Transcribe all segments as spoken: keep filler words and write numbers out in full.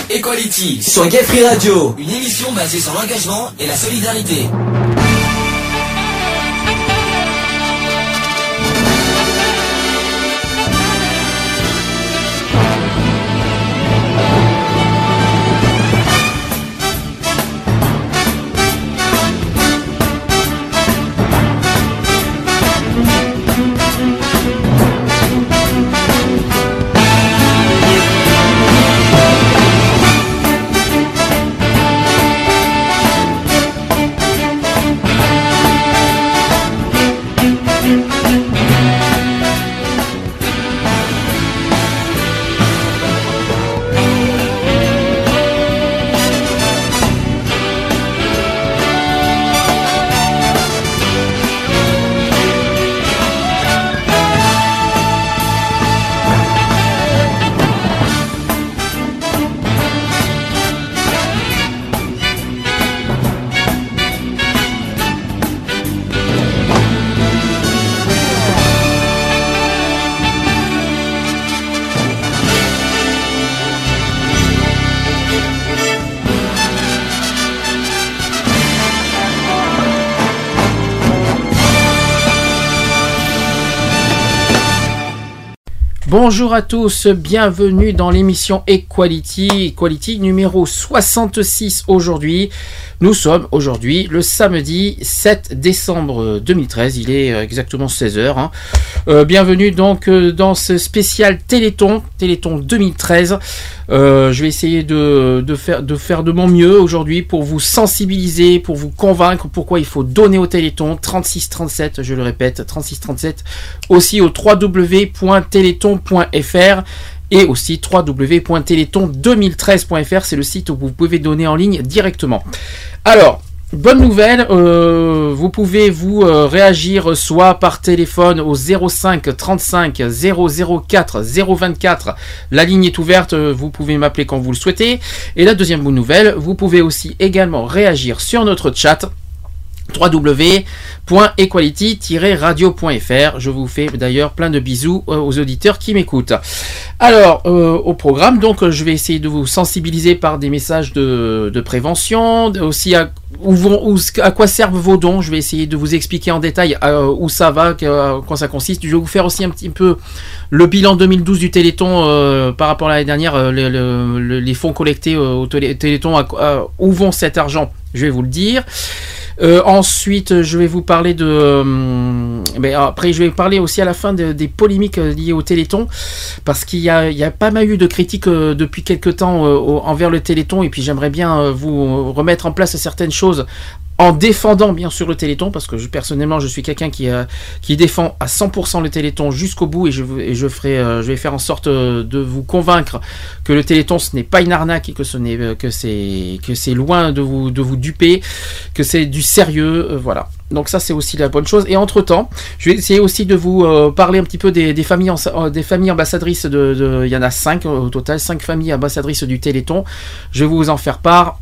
Equality sur Gay Free Radio, une émission basée sur l'engagement et la solidarité. Bonjour à tous, bienvenue dans l'émission Equality, Equality numéro soixante-six aujourd'hui. Nous sommes aujourd'hui le samedi sept décembre deux mille treize, il est exactement seize heures. Hein. Euh, bienvenue donc euh, dans ce spécial Téléthon, Téléthon deux mille treize. Euh, je vais essayer de, de, faire, de faire de mon mieux aujourd'hui pour vous sensibiliser, pour vous convaincre pourquoi il faut donner au Téléthon. Trente-six trente-sept, je le répète, trente-six trente-sept, aussi au w w w point téléthon point f r et aussi w w w point téléthon deux mille treize point f r, c'est le site où vous pouvez donner en ligne directement. Alors, bonne nouvelle, euh, vous pouvez vous euh, réagir soit par téléphone au zéro cinq trente-cinq zéro zéro quatre zéro vingt-quatre, la ligne est ouverte, vous pouvez m'appeler quand vous le souhaitez. Et la deuxième bonne nouvelle, vous pouvez aussi également réagir sur notre chat w w w point equality tiret radio point f r. Je vous fais d'ailleurs plein de bisous aux auditeurs qui m'écoutent. Alors, euh, au programme, donc je vais essayer de vous sensibiliser par des messages de, de prévention, aussi à, où vont, où, à quoi servent vos dons. Je vais essayer de vous expliquer en détail euh, où ça va, que, quoi ça consiste. Je vais vous faire aussi un petit peu le bilan deux mille douze du Téléthon euh, par rapport à l'année dernière, euh, le, le, le, les fonds collectés euh, au Téléthon, à, à, où vont cet argent, je vais vous le dire. Euh, ensuite, je vais vous parler de. Euh, mais après, je vais parler aussi à la fin de, des polémiques liées au Téléthon, parce qu'il y a, il y a pas mal eu de critiques euh, depuis quelques temps euh, envers le Téléthon, et puis j'aimerais bien euh, vous remettre en place certaines choses en défendant bien sûr le Téléthon, parce que je, personnellement je suis quelqu'un qui, euh, qui défend à cent pour cent le Téléthon jusqu'au bout, et je, et je, ferai, euh, je vais faire en sorte de vous convaincre que le Téléthon ce n'est pas une arnaque, et que, ce n'est, que, c'est, que c'est loin de vous, de vous duper, que c'est du sérieux, euh, voilà. Donc ça c'est aussi la bonne chose. Et entre temps, je vais essayer aussi de vous euh, parler un petit peu des, des, familles, en, des familles ambassadrices de, de, il y en a cinq au total, cinq familles ambassadrices du Téléthon. Je vais vous en faire part.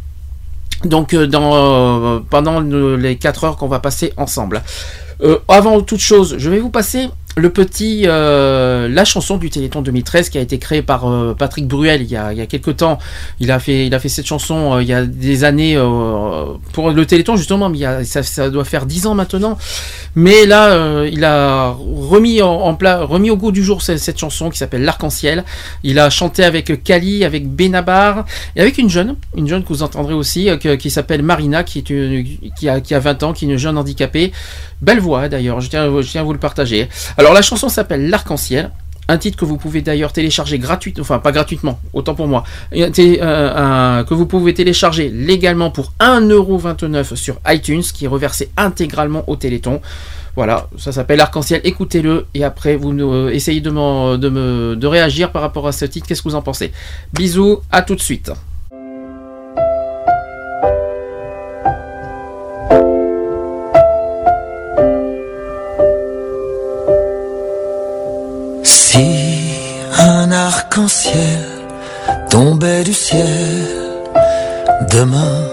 Donc dans, euh, pendant le, les quatre heures qu'on va passer ensemble. Euh, avant toute chose, je vais vous passer le petit, euh, la chanson du Téléthon deux mille treize qui a été créée par euh, Patrick Bruel il y a, il y a quelques temps. Il a fait, il a fait cette chanson euh, il y a des années euh, pour le Téléthon justement, mais il y a, ça, ça doit faire dix ans maintenant. Mais là, euh, il a remis en, en pla, remis au goût du jour cette, cette chanson qui s'appelle L'Arc-en-Ciel. Il a chanté avec Kali, avec Benabar et avec une jeune, une jeune que vous entendrez aussi, euh, que, qui s'appelle Marina, qui est une, qui a, qui a vingt ans, qui est une jeune handicapée. Belle voix d'ailleurs, je tiens, je tiens à vous le partager. Alors la chanson s'appelle L'Arc-en-Ciel, un titre que vous pouvez d'ailleurs télécharger gratuitement, enfin pas gratuitement, autant pour moi, euh, euh, que vous pouvez télécharger légalement pour un euro vingt-neuf sur iTunes, qui est reversé intégralement au Téléthon. Voilà, ça s'appelle L'Arc-en-Ciel, écoutez-le, et après vous euh, essayez de, me, de, me, de réagir par rapport à ce titre, qu'est-ce que vous en pensez? Bisous, à tout de suite. Si un arc-en-ciel tombait du ciel demain,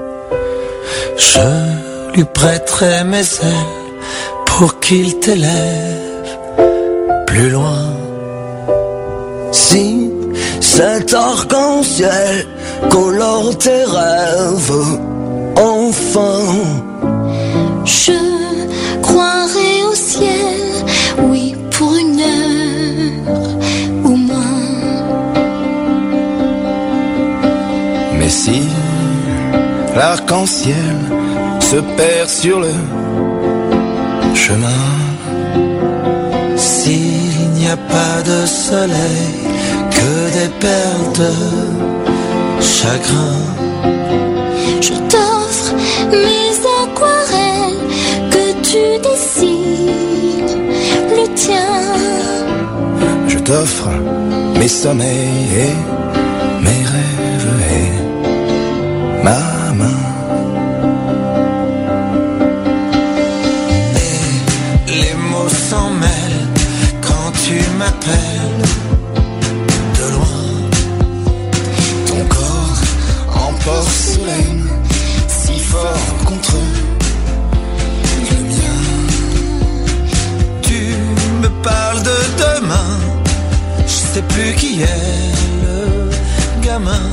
je lui prêterai mes ailes pour qu'il t'élève plus loin. Si cet arc-en-ciel colore tes rêves, enfin. Je croirai au ciel, oui, pour une heure au moins. Mais si l'arc-en-ciel se perd sur le chemin, s'il n'y a pas de soleil, que des perles de chagrin, je t'offre mes aquarelles, que tu dessines le tien. Je t'offre mes sommeils et mes rêves et ma main. Et les mots s'en mêlent quand tu m'appelles de loin. Ton corps en porcelaine, si fort contre le mien. Tu me parles de demain, je sais plus qui est le gamin.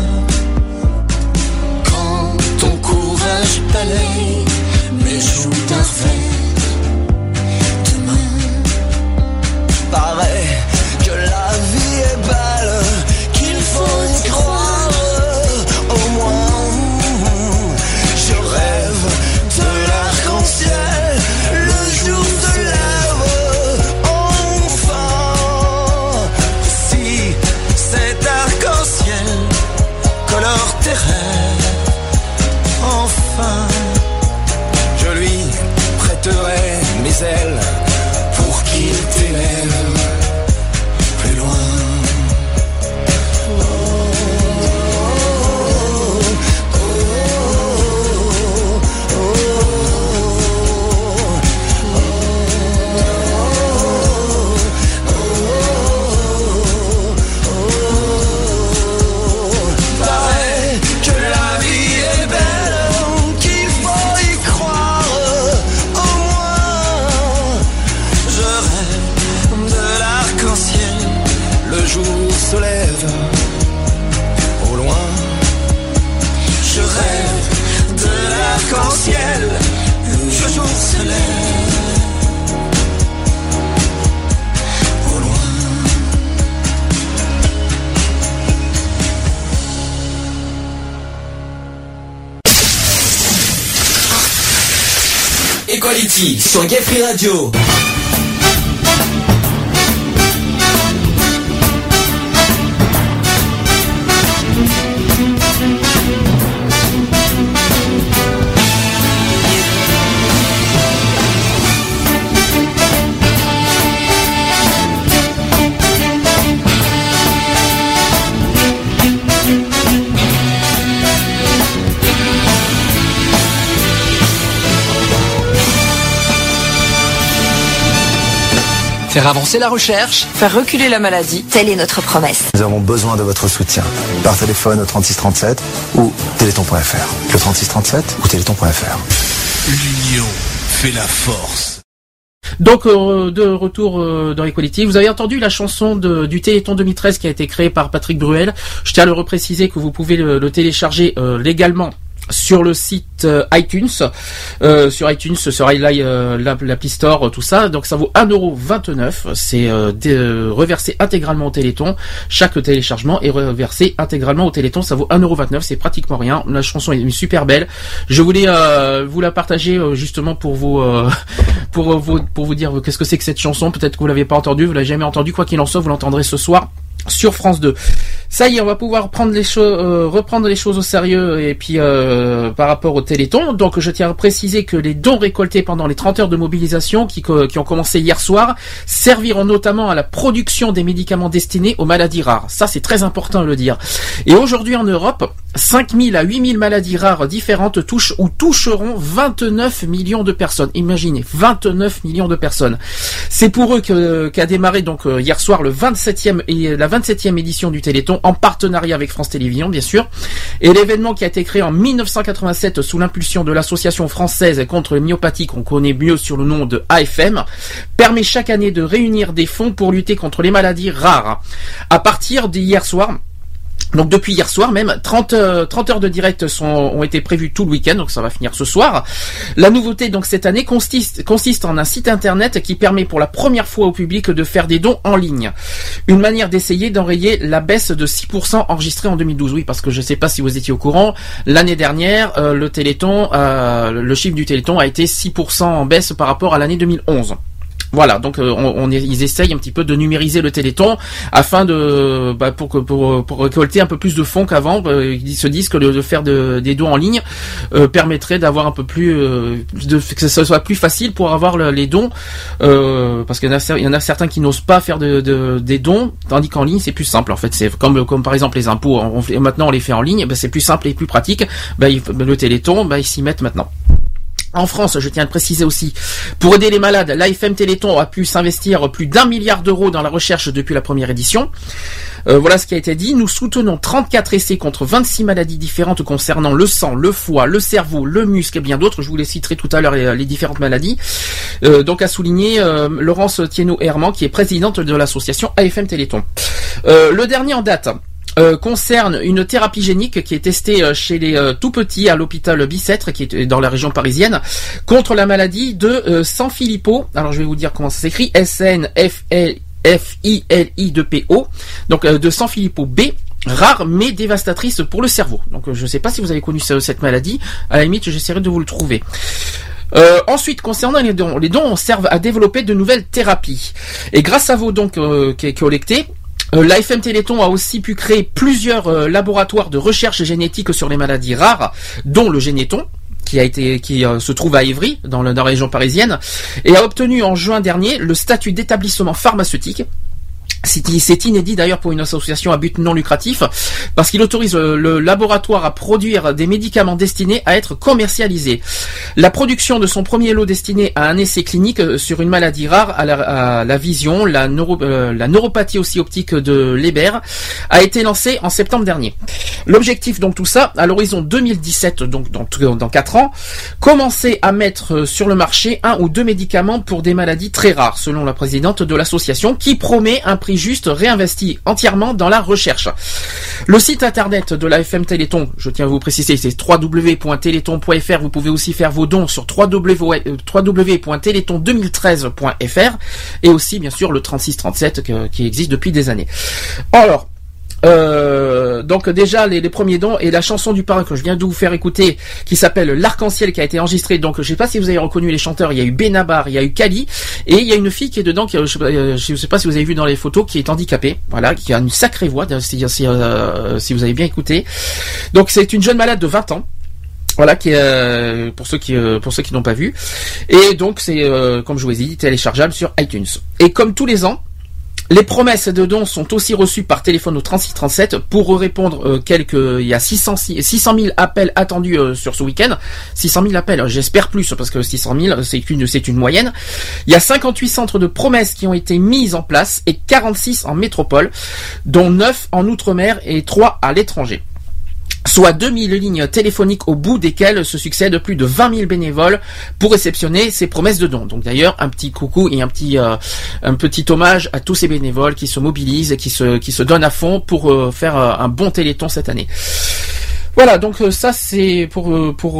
Quand ton courage balaye mes joues d'un revers de main. Paraît que la vie est belle, qu'il faut y croire au moins. Je rêve de l'arc-en-ciel, le jour se lève enfin. Si cet arc-en-ciel colore tes rêves, enfin, je lui prêterai mes ailes pour qu'il t'élève plus loin. Oh, oh, oh, oh, paraît que la vie est belle, qu'il faut y croire au moins. Je rêve de l'arc-en-ciel, le jour se lève au loin. Je rêve de l'arc-en-ciel, le jour se lève au loin. Equality sur Gay Free Radio. Faire avancer la recherche, faire reculer la maladie, telle est notre promesse. Nous avons besoin de votre soutien. Par téléphone au trente-six trente-sept ou téléthon point f r. Le trente-six trente-sept ou téléthon point f r. L'union fait la force. Donc euh, de retour euh, dans Equality, vous avez entendu la chanson de, du Téléthon deux mille treize qui a été créée par Patrick Bruel. Je tiens à le repréciser que vous pouvez le, le télécharger euh, légalement sur le site euh, iTunes, euh, sur iTunes, sur euh, l'Appli Store, tout ça. Donc ça vaut un euro vingt-neuf. C'est euh, euh, reversé intégralement au Téléthon. Chaque téléchargement est reversé intégralement au Téléthon. Ça vaut un euro vingt-neuf. C'est pratiquement rien. La chanson est super belle. Je voulais euh, vous la partager euh, justement pour vous, euh, pour vous, pour vous dire qu'est-ce que c'est que cette chanson. Peut-être que vous l'avez pas entendue, vous l'avez jamais entendue. Quoi qu'il en soit, vous l'entendrez ce soir sur France deux. Ça y est, on va pouvoir prendre les choses, euh, reprendre les choses au sérieux et puis euh, par rapport au Téléthon. Donc je tiens à préciser que les dons récoltés pendant les trente heures de mobilisation qui, qui ont commencé hier soir serviront notamment à la production des médicaments destinés aux maladies rares. Ça c'est très important de le dire. Et aujourd'hui en Europe, cinq mille à huit mille maladies rares différentes touchent ou toucheront vingt-neuf millions de personnes. Imaginez, vingt-neuf millions de personnes. C'est pour eux que, qu'a démarré donc hier soir le vingt-septième et la vingt-septième édition du Téléthon en partenariat avec France Télévisions bien sûr. Et l'événement qui a été créé en mille neuf cent quatre-vingt-sept sous l'impulsion de l'association française contre les myopathies qu'on connaît mieux sur le nom de A F M permet chaque année de réunir des fonds pour lutter contre les maladies rares. À partir d'hier soir, Donc depuis hier soir même, trente, euh, trente heures de direct sont, ont été prévues tout le week-end, donc ça va finir ce soir. La nouveauté donc cette année consiste, consiste en un site internet qui permet pour la première fois au public de faire des dons en ligne. Une manière d'essayer d'enrayer la baisse de six pour cent enregistrée en deux mille douze. Oui, parce que je ne sais pas si vous étiez au courant, l'année dernière, euh, le Téléthon, euh, le chiffre du Téléthon a été six pour cent en baisse par rapport à l'année deux mille onze. Voilà, donc euh, on, on ils essayent un petit peu de numériser le Téléthon afin de bah, pour, pour pour récolter un peu plus de fonds qu'avant. Euh, ils se disent que le, de faire de, des dons en ligne euh, permettrait d'avoir un peu plus euh, de, que ce soit plus facile pour avoir le, les dons euh, parce qu'il y en a il y en a certains qui n'osent pas faire de, de des dons, tandis qu'en ligne c'est plus simple en fait. C'est comme comme par exemple les impôts, on fait, maintenant on les fait en ligne, bah, c'est plus simple et plus pratique. Bah, il, le Téléthon, bah, ils s'y mettent maintenant. En France, je tiens à le préciser aussi, pour aider les malades, l'A F M Téléthon a pu s'investir plus d'un milliard d'euros dans la recherche depuis la première édition. Euh, voilà ce qui a été dit. Nous soutenons trente-quatre essais contre vingt-six maladies différentes concernant le sang, le foie, le cerveau, le muscle et bien d'autres. Je vous les citerai tout à l'heure les, les différentes maladies. Euh, donc a souligné euh, Laurence Thienot-Herman, qui est présidente de l'association A F M Téléthon. Euh, le dernier en date Euh, concerne une thérapie génique qui est testée euh, chez les euh, tout petits à l'hôpital Bicêtre, qui est dans la région parisienne, contre la maladie de euh, Sanfilippo. Alors je vais vous dire comment ça s'écrit, S N F I L I deux P O, donc euh, de Sanfilippo B, rare mais dévastatrice pour le cerveau. Donc euh, je ne sais pas si vous avez connu cette maladie, à la limite j'essaierai de vous le trouver. Euh, ensuite, concernant les dons, les dons servent à développer de nouvelles thérapies. Et grâce à vos dons euh, qui est collectés, Euh, l'A F M Téléthon a aussi pu créer plusieurs euh, laboratoires de recherche génétique sur les maladies rares, dont le Généton, qui a été, qui euh, se trouve à Évry, dans, le, dans la région parisienne, et a obtenu en juin dernier le statut d'établissement pharmaceutique. C'est inédit d'ailleurs pour une association à but non lucratif, parce qu'il autorise le laboratoire à produire des médicaments destinés à être commercialisés. La production de son premier lot destiné à un essai clinique sur une maladie rare, à la, à la vision, la, neuro, euh, la neuropathie aussi optique de Leber, a été lancée en septembre dernier. L'objectif donc tout ça, à l'horizon deux mille dix-sept, donc dans, dans quatre ans, commencer à mettre sur le marché un ou deux médicaments pour des maladies très rares, selon la présidente de l'association, qui promet un prix juste réinvesti entièrement dans la recherche. Le site internet de l'A F M Téléthon, je tiens à vous préciser, c'est w w w point téléthon point f r. Vous pouvez aussi faire vos dons sur w w w point téléthon deux mille treize point f r et aussi bien sûr le trente-six trente-sept que, qui existe depuis des années. Alors, Euh, donc déjà les, les premiers dons et la chanson du parrain que je viens de vous faire écouter qui s'appelle L'Arc-en-Ciel, qui a été enregistrée, donc je sais pas si vous avez reconnu les chanteurs, il y a eu Benabar, il y a eu Kali et il y a une fille qui est dedans qui, je, sais pas, je sais pas si vous avez vu dans les photos, qui est handicapée, voilà, qui a une sacrée voix, si, si, euh, si vous avez bien écouté. Donc c'est une jeune malade de vingt ans. Voilà, qui est, euh, pour ceux qui euh, pour ceux qui n'ont pas vu. Et donc c'est euh, comme je vous ai dit, téléchargeable sur iTunes. Et comme tous les ans, les promesses de dons sont aussi reçues par téléphone au trente-six trente-sept pour répondre euh, quelques, il y a six cent mille appels attendus euh, sur ce week-end. six cent mille appels, j'espère plus, parce que six cent mille, c'est une, c'est une moyenne. Il y a cinquante-huit centres de promesses qui ont été mis en place et quarante-six en métropole, dont neuf en outre-mer et trois à l'étranger. Soit deux mille lignes téléphoniques au bout desquelles se succèdent plus de vingt mille bénévoles pour réceptionner ces promesses de dons. Donc d'ailleurs, un petit coucou et un petit euh, un petit hommage à tous ces bénévoles qui se mobilisent et qui se qui se donnent à fond pour euh, faire euh, un bon téléthon cette année. Voilà, donc euh, ça c'est pour euh, pour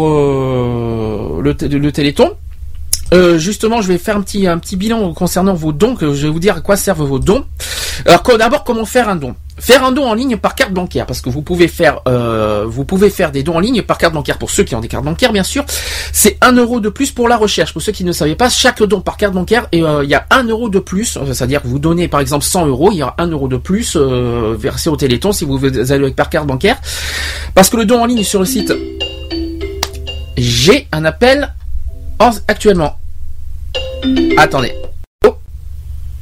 euh, le, le téléthon. Euh, justement, je vais faire un petit un petit bilan concernant vos dons, que je vais vous dire à quoi servent vos dons. Alors d'abord, comment faire un don ? Faire un don en ligne par carte bancaire, parce que vous pouvez faire euh, vous pouvez faire des dons en ligne par carte bancaire pour ceux qui ont des cartes bancaires, bien sûr. C'est un euro de plus pour la recherche. Pour ceux qui ne savaient pas, chaque don par carte bancaire, et euh, il y a un euro de plus, c'est-à-dire que vous donnez par exemple cent euros, il y aura un euro de plus euh, versé au Téléthon si vous allez par carte bancaire. Parce que le don en ligne sur le site, j'ai un appel en, actuellement. Attendez. Oh. Allô ?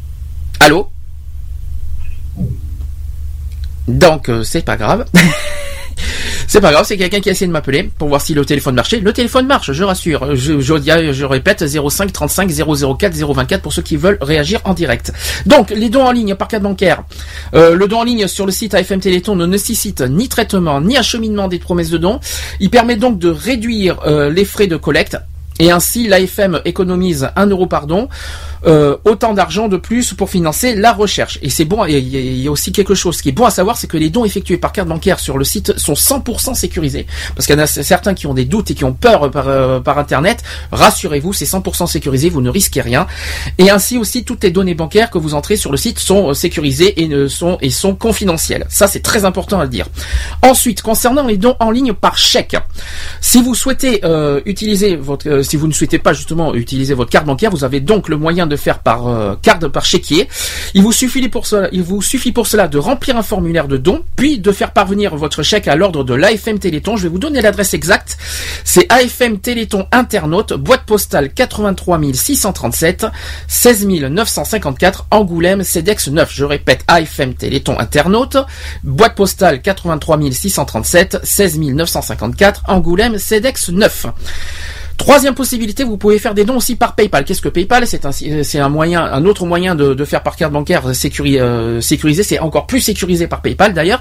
Donc euh, c'est pas grave. C'est pas grave, c'est quelqu'un qui a essayé de m'appeler pour voir si le téléphone marchait. Le téléphone marche, je rassure. Je, je, je répète, zéro cinq trente-cinq zéro zéro quatre zéro vingt-quatre pour ceux qui veulent réagir en direct. Donc, les dons en ligne par carte bancaire. Euh, le don en ligne sur le site A F M Téléthon ne nécessite ni traitement, ni acheminement des promesses de dons. Il permet donc de réduire euh, les frais de collecte. Et ainsi, l'A F M économise un euro par don, euh, autant d'argent de plus pour financer la recherche. Et c'est bon, il y, y a aussi quelque chose qui est bon à savoir, c'est que les dons effectués par carte bancaire sur le site sont cent pour cent sécurisés. Parce qu'il y en a certains qui ont des doutes et qui ont peur par, euh, par Internet. Rassurez-vous, c'est cent pour cent sécurisé, vous ne risquez rien. Et ainsi aussi, toutes les données bancaires que vous entrez sur le site sont sécurisées et, ne sont, et sont confidentielles. Ça, c'est très important à le dire. Ensuite, concernant les dons en ligne par chèque, si vous souhaitez euh, utiliser votre... Euh, si vous ne souhaitez pas justement utiliser votre carte bancaire, vous avez donc le moyen de faire par euh, carte, par chéquier. Il vous suffit pour cela, il vous suffit pour cela de remplir un formulaire de don, puis de faire parvenir votre chèque à l'ordre de l'A F M Téléthon. Je vais vous donner l'adresse exacte. C'est A F M Téléthon Internaute, boîte postale quatre-vingt-trois mille six cent trente-sept, seize mille neuf cent cinquante-quatre, Angoulême, CEDEX neuf. Je répète, A F M Téléthon Internaute, boîte postale quatre-vingt-trois mille six cent trente-sept, seize mille neuf cent cinquante-quatre, Angoulême, CEDEX neuf. Troisième possibilité, vous pouvez faire des dons aussi par PayPal. Qu'est-ce que PayPal? C'est un, c'est un moyen, un autre moyen de, de faire par carte bancaire sécuri, euh, sécurisé. C'est encore plus sécurisé par PayPal d'ailleurs.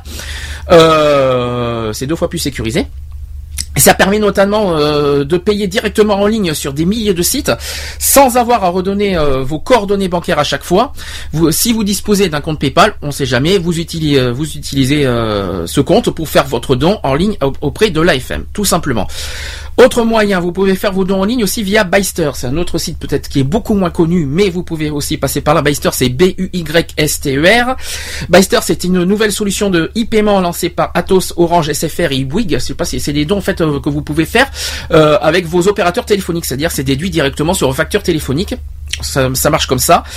Euh, c'est deux fois plus sécurisé. Et ça permet notamment euh, de payer directement en ligne sur des milliers de sites sans avoir à redonner euh, vos coordonnées bancaires à chaque fois. Vous, si vous disposez d'un compte PayPal, on ne sait jamais, vous utilisez, euh, vous utilisez euh, ce compte pour faire votre don en ligne auprès de l'A F M, tout simplement. Autre moyen, vous pouvez faire vos dons en ligne aussi via Byster. C'est un autre site peut-être qui est beaucoup moins connu, mais vous pouvez aussi passer par là. Byster, c'est B U Y S T E R. Byster, c'est une nouvelle solution de e-paiement lancée par Atos, Orange, S F R et Bouygues. Je sais pas si c'est des dons en fait que vous pouvez faire euh, avec vos opérateurs téléphoniques, c'est-à-dire c'est déduit directement sur vos factures téléphoniques. Ça, ça marche comme ça.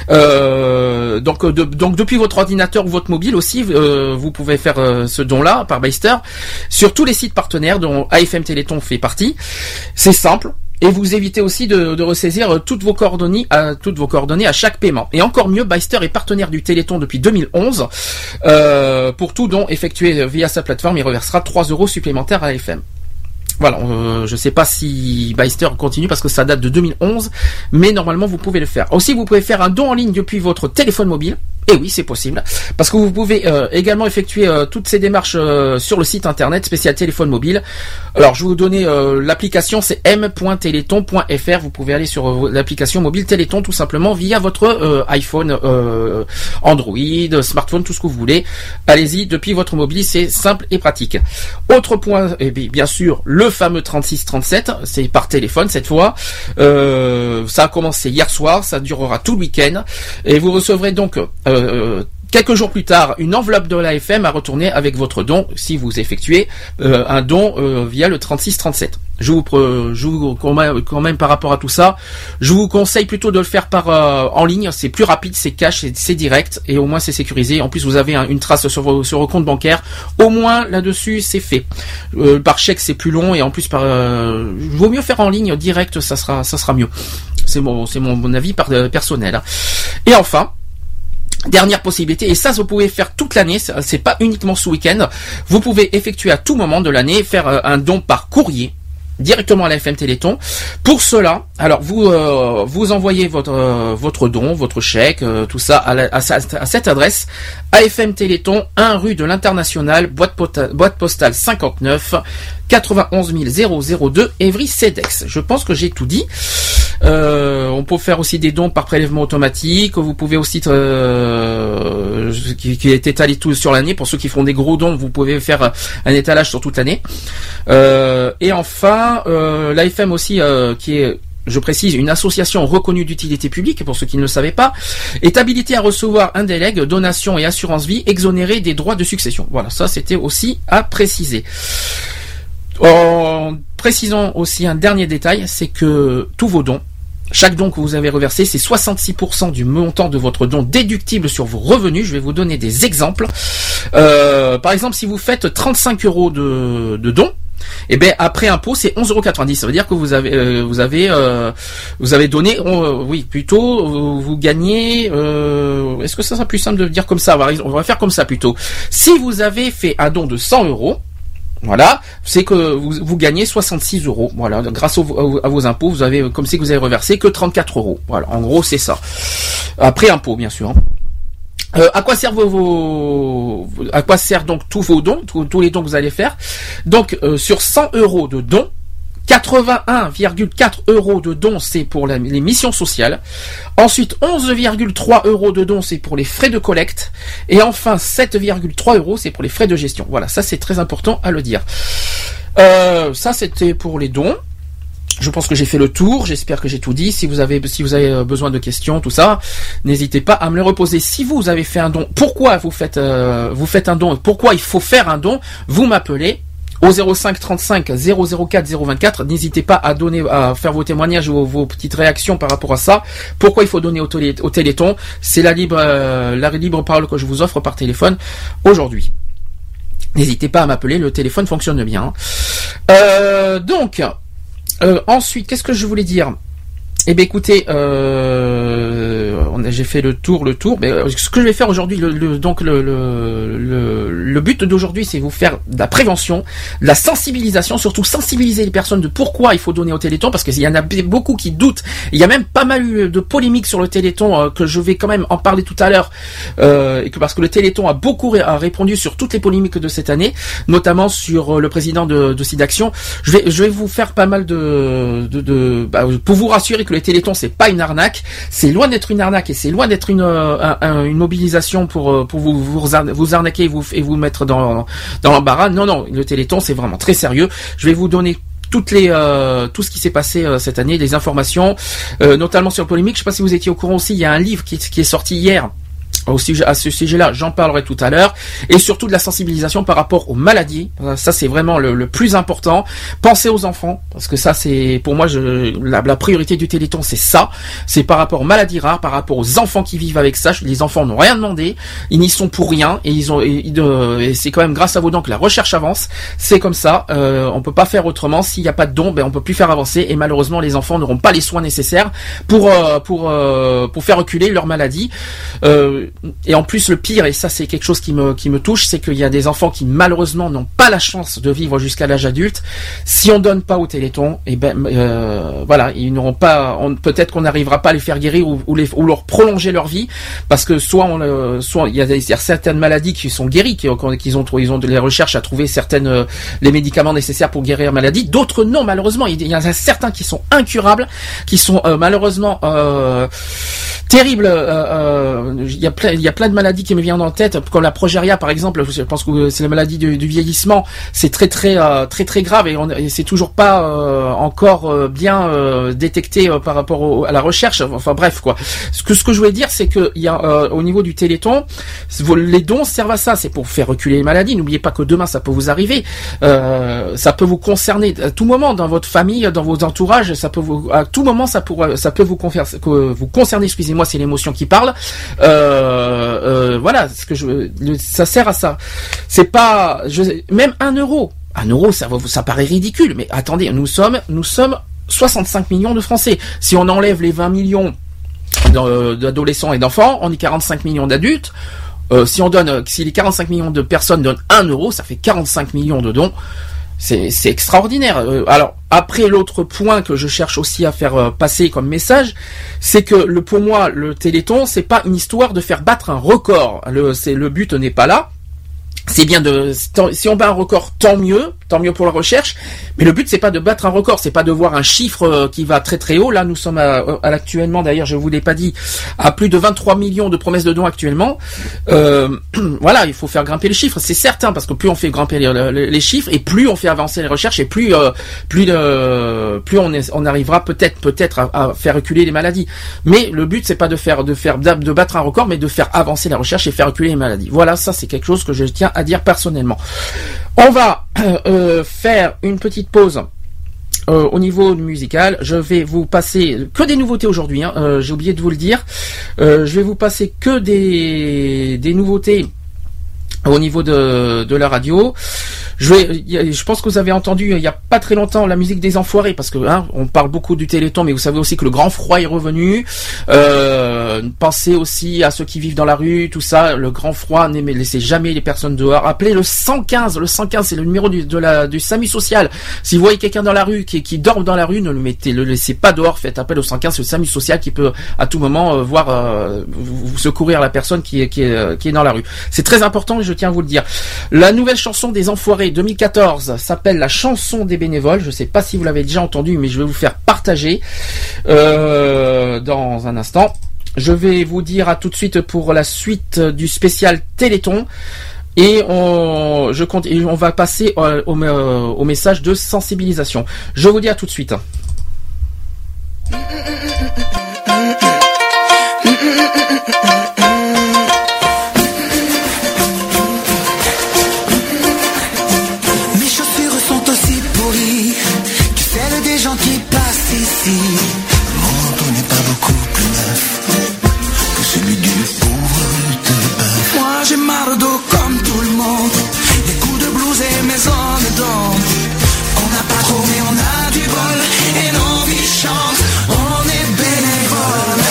Euh, donc, de, donc depuis votre ordinateur ou votre mobile aussi, euh, vous pouvez faire euh, ce don-là par Byster sur tous les sites partenaires dont A F M Téléthon fait partie. C'est simple. Et vous évitez aussi de, de ressaisir toutes vos coordonnées, à, toutes vos coordonnées à chaque paiement. Et encore mieux, Byster est partenaire du Téléthon depuis deux mille onze. Euh, pour tout don effectué via sa plateforme, il reversera trois euros supplémentaires à A F M. Voilà, euh, je sais pas si Byster continue parce que ça date de deux mille onze, mais normalement vous pouvez le faire. Aussi, vous pouvez faire un don en ligne depuis votre téléphone mobile. Et oui, c'est possible, parce que vous pouvez euh, également effectuer euh, toutes ces démarches euh, sur le site internet spécial téléphone mobile. Alors, je vais vous donner euh, l'application, c'est m point téléthon point f r. Vous pouvez aller sur euh, l'application mobile Téléthon tout simplement via votre euh, iPhone, euh, Android, smartphone, tout ce que vous voulez. Allez-y, depuis votre mobile, c'est simple et pratique. Autre point, et bien, bien sûr, le fameux trente-six trente-sept, c'est par téléphone cette fois. Euh, ça a commencé hier soir, ça durera tout le week-end, et vous recevrez donc euh, Euh, quelques jours plus tard, une enveloppe de l'A F M à retourner avec votre don si vous effectuez euh, un don euh, via le trente-six trente-sept. Je vous, euh, je vous quand même, quand même par rapport à tout ça, je vous conseille plutôt de le faire par euh, en ligne. C'est plus rapide, c'est cash, c'est, c'est direct et au moins c'est sécurisé. En plus, vous avez un, une trace sur vos, sur vos comptes bancaires. Au moins là-dessus, c'est fait. Euh, par chèque, c'est plus long et en plus par, euh, vaut mieux faire en ligne direct, ça sera, ça sera mieux. C'est mon, c'est mon, mon avis par, euh, personnel. Hein. Et enfin. Dernière possibilité, et ça vous pouvez faire toute l'année, c'est pas uniquement ce week-end, vous pouvez effectuer à tout moment de l'année, faire un don par courrier, directement à la F M Téléthon. Pour cela, alors vous euh, vous envoyez votre euh, votre don, votre chèque, euh, tout ça à, la, à, à cette adresse, A F M Téléthon, un rue de l'Internationale, boîte, pota, boîte postale cinquante-neuf, quatre-vingt-onze mille deux, Évry CEDEX. Je pense que j'ai tout dit. Euh, on peut faire aussi des dons par prélèvement automatique. Vous pouvez aussi euh, qui, qui est étalé tout sur l'année. Pour ceux qui font des gros dons, vous pouvez faire un étalage sur toute l'année. Euh, et enfin, euh, l'A F M aussi, euh, qui est, je précise, une association reconnue d'utilité publique, pour ceux qui ne le savaient pas, est habilitée à recevoir un délègue, donation et assurance vie exonérés des droits de succession. Voilà, ça c'était aussi à préciser. En précisant aussi un dernier détail, c'est que tous vos dons, chaque don que vous avez reversé, c'est soixante-six pour cent du montant de votre don déductible sur vos revenus. Je vais vous donner des exemples. Euh, par exemple, si vous faites trente-cinq euros de, de dons, et eh ben après impôt c'est onze euros quatre-vingt-dix. Ça veut dire que vous avez euh, vous avez euh, vous avez donné euh, oui plutôt vous, vous gagnez euh, est-ce que ça sera plus simple de dire comme ça? On va faire comme ça plutôt. Si vous avez fait un don de cent euros, voilà, c'est que vous, vous gagnez soixante-six euros. Voilà, grâce au, à vos impôts, vous avez comme si vous avez reversé que trente-quatre euros. Voilà, en gros c'est ça. Après impôt bien sûr. Hein. Euh, à quoi servent vos, vos, à quoi servent donc tous vos dons, tous, tous les dons que vous allez faire? Donc, euh, sur cent euros de dons, quatre-vingt-un virgule quatre euros de dons, c'est pour la, les missions sociales. Ensuite, onze virgule trois euros de dons, c'est pour les frais de collecte. Et enfin, sept virgule trois euros, c'est pour les frais de gestion. Voilà, ça c'est très important à le dire. Euh, ça c'était pour les dons. Je pense que j'ai fait le tour, j'espère que j'ai tout dit. Si vous avez, si vous avez besoin de questions, tout ça, n'hésitez pas à me le reposer. Si vous avez fait un don, pourquoi vous faites, euh, vous faites un don, pourquoi il faut faire un don, vous m'appelez au zéro cinq trente-cinq zéro zéro quatre zéro vingt-quatre. N'hésitez pas à donner, à faire vos témoignages ou vos, vos petites réactions par rapport à ça. Pourquoi il faut donner au, télé, au Téléthon? C'est la libre, euh, la libre parole que je vous offre par téléphone aujourd'hui. N'hésitez pas à m'appeler, le téléphone fonctionne bien. Euh, donc, euh, ensuite, qu'est-ce que je voulais dire? Eh bien, écoutez, euh, on a, j'ai fait le tour, le tour. Mais ce que je vais faire aujourd'hui, le, le, donc le, le, le, le but d'aujourd'hui, c'est vous faire de la prévention, de la sensibilisation, surtout sensibiliser les personnes de pourquoi il faut donner au Téléthon, parce qu'il y en a beaucoup qui doutent. Il y a même pas mal eu de polémiques sur le Téléthon, euh, que je vais quand même en parler tout à l'heure, euh, et que parce que le Téléthon a beaucoup ré, a répondu sur toutes les polémiques de cette année, notamment sur euh, le président de, de Sidaction. Je vais, je vais vous faire pas mal de, de, de bah, pour vous rassurer que le Téléthon c'est pas une arnaque, c'est loin d'être une arnaque et c'est loin d'être une euh, un, une mobilisation pour pour vous vous, vous arnaquer et vous et vous mettre dans dans l'embarras. Non non, le Téléthon c'est vraiment très sérieux. Je vais vous donner toutes les euh, tout ce qui s'est passé euh, cette année, des informations, euh, notamment sur le polémique. Je sais pas si vous étiez au courant aussi, il y a un livre qui, qui est sorti hier. Au sujet, à ce sujet-là, j'en parlerai tout à l'heure, et surtout de la sensibilisation par rapport aux maladies. Ça, c'est vraiment le, le plus important. Pensez aux enfants, parce que ça, c'est pour moi, je, la, la priorité du Téléthon, c'est ça. C'est par rapport aux maladies rares, par rapport aux enfants qui vivent avec ça. Les enfants n'ont rien demandé, ils n'y sont pour rien, et ils ont, et, et c'est quand même grâce à vos dons que la recherche avance. C'est comme ça. Euh, on peut pas faire autrement. S'il n'y a pas de dons, ben on peut plus faire avancer, et malheureusement, les enfants n'auront pas les soins nécessaires pour euh, pour euh, pour faire reculer leur maladie. Euh, Et en plus, le pire, et ça c'est quelque chose qui me qui me touche, c'est qu'il y a des enfants qui malheureusement n'ont pas la chance de vivre jusqu'à l'âge adulte. Si on donne pas au Téléthon, et ben euh, voilà, ils n'auront pas. On, peut-être qu'on n'arrivera pas à les faire guérir ou, ou, les, ou leur prolonger leur vie, parce que soit on, euh, soit il y a, des, il y a certaines maladies qui sont guéries, qui, qu'ils ont ils ont de les recherches à trouver certaines euh, les médicaments nécessaires pour guérir la maladie. D'autres non, malheureusement, il y en a certains qui sont incurables, qui sont euh, malheureusement euh, terribles. Euh, euh, il y a plein il y a plein de maladies qui me viennent en tête, comme la progéria par exemple. Je pense que c'est la maladie du, du vieillissement. C'est très très euh, très très grave et, on, et c'est toujours pas euh, encore euh, bien euh, détecté euh, par rapport au, à la recherche. Enfin bref quoi. Ce que ce que je voulais dire, c'est que il y a euh, au niveau du Téléthon, les dons servent à ça. C'est pour faire reculer les maladies. N'oubliez pas que demain ça peut vous arriver. Euh, ça peut vous concerner à tout moment dans votre famille, dans vos entourages. Ça peut vous à tout moment ça pourrait ça peut vous concerner. Vous concerner. Excusez-moi, c'est l'émotion qui parle. Euh, Euh, euh, voilà, ce que je, le, ça sert à ça. C'est pas, je, même un euro, un euro, ça, ça paraît ridicule. Mais attendez, nous sommes, nous sommes soixante-cinq millions de Français. Si on enlève les vingt millions d'adolescents et d'enfants, on est quarante-cinq millions d'adultes. Euh, si on donne, si les quarante-cinq millions de personnes donnent un euro, ça fait quarante-cinq millions de dons. C'est, c'est extraordinaire. Euh, alors après, l'autre point que je cherche aussi à faire euh, passer comme message, c'est que le, pour moi, le Téléthon, c'est pas une histoire de faire battre un record. Le, c'est, le but n'est pas là. C'est bien de, si on bat un record, tant mieux, tant mieux pour la recherche. Mais le but, c'est pas de battre un record, c'est pas de voir un chiffre qui va très très haut. Là, nous sommes à, à actuellement, d'ailleurs, je vous l'ai pas dit, à plus de vingt-trois millions de promesses de dons actuellement. Euh, voilà, il faut faire grimper les chiffres, c'est certain, parce que plus on fait grimper les, les, les chiffres et plus on fait avancer les recherches et plus euh, plus de, plus on, est, on arrivera peut-être peut-être à, à faire reculer les maladies. Mais le but, c'est pas de faire de faire de battre un record, mais de faire avancer la recherche et faire reculer les maladies. Voilà, ça c'est quelque chose que je tiens à dire personnellement. On va euh, faire une petite pause euh, au niveau musical. Je vais vous passer que des nouveautés aujourd'hui, hein. euh, j'ai oublié de vous le dire. Euh, je vais vous passer que des, des nouveautés au niveau de, de la radio. Je vais, je pense que vous avez entendu il y a pas très longtemps la musique des Enfoirés, parce que hein, on parle beaucoup du Téléthon, mais vous savez aussi que le grand froid est revenu. Euh, pensez aussi à ceux qui vivent dans la rue, tout ça. Le grand froid, ne laissez jamais les personnes dehors. Appelez le cent quinze. Le cent quinze, c'est le numéro du, de la, du SAMU social. Si vous voyez quelqu'un dans la rue qui, qui dort dans la rue, ne le mettez, le laissez pas dehors. Faites appel au cent quinze, c'est le SAMU social qui peut à tout moment euh, voir euh, vous secourir la personne qui est, qui est, qui est dans la rue. C'est très important et je tiens à vous le dire. La nouvelle chanson des Enfoirés. enfoirés deux mille quatorze s'appelle La chanson des bénévoles. Je ne sais pas si vous l'avez déjà entendu, mais je vais vous faire partager euh, dans un instant. Je vais vous dire à tout de suite pour la suite du spécial Téléthon. Et on, je compte, et on va passer au, au, au message de sensibilisation. Je vous dis à tout de suite. Mes chaussures sont aussi pourries que celles des gens qui passent ici. Mon manteau n'est pas beaucoup plus neuf que celui du pauvre de Moi j'ai mal au dos comme tout le monde. Des coups de blues et mes zones d'ombre. On n'a pas trop mais on a du bol. Et nos vies chantent, on est bénévoles.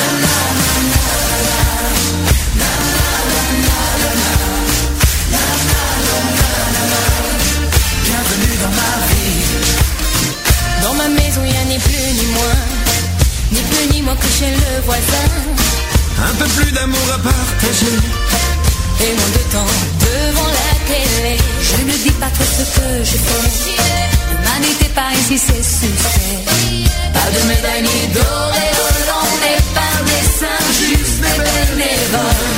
Bienvenue dans ma vie. Dans ma maison y'a ni plus ni moins, ni plus ni moins que chez le voisin. Un peu plus d'amour à partager et moins de temps devant la télé. Je ne dis pas trop ce que je fais. L'humanité par ici c'est succès. Pas de médaille ni d'auréole. On n'est pas des saints, juste des bénévoles.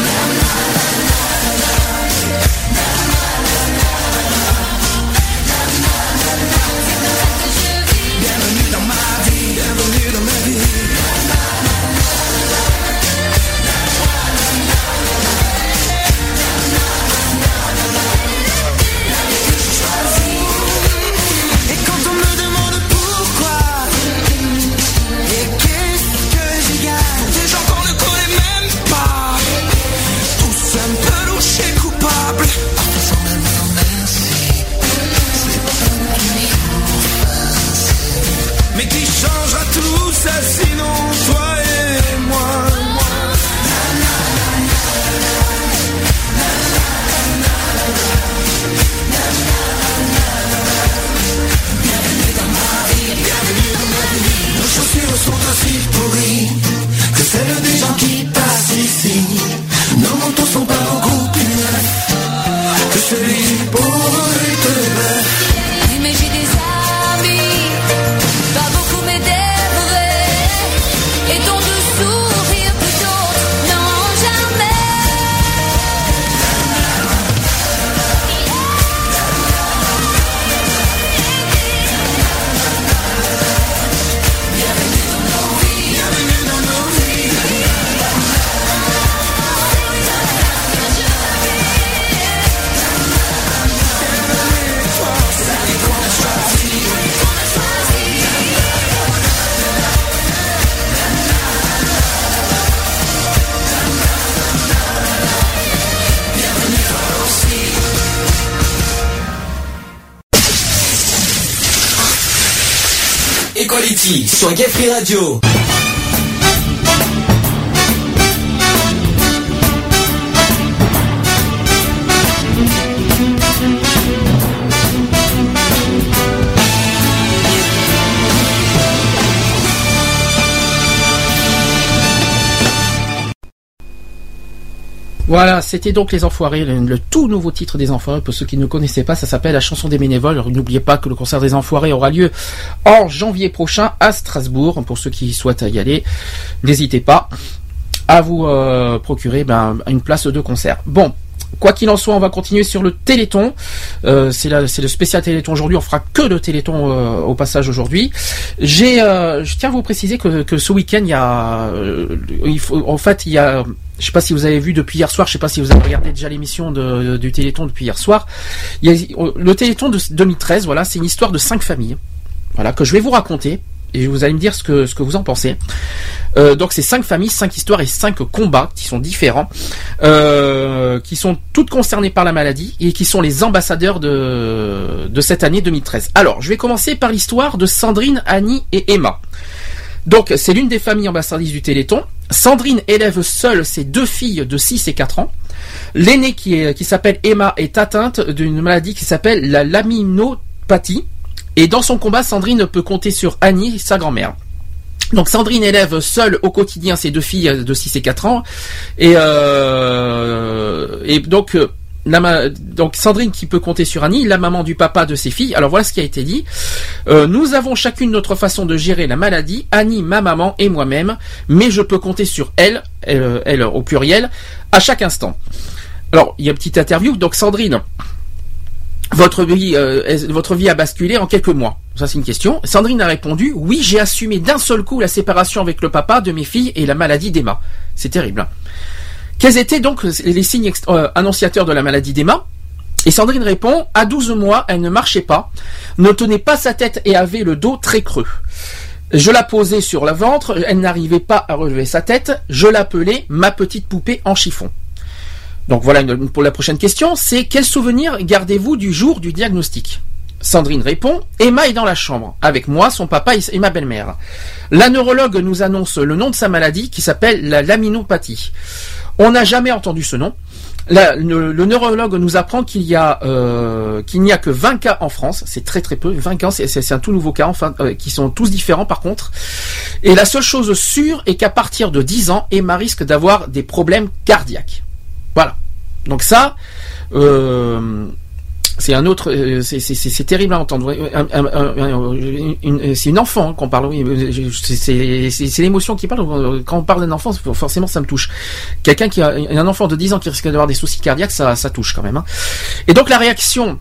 Bienvenue dans ma vie, bienvenue dans ma vie. Mais qui changera tout ça sinon toi et moi. Bienvenue dans ma vie, bienvenue dans ma vie. Nos chaussures sont aussi pourries que celles des gens qui passent ici. Nos manteaux sont pas beaucoup plus neufs que celui pauvre de bœuf. Oui mais j'ai des amis, pas beaucoup mais des vrais, et dont de sourire que d'autres n'ont jamais. Bienvenue dans nos vies, bienvenue dans nos vies. Equality sur Gay Free Radio. Voilà, c'était donc Les Enfoirés, le, le tout nouveau titre des Enfoirés. Pour ceux qui ne connaissaient pas, ça s'appelle La chanson des bénévoles. Alors, n'oubliez pas que le concert des Enfoirés aura lieu en janvier prochain à Strasbourg. Pour ceux qui souhaitent y aller, n'hésitez pas à vous euh, procurer ben, une place de concert. Bon, quoi qu'il en soit, on va continuer sur le Téléthon. Euh, c'est, la, c'est le spécial Téléthon aujourd'hui. On fera que le Téléthon euh, au passage aujourd'hui. J'ai, euh, je tiens à vous préciser que, que ce week-end, il y a, euh, il faut, en fait, il y a. Je sais pas si vous avez vu depuis hier soir, je sais pas si vous avez regardé déjà l'émission de, de, du Téléthon depuis hier soir. Il y a, le Téléthon de deux mille treize, voilà, c'est une histoire de cinq familles, voilà, que je vais vous raconter et vous allez me dire ce que ce que vous en pensez. Euh, donc c'est cinq familles, cinq histoires et cinq combats qui sont différents, euh, qui sont toutes concernées par la maladie et qui sont les ambassadeurs de de cette année deux mille treize. Alors, je vais commencer par l'histoire de Sandrine, Annie et Emma. Donc, c'est l'une des familles ambassadrices du Téléthon. Sandrine élève seule ses deux filles de six et quatre ans. L'aînée qui, est, qui s'appelle Emma est atteinte d'une maladie qui s'appelle la laminopathie. Et dans son combat, Sandrine peut compter sur Annie, sa grand-mère. Donc Sandrine élève seule au quotidien ses deux filles de six et quatre ans. Et, euh, et donc... La, donc Sandrine qui peut compter sur Annie, la maman du papa de ses filles. Alors voilà ce qui a été dit. Euh, nous avons chacune notre façon de gérer la maladie, Annie, ma maman et moi-même, mais je peux compter sur elle, elle, elle au pluriel, à chaque instant. Alors il y a une petite interview. Donc Sandrine, votre vie, euh, votre vie a basculé en quelques mois. Ça c'est une question. Sandrine a répondu, oui, j'ai assumé d'un seul coup la séparation avec le papa de mes filles et la maladie d'Emma. C'est terrible. Hein. Quels étaient donc les signes ext- euh, annonciateurs de la maladie d'Emma? Et Sandrine répond, à douze mois, elle ne marchait pas, ne tenait pas sa tête et avait le dos très creux. Je la posais sur le ventre, elle n'arrivait pas à relever sa tête, je l'appelais ma petite poupée en chiffon. Donc voilà une, pour la prochaine question, c'est quel souvenir gardez-vous du jour du diagnostic? Sandrine répond, Emma est dans la chambre, avec moi, son papa et ma belle-mère. La neurologue nous annonce le nom de sa maladie qui s'appelle la laminopathie. On n'a jamais entendu ce nom. La, le, le neurologue nous apprend qu'il y a euh, qu'il n'y a que vingt cas en France. C'est très très peu. vingt cas, c'est, c'est, c'est un tout nouveau cas, enfin, euh, qui sont tous différents par contre. Et la seule chose sûre est qu'à partir de dix ans, Emma risque d'avoir des problèmes cardiaques. Voilà. Donc ça, euh, c'est un autre, c'est, c'est, c'est, c'est terrible à entendre. Un, un, un, une, une, c'est une enfant hein, qu'on parle. Oui, c'est, c'est, c'est, c'est l'émotion qui parle. Quand on parle d'un enfant, forcément, ça me touche. Quelqu'un qui a un enfant de dix ans qui risque d'avoir des soucis cardiaques, ça, ça touche quand même. Hein. Et donc la réaction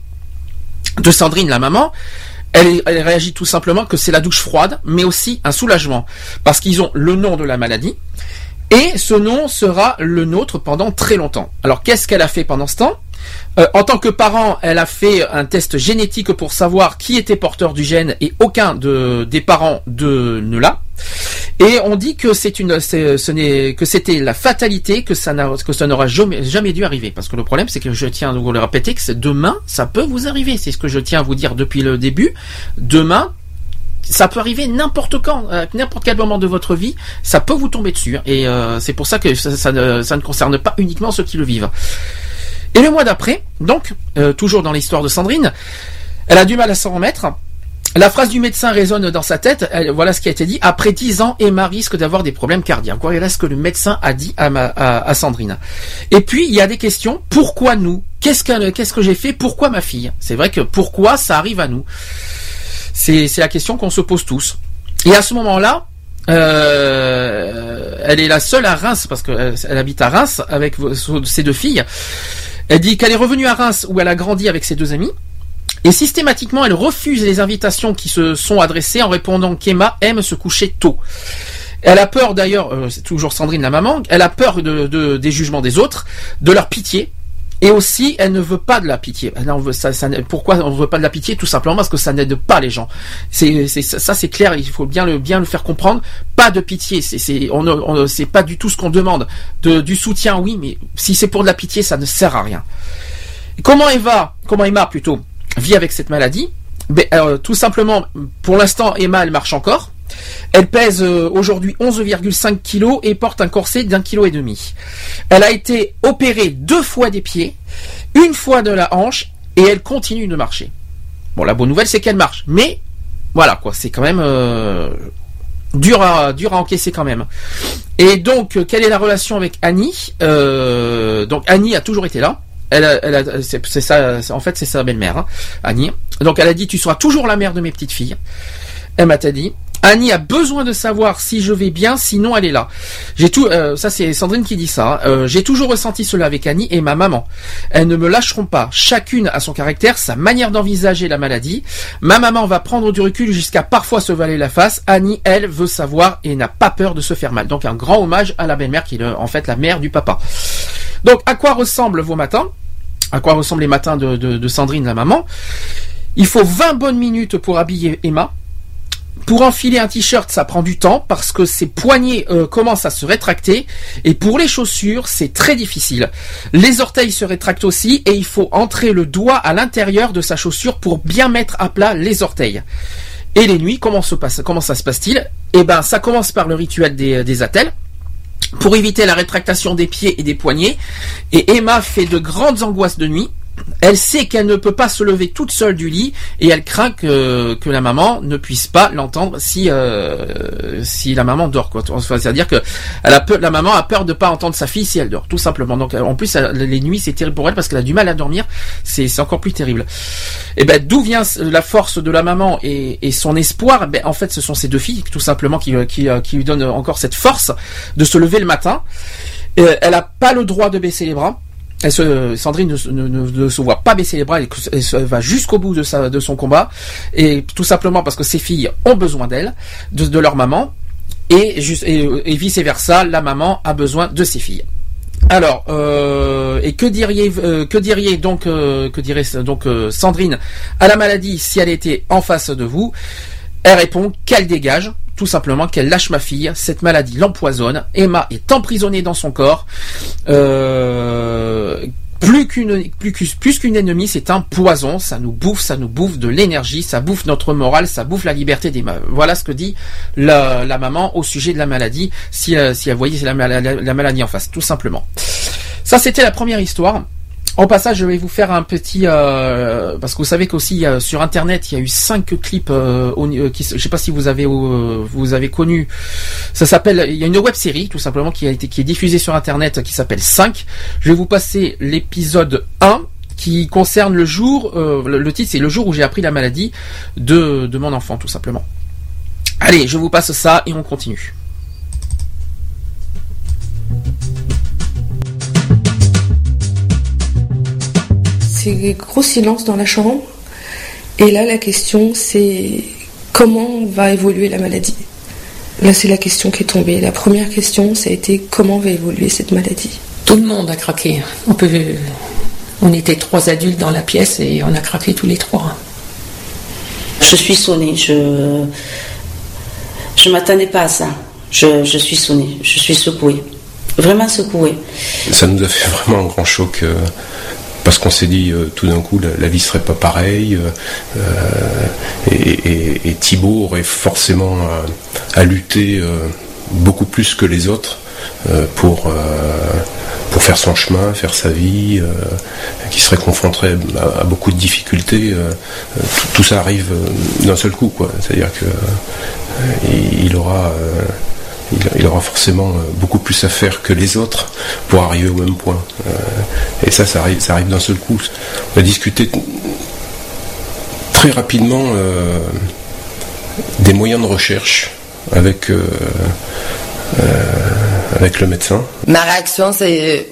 de Sandrine, la maman, elle, elle réagit tout simplement que c'est la douche froide, mais aussi un soulagement, parce qu'ils ont le nom de la maladie. Et ce nom sera le nôtre pendant très longtemps. Alors qu'est-ce qu'elle a fait pendant ce temps ? Euh, en tant que parent, elle a fait un test génétique pour savoir qui était porteur du gène et aucun de, des parents de, ne l'a. Et on dit que c'est une, c'est, ce n'est, que c'était la fatalité, que ça n'a, que ça n'aura jamais, jamais dû arriver. Parce que le problème, c'est que je tiens à vous le répéter, que c'est demain, ça peut vous arriver. C'est ce que je tiens à vous dire depuis le début. Demain, ça peut arriver n'importe quand, à n'importe quel moment de votre vie, ça peut vous tomber dessus. Et euh, c'est pour ça que ça, ça, ne, ça ne concerne pas uniquement ceux qui le vivent. Et le mois d'après, donc, euh, toujours dans l'histoire de Sandrine, elle a du mal à s'en remettre. La phrase du médecin résonne dans sa tête. Elle, voilà ce qui a été dit. Après dix ans, Emma risque d'avoir des problèmes cardiaques. Voilà ce que le médecin a dit à, ma, à, à Sandrine. Et puis, il y a des questions. Pourquoi nous ? Qu'est-ce que, qu'est-ce que j'ai fait ? Pourquoi ma fille ? C'est vrai que pourquoi ça arrive à nous ? C'est, c'est la question qu'on se pose tous. Et à ce moment-là, euh, elle est la seule à Reims, parce qu'elle elle habite à Reims avec ses deux filles. Elle dit qu'elle est revenue à Reims où elle a grandi avec ses deux amis. Et systématiquement, elle refuse les invitations qui se sont adressées en répondant qu'Emma aime se coucher tôt. Elle a peur d'ailleurs, euh, c'est toujours Sandrine la maman, elle a peur de, de, des jugements des autres, de leur pitié. Et aussi, elle ne veut pas de la pitié. On veut, ça, ça, pourquoi on ne veut pas de la pitié ? Tout simplement parce que ça n'aide pas les gens. C'est, c'est, ça, c'est clair. Il faut bien le, bien le faire comprendre. Pas de pitié. C'est, c'est, on, on, c'est pas du tout ce qu'on demande. De, du soutien, oui, mais si c'est pour de la pitié, ça ne sert à rien. Comment Eva, comment Emma plutôt, vit avec cette maladie ? Ben, euh, tout simplement, pour l'instant, Emma, elle marche encore. Elle pèse euh, aujourd'hui onze virgule cinq kilos et porte un corset d'un kilo et demi. Elle a été opérée deux fois des pieds, une fois de la hanche, et elle continue de marcher. Bon, la bonne nouvelle, c'est qu'elle marche, mais voilà quoi, c'est quand même euh, dur à dur à encaisser quand même. Et donc, quelle est la relation avec Annie ? euh, Donc Annie a toujours été là. Elle a, elle a, c'est, c'est ça, en fait, c'est sa belle-mère, hein, Annie. Donc elle a dit, tu seras toujours la mère de mes petites filles. Elle m'a dit. Annie a besoin de savoir si je vais bien, sinon elle est là. J'ai tout, euh, ça c'est Sandrine qui dit ça. Hein. Euh, j'ai toujours ressenti cela avec Annie et ma maman. Elles ne me lâcheront pas. Chacune a son caractère, sa manière d'envisager la maladie. Ma maman va prendre du recul jusqu'à parfois se voiler la face. Annie, elle, veut savoir et n'a pas peur de se faire mal. Donc un grand hommage à la belle-mère qui est en fait la mère du papa. Donc à quoi ressemblent vos matins ? À quoi ressemblent les matins de, de, de Sandrine, la maman ? Il faut vingt bonnes minutes pour habiller Emma. Pour enfiler un t-shirt, ça prend du temps parce que ses poignets euh, commencent à se rétracter. Et pour les chaussures, c'est très difficile. Les orteils se rétractent aussi et il faut entrer le doigt à l'intérieur de sa chaussure pour bien mettre à plat les orteils. Et les nuits, comment se passe, comment ça se passe-t-il ? Eh ben, ça commence par le rituel des, des attelles. Pour éviter la rétractation des pieds et des poignets. Et Emma fait de grandes angoisses de nuit. Elle sait qu'elle ne peut pas se lever toute seule du lit et elle craint que, que la maman ne puisse pas l'entendre si euh, si la maman dort, quoi. Enfin, c'est-à-dire que elle a peur, la maman a peur de pas entendre sa fille si elle dort, tout simplement. Donc en plus elle, les nuits c'est terrible pour elle parce qu'elle a du mal à dormir, c'est c'est encore plus terrible. Et ben d'où vient la force de la maman et, et son espoir? Ben en fait ce sont ces deux filles tout simplement qui qui qui lui donnent encore cette force de se lever le matin. Et elle a pas le droit de baisser les bras. Elle se, Sandrine ne, ne, ne, ne se voit pas baisser les bras, elle, elle va jusqu'au bout de, sa, de son combat, et tout simplement parce que ses filles ont besoin d'elle, de, de leur maman, et, juste, et, et vice versa, la maman a besoin de ses filles. Alors, euh, et que diriez, euh, que diriez donc, euh, que dirait donc euh, Sandrine à la maladie si elle était en face de vous? Elle répond qu'elle dégage, tout simplement qu'elle lâche ma fille, cette maladie l'empoisonne, Emma est emprisonnée dans son corps, euh, plus qu'une plus, plus qu'une ennemie, c'est un poison, ça nous bouffe, ça nous bouffe de l'énergie, ça bouffe notre morale, ça bouffe la liberté d'Emma. Voilà ce que dit la, la maman au sujet de la maladie, si, si elle voyait la, la, la maladie en face, tout simplement. Ça, c'était la première histoire. En passage, je vais vous faire un petit euh, parce que vous savez qu'aussi euh, sur internet il y a eu cinq clips euh, euh, qui, je sais pas si vous avez euh, vous avez connu, ça s'appelle, il y a une web série tout simplement qui a été qui est diffusée sur internet qui s'appelle cinq. Je vais vous passer l'épisode un qui concerne le jour, euh, le, le titre c'est le jour où j'ai appris la maladie de de mon enfant tout simplement. Allez, je vous passe ça et on continue. C'est gros silence dans la chambre. Et là, la question, c'est comment va évoluer la maladie? Là, c'est la question qui est tombée. La première question, ça a été comment va évoluer cette maladie? Tout le monde a craqué. On peut, on était trois adultes dans la pièce et on a craqué tous les trois. Je suis sonnée. Je je m'attendais pas à ça. Je, je suis sonnée. Je suis secouée. Vraiment secouée. Ça nous a fait vraiment un grand choc. Euh... Parce qu'on s'est dit euh, tout d'un coup la, la vie serait pas pareille euh, et, et, et Thibaut aurait forcément à, à lutter euh, beaucoup plus que les autres euh, pour, euh, pour faire son chemin, faire sa vie, euh, qui serait confronté à, à beaucoup de difficultés. Euh, tout, tout ça arrive d'un seul coup, quoi. C'est-à-dire que euh, il aura euh, il aura forcément beaucoup plus à faire que les autres pour arriver au même point. Et ça, ça arrive, ça arrive d'un seul coup. On a discuté très rapidement euh, des moyens de recherche avec, euh, euh, avec le médecin. Ma réaction, c'est,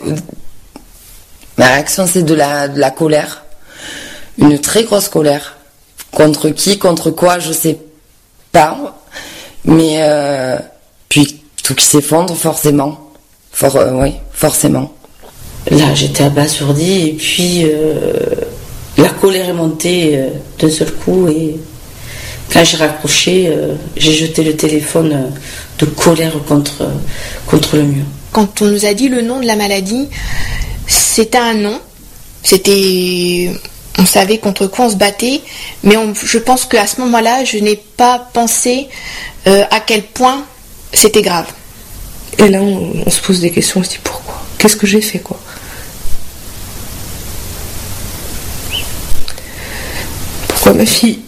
ma réaction, c'est de la, de la colère. Une très grosse colère. Contre qui, contre quoi, je sais pas. Mais... Euh, Puis tout qui s'effondre forcément, For, euh, oui, forcément. Là, j'étais abasourdie et puis euh, la colère est montée euh, d'un seul coup et quand j'ai raccroché, euh, j'ai jeté le téléphone euh, de colère contre euh, contre le mur. Quand on nous a dit le nom de la maladie, c'était un nom, c'était, on savait contre quoi on se battait, mais on, je pense qu'à ce moment-là, je n'ai pas pensé euh, à quel point c'était grave. Et là, on, on se pose des questions, on se dit pourquoi? Qu'est-ce que j'ai fait, quoi? Pourquoi ma fille?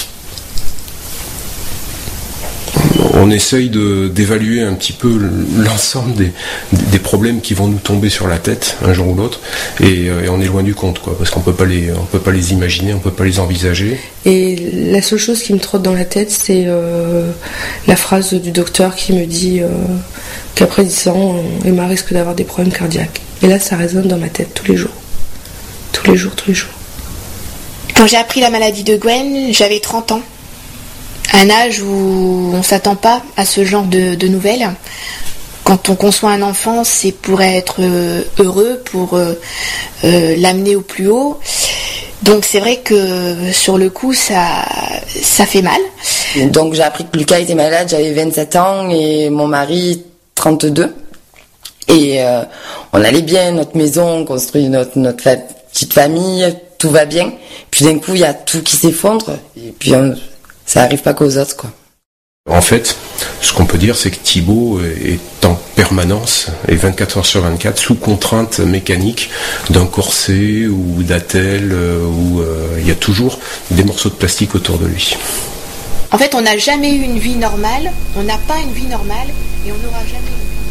On essaye de, d'évaluer un petit peu l'ensemble des, des problèmes qui vont nous tomber sur la tête un jour ou l'autre, et, et on est loin du compte, quoi, parce qu'on peut pas les, on peut pas les imaginer, on peut pas les envisager. Et la seule chose qui me trotte dans la tête, c'est euh, la phrase du docteur qui me dit euh, qu'après dix ans, Emma risque d'avoir des problèmes cardiaques. Et là, ça résonne dans ma tête tous les jours, tous les jours, tous les jours. Quand j'ai appris la maladie de Gwen, j'avais trente ans. Un âge où on ne s'attend pas à ce genre de, de nouvelles. Quand on conçoit un enfant, c'est pour être heureux, pour euh, euh, l'amener au plus haut. Donc c'est vrai que sur le coup, ça, ça fait mal. Donc j'ai appris que Lucas était malade, j'avais vingt-sept ans et mon mari trente-deux. Et euh, on allait bien, notre maison, on construit notre, notre fa- petite famille, tout va bien. Puis d'un coup, il y a tout qui s'effondre et puis on... ça arrive pas qu'aux autres, quoi. En fait, ce qu'on peut dire, c'est que Thibaut est en permanence et vingt-quatre heures sur vingt-quatre sous contrainte mécanique d'un corset ou d'attelle où euh, il y a toujours des morceaux de plastique autour de lui. En fait, on n'a jamais eu une vie normale, on n'a pas une vie normale et on n'aura jamais une vie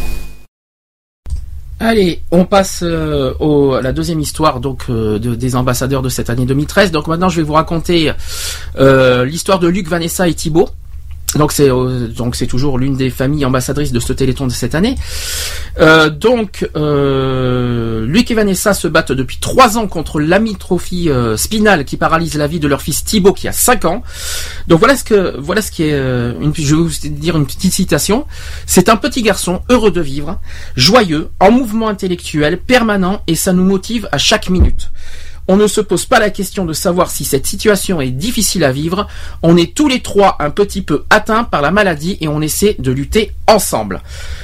normale. Allez, on passe euh, au, à la deuxième histoire donc euh, de, des ambassadeurs de cette année deux mille treize. Donc maintenant, je vais vous raconter euh, l'histoire de Luc, Vanessa et Thibaut. Donc c'est euh, donc c'est toujours l'une des familles ambassadrices de ce Téléthon de cette année. Euh, donc euh, Luc et Vanessa se battent depuis trois ans contre l'amyotrophie euh, spinale qui paralyse la vie de leur fils Thibaut qui a cinq ans. Donc voilà ce que voilà ce qui est euh, une, je vais vous dire une petite citation. C'est un petit garçon heureux de vivre, joyeux, en mouvement intellectuel permanent et ça nous motive à chaque minute. On ne se pose pas la question de savoir si cette situation est difficile à vivre. On est tous les trois un petit peu atteints par la maladie et on essaie de lutter ensemble.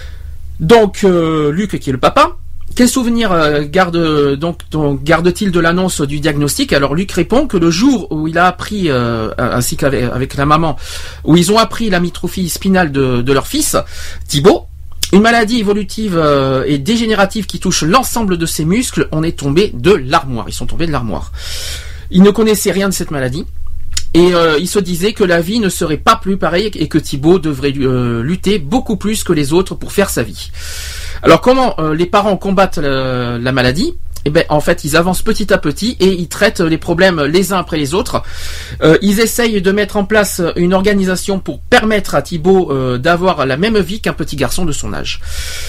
Donc, euh, Luc, qui est le papa, quel souvenir euh, garde donc, donc garde-t-il de l'annonce du diagnostic ? Alors, Luc répond que le jour où il a appris, euh, ainsi qu'avec avec la maman, où ils ont appris l'amyotrophie spinale de, de leur fils, Thibaut, une maladie évolutive euh, et dégénérative qui touche l'ensemble de ses muscles, on est tombé de l'armoire. Ils sont tombés de l'armoire. Ils ne connaissaient rien de cette maladie. Et euh, ils se disaient que la vie ne serait pas plus pareille et que Thibaut devrait euh, lutter beaucoup plus que les autres pour faire sa vie. Alors comment euh, les parents combattent la, la maladie ? Eh ben, en fait, ils avancent petit à petit et ils traitent les problèmes les uns après les autres. Euh, ils essayent de mettre en place une organisation pour permettre à Thibaut euh, d'avoir la même vie qu'un petit garçon de son âge.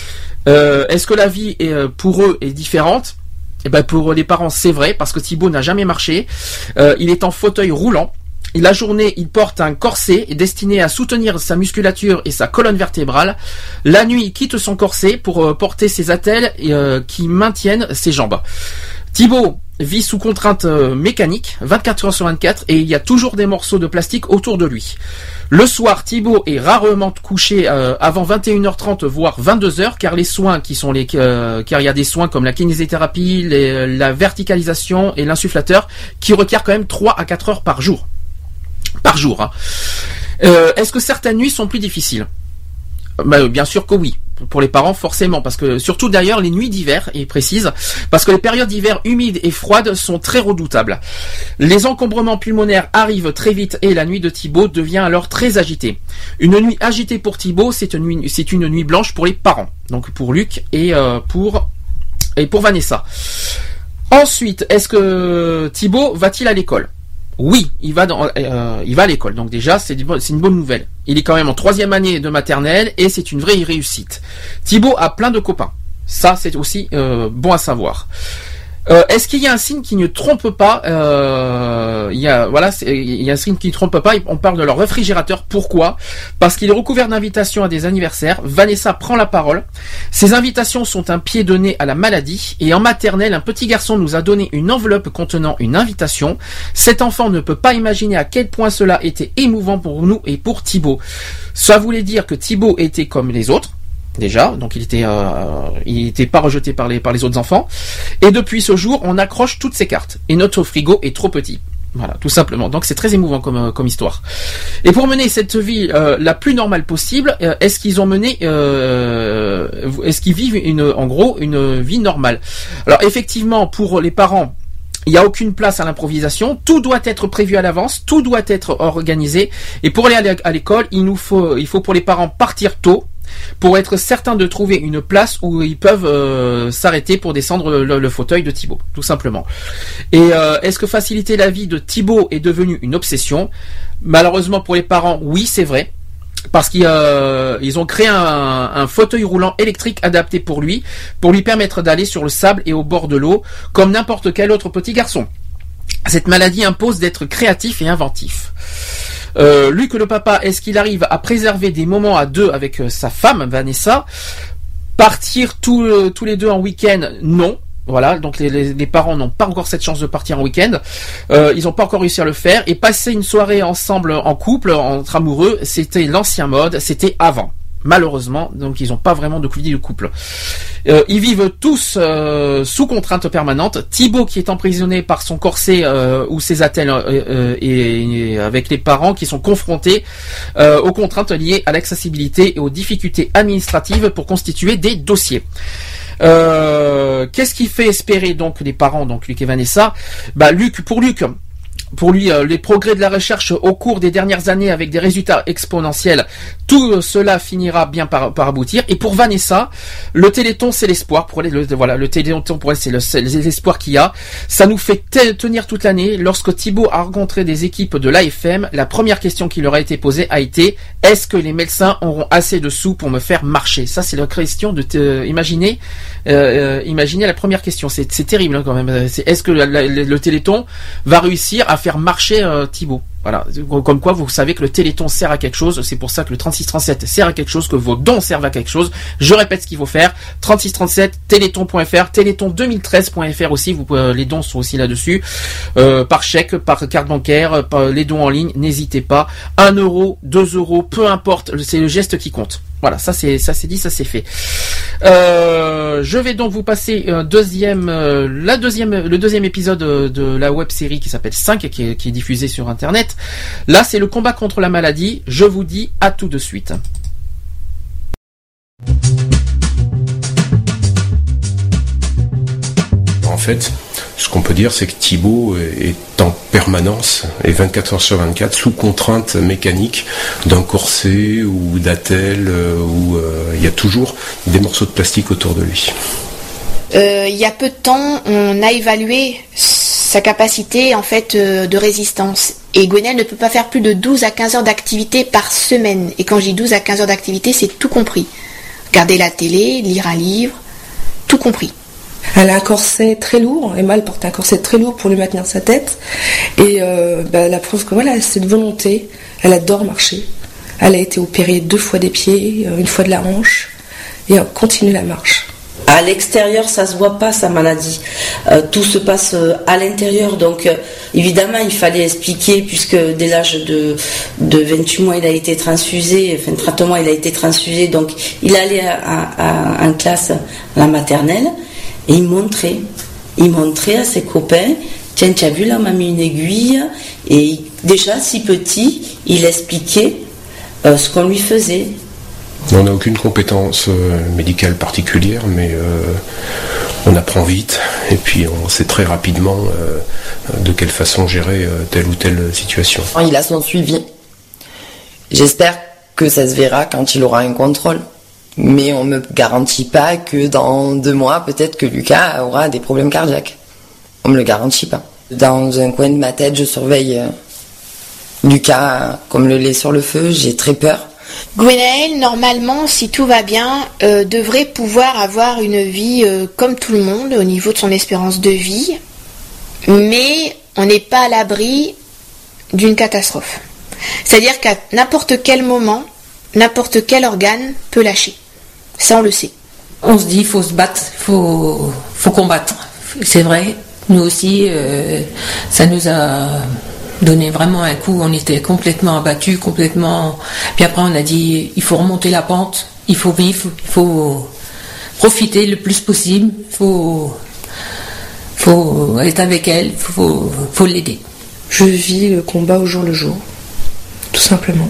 Euh, est-ce que la vie est, pour eux est différente ? Eh ben, pour les parents, c'est vrai parce que Thibaut n'a jamais marché. Euh, il est en fauteuil roulant. La journée, il porte un corset destiné à soutenir sa musculature et sa colonne vertébrale. La nuit, il quitte son corset pour porter ses attelles euh, qui maintiennent ses jambes. Thibaut vit sous contrainte euh, mécanique, vingt-quatre heures sur vingt-quatre, et il y a toujours des morceaux de plastique autour de lui. Le soir, Thibaut est rarement couché euh, avant vingt et une heures trente, voire vingt-deux heures, car les soins qui sont les, euh, car il y a des soins comme la kinésithérapie, les, la verticalisation et l'insufflateur qui requièrent quand même trois à quatre heures par jour. Par jour. Hein. Euh, est-ce que certaines nuits sont plus difficiles ? Bah, bien sûr que oui. Pour les parents, forcément. Parce que, surtout d'ailleurs, les nuits d'hiver, il précise, parce que les périodes d'hiver humides et froides sont très redoutables. Les encombrements pulmonaires arrivent très vite et la nuit de Thibaut devient alors très agitée. Une nuit agitée pour Thibaut, c'est une nuit, c'est une nuit blanche pour les parents. Donc pour Luc et euh, pour, et pour Vanessa. Ensuite, est-ce que Thibaut va-t-il à l'école ? Oui, il va dans, euh, il va à l'école. Donc déjà, c'est, c'est une bonne nouvelle. Il est quand même en troisième année de maternelle et c'est une vraie réussite. Thibaut a plein de copains. Ça, c'est aussi euh, bon à savoir. Euh, est-ce qu'il y a un signe qui ne trompe pas euh, Il y a voilà, c'est, il y a un signe qui ne trompe pas. On parle de leur réfrigérateur. Pourquoi ? Parce qu'il est recouvert d'invitations à des anniversaires. Vanessa prend la parole. Ces invitations sont un pied de nez à la maladie. Et en maternelle, un petit garçon nous a donné une enveloppe contenant une invitation. Cet enfant ne peut pas imaginer à quel point cela était émouvant pour nous et pour Thibaut. Ça voulait dire que Thibaut était comme les autres. Déjà, donc il était, euh, il était pas rejeté par les par les autres enfants. Et depuis ce jour, on accroche toutes ces cartes. Et notre frigo est trop petit. Voilà, tout simplement. Donc c'est très émouvant comme comme histoire. Et pour mener cette vie euh, la plus normale possible, euh, est-ce qu'ils ont mené, euh, est-ce qu'ils vivent une, en gros, une vie normale ? Alors effectivement, pour les parents, il n'y a aucune place à l'improvisation, tout doit être prévu à l'avance, tout doit être organisé. Et pour aller à l'école, il nous faut, il faut pour les parents partir tôt, pour être certain de trouver une place où ils peuvent euh, s'arrêter pour descendre le, le fauteuil de Thibaut, tout simplement. Et euh, est-ce que faciliter la vie de Thibaut est devenu une obsession ? Malheureusement pour les parents, oui, c'est vrai. Parce qu'ils euh, ils ont créé un, un fauteuil roulant électrique adapté pour lui, pour lui permettre d'aller sur le sable et au bord de l'eau, comme n'importe quel autre petit garçon. Cette maladie impose d'être créatif et inventif. Euh, Luc le papa, est-ce qu'il arrive à préserver des moments à deux avec euh, sa femme Vanessa ? Partir tous, euh, tous les deux en week-end, non. Voilà, donc les, les, les parents n'ont pas encore cette chance de partir en week-end. Euh, ils n'ont pas encore réussi à le faire. Et passer une soirée ensemble en couple, entre amoureux, c'était l'ancien mode, c'était avant. malheureusement, donc ils n'ont pas vraiment de vie de couple. Euh, ils vivent tous euh, sous contrainte permanente. Thibaut qui est emprisonné par son corset euh, ou ses attelles euh, euh, et, et avec les parents qui sont confrontés euh, aux contraintes liées à l'accessibilité et aux difficultés administratives pour constituer des dossiers. Euh, qu'est-ce qui fait espérer donc les parents, donc Luc et Vanessa? Bah Luc, pour Luc, pour lui, euh, les progrès de la recherche au cours des dernières années avec des résultats exponentiels, tout euh, cela finira bien par, par aboutir. Et pour Vanessa, le Téléthon, c'est l'espoir. Pour elle, le, voilà, le Téléthon pour elle, c'est, le, c'est l'espoir qu'il y a. Ça nous fait t- tenir toute l'année. Lorsque Thibaut a rencontré des équipes de l'A F M, la première question qui leur a été posée a été: est-ce que les médecins auront assez de sous pour me faire marcher? Ça, c'est la question de te, imaginez, euh, imaginez la première question. C'est, c'est terrible hein, quand même. C'est, est-ce que la, la, le Téléthon va réussir à faire marcher euh, Thibaut? Voilà, comme quoi vous savez que le Téléthon sert à quelque chose, c'est pour ça que le trente-six trente-sept sert à quelque chose, que vos dons servent à quelque chose. Je répète ce qu'il faut faire, trente-six trente-sept, téléthon point f r, téléthon deux mille treize point f r aussi, vous pouvez, les dons sont aussi là-dessus, euh, par chèque, par carte bancaire, par les dons en ligne, n'hésitez pas, un euro, deux euros, peu importe, c'est le geste qui compte. Voilà, ça c'est ça c'est dit, ça c'est fait. Euh, je vais donc vous passer un deuxième, euh, la deuxième, le deuxième épisode de, de la web série qui s'appelle cinq, qui est, qui est diffusée sur Internet. Là, c'est le combat contre la maladie. Je vous dis à tout de suite. En fait, ce qu'on peut dire, c'est que Thibaut est en permanence, et vingt-quatre heures sur vingt-quatre, sous contrainte mécanique d'un corset ou d'attelle, où euh, il y a toujours des morceaux de plastique autour de lui. Euh, il y a peu de temps, on a évalué sa capacité en fait euh, de résistance. Et Gwenaëlle ne peut pas faire plus de douze à quinze heures d'activité par semaine. Et quand je dis douze à quinze heures d'activité, c'est tout compris. Regarder la télé, lire un livre, tout compris. Elle a un corset très lourd, Emma elle porte un corset très lourd pour lui maintenir sa tête. Et euh, bah, la preuve que voilà, c'est de volonté, elle adore marcher. Elle a été opérée deux fois des pieds, une fois de la hanche, et elle continue la marche. À l'extérieur, ça se voit pas sa maladie. Euh, tout se passe euh, à l'intérieur. Donc, euh, évidemment, il fallait expliquer, puisque dès l'âge de, de vingt-huit mois, il a été transfusé, enfin trente mois, il a été transfusé. Donc, il allait à, à, à, en classe à la maternelle et il montrait, il montrait à ses copains: tiens, tu as vu là, on m'a mis une aiguille. Et déjà, si petit, il expliquait euh, ce qu'on lui faisait. On n'a aucune compétence euh, médicale particulière, mais euh, on apprend vite et puis on sait très rapidement euh, de quelle façon gérer euh, telle ou telle situation. Il a son suivi. J'espère que ça se verra quand il aura un contrôle. Mais on ne me garantit pas que dans deux mois, peut-être que Lucas aura des problèmes cardiaques. On ne me le garantit pas. Dans un coin de ma tête, je surveille euh, Lucas comme le lait sur le feu. J'ai très peur. Gwenaëlle, normalement, si tout va bien, euh, devrait pouvoir avoir une vie euh, comme tout le monde au niveau de son espérance de vie, mais on n'est pas à l'abri d'une catastrophe. C'est-à-dire qu'à n'importe quel moment, n'importe quel organe peut lâcher. Ça, on le sait. On se dit, il faut se battre, il faut, faut combattre. C'est vrai, nous aussi, euh, ça nous a donné vraiment un coup, on était complètement abattus, complètement... Puis après on a dit, il faut remonter la pente, il faut vivre, il faut profiter le plus possible, il faut, faut être avec elle, il faut, faut l'aider. Je vis le combat au jour le jour, tout simplement.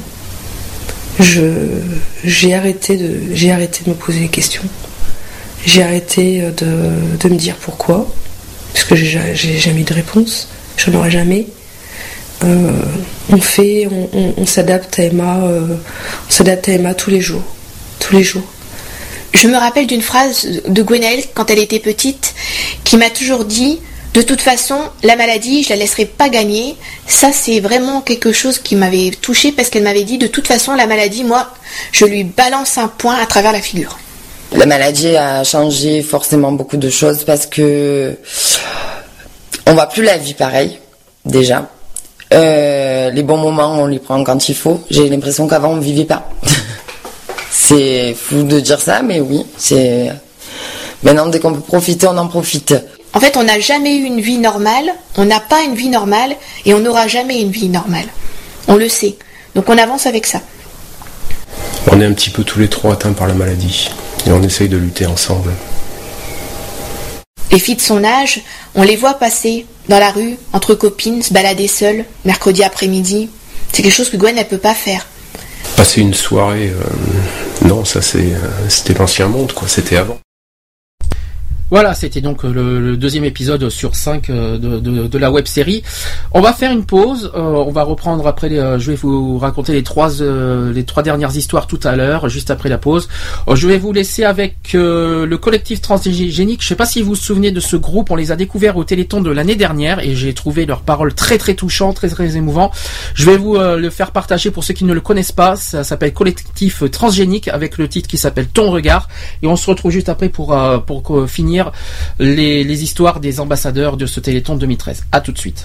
Je, j'ai, arrêté de, j'ai arrêté de me poser des questions. J'ai arrêté de, de me dire pourquoi, parce que j'ai, j'ai jamais eu de réponse, je n'en aurai jamais. Euh, on fait, on, on, on s'adapte à Emma, euh, on s'adapte à Emma tous les jours, tous les jours. Je me rappelle d'une phrase de Gwenaëlle quand elle était petite, qui m'a toujours dit: de toute façon, la maladie, je la laisserai pas gagner. Ça, c'est vraiment quelque chose qui m'avait touchée, parce qu'elle m'avait dit: de toute façon, la maladie, moi, je lui balance un point à travers la figure. La maladie a changé forcément beaucoup de choses, parce que on voit plus la vie pareil, déjà. Euh, les bons moments, on les prend quand il faut. J'ai l'impression qu'avant, on ne vivait pas. C'est fou de dire ça, mais oui. C'est... Maintenant, dès qu'on peut profiter, on en profite. En fait, on n'a jamais eu une vie normale, on n'a pas une vie normale, et on n'aura jamais une vie normale. On le sait. Donc on avance avec ça. on est un petit peu tous les trois atteints par la maladie et on essaye de lutter ensemble. Les filles de son âge, on les voit passer dans la rue, entre copines, se balader seules, mercredi après-midi. C'est quelque chose que Gwen, elle peut pas faire. Passer une soirée, euh, non, ça c'est, euh, c'était l'ancien monde, quoi, c'était avant. Voilà, c'était donc le, le deuxième épisode sur cinq de, de, de la web-série. On va faire une pause, euh, on va reprendre après, les, euh, je vais vous raconter les trois, euh, les trois dernières histoires tout à l'heure, juste après la pause. Euh, je vais vous laisser avec euh, le collectif transgénique. Je sais pas si vous vous souvenez de ce groupe, on les a découverts au Téléthon de l'année dernière et j'ai trouvé leurs paroles très très touchantes, très très émouvants. Je vais vous euh, le faire partager pour ceux qui ne le connaissent pas. Ça s'appelle Collectif Transgénique avec le titre qui s'appelle Ton Regard et on se retrouve juste après pour, euh, pour euh, finir Les, les histoires des ambassadeurs de ce Téléthon deux mille treize. À tout de suite.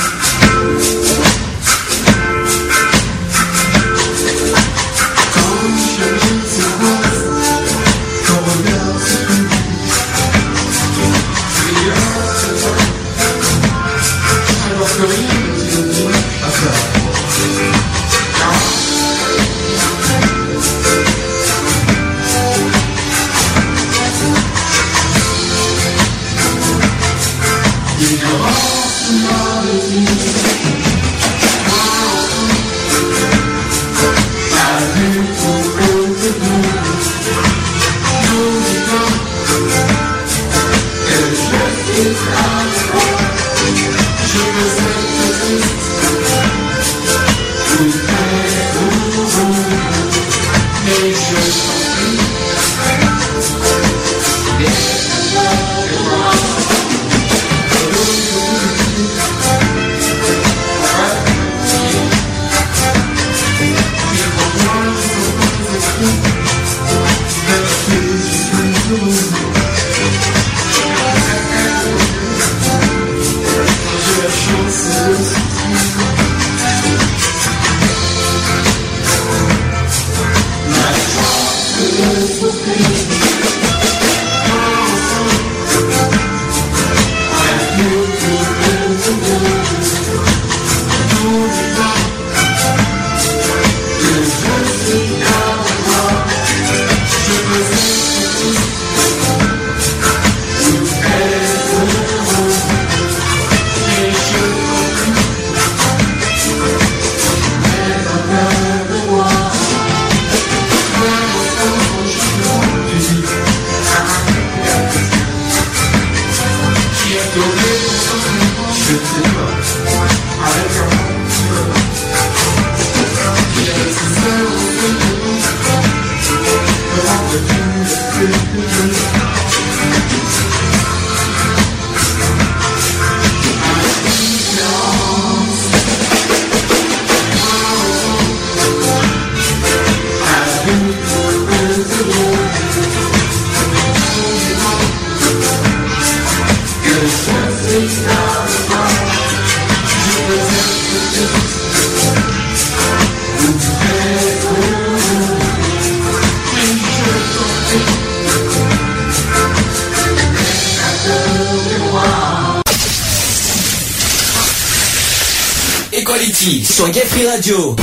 Equality sur Gay Free Radio.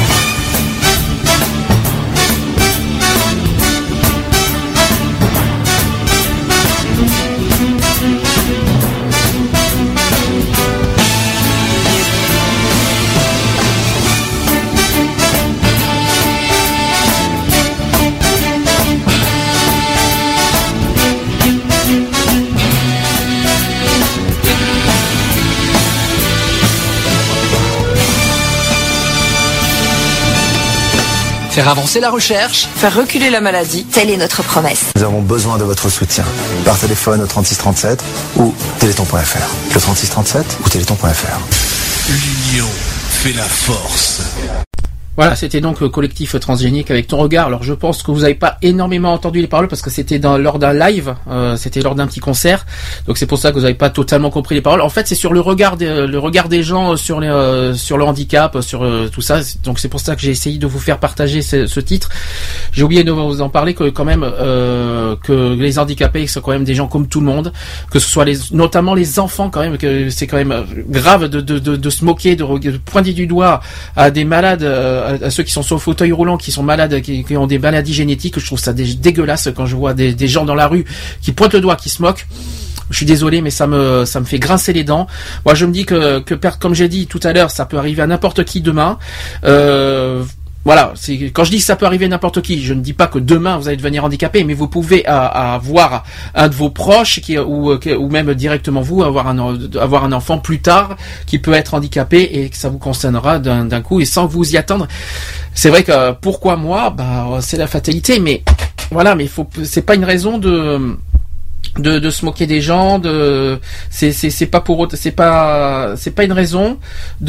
Faire avancer la recherche. Faire reculer la maladie. Telle est notre promesse. Nous avons besoin de votre soutien. Par téléphone au trente-six trente-sept ou téléthon point f r. Le trente-six trente-sept ou téléthon point f r. L'union fait la force. Voilà, c'était donc le collectif transgénique avec Ton Regard. Alors je pense que vous n'avez pas énormément entendu les paroles parce que c'était dans, lors d'un live, euh, c'était lors d'un petit concert. Donc c'est pour ça que vous n'avez pas totalement compris les paroles. En fait, c'est sur le regard, des, le regard des gens sur les, euh, sur le handicap, sur euh, tout ça. Donc c'est pour ça que j'ai essayé de vous faire partager ce, ce titre. J'ai oublié de vous en parler que quand même euh, que les handicapés sont quand même des gens comme tout le monde, que ce soit les, notamment les enfants quand même, que c'est quand même grave de, de, de, de se moquer, de, de pointer du doigt à des malades. Euh, à, à ceux qui sont sur le fauteuil roulant, qui sont malades, qui, qui ont des maladies génétiques. Je trouve ça dé, dégueulasse quand je vois des, des gens dans la rue qui pointent le doigt, qui se moquent. Je suis désolé, mais ça me ça me fait grincer les dents. Moi, je me dis que que comme j'ai dit tout à l'heure, ça peut arriver à n'importe qui demain. Euh, Voilà, c'est, quand je dis que ça peut arriver à n'importe qui, je ne dis pas que demain vous allez devenir handicapé, mais vous pouvez avoir un de vos proches qui, ou, ou même directement vous avoir un, avoir un enfant plus tard qui peut être handicapé et que ça vous concernera d'un, d'un coup et sans vous y attendre. C'est vrai que pourquoi moi, bah c'est la fatalité, mais voilà, mais faut, c'est pas une raison de De, de se moquer des gens, de c'est c'est c'est pas pour c'est pas c'est pas une raison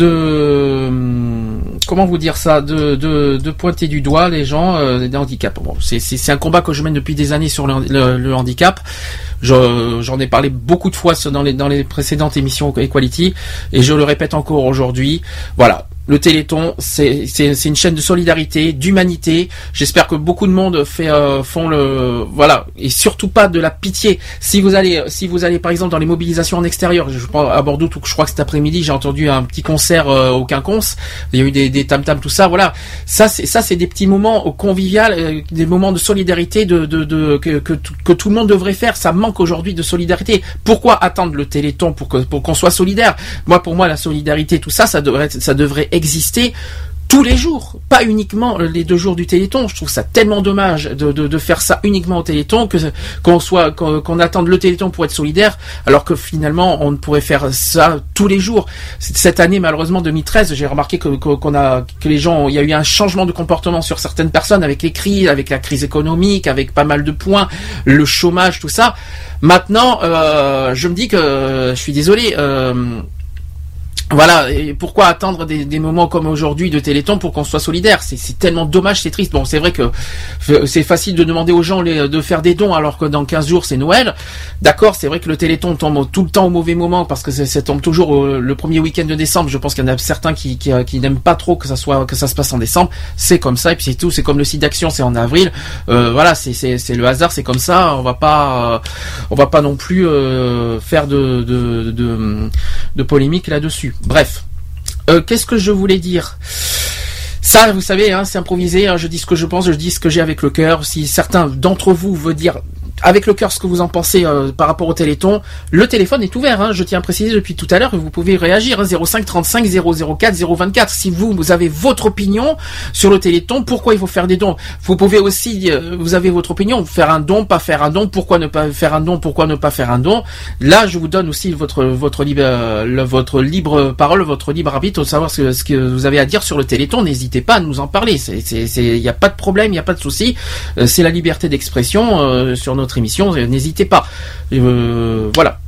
de comment vous dire ça de de de pointer du doigt les gens euh, des handicaps. Bon, c'est c'est c'est un combat que je mène depuis des années sur le, le, le handicap. Je, j'en ai parlé beaucoup de fois dans les dans les précédentes émissions Equality et je le répète encore aujourd'hui. Voilà. Le Téléthon, c'est, c'est, c'est une chaîne de solidarité, d'humanité. J'espère que beaucoup de monde fait, euh, font le, voilà, et surtout pas de la pitié. Si vous allez, si vous allez par exemple dans les mobilisations en extérieur, je prends à Bordeaux, tout, je crois que cet après-midi j'ai entendu un petit concert euh, au Quinconce. Il y a eu des, des tam tam, tout ça. Voilà, ça c'est, ça c'est des petits moments conviviaux, euh, des moments de solidarité, de, de, de que, que, que tout le monde devrait faire. Ça manque aujourd'hui de solidarité. Pourquoi attendre le Téléthon pour que, pour qu'on soit solidaire? Moi, pour moi, la solidarité, tout ça, ça devrait, ça devrait exister tous les jours, pas uniquement les deux jours du Téléthon. Je trouve ça tellement dommage de, de, de faire ça uniquement au Téléthon, que qu'on soit qu'on, qu'on attende le Téléthon pour être solidaire, alors que finalement on pourrait faire ça tous les jours. Cette année, malheureusement deux mille treize, j'ai remarqué que, que qu'on a que les gens, il y a eu un changement de comportement sur certaines personnes avec les crises, avec la crise économique, avec pas mal de points, le chômage, tout ça. Maintenant, euh, je me dis que je suis désolé. Euh, Voilà, et pourquoi attendre des, des moments comme aujourd'hui de Téléthon pour qu'on soit solidaire? C'est, c'est tellement dommage, c'est triste. Bon, c'est vrai que c'est facile de demander aux gens les, de faire des dons alors que dans quinze jours c'est Noël. D'accord, c'est vrai que le Téléthon tombe tout le temps au mauvais moment parce que ça tombe toujours au, le premier week-end de décembre. Je pense qu'il y en a certains qui, qui, qui n'aiment pas trop que ça soit que ça se passe en décembre. C'est comme ça et puis c'est tout. C'est comme le site d'action, c'est en avril. Euh, voilà, c'est, c'est, c'est le hasard, c'est comme ça. On va pas, euh, on va pas non plus euh, faire de, de, de, de polémique là-dessus. Bref, euh, qu'est-ce que je voulais dire? Ça, vous savez, hein, c'est improvisé. Hein, je dis ce que je pense, je dis ce que j'ai avec le cœur. Si certains d'entre vous veulent dire avec le cœur ce que vous en pensez euh, par rapport au Téléthon, le téléphone est ouvert. Hein, je tiens à préciser depuis tout à l'heure que vous pouvez réagir. Hein, zéro cinq trente-cinq zéro zéro quatre zéro vingt-quatre. Si vous, vous avez votre opinion sur le Téléthon, pourquoi il faut faire des dons. Vous pouvez aussi, euh, vous avez votre opinion, faire un don, pas faire un don, pourquoi ne pas faire un don, pourquoi ne pas faire un don. Là, je vous donne aussi votre votre libre euh, le, votre libre parole, votre libre arbitre, de savoir ce, ce que vous avez à dire sur le Téléthon. N'hésitez pas à nous en parler. C'est c'est c'est il y a pas de problème, il y a pas de souci. Euh, c'est la liberté d'expression euh, sur notre émission, n'hésitez pas. Euh, voilà.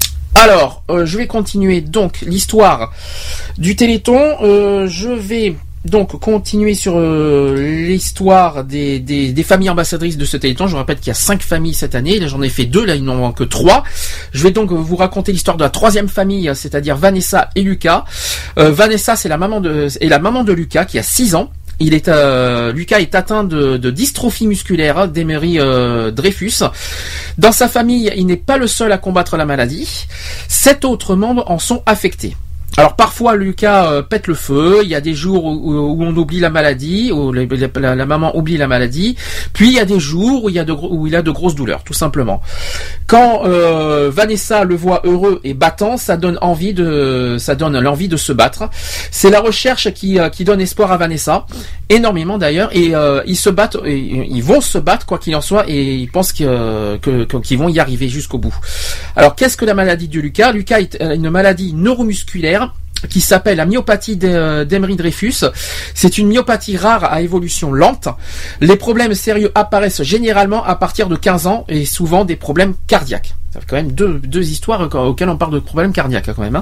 Alors, euh, je vais continuer donc l'histoire du Téléthon. Euh, je vais donc continuer sur euh, l'histoire des, des, des familles ambassadrices de ce Téléthon. Je vous rappelle qu'il y a cinq familles cette année. Là, j'en ai fait deux. Là, il n'en manque que trois. Je vais donc vous raconter l'histoire de la troisième famille, c'est-à-dire Vanessa et Lucas. Euh, Vanessa, c'est la maman de, est la maman de Lucas qui a six ans. Il est, euh, Lucas est atteint de, de dystrophie musculaire, hein, d'Emery euh, Dreyfus. Dans sa famille, il n'est pas le seul à combattre la maladie. Sept autres membres en sont affectés. Alors parfois Lucas euh, pète le feu, il y a des jours où, où on oublie la maladie, où la, la, la maman oublie la maladie, puis il y a des jours où il y a de, où il a de grosses douleurs, tout simplement. Quand euh, Vanessa le voit heureux et battant, ça donne envie de, ça donne l'envie de se battre. C'est la recherche qui, qui donne espoir à Vanessa, énormément d'ailleurs, et euh, ils se battent, et, ils vont se battre quoi qu'il en soit, et ils pensent que, que, que, qu'ils vont y arriver jusqu'au bout. Alors qu'est-ce que la maladie de Lucas? Lucas est une maladie neuromusculaire qui s'appelle la myopathie d'Emery Dreyfus. C'est une myopathie rare à évolution lente. Les problèmes sérieux apparaissent généralement à partir de quinze ans et souvent des problèmes cardiaques. Ça fait quand même deux, deux histoires auxquelles on parle de problèmes cardiaques quand même. Hein.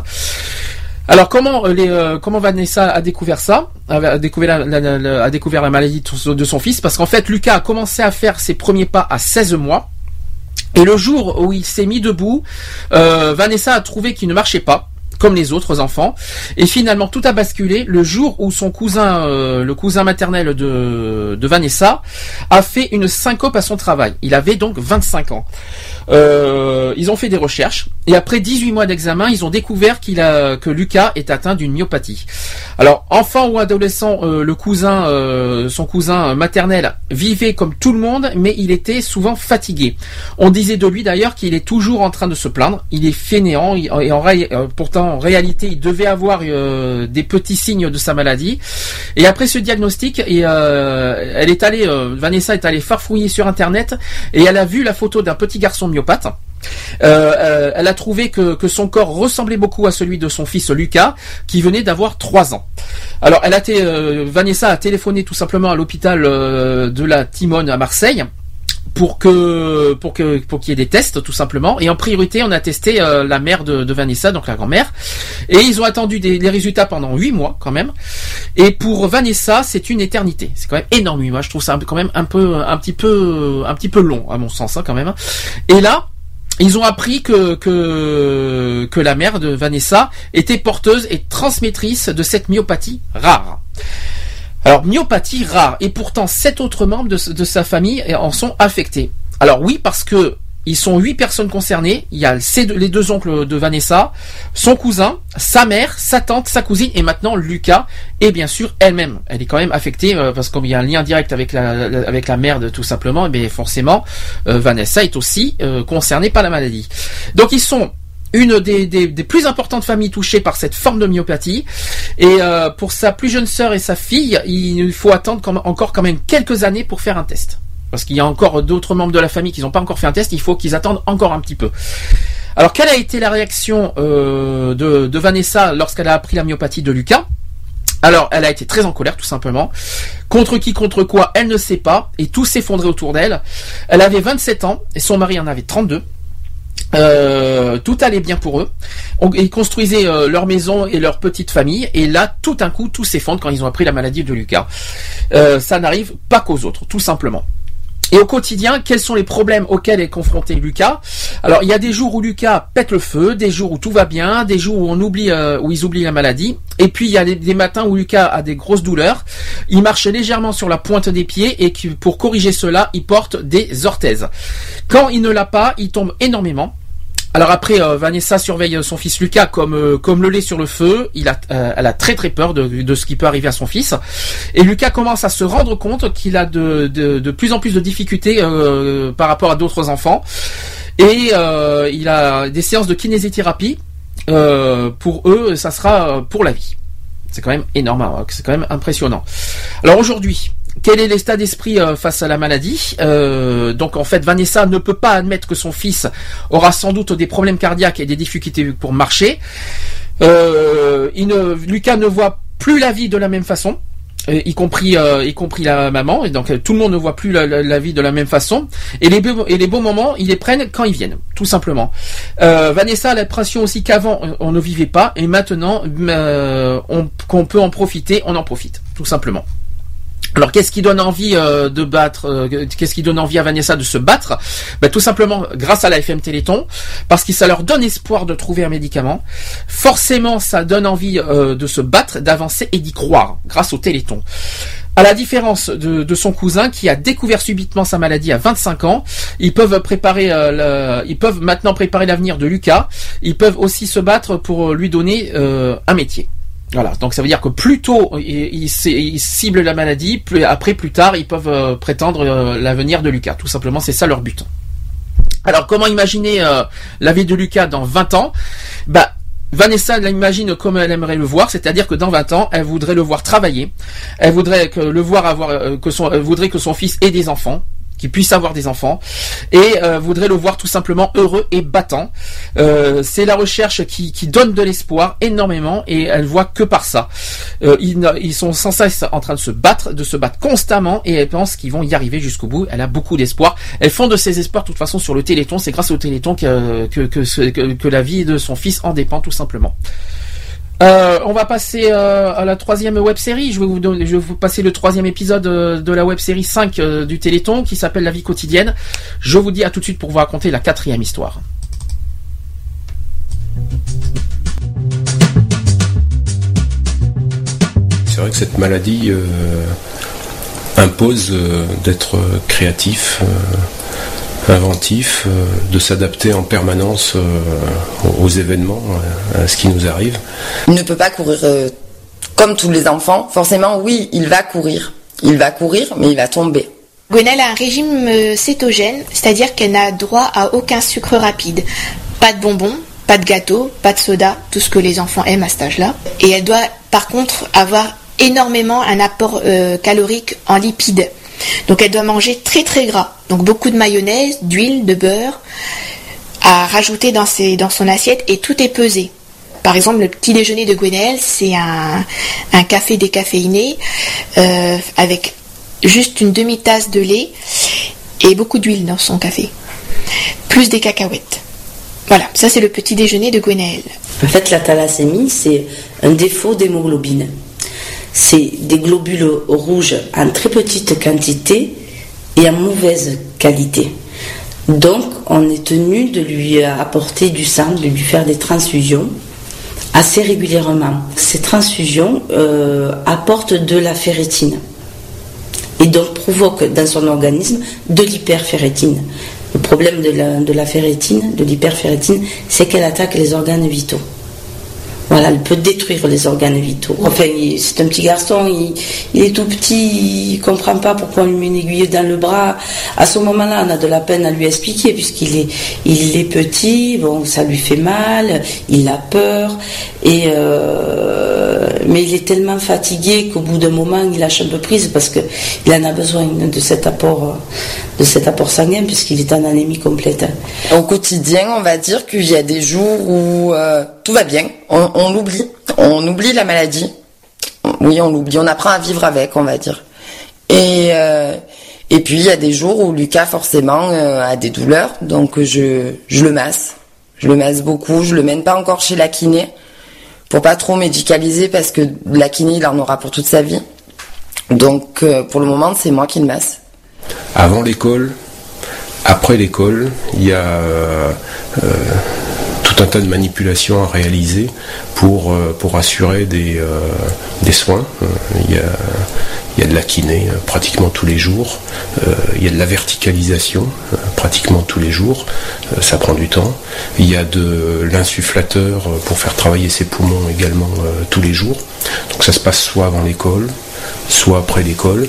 Alors comment les euh, comment Vanessa a découvert ça, a découvert la, la, la, a découvert la maladie de son fils, parce qu'en fait Lucas a commencé à faire ses premiers pas à seize mois. Et le jour où il s'est mis debout, euh, Vanessa a trouvé qu'il ne marchait pas. comme les autres enfants. Et finalement, tout a basculé le jour où son cousin, euh, le cousin maternel de, de Vanessa, a fait une syncope à son travail. Il avait donc vingt-cinq ans. Euh, ils ont fait des recherches et après dix-huit mois d'examen, ils ont découvert qu'il a, que Lucas est atteint d'une myopathie. Alors, enfant ou adolescent, euh, le cousin, euh, son cousin maternel vivait comme tout le monde, mais il était souvent fatigué. On disait de lui d'ailleurs qu'il est toujours en train de se plaindre. Il est fainéant et en ré... pourtant en réalité il devait avoir euh, des petits signes de sa maladie. Et après ce diagnostic, et, euh, elle est allée, euh, Vanessa est allée farfouiller sur internet et elle a vu la photo d'un petit garçon myopathe. Euh, euh, elle a trouvé que, que son corps ressemblait beaucoup à celui de son fils Lucas, qui venait d'avoir trois ans. Alors, elle a t- euh, Vanessa a téléphoné tout simplement à l'hôpital euh, de la Timone à Marseille pour que pour que pour qu'il y ait des tests tout simplement. Et en priorité, on a testé euh, la mère de, de Vanessa, donc la grand-mère. Et ils ont attendu des, les résultats pendant huit mois quand même. Et pour Vanessa, c'est une éternité. C'est quand même énorme. Moi, je trouve ça quand même un peu un petit peu un petit peu long à mon sens hein, quand même. Et là. Ils ont appris que, que, que la mère de Vanessa était porteuse et transmettrice de cette myopathie rare. Alors, myopathie rare. Et pourtant, sept autres membres de, de sa famille en sont affectés. Alors oui, parce que ils sont huit personnes concernées. Il y a ces deux, les deux oncles de Vanessa, son cousin, sa mère, sa tante, sa cousine et maintenant Lucas et bien sûr elle-même. Elle est quand même affectée euh, parce qu'il y a un lien direct avec la, la avec la mère de, tout simplement. Mais forcément, euh, Vanessa est aussi euh, concernée par la maladie. Donc ils sont une des, des, des plus importantes familles touchées par cette forme de myopathie. Et euh, pour sa plus jeune sœur et sa fille, il faut attendre quand même, encore quand même quelques années pour faire un test. Parce qu'il y a encore d'autres membres de la famille qui n'ont pas encore fait un test, il faut qu'ils attendent encore un petit peu. Alors, quelle a été la réaction euh, de, de Vanessa lorsqu'elle a appris la myopathie de Lucas ? Alors, elle a été très en colère, tout simplement. Contre qui, contre quoi, elle ne sait pas. Et tout s'effondrait autour d'elle. Elle avait vingt-sept ans et son mari en avait trente-deux. Euh, tout allait bien pour eux. On, ils construisaient euh, leur maison et leur petite famille. Et là, tout d'un coup, tout s'effondre quand ils ont appris la maladie de Lucas. Euh, ça n'arrive pas qu'aux autres, tout simplement. Et au quotidien, quels sont les problèmes auxquels est confronté Lucas ? Alors, il y a des jours où Lucas pète le feu, des jours où tout va bien, des jours où on oublie, euh, où ils oublient la maladie. Et puis, il y a des, des matins où Lucas a des grosses douleurs. Il marche légèrement sur la pointe des pieds et que, pour corriger cela, il porte des orthèses. Quand il ne l'a pas, il tombe énormément. Alors après, euh, Vanessa surveille son fils Lucas comme euh, comme le lait sur le feu. Il a, euh, elle a très très peur de, de ce qui peut arriver à son fils. Et Lucas commence à se rendre compte qu'il a de, de, de plus en plus de difficultés euh, par rapport à d'autres enfants. Et euh, il a des séances de kinésithérapie. Euh, pour eux, ça sera pour la vie. C'est quand même énorme, hein, c'est quand même impressionnant. Alors aujourd'hui, quel est l'état d'esprit euh, face à la maladie ? euh, Donc en fait, Vanessa ne peut pas admettre que son fils aura sans doute des problèmes cardiaques et des difficultés pour marcher. Euh, il ne, Lucas ne voit plus la vie de la même façon, euh, y compris, euh, y compris la maman. Et donc tout le monde ne voit plus la, la, la vie de la même façon. Et les, beaux, et les beaux moments, ils les prennent quand ils viennent, tout simplement. Euh, Vanessa a l'impression aussi qu'avant on ne vivait pas, et maintenant euh, on, qu'on peut en profiter, on en profite, tout simplement. Alors qu'est-ce qui donne envie euh, de battre euh, Qu'est-ce qui donne envie à Vanessa de se battre ? Ben, tout simplement grâce à la F M Téléthon, parce que ça leur donne espoir de trouver un médicament. Forcément, ça donne envie euh, de se battre, d'avancer et d'y croire grâce au Téléthon. À la différence de, de son cousin qui a découvert subitement sa maladie à vingt-cinq ans, ils peuvent préparer, euh, le, ils peuvent maintenant préparer l'avenir de Lucas. Ils peuvent aussi se battre pour lui donner euh, un métier. Voilà, donc ça veut dire que plus tôt ils, ils, ils ciblent la maladie, plus, après plus tard ils peuvent euh, prétendre euh, l'avenir de Lucas. Tout simplement, c'est ça leur but. Alors comment imaginer euh, la vie de Lucas dans vingt ans ? Bah, Vanessa l'imagine comme elle aimerait le voir, c'est-à-dire que dans vingt ans, elle voudrait le voir travailler, elle voudrait que le voir avoir, euh, que son, elle voudrait que son fils ait des enfants, qu'il puisse avoir des enfants, et euh, voudrait le voir tout simplement heureux et battant. Euh, c'est la recherche qui, qui donne de l'espoir énormément, et elle voit que par ça. Euh, ils, ils sont sans cesse en train de se battre, de se battre constamment, et elle pense qu'ils vont y arriver jusqu'au bout. Elle a beaucoup d'espoir. Elle fonde de ses espoirs de toute façon sur le Téléthon. C'est grâce au Téléthon que, que, que, que, que la vie de son fils en dépend tout simplement. Euh, on va passer euh, à la troisième web-série. Je vais vous donner, je vais vous passer le troisième épisode euh, de la web-série cinq euh, du Téléthon qui s'appelle La vie quotidienne. Je vous dis à tout de suite pour vous raconter la quatrième histoire. vrai que cette maladie euh, impose euh, d'être créatif, euh, inventif, euh, de s'adapter en permanence euh, aux événements, à ce qui nous arrive. Il ne peut pas courir euh, comme tous les enfants. Forcément, oui, il va courir. Il va courir, mais il va tomber. Gwenaëlle a un régime euh, cétogène, c'est-à-dire qu'elle n'a droit à aucun sucre rapide. Pas de bonbons, pas de gâteaux, pas de soda, tout ce que les enfants aiment à cet âge-là. Et elle doit par contre avoir énormément un apport euh, calorique en lipides. Donc elle doit manger très très gras. Donc beaucoup de mayonnaise, d'huile, de beurre à rajouter dans, ses, dans son assiette et tout est pesé. Par exemple, le petit déjeuner de Gwenaëlle, c'est un, un café décaféiné euh, avec juste une demi-tasse de lait et beaucoup d'huile dans son café. Plus des cacahuètes. Voilà, ça c'est le petit déjeuner de Gwenaëlle. En fait, la thalassémie, c'est un défaut d'hémoglobine. C'est des globules rouges en très petite quantité et en mauvaise qualité. Donc, on est tenu de lui apporter du sang, de lui faire des transfusions assez régulièrement. Ces transfusions euh, apportent de la ferritine et donc provoquent dans son organisme de l'hyperferritine. Le problème de la, de la ferritine, de l'hyperferritine, c'est qu'elle attaque les organes vitaux. Voilà, elle peut détruire les organes vitaux. Enfin, il, c'est un petit garçon, il, il est tout petit, il ne comprend pas pourquoi on lui met une aiguille dans le bras. À ce moment-là, on a de la peine à lui expliquer, puisqu'il est, il est petit, bon, ça lui fait mal, il a peur, et euh, mais il est tellement fatigué qu'au bout d'un moment, il lâche un peu prise, parce qu'il en a besoin de cet apport, de cet apport sanguin, puisqu'il est en anémie complète. Au quotidien, on va dire qu'il y a des jours où euh, tout va bien. On, on l'oublie, on oublie la maladie. Oui, on l'oublie, on apprend à vivre avec, on va dire. Et, euh, et puis, il y a des jours où Lucas, forcément, euh, a des douleurs, donc je, je le masse. Je le masse beaucoup, je le mène pas encore chez la kiné, pour pas trop médicaliser, parce que la kiné, il en aura pour toute sa vie. Donc, euh, pour le moment, c'est moi qui le masse. Avant l'école, après l'école, il y a... Euh, euh, tout un tas de manipulations à réaliser pour, euh, pour assurer des, euh, des soins. Euh, il y a, il y a de la kiné euh, pratiquement tous les jours. Euh, il y a de la verticalisation euh, pratiquement tous les jours. Euh, ça prend du temps. Il y a de l'insufflateur euh, pour faire travailler ses poumons également euh, tous les jours. Donc ça se passe soit avant l'école, soit après l'école.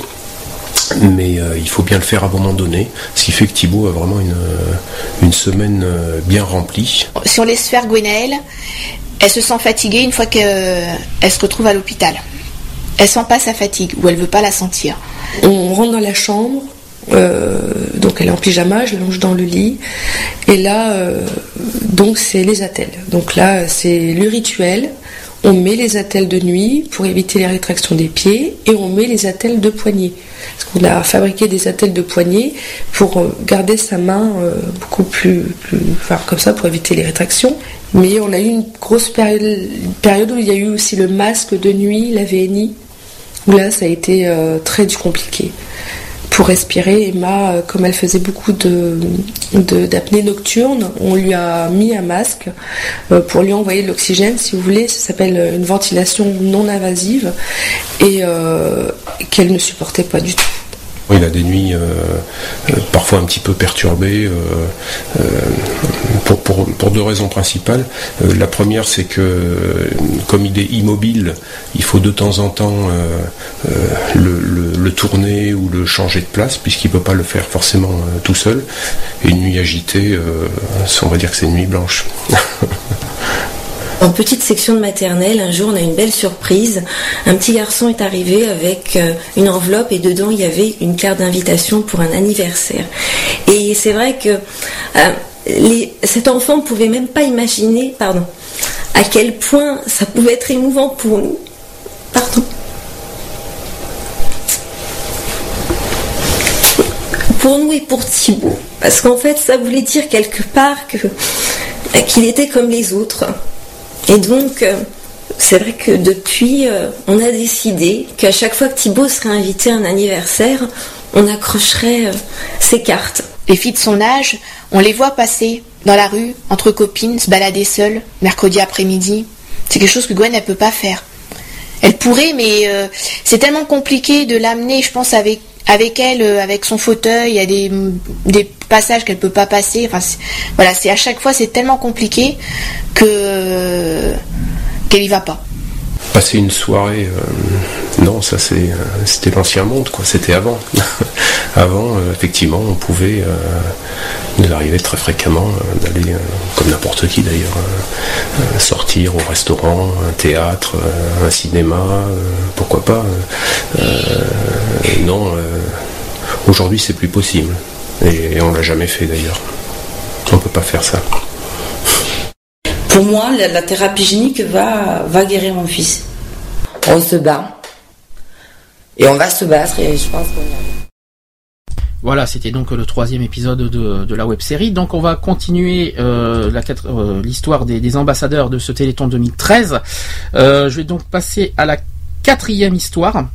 Mais euh, il faut bien le faire à un moment donné, ce qui fait que Thibaut a vraiment une, une semaine euh, bien remplie. Si on laisse faire Gwenaëlle, elle se sent fatiguée une fois qu'elle se retrouve à l'hôpital. Elle sent pas sa fatigue, ou elle veut pas la sentir. On rentre dans la chambre, euh, donc elle est en pyjama, je l'allonge dans le lit, et là, euh, donc c'est les attelles. Donc là, c'est le rituel. On met les attelles de nuit pour éviter les rétractions des pieds et on met les attelles de poignet. Parce qu'on a fabriqué des attelles de poignet pour garder sa main beaucoup plus, plus enfin, comme ça pour éviter les rétractions. Mais on a eu une grosse période, période où il y a eu aussi le masque de nuit, la V N I, où là ça a été euh, très compliqué. Pour respirer, Emma, comme elle faisait beaucoup de, de, d'apnée nocturne, on lui a mis un masque pour lui envoyer de l'oxygène, si vous voulez. Ça s'appelle une ventilation non invasive et euh, qu'elle ne supportait pas du tout. Oui, il a des nuits euh, euh, parfois un petit peu perturbées euh, euh, pour, pour, pour deux raisons principales. Euh, la première, c'est que euh, comme il est immobile, il faut de temps en temps euh, euh, le, le, le tourner ou le changer de place, puisqu'il ne peut pas le faire forcément euh, tout seul. Et une nuit agitée, euh, on va dire que c'est une nuit blanche. En petite section de maternelle, un jour on a une belle surprise. Un petit garçon est arrivé avec une enveloppe et dedans il y avait une carte d'invitation pour un anniversaire. Et c'est vrai que euh, les, cet enfant ne pouvait même pas imaginer, pardon, à quel point ça pouvait être émouvant pour nous. Pardon. Pour nous et pour Thibaut. Parce qu'en fait ça voulait dire quelque part que, qu'il était comme les autres. Et donc, euh, c'est vrai que depuis, euh, on a décidé qu'à chaque fois que Thibaut serait invité à un anniversaire, on accrocherait euh, ses cartes. Les filles de son âge, on les voit passer dans la rue, entre copines, se balader seules, mercredi après-midi. C'est quelque chose que Gwen, elle peut pas faire. Elle pourrait, mais euh, c'est tellement compliqué de l'amener, je pense, avec avec elle, euh, avec son fauteuil. Il y a des des passages qu'elle peut pas passer. Enfin, c'est, voilà, c'est à chaque fois, c'est tellement compliqué que euh, qu'elle y va pas. Passer une soirée, euh, non, ça c'est, euh, c'était l'ancien monde, quoi. C'était avant. Avant, euh, effectivement, on pouvait, euh, nous arrivait très fréquemment euh, d'aller, euh, comme n'importe qui d'ailleurs, euh, euh, sortir au restaurant, un théâtre, euh, un cinéma, euh, pourquoi pas. Euh, euh, non, euh, aujourd'hui c'est plus possible. Et, et on l'a jamais fait d'ailleurs. On peut pas faire ça. Pour moi, la, la thérapie génique va, va guérir mon fils. On se bat. Et on va se battre et je pense qu'on y arrive. Voilà, c'était donc le troisième épisode de, de la web-série. Donc on va continuer euh, la, euh, l'histoire des, des ambassadeurs de ce Téléthon deux mille treize. Euh, je vais donc passer à la quatrième histoire.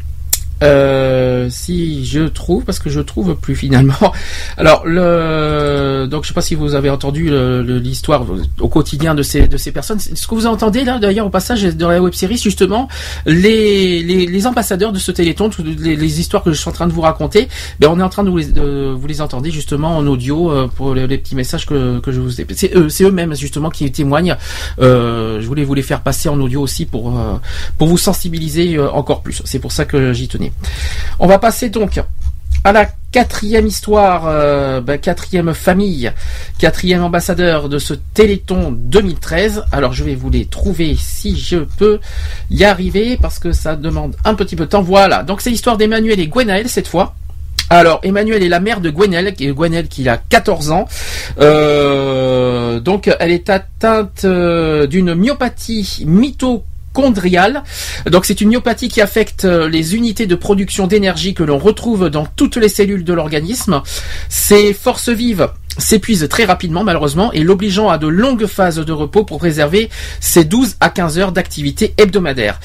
Euh, si je trouve, parce que je trouve plus finalement. Alors le, donc je sais pas si vous avez entendu le, le, l'histoire au quotidien de ces de ces personnes. Ce que vous entendez là, d'ailleurs au passage de la web-série, justement, les, les les ambassadeurs de ce Téléthon, toutes les, les histoires que je suis en train de vous raconter, ben on est en train de vous les de, vous les entendez justement en audio euh, pour les, les petits messages que que je vous ai. C'est eux, c'est eux-mêmes justement qui témoignent. Euh, je voulais vous les faire passer en audio aussi pour euh, pour vous sensibiliser euh, encore plus. C'est pour ça que j'y tenais. On va passer donc à la quatrième histoire, euh, ben, quatrième famille, quatrième ambassadeur de ce Téléthon deux mille treize. Alors je vais vous les trouver si je peux y arriver parce que ça demande un petit peu de temps. Voilà, donc c'est l'histoire d'Emmanuel et Gwenaël cette fois. Alors Emmanuel est la mère de Gwenaël, Gwenaël qui a quatorze ans. Euh, donc elle est atteinte euh, d'une myopathie mitochondriale. Chondriale. Donc c'est une myopathie qui affecte les unités de production d'énergie que l'on retrouve dans toutes les cellules de l'organisme. Ses forces vives s'épuisent très rapidement malheureusement et l'obligeant à de longues phases de repos pour préserver ses douze à quinze heures d'activité hebdomadaire.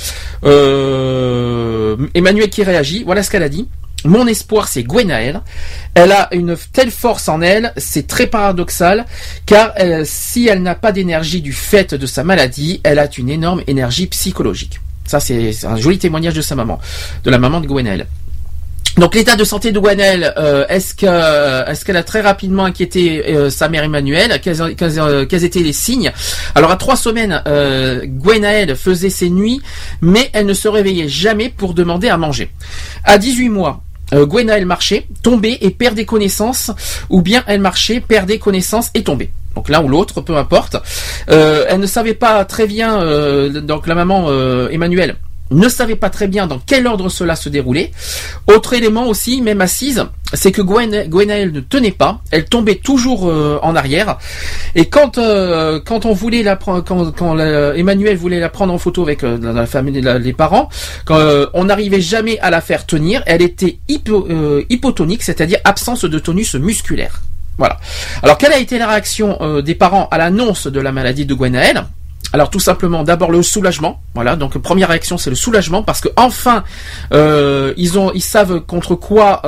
Euh, Emmanuel qui réagit, voilà ce qu'elle a dit. Mon espoir, c'est Gwenaël. Elle a une telle force en elle, c'est très paradoxal, car elle, si elle n'a pas d'énergie du fait de sa maladie, elle a une énorme énergie psychologique. Ça, c'est, c'est un joli témoignage de sa maman, de la maman de Gwenaël. Donc l'état de santé de Gwenaël, euh, est-ce que est-ce qu'elle a très rapidement inquiété euh, sa mère Emmanuel? Quels, quels, quels étaient les signes? Alors à trois semaines, euh, Gwenaël faisait ses nuits, mais elle ne se réveillait jamais pour demander à manger. À dix-huit mois, Euh, Gwenaël marchait, tombait et perdait connaissance, ou bien elle marchait, perdait connaissance et tombait. Donc l'un ou l'autre, peu importe. Euh, elle ne savait pas très bien, euh, donc la maman euh, Emmanuel ne savait pas très bien dans quel ordre cela se déroulait. Autre élément aussi, même assise, c'est que Gwen, Gwenaël ne tenait pas, elle tombait toujours euh, en arrière. Et quand euh, quand on voulait la prendre, quand quand la, Emmanuel voulait la prendre en photo avec euh, la famille, la, les parents, quand euh, on n'arrivait jamais à la faire tenir, elle était hypo, euh, hypotonique, c'est-à-dire absence de tonus musculaire. Voilà. Alors quelle a été la réaction euh, des parents à l'annonce de la maladie de Gwenaël? Alors tout simplement, d'abord le soulagement. Voilà, donc première réaction, c'est le soulagement parce que enfin, euh, ils ont, ils savent contre quoi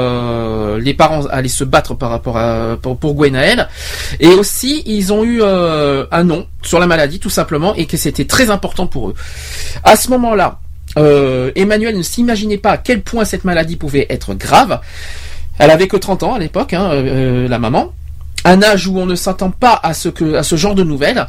euh, les parents allaient se battre par rapport à pour, pour Gwenaël. Et aussi, ils ont eu euh, un nom sur la maladie, tout simplement, et que c'était très important pour eux. À ce moment-là, euh, Emmanuel ne s'imaginait pas à quel point cette maladie pouvait être grave. Elle avait que trente ans à l'époque, hein, euh, la maman. Un âge où on ne s'attend pas à ce que à ce genre de nouvelles.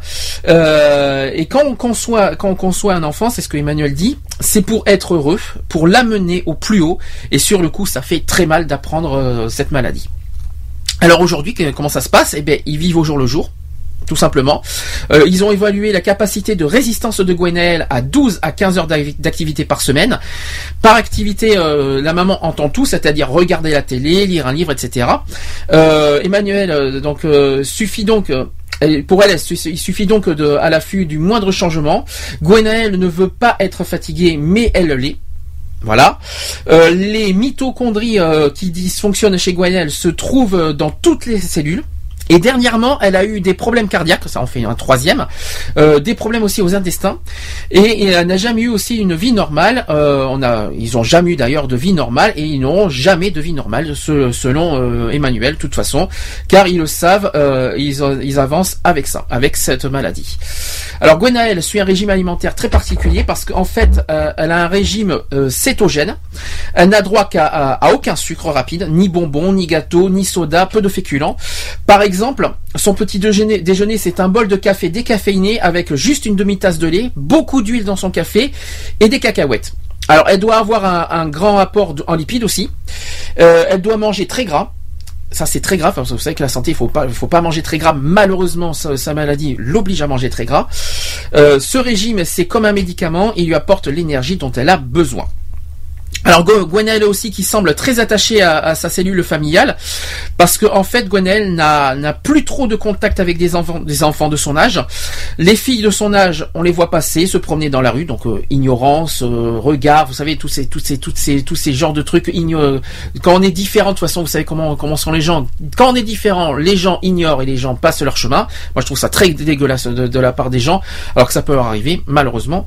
Euh, et quand on conçoit quand on conçoit un enfant, c'est ce que Emmanuel dit, c'est pour être heureux, pour l'amener au plus haut. Et sur le coup, ça fait très mal d'apprendre euh, cette maladie. Alors aujourd'hui, comment ça se passe? Eh bien, ils vivent au jour le jour. Tout simplement. Euh, ils ont évalué la capacité de résistance de Gwenaël à douze à quinze heures d'activité par semaine. Par activité, euh, la maman entend tout, c'est-à-dire regarder la télé, lire un livre, et cetera. Euh, Emmanuel, euh, donc, euh, suffit donc... Euh, Pour elle, il suffit donc de, à l'affût du moindre changement. Gwenaël ne veut pas être fatiguée, mais elle l'est. Voilà. Euh, les mitochondries euh, qui dysfonctionnent chez Gwenaël se trouvent dans toutes les cellules. Et dernièrement, elle a eu des problèmes cardiaques, ça en fait un troisième, euh, des problèmes aussi aux intestins, et, et elle n'a jamais eu aussi une vie normale. Euh, on a, ils ont jamais eu d'ailleurs de vie normale, et ils n'auront jamais de vie normale, ce, selon euh, Emmanuel, de toute façon, car ils le savent, euh, ils, ils avancent avec ça, avec cette maladie. Alors Gwenaëlle suit un régime alimentaire très particulier parce qu'en fait, euh, elle a un régime euh, cétogène. Elle n'a droit qu'à à, à aucun sucre rapide, ni bonbons, ni gâteaux, ni soda, peu de féculents. Par exemple, Exemple, son petit déjeuner, déjeuner, c'est un bol de café décaféiné avec juste une demi-tasse de lait, beaucoup d'huile dans son café et des cacahuètes. Alors, elle doit avoir un, un grand apport en lipides aussi. Euh, elle doit manger très gras. Ça, c'est très grave, parce que vous savez que la santé, il faut pas, il faut pas manger très gras. Malheureusement, sa, sa maladie l'oblige à manger très gras. Euh, ce régime, c'est comme un médicament. Il lui apporte l'énergie dont elle a besoin. Alors Gwenaëlle aussi qui semble très attachée à, à sa cellule familiale parce que en fait Gwenaëlle n'a, n'a plus trop de contact avec des enfants, des enfants de son âge. Les filles de son âge, on les voit passer, se promener dans la rue, donc euh, ignorance, euh, regard, vous savez tous ces, tous ces, tous ces, tous ces genres de trucs. Igno- quand on est différent, de toute façon, vous savez comment, comment sont les gens. Quand on est différent, les gens ignorent et les gens passent leur chemin. Moi, je trouve ça très dégueulasse de, de la part des gens, alors que ça peut leur arriver, malheureusement.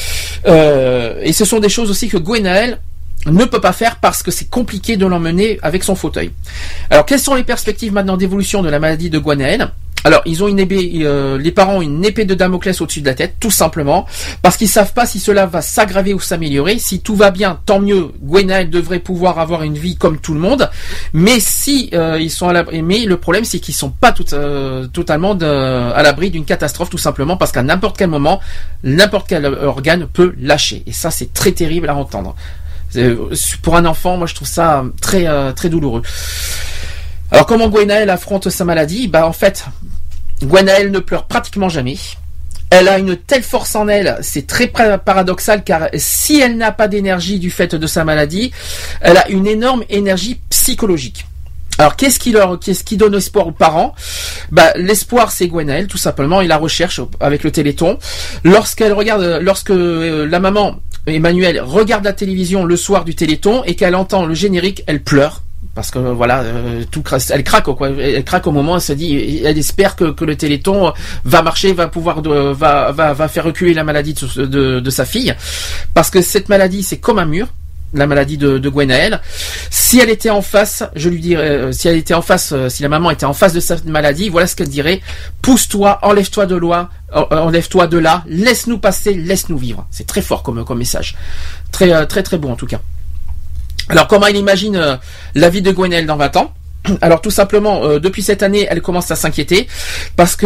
Euh, et ce sont des choses aussi que Gwenaëlle ne peut pas faire parce que c'est compliqué de l'emmener avec son fauteuil. Alors, quelles sont les perspectives maintenant d'évolution de la maladie de Gwenaëlle ? Alors, ils ont une épée, euh, les parents ont une épée de Damoclès au-dessus de la tête, tout simplement, parce qu'ils savent pas si cela va s'aggraver ou s'améliorer. Si tout va bien, tant mieux. Gwenaëlle devrait pouvoir avoir une vie comme tout le monde. Mais si euh, ils sont à l'abri, mais le problème c'est qu'ils sont pas tout, euh, totalement de, à l'abri d'une catastrophe, tout simplement parce qu'à n'importe quel moment, n'importe quel organe peut lâcher. Et ça, c'est très terrible à entendre. Pour un enfant, moi je trouve ça très euh, très douloureux. Alors comment Gwenaëlle affronte sa maladie ? Bah en fait, Gwenaëlle ne pleure pratiquement jamais. Elle a une telle force en elle, c'est très paradoxal car si elle n'a pas d'énergie du fait de sa maladie, elle a une énorme énergie psychologique. Alors qu'est-ce qui leur, qu'est-ce qui donne espoir aux parents ? Bah l'espoir c'est Gwenaëlle tout simplement et la recherche avec le Téléthon. Lorsqu'elle regarde, lorsque euh, la maman Emmanuel regarde la télévision le soir du Téléthon et qu'elle entend le générique, elle pleure. Parce que voilà, euh, tout elle craque quoi. Elle craque au moment, elle se dit, elle espère que, que le Téléthon va marcher, va pouvoir, de, va, va, va faire reculer la maladie de, de, de sa fille, parce que cette maladie c'est comme un mur. La maladie de, de Gwenaëlle. Si elle était en face, je lui dirais, euh, si elle était en face, euh, si la maman était en face de cette maladie, voilà ce qu'elle dirait. Pousse-toi, enlève-toi de loin, euh, enlève-toi de là, laisse-nous passer, laisse-nous vivre. C'est très fort comme, comme message. Très, euh, très, très bon en tout cas. Alors, comment elle imagine euh, la vie de Gwenaëlle dans vingt ans ? Alors tout simplement, euh, depuis cette année, elle commence à s'inquiéter parce que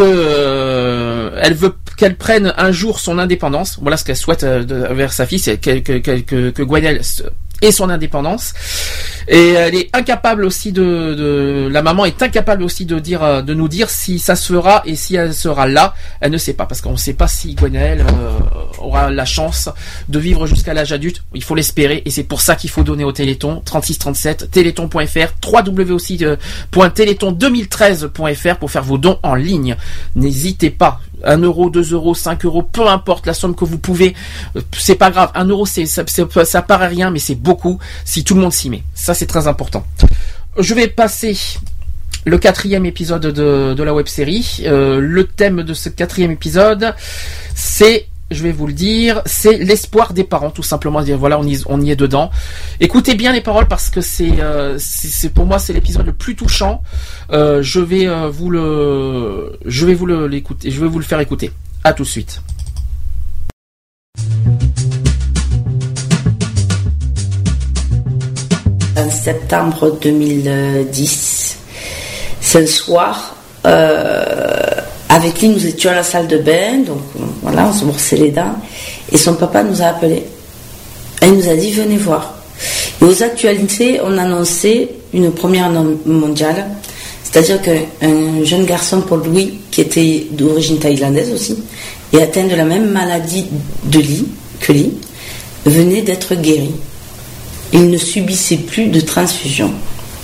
euh, elle veut qu'elle prenne un jour son indépendance. Voilà ce qu'elle souhaite euh, de, vers sa fille, c'est que, que, que, que Gwenaëlle ait son indépendance. Et elle est incapable aussi de, de, la maman est incapable aussi de dire, de nous dire si ça se fera et si elle sera là. Elle ne sait pas parce qu'on ne sait pas si Gwenaëlle euh, aura la chance de vivre jusqu'à l'âge adulte. Il faut l'espérer et c'est pour ça qu'il faut donner au Téléthon trente-six trente-sept, téléthon point f r, w w w aussi point téléthon deux mille treize point f r pour faire vos dons en ligne. N'hésitez pas. un euro, deux euros, cinq euros, peu importe la somme que vous pouvez, c'est pas grave. un euro, c'est, ça, c'est, ça paraît rien, mais c'est beaucoup si tout le monde s'y met. Ça, c'est très important. Je vais passer le quatrième épisode de, de la web-série. Euh, le thème de ce quatrième épisode, c'est, je vais vous le dire, c'est l'espoir des parents, tout simplement. Dire voilà, on y, on y est dedans. Écoutez bien les paroles parce que c'est, euh, c'est, c'est pour moi c'est l'épisode le plus touchant. Euh, je vais euh, vous le, je vais vous le, l'écouter, je vais vous le faire écouter. À tout de suite. En septembre deux mille dix, c'est le soir. Euh, avec lui, nous étions à la salle de bain, donc voilà, on se brossait les dents, et son papa nous a appelés. Il nous a dit venez voir. Et aux actualités, on annonçait une première mondiale, c'est-à-dire qu'un jeune garçon, Paul Louis, qui était d'origine thaïlandaise aussi, et atteint de la même maladie de lui que lui, venait d'être guéri. Il ne subissait plus de transfusion.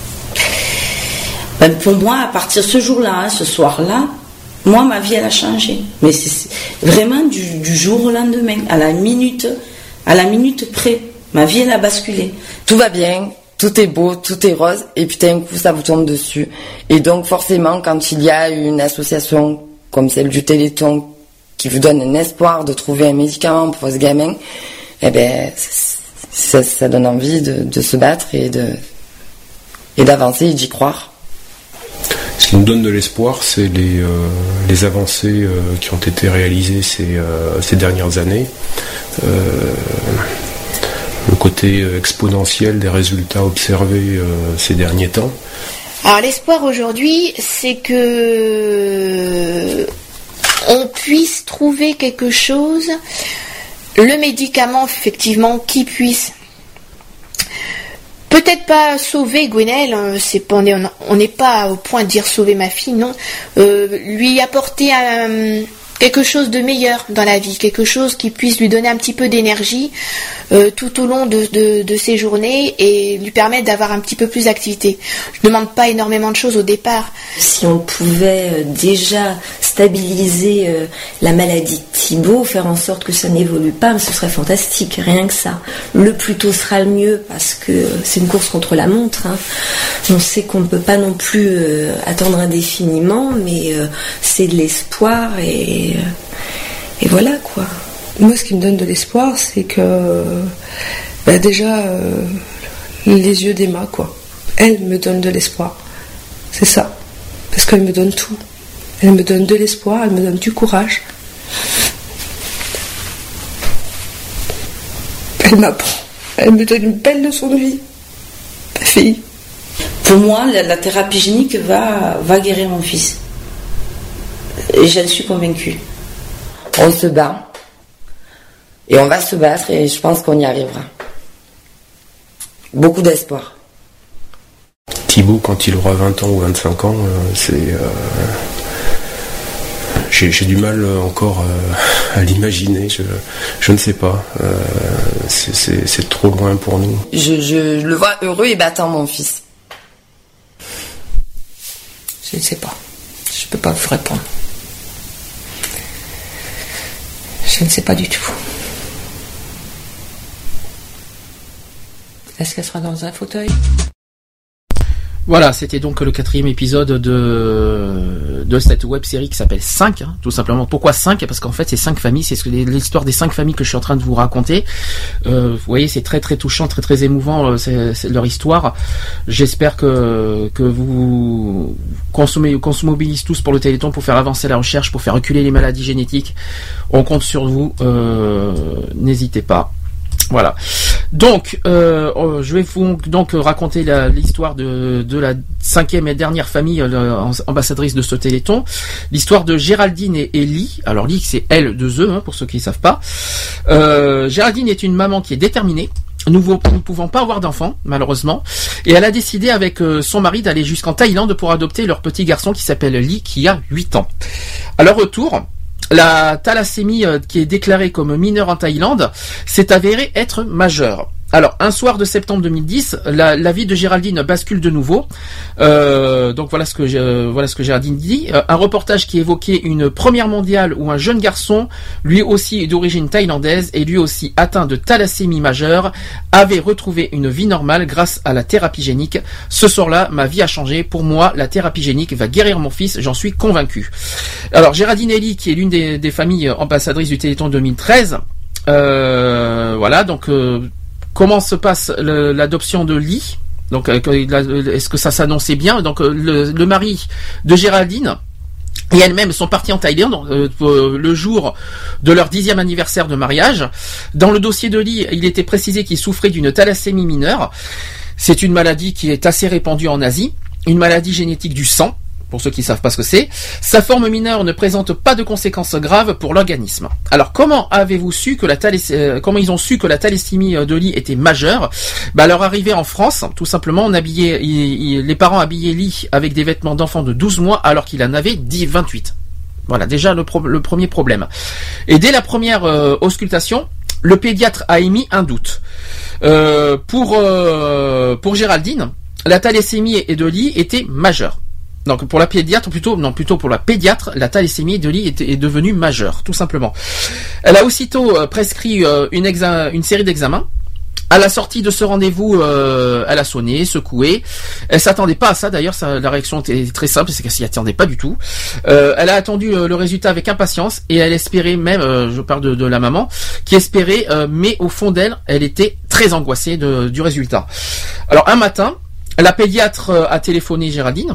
Ben pour moi, à partir de ce jour-là, hein, ce soir-là, moi, ma vie, elle a changé. Mais c'est vraiment du, du jour au lendemain, à la minute, à la minute près. Ma vie, elle a basculé. Tout va bien. tout est beau, tout est rose, et puis d'un coup ça vous tombe dessus. Et donc forcément, quand il y a une association comme celle du Téléthon qui vous donne un espoir de trouver un médicament pour ce gamin, eh ben ça, ça donne envie de, de se battre et de et d'avancer et d'y croire. Ce qui nous donne de l'espoir, c'est les, euh, les avancées euh, qui ont été réalisées ces, euh, ces dernières années. Euh, le côté exponentiel des résultats observés euh, ces derniers temps. Alors l'espoir aujourd'hui, c'est que on puisse trouver quelque chose, le médicament effectivement qui puisse peut-être pas sauver Gwenelle, c'est pas, on n'est pas au point de dire sauver ma fille, non, euh, lui apporter un, quelque chose de meilleur dans la vie, quelque chose qui puisse lui donner un petit peu d'énergie euh, tout au long de, de, de ses journées et lui permettre d'avoir un petit peu plus d'activité. Je ne demande pas énormément de choses au départ. Si on pouvait déjà stabiliser euh, la maladie de Thibaut, faire en sorte que ça n'évolue pas, ce serait fantastique, rien que ça. Le plus tôt sera le mieux parce que c'est une course contre la montre. Hein. On sait qu'on ne peut pas non plus euh, attendre indéfiniment, mais euh, c'est de l'espoir et, euh, et voilà quoi. Moi, ce qui me donne de l'espoir, c'est que bah déjà euh, les yeux d'Emma, quoi. Elle me donne de l'espoir. C'est ça. Parce qu'elle me donne tout. Elle me donne de l'espoir, elle me donne du courage. Elle m'apprend. Elle me donne une belle leçon de vie. Ma fille. Pour moi, la, la thérapie génique va, va guérir mon fils. Et j'en suis convaincue. On se bat. Et on va se battre et je pense qu'on y arrivera. Beaucoup d'espoir. Thibaut, quand il aura vingt ans ou vingt-cinq ans, euh, c'est... Euh, j'ai, j'ai du mal encore euh, à l'imaginer, je, je ne sais pas. Euh, c'est, c'est, c'est trop loin pour nous. Je, je le vois heureux et battant, mon fils. Je ne sais pas. Je ne peux pas vous répondre. Je ne sais pas du tout. Est-ce qu'elle sera dans un fauteuil ? Voilà, c'était donc le quatrième épisode de de cette web série qui s'appelle cinq, hein, tout simplement. Pourquoi cinq ? Parce qu'en fait, c'est cinq familles, c'est l'histoire des cinq familles que je suis en train de vous raconter. Euh, vous voyez, c'est très très touchant, très très émouvant, c'est, c'est leur histoire. J'espère que que vous consommez, qu'on se mobilise tous pour le Téléthon, pour faire avancer la recherche, pour faire reculer les maladies génétiques. On compte sur vous, euh, n'hésitez pas. Voilà. Donc, euh, je vais vous donc raconter la, l'histoire de, de la cinquième et dernière famille euh, ambassadrice de ce Téléthon. L'histoire de Géraldine et Ellie. Alors, Lee, c'est L deux E, hein, pour ceux qui ne savent pas. Euh, Géraldine est une maman qui est déterminée. Nous ne pouvons pas avoir d'enfants, malheureusement. Et elle a décidé avec euh, son mari d'aller jusqu'en Thaïlande pour adopter leur petit garçon qui s'appelle Lee, qui a huit ans. À leur retour, la thalassémie euh, qui est déclarée comme mineure en Thaïlande s'est avérée être majeure. Alors, un soir de septembre deux mille dix, la, la vie de Géraldine bascule de nouveau. Euh, donc voilà ce que euh, voilà ce que Géraldine dit. Euh, un reportage qui évoquait une première mondiale où un jeune garçon, lui aussi d'origine thaïlandaise et lui aussi atteint de thalassémie majeure, avait retrouvé une vie normale grâce à la thérapie génique. Ce soir-là, ma vie a changé. Pour moi, la thérapie génique va guérir mon fils, j'en suis convaincu. Alors, Géraldine Ellie, qui est l'une des, des familles ambassadrices du Téléthon deux mille treize, euh, voilà, donc... Euh, Comment se passe le, l'adoption de Lee ? Donc, est-ce que ça s'annonçait bien ? Donc, le, le mari de Géraldine et elle-même sont partis en Thaïlande euh, le jour de leur dixième anniversaire de mariage. Dans le dossier de Lee, il était précisé qu'il souffrait d'une thalassémie mineure. C'est une maladie qui est assez répandue en Asie, une maladie génétique du sang. Pour ceux qui ne savent pas ce que c'est, sa forme mineure ne présente pas de conséquences graves pour l'organisme. Alors, comment avez-vous su que la thaless- euh, comment ils ont su que la thalassémie de Lee était majeure ? Bah, à leur arrivée en France, tout simplement, on habillait, il, il, les parents habillaient Lee avec des vêtements d'enfant de douze mois alors qu'il en avait dix, vingt-huit. Voilà, déjà le, pro- le premier problème. Et dès la première euh, auscultation, le pédiatre a émis un doute. Euh, pour euh, pour Géraldine, la thalassémie de Lee était majeure. Donc pour la pédiatre, plutôt non plutôt pour la pédiatre, la thalassémie de Lee est, est devenue majeure, tout simplement. Elle a aussitôt euh, prescrit euh, une, exa- une série d'examens À la sortie de ce rendez-vous, euh, elle a sonné, secoué. Elle s'attendait pas à ça. D'ailleurs, ça, la réaction était très simple, c'est qu'elle s'y attendait pas du tout. Euh, elle a attendu le, le résultat avec impatience et elle espérait même, euh, je parle de, de la maman, qui espérait, euh, mais au fond d'elle, elle était très angoissée de, du résultat. Alors un matin, la pédiatre a téléphoné Géraldine.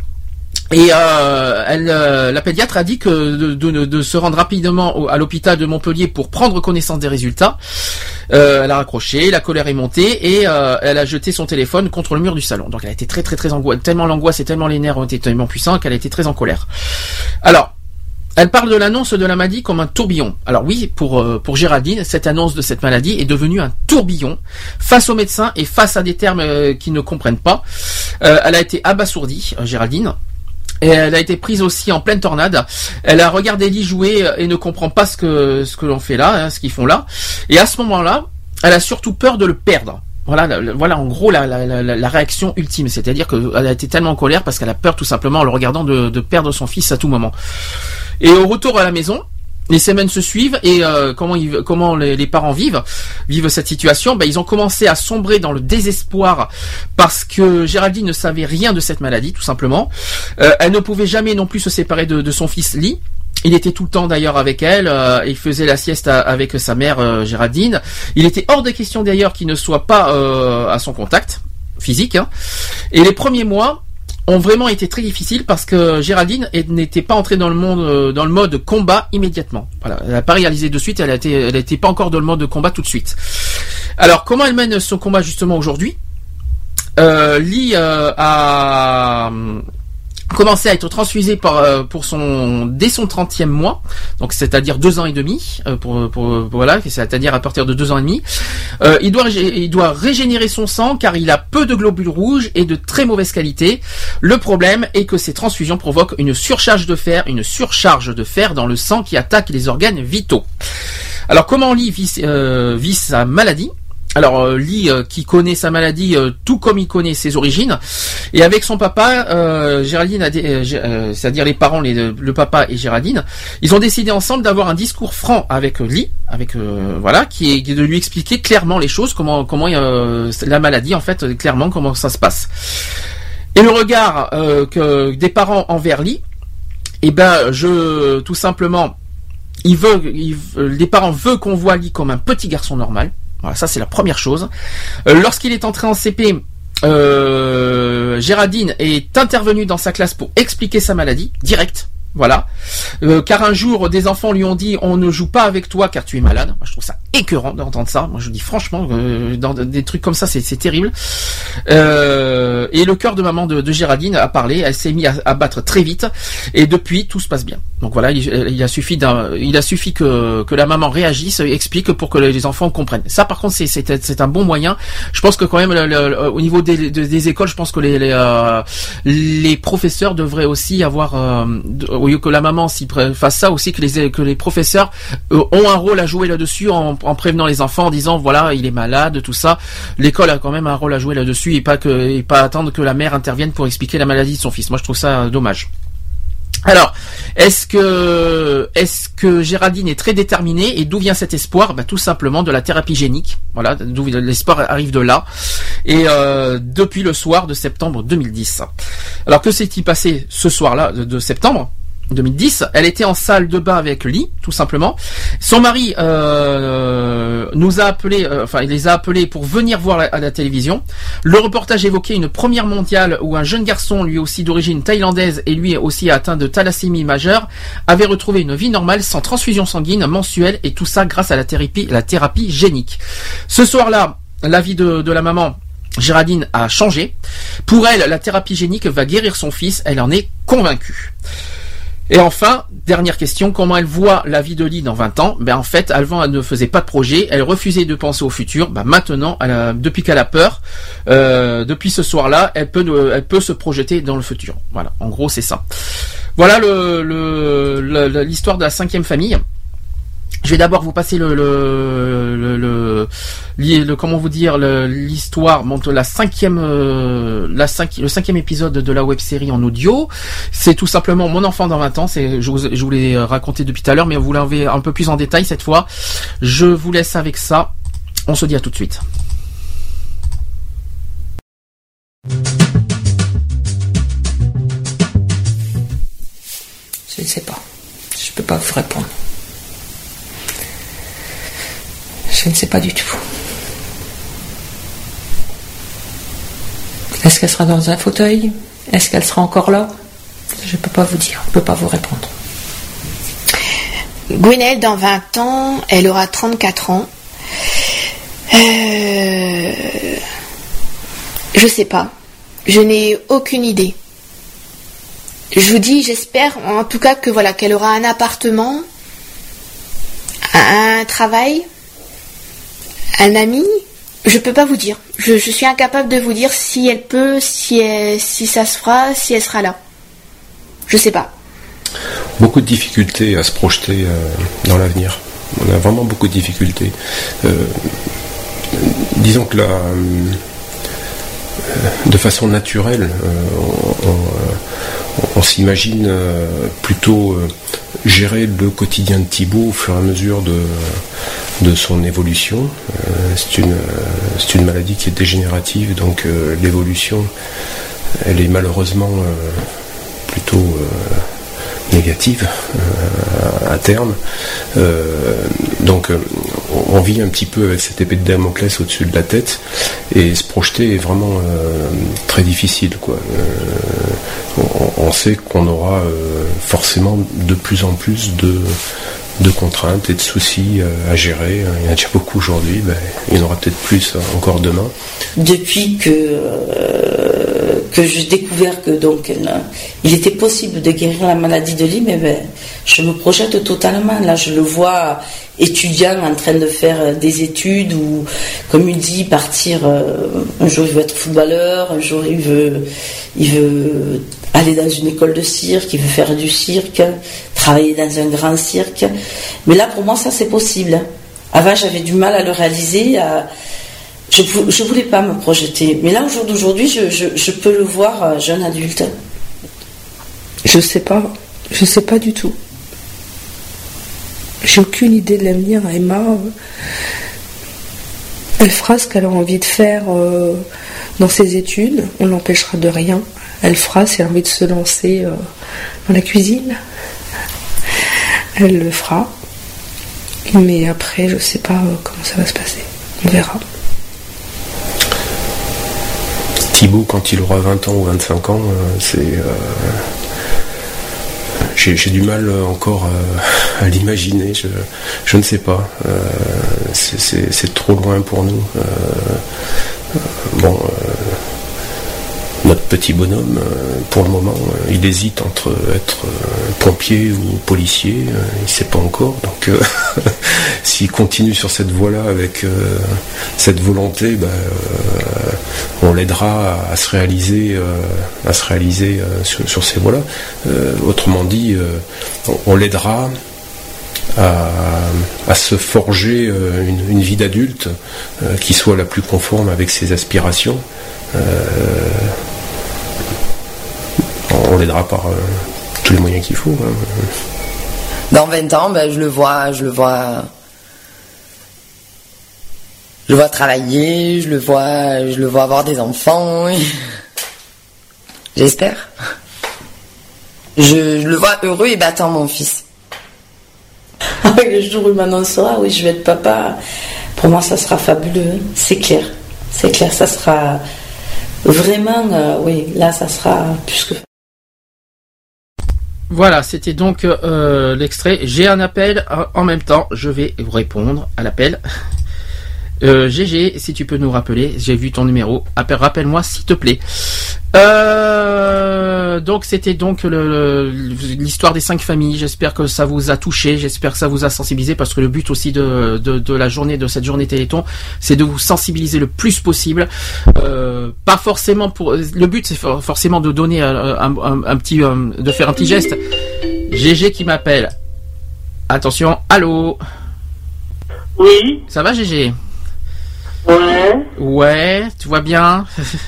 Et euh, elle, euh, la pédiatre a dit que de, de, de se rendre rapidement au, à l'hôpital de Montpellier pour prendre connaissance des résultats. Euh, elle a raccroché, la colère est montée et euh, elle a jeté son téléphone contre le mur du salon. Donc elle a été très très très angoissée, tellement l'angoisse et tellement les nerfs ont été tellement puissants qu'elle a été très en colère. Alors, elle parle de l'annonce de la maladie comme un tourbillon. Alors oui, pour euh, pour Géraldine, cette annonce de cette maladie est devenue un tourbillon face aux médecins et face à des termes euh, qu'ils ne comprennent pas. Euh, elle a été abasourdie, euh, Géraldine. Et elle a été prise aussi en pleine tornade. Elle a regardé Lee jouer et ne comprend pas ce que ce que l'on fait là, hein, ce qu'ils font là. Et à ce moment-là, elle a surtout peur de le perdre. Voilà, la, voilà en gros la, la, la, la réaction ultime, c'est-à-dire qu'elle a été tellement en colère parce qu'elle a peur tout simplement en le regardant de, de perdre son fils à tout moment. Et au retour à la maison, les semaines se suivent et euh, comment ils, comment les, les parents vivent vivent cette situation. Ben, ils ont commencé à sombrer dans le désespoir parce que Géraldine ne savait rien de cette maladie, tout simplement. Euh, elle ne pouvait jamais non plus se séparer de, de son fils Lee. Il était tout le temps d'ailleurs avec elle. Euh, il faisait la sieste à, avec sa mère euh, Géraldine. Il était hors de question d'ailleurs qu'il ne soit pas euh, à son contact physique. Hein. Et les premiers mois ont vraiment été très difficiles parce que Géraldine n'était pas entrée dans le monde, dans le mode combat immédiatement. Voilà, elle n'a pas réalisé de suite, elle a été, elle n'était pas encore dans le mode de combat tout de suite. Alors, comment elle mène son combat justement aujourd'hui? euh, Lee euh, a commencé à être transfusé par, euh, pour son dès son trentième mois, donc c'est-à-dire deux ans et demi, euh, pour, pour voilà, c'est-à-dire à partir de deux ans et demi. Euh, il doit il doit régénérer son sang car il a peu de globules rouges et de très mauvaise qualité. Le problème est que ces transfusions provoquent une surcharge de fer, une surcharge de fer dans le sang qui attaque les organes vitaux. Alors comment Lee vit, euh, vit sa maladie? Alors euh, Lee euh, qui connaît sa maladie euh, tout comme il connaît ses origines, et avec son papa, euh, Géraldine, a dé- euh, euh, c'est-à-dire les parents, les, le papa et Géraldine, ils ont décidé ensemble d'avoir un discours franc avec euh, Lee, avec euh, voilà, qui est de lui expliquer clairement les choses, comment comment euh, la maladie en fait, clairement comment ça se passe. Et le regard euh, que des parents envers Lee, eh ben je tout simplement, il veut, il, les parents veulent qu'on voit Lee comme un petit garçon normal. Voilà, ça c'est la première chose. Euh, lorsqu'il est entré en C P, euh, Géraldine est intervenue dans sa classe pour expliquer sa maladie, direct. Voilà. Euh, car un jour, des enfants lui ont dit « On ne joue pas avec toi car tu es malade ». Moi, je trouve ça écœurant d'entendre ça. Moi, je dis franchement, euh, dans des trucs comme ça, c'est, c'est terrible. Euh, et le cœur de maman de, de Géraldine a parlé. Elle s'est mise à, à battre très vite. Et depuis, tout se passe bien. Donc voilà, il, il a suffi d'un, il a suffi que, que la maman réagisse, explique pour que les enfants comprennent. Ça, par contre, c'est, c'est, c'est un bon moyen. Je pense que quand même, le, le, au niveau des, des, des écoles, je pense que les, les, euh, les professeurs devraient aussi avoir... Euh, au lieu que la maman s'y fasse ça aussi, que les que les professeurs euh, ont un rôle à jouer là-dessus en, en prévenant les enfants, en disant voilà il est malade, tout ça. L'école a quand même un rôle à jouer là-dessus et pas que et pas attendre que la mère intervienne pour expliquer la maladie de son fils. Moi je trouve ça dommage. Alors, est-ce que est-ce que Géraldine est très déterminée et d'où vient cet espoir? Bah, tout simplement de la thérapie génique. Voilà, d'où l'espoir arrive de là. Et euh, depuis le soir de septembre deux mille dix. Alors que s'est-il passé ce soir-là de, de septembre deux mille dix? Elle était en salle de bain avec Lee, tout simplement. Son mari euh, nous a appelé, euh, enfin il les a appelés pour venir voir la, à la télévision. Le reportage évoquait une première mondiale où un jeune garçon, lui aussi d'origine thaïlandaise et lui aussi atteint de thalassémie majeure, avait retrouvé une vie normale sans transfusion sanguine mensuelle et tout ça grâce à la thérapie, la thérapie génique. Ce soir-là, la vie de, de la maman Géraldine a changé. Pour elle, la thérapie génique va guérir son fils. Elle en est convaincue. Et enfin, dernière question, comment elle voit la vie de Lee dans vingt ans? Ben en fait, avant, elle ne faisait pas de projet, elle refusait de penser au futur. Ben maintenant, elle a, depuis qu'elle a peur, euh, depuis ce soir-là, elle peut, elle peut se projeter dans le futur. Voilà, en gros, c'est ça. Voilà le, le, le l'histoire de la cinquième famille. Je vais d'abord vous passer le, le, le, le, le, le comment vous dire, le, l'histoire, la cinquième, euh, la cinq, le cinquième épisode de la web-série en audio. C'est tout simplement Mon enfant dans vingt ans. C'est, je vous, je vous l'ai raconté depuis tout à l'heure, mais vous l'avez un peu plus en détail cette fois. Je vous laisse avec ça. On se dit à tout de suite. pas vous répondre. Je ne sais pas du tout. Est-ce qu'elle sera dans un fauteuil? Est-ce qu'elle sera encore là? Je ne peux pas vous dire, je ne peux pas vous répondre. Gwenaëlle, dans vingt ans, elle aura trente-quatre ans. Euh... Je sais pas. Je n'ai aucune idée. Je vous dis, j'espère en tout cas que voilà, qu'elle aura un appartement, un travail, un ami. Je peux pas vous dire. Je, je suis incapable de vous dire si elle peut, si, elle, si ça se fera, si elle sera là. Je sais pas. Beaucoup de difficultés à se projeter euh, dans l'avenir. On a vraiment beaucoup de difficultés. Euh, disons que là, euh, de façon naturelle, euh, on, on, on s'imagine euh, plutôt euh, gérer le quotidien de Thibaut au fur et à mesure de, de son évolution. Euh, c'est une, c'est une maladie qui est dégénérative, donc euh, l'évolution, elle est malheureusement euh, plutôt euh, négative euh, à terme. Euh, donc euh, on vit un petit peu avec cette épée de Damoclès au-dessus de la tête, et se projeter est vraiment euh, très difficile, quoi. Euh, on, on sait qu'on aura euh, forcément de plus en plus de, de contraintes et de soucis euh, à gérer. Il y en a déjà beaucoup aujourd'hui, ben, il y en aura peut-être plus encore demain. Depuis que, euh, que j'ai découvert que donc là, il était possible de guérir la maladie de Lyme, eh ben, je me projette totalement. Là, je le vois étudiant en train de faire des études, ou comme il dit, partir. Euh, un jour il veut être footballeur, un jour il veut, il veut aller dans une école de cirque, il veut faire du cirque, travailler dans un grand cirque. Mais là, pour moi, ça c'est possible. Avant, j'avais du mal à le réaliser. À, je ne voulais pas me projeter. Mais là, au jour d'aujourd'hui, je, je, je peux le voir jeune adulte. Je sais pas. Je sais pas du tout. J'ai aucune idée de l'avenir. Emma, elle fera ce qu'elle a envie de faire euh, dans ses études. On l'empêchera de rien. Elle fera si elle a envie de se lancer euh, dans la cuisine. Elle le fera. Mais après, je sais pas euh, comment ça va se passer. On verra. Thibaut, quand il aura vingt ans ou vingt-cinq ans, euh, c'est... Euh, j'ai, j'ai du mal encore euh, à l'imaginer. Je, je ne sais pas. Euh, c'est, c'est, c'est trop loin pour nous. Euh, euh, bon... Euh, Notre petit bonhomme, pour le moment, il hésite entre être pompier ou policier, il ne sait pas encore. Donc, euh, s'il continue sur cette voie-là avec euh, cette volonté, bah, euh, on l'aidera à, à se réaliser, euh, à se réaliser euh, sur, sur ces voies-là. Euh, autrement dit, euh, on, on l'aidera à, à se forger euh, une, une vie d'adulte euh, qui soit la plus conforme avec ses aspirations. Euh, on l'aidera par euh, tous les moyens qu'il faut. Hein. Dans vingt ans, ben, je le vois, je le vois, je le vois travailler, je le vois, je le vois avoir des enfants. J'espère. Je, je le vois heureux et battant, mon fils. Le jour où il m'annoncera, oui, je vais être papa, pour moi, ça sera fabuleux. C'est clair, c'est clair, ça sera vraiment, euh, oui, là, ça sera plus que. Voilà, c'était donc euh, l'extrait. J'ai un appel en même temps. Je vais vous répondre à l'appel. Euh, G G, si tu peux nous rappeler, j'ai vu ton numéro. Appelle, rappelle-moi s'il te plaît. Euh, donc c'était donc le, le, l'histoire des cinq familles. J'espère que ça vous a touché. J'espère que ça vous a sensibilisé, parce que le but aussi de, de, de la journée, de cette journée Téléthon, c'est de vous sensibiliser le plus possible. Euh, pas forcément pour. Le but, c'est for, forcément de donner un, un, un, un petit, un, de faire un petit geste. G G qui m'appelle. Attention, allô. Oui. Ça va, G G? Ouais. Ouais, tu vois bien?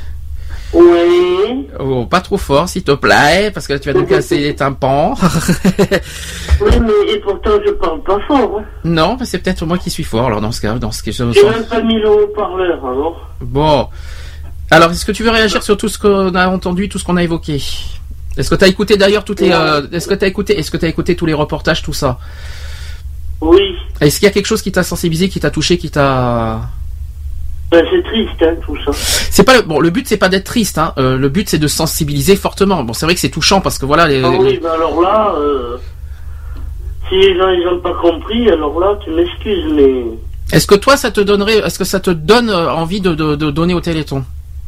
Oui. Oh, pas trop fort, s'il te plaît, parce que tu vas nous casser les tympans. Oui, mais et pourtant je parle pas fort. Hein. Non, c'est peut-être moi qui suis fort, alors dans ce cas, dans ce cas, je J'ai même pas mis le haut-parleur, alors. Bon. Alors, est-ce que tu veux réagir sur tout ce qu'on a entendu, tout ce qu'on a évoqué? Est-ce que tu as écouté d'ailleurs toutes les euh, est-ce que tu as écouté est-ce que tu as écouté tous les reportages, tout ça? Oui. Est-ce qu'il y a quelque chose qui t'a sensibilisé, qui t'a touché, qui t'a Ben, c'est triste, hein, tout ça. C'est pas le, bon. Le but c'est pas d'être triste, hein. Euh, le but c'est de sensibiliser fortement. Bon, c'est vrai que c'est touchant parce que voilà. Les, ah oui, les... ben alors là, euh, si les gens ils ont pas compris, alors là, tu m'excuses, mais. Est-ce que toi ça te donnerait, est-ce que ça te donne envie de, de, de donner au Téléthon?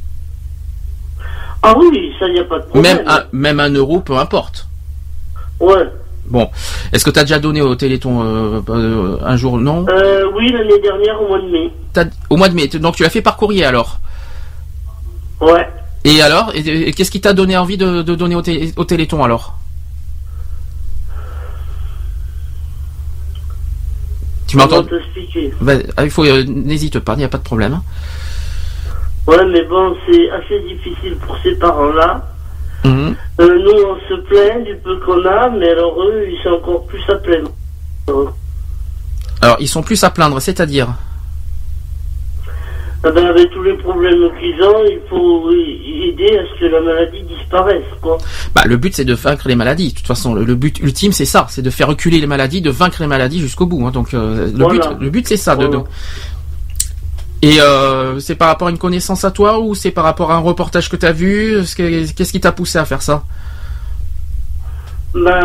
Ah oui, ça y a pas de problème. Même un, même un euro, peu importe. Ouais. Bon, est-ce que tu as déjà donné au Téléthon euh, euh, un jour, non? euh, Oui, l'année dernière, au mois de mai. T'as, au mois de mai, donc tu l'as fait par courrier alors? Ouais. Et alors, et, et qu'est-ce qui t'a donné envie de, de donner au, té, au Téléthon alors? Tu m'entends? Je vais t'expliquer. Ben, il faut, euh, n'hésite pas, il n'y a pas de problème. Hein. Ouais, mais bon, c'est assez difficile pour ces parents-là. Mmh. Euh, nous, on se plaint du peu qu'on a, mais alors eux, ils sont encore plus à plaindre. Alors, ils sont plus à plaindre, c'est-à-dire? Ah ben, avec tous les problèmes qu'ils ont, il faut aider à ce que la maladie disparaisse, quoi. Bah, le but, c'est de vaincre les maladies. De toute façon, le, le but ultime, c'est ça, c'est de faire reculer les maladies, de vaincre les maladies jusqu'au bout. Hein. Donc, euh, le, voilà. but, le but, c'est ça. Voilà. De, de... Et euh, c'est par rapport à une connaissance à toi ou c'est par rapport à un reportage que tu as vu? Qu'est-ce qui t'a poussé à faire ça? Ben,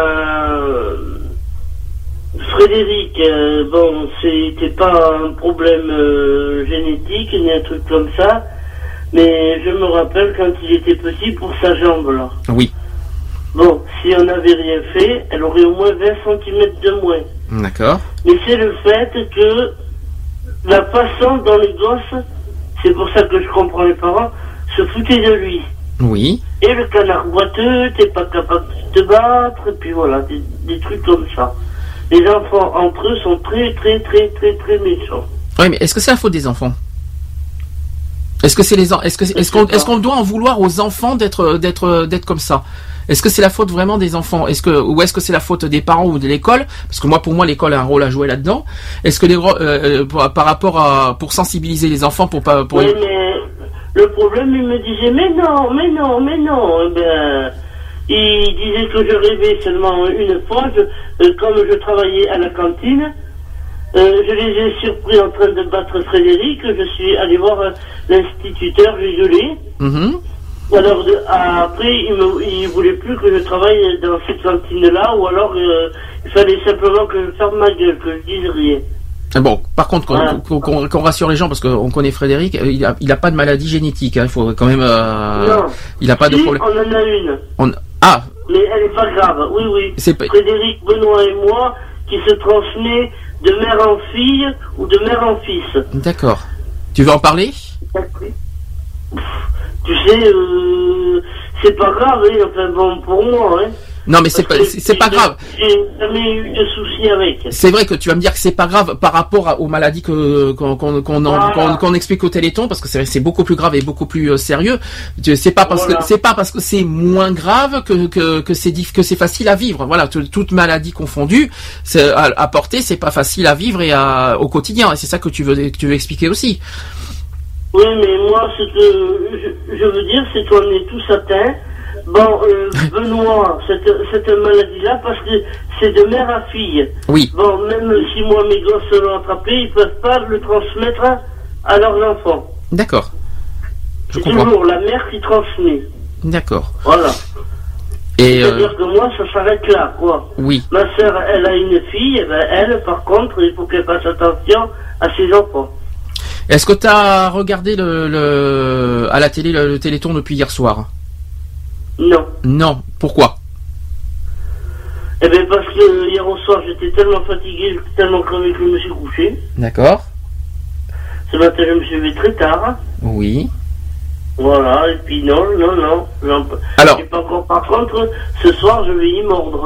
Frédéric, euh, bon, c'était pas un problème euh, génétique ni un truc comme ça, mais je me rappelle quand il était petit pour sa jambe là. Oui. Bon, si on n'avait rien fait, elle aurait au moins vingt centimètres de moins. D'accord. Mais c'est le fait que la façon dont les gosses, c'est pour ça que je comprends les parents, se foutaient de lui. Oui. Et le canard boiteux, t'es pas capable de te battre, et puis voilà, des, des trucs comme ça. Les enfants entre eux sont très très très très très méchants. Oui, mais est-ce que c'est la faute des enfants? Est-ce que c'est les en... est-ce que est-ce qu'on est-ce qu'on doit en vouloir aux enfants d'être d'être d'être comme ça? Est-ce que c'est la faute vraiment des enfants? Est-ce que ou est-ce que c'est la faute des parents ou de l'école? Parce que moi, pour moi, l'école a un rôle à jouer là-dedans. Est-ce que les euh, pour, par rapport à pour sensibiliser les enfants pour pas pour oui, mais le problème, il me disait mais non, mais non, mais non. Eh ben, il disait que je rêvais seulement une fois. Je, euh, comme je travaillais à la cantine, euh, je les ai surpris en train de battre Frédéric. Je suis allé voir euh, l'instituteur, j'ai gueulé. Mm-hmm. Alors de, après, il ne il voulait plus que je travaille dans cette cantine-là, ou alors euh, il fallait simplement que je ferme ma gueule, que je dise rien. Bon, par contre, qu'on, voilà. qu'on, qu'on, qu'on rassure les gens, parce qu'on connaît Frédéric, il a, il a pas de maladie génétique, hein, il faut quand même... Euh, non. Il a pas si, de problème. on en a une. On, ah mais elle est pas grave, oui, oui. C'est pas... Frédéric, Benoît et moi, qui se transmet de mère en fille ou de mère en fils. D'accord. Tu veux en parler? Tu sais, euh, c'est pas grave, hein, enfin bon, pour moi, hein. Non, mais c'est pas, c'est, c'est pas grave. J'ai jamais eu de soucis avec. C'est vrai que tu vas me dire que c'est pas grave par rapport à, aux maladies que, qu'on, qu'on, qu'on, en, voilà. qu'on, qu'on explique au Téléthon, parce que c'est, c'est beaucoup plus grave et beaucoup plus euh, sérieux. C'est pas parce voilà. que, c'est pas parce que c'est moins grave que, que, que c'est, que c'est facile à vivre. Voilà, toute maladie confondue, c'est, à, à porter, c'est pas facile à vivre et à, au quotidien. Et c'est ça que tu veux, que tu veux expliquer aussi. Oui, mais moi, ce que je, je veux dire, c'est qu'on est tous atteints. Bon, euh, Benoît, cette, cette maladie-là, parce que c'est de mère à fille. Oui. Bon, même si moi, mes gosses l'ont attrapé, ils peuvent pas le transmettre à leurs enfants. D'accord. Je c'est comprends. toujours la mère qui transmet. D'accord. Voilà. Et C'est-à-dire euh... que moi, ça s'arrête là, quoi. Oui. Ma sœur, elle a une fille, et ben elle, par contre, il faut qu'elle fasse attention à ses enfants. Est-ce que tu as regardé le, le, à la télé le, le Téléthon depuis hier soir? Non. Non. Pourquoi? Eh bien parce que hier au soir j'étais tellement fatigué, tellement crevé que je me suis couché. D'accord. Ce matin je me suis levé très tard. Oui. Voilà, et puis non, non, non. Alors. Et pas encore, par contre, ce soir je vais y mordre.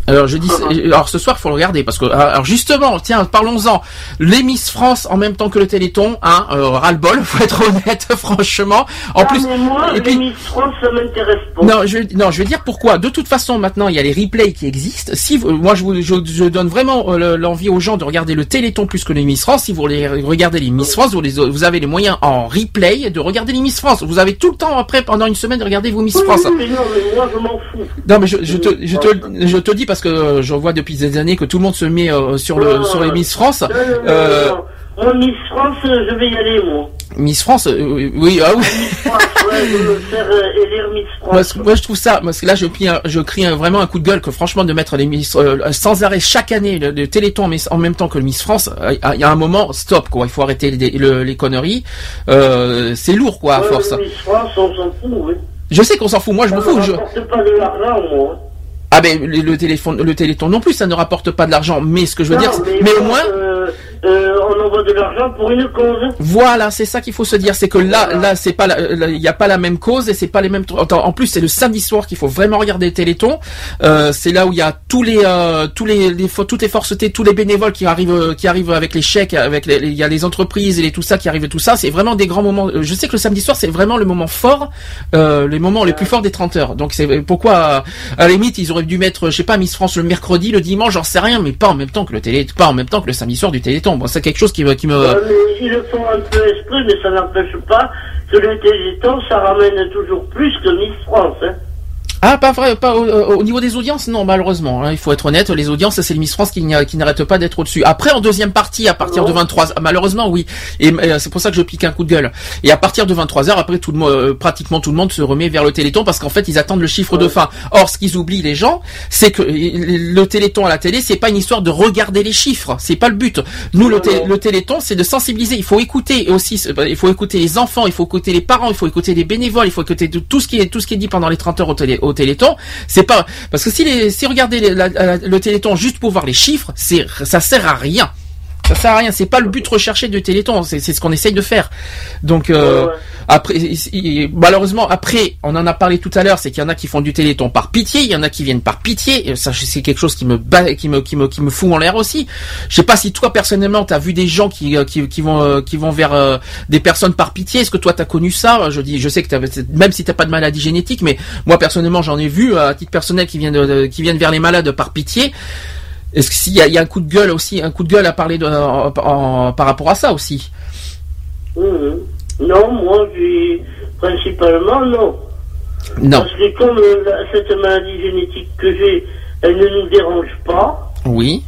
Alors je dis, alors ce soir il faut le regarder parce que alors justement, tiens, parlons-en. Les Miss France en même temps que le Téléthon, hein, euh, ras-le-bol, faut être honnête, franchement. En ah, plus, mais moi, et puis, les Miss France, ça m'intéresse pas. Non, je non, je vais dire pourquoi. De toute façon, maintenant il y a les replays qui existent. Si vous, moi je vous, je, je donne vraiment euh, l'envie aux gens de regarder le Téléthon plus que les Miss France. Si vous les regardez les Miss France, vous, les, vous avez les moyens en replay de regarder les Miss France. Vous avez tout le temps après pendant une semaine de regarder vos Miss oui, France. Oui, mais non, mais moi je m'en fous. Non, mais je, je te, je te, je te dis parce que euh, je vois depuis des années que tout le monde se met euh, sur le, non, sur les Miss France. Non, non, euh, non, non. Moi, Miss France, je vais y aller, moi. Miss France, euh, oui, ah oui. Miss France, ouais, je veux faire euh, élire Miss France. Moi, moi, je trouve ça, parce que là, je, je crie un, vraiment un coup de gueule que franchement, de mettre les Miss, euh, sans arrêt chaque année, le, le Téléthon mais en même temps que le Miss France, il euh, y a un moment, stop, quoi. Il faut arrêter les, les, les conneries. Euh, c'est lourd, quoi, à ouais, force. Miss France, on s'en fout, oui. Je sais qu'on s'en fout, moi, je ça me fous. Ça ne rapporte pas de l'argent, moi. Ah ben le, le téléphone, le Téléthon non plus, ça ne rapporte pas de l'argent. Mais ce que je veux non, dire, mais, mais bon, au moins, euh, euh, on envoie de l'argent pour une cause. Voilà, c'est ça qu'il faut se dire, c'est que là, voilà. là, c'est pas, il y a pas la même cause et c'est pas les mêmes. En plus, c'est le samedi soir qu'il faut vraiment regarder le Téléthon. Euh, c'est là où il y a tous les, euh, tous les, les, toutes les forces T, tous les bénévoles qui arrivent, qui arrivent avec les chèques, avec les, il y a les entreprises et les tout ça qui arrivent, tout ça. C'est vraiment des grands moments. Je sais que le samedi soir, c'est vraiment le moment fort, euh, les moments les plus forts des trente heures. Donc c'est pourquoi, à la limite, ils auraient dû mettre, je sais pas, Miss France le mercredi, le dimanche, j'en sais rien, mais pas en même temps que le télé, pas en même temps que le samedi soir du Téléthon. Bon, c'est quelque chose qui me, qui me. Ouais, mais ils le font un peu esprit, mais ça n'empêche pas que le Téléthon, ça ramène toujours plus que Miss France, hein. Ah, pas vrai, pas au, au niveau des audiences, non, malheureusement. Hein, il faut être honnête, les audiences, c'est le Miss France qui, qui n'arrête pas d'être au-dessus. Après, en deuxième partie, à partir non. de vingt-trois heures, malheureusement, oui. Et, et c'est pour ça que je pique un coup de gueule. Et à partir de vingt-trois heures, après, tout le monde, euh, pratiquement tout le monde se remet vers le Téléthon parce qu'en fait, ils attendent le chiffre ouais. de fin. Or, ce qu'ils oublient, les gens, c'est que le Téléthon à la télé, c'est pas une histoire de regarder les chiffres. C'est pas le but. Nous, le, té- le Téléthon, c'est de sensibiliser. Il faut écouter aussi, il faut écouter les enfants, il faut écouter les parents, il faut écouter les bénévoles, il faut écouter tout ce qui est, tout ce qui est dit pendant les trente heures au, télé, au Téléthon. C'est pas parce que si les si regardez les, la, la, le Téléthon juste pour voir les chiffres, c'est ça sert à rien. Ça sert à rien. C'est pas le but recherché du Téléthon. C'est, c'est ce qu'on essaye de faire. Donc euh, ouais. après, malheureusement, après, on en a parlé tout à l'heure, c'est qu'il y en a qui font du Téléthon par pitié, il y en a qui viennent par pitié. Et ça, c'est quelque chose qui me bat, qui me qui me qui me fout en l'air aussi. Je sais pas si toi personnellement, t'as vu des gens qui qui qui vont qui vont vers euh, des personnes par pitié. Est-ce que toi t'as connu ça? Je dis, je sais que t'as, même si t'as pas de maladie génétique, mais moi personnellement, j'en ai vu à titre personnel qui viennent de, qui viennent vers les malades par pitié. Est-ce qu'il y a, il y a un coup de gueule aussi, un coup de gueule à parler de, en, en, par rapport à ça aussi? Mmh. Non, moi, j'ai principalement non. Non. Parce que comme la, cette maladie génétique que j'ai, elle ne nous dérange pas. Oui.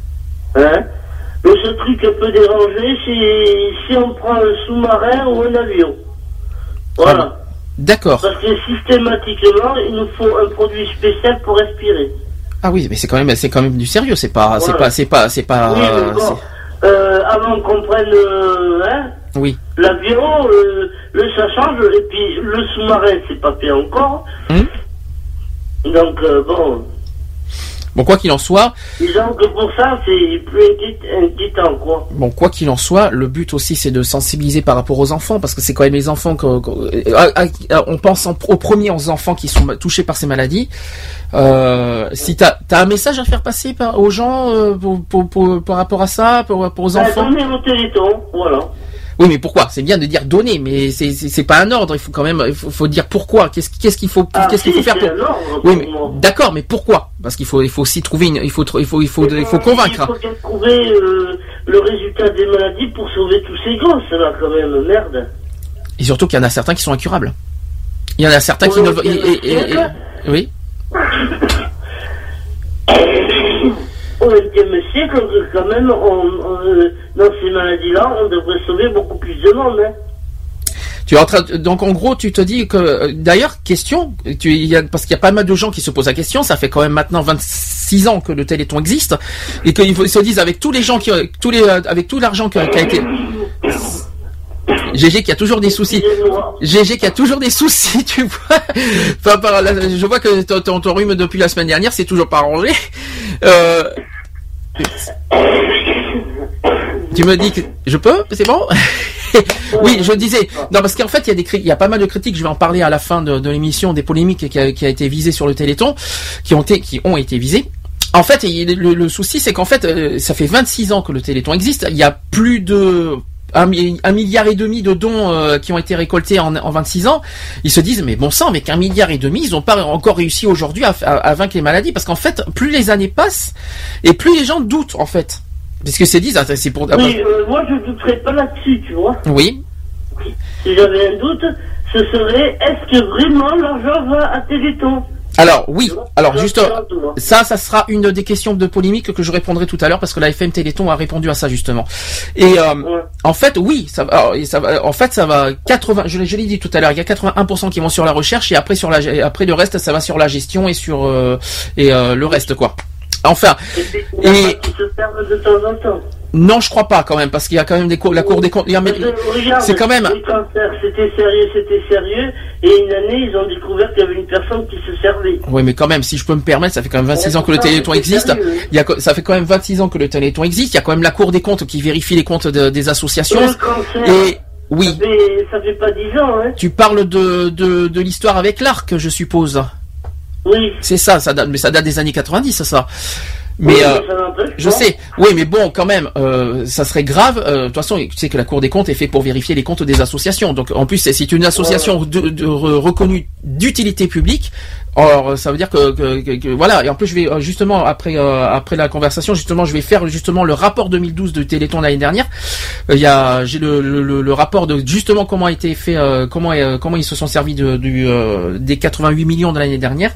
Hein? Le seul truc qui peut déranger, c'est si on prend un sous-marin ou un avion. Voilà. Ah, d'accord. Parce que systématiquement, il nous faut un produit spécial pour respirer. Ah oui, mais c'est quand même, c'est quand même du sérieux. C'est pas, voilà. c'est pas, c'est pas, c'est pas. Oui, mais bon, euh, avant qu'on prenne, euh, hein, oui. l'avion, euh, le ça change, et puis le sous-marin, c'est pas fait encore. Hum. Donc euh, bon. Bon, quoi qu'il en soit. Disons que pour ça, c'est plus inquiétant, quoi. Bon, quoi qu'il en soit, le but aussi, c'est de sensibiliser par rapport aux enfants, parce que c'est quand même les enfants que, que à, à, on pense en, au premier aux enfants qui sont touchés par ces maladies. Euh, si t'as, t'as un message à faire passer par, aux gens euh, pour, pour, pour, par rapport à ça, pour, pour aux bah, enfants. Donner au Téléthon, voilà. Oui, mais pourquoi? C'est bien de dire donner, mais c'est, c'est, c'est pas un ordre. Il faut quand même, il faut, faut dire pourquoi. Qu'est-ce, qu'est-ce qu'il faut, ah, qu'est-ce si, qu'il faut faire pour. Ordre, oui, mais d'accord, mais pourquoi? Parce qu'il faut, il faut aussi trouver une, il faut, il faut, il faut, il faut convaincre. Il faut trouver euh, le résultat des maladies pour sauver tous ces gosses, là, quand même, merde. Et surtout qu'il y en a certains qui sont incurables. Il y en a certains qui ne, et, et, et, et, oui. Au vingtième siècle, quand même, on, on, dans ces maladies-là, on devrait sauver beaucoup plus de monde. Hein. Tu es en train de, donc en gros, tu te dis que, d'ailleurs, question, tu, y a, parce qu'il y a pas mal de gens qui se posent la question, ça fait quand même maintenant vingt-six ans que le Téléthon existe, et qu'ils se disent avec tous les gens qui, tous les, avec tout l'argent qui a, qui a été... G G qui a toujours des soucis. G G qui a toujours des soucis, tu vois. Enfin, par la, je vois que ton, ton, ton rhume depuis la semaine dernière, c'est toujours pas arrangé. Euh... Tu me dis que je peux, c'est bon. Oui, je disais. Non, parce qu'en fait, il y a des, il y a pas mal de critiques. Je vais en parler à la fin de, de l'émission, des polémiques qui a, qui a été visées sur le Téléthon, qui ont été, qui ont été visées. En fait, il, le, le souci, c'est qu'en fait, euh, ça fait vingt-six ans que le Téléthon existe. Il y a plus de un, un milliard et demi de dons euh, qui ont été récoltés en, en vingt-six ans. Ils se disent, mais bon sang, avec un milliard et demi, ils n'ont pas encore réussi aujourd'hui à, à, à vaincre les maladies, parce qu'en fait, plus les années passent et plus les gens doutent, en fait. Parce que c'est dit, c'est pour. Oui, euh, moi je ne douterais pas là-dessus, tu vois. Oui. Si j'avais un doute, ce serait, est-ce que vraiment l'argent va à Téléthon? Alors oui, alors juste ça, ça sera une des questions de polémique que je répondrai tout à l'heure parce que la F M Téléthon a répondu à ça justement. Et euh, ouais. en fait, oui, ça va, alors, ça va, en fait, ça va quatre-vingts. Je, je l'ai dit tout à l'heure, il y a quatre-vingt-un pour cent qui vont sur la recherche et après sur la, après le reste, ça va sur la gestion et sur euh, et euh, le reste quoi. Enfin. Et, et qui se servent de temps en temps. Non, je crois pas quand même, parce qu'il y a quand même des cours, la Cour des comptes. C'est quand même. Les cancers, c'était sérieux, c'était sérieux, et une année, ils ont découvert qu'il y avait une personne qui se servait. Oui, mais quand même, si je peux me permettre, ça fait quand même vingt-six ans que le Téléthon existe. Il y a, ça fait quand même vingt-six ans que le Téléthon existe. Il y a quand même la Cour des comptes qui vérifie les comptes de, des associations. Le cancer, et oui. Ça fait, ça fait pas dix ans, hein. Tu parles de, de, de l'histoire avec l'Arc, je suppose. Oui. C'est ça, ça date, mais ça date des années quatre-vingt-dix, ça. Mais, oui, euh, mais je sais, oui, mais bon, quand même, euh, ça serait grave. Euh, de toute façon, tu sais que la Cour des comptes est faite pour vérifier les comptes des associations. Donc, en plus, c'est, c'est une association ouais. de, de, reconnue d'utilité publique. Or, ça veut dire que, que, que, que voilà. Et en plus, je vais justement après euh, après la conversation, justement, je vais faire justement le rapport deux mille douze de Téléthon l'année dernière. Il euh, y a j'ai le, le, le rapport de justement comment a été fait, euh, comment euh, comment ils se sont servis de, du euh, des quatre-vingt-huit millions de l'année dernière.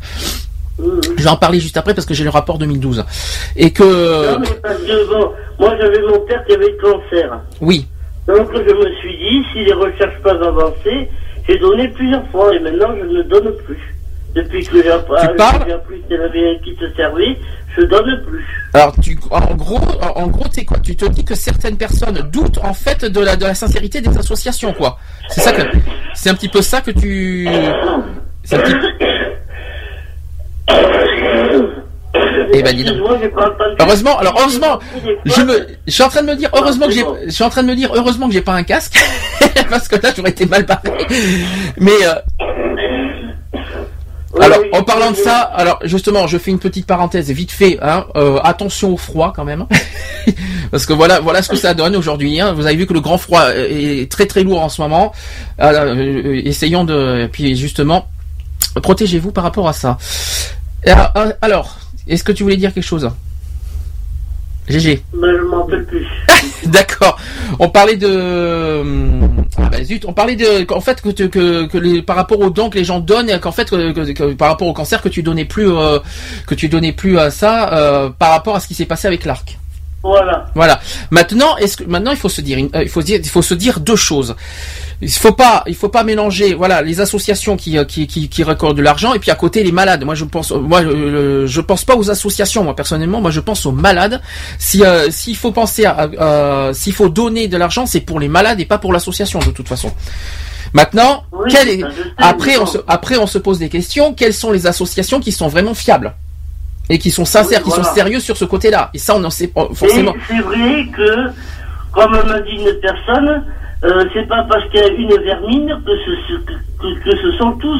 Je vais en parler juste après parce que j'ai le rapport deux mille douze. Et que... Non, mais parce que bon, moi j'avais mon père qui avait le cancer. Oui. Donc je me suis dit, si les recherches peuvent avancer, j'ai donné plusieurs fois et maintenant je ne donne plus. Depuis que j'ai appris qu'il y avait qui se servait, je donne plus. Alors, tu, en gros, en gros, c'est quoi? Tu te dis que certaines personnes doutent en fait de la, de la sincérité des associations, quoi. C'est ça que, c'est un petit peu ça que tu... C'est un petit peu... Eh ben, dis donc. Heureusement, alors heureusement, je me, je suis en train de me dire heureusement que j'ai, je suis en train de me dire heureusement que j'ai pas un casque parce que là j'aurais été mal barré. Mais euh, alors en parlant de ça, alors justement, je fais une petite parenthèse vite fait. Hein, euh, attention au froid quand même, parce que voilà, voilà ce que ça donne aujourd'hui. Hein. Vous avez vu que le grand froid est très très lourd en ce moment. Euh, euh, essayons de, puis justement. Protégez-vous par rapport à ça. Alors, est-ce que tu voulais dire quelque chose? G G. Ben, je m'en rappelle plus. D'accord. On parlait de... Ah ben zut, on parlait de... En fait, que, que, que les, par rapport aux dons que les gens donnent, et qu'en fait, que, que, que, par rapport au cancer, que tu donnais plus, euh, que tu donnais plus à ça, euh, par rapport à ce qui s'est passé avec l'Arc. Voilà. Voilà. Maintenant, est-ce que maintenant il faut se dire, euh, il faut dire, il faut se dire deux choses. Il faut pas, il faut pas mélanger, voilà, les associations qui qui qui, qui récoltent de l'argent et puis à côté les malades. Moi, je pense, moi, euh, je pense pas aux associations. Moi, personnellement, moi, je pense aux malades. Si euh, s'il faut penser à, euh, s'il faut donner de l'argent, c'est pour les malades et pas pour l'association de toute façon. Maintenant, oui, quelle est, après on se, après on se pose des questions. Quelles sont les associations qui sont vraiment fiables? Et qui sont sincères, oui, voilà. Qui sont sérieux sur ce côté-là. Et ça, on en sait forcément. Et c'est vrai que, comme m'a dit une personne, euh, c'est pas parce qu'il y a une vermine que ce, que, que ce sont tous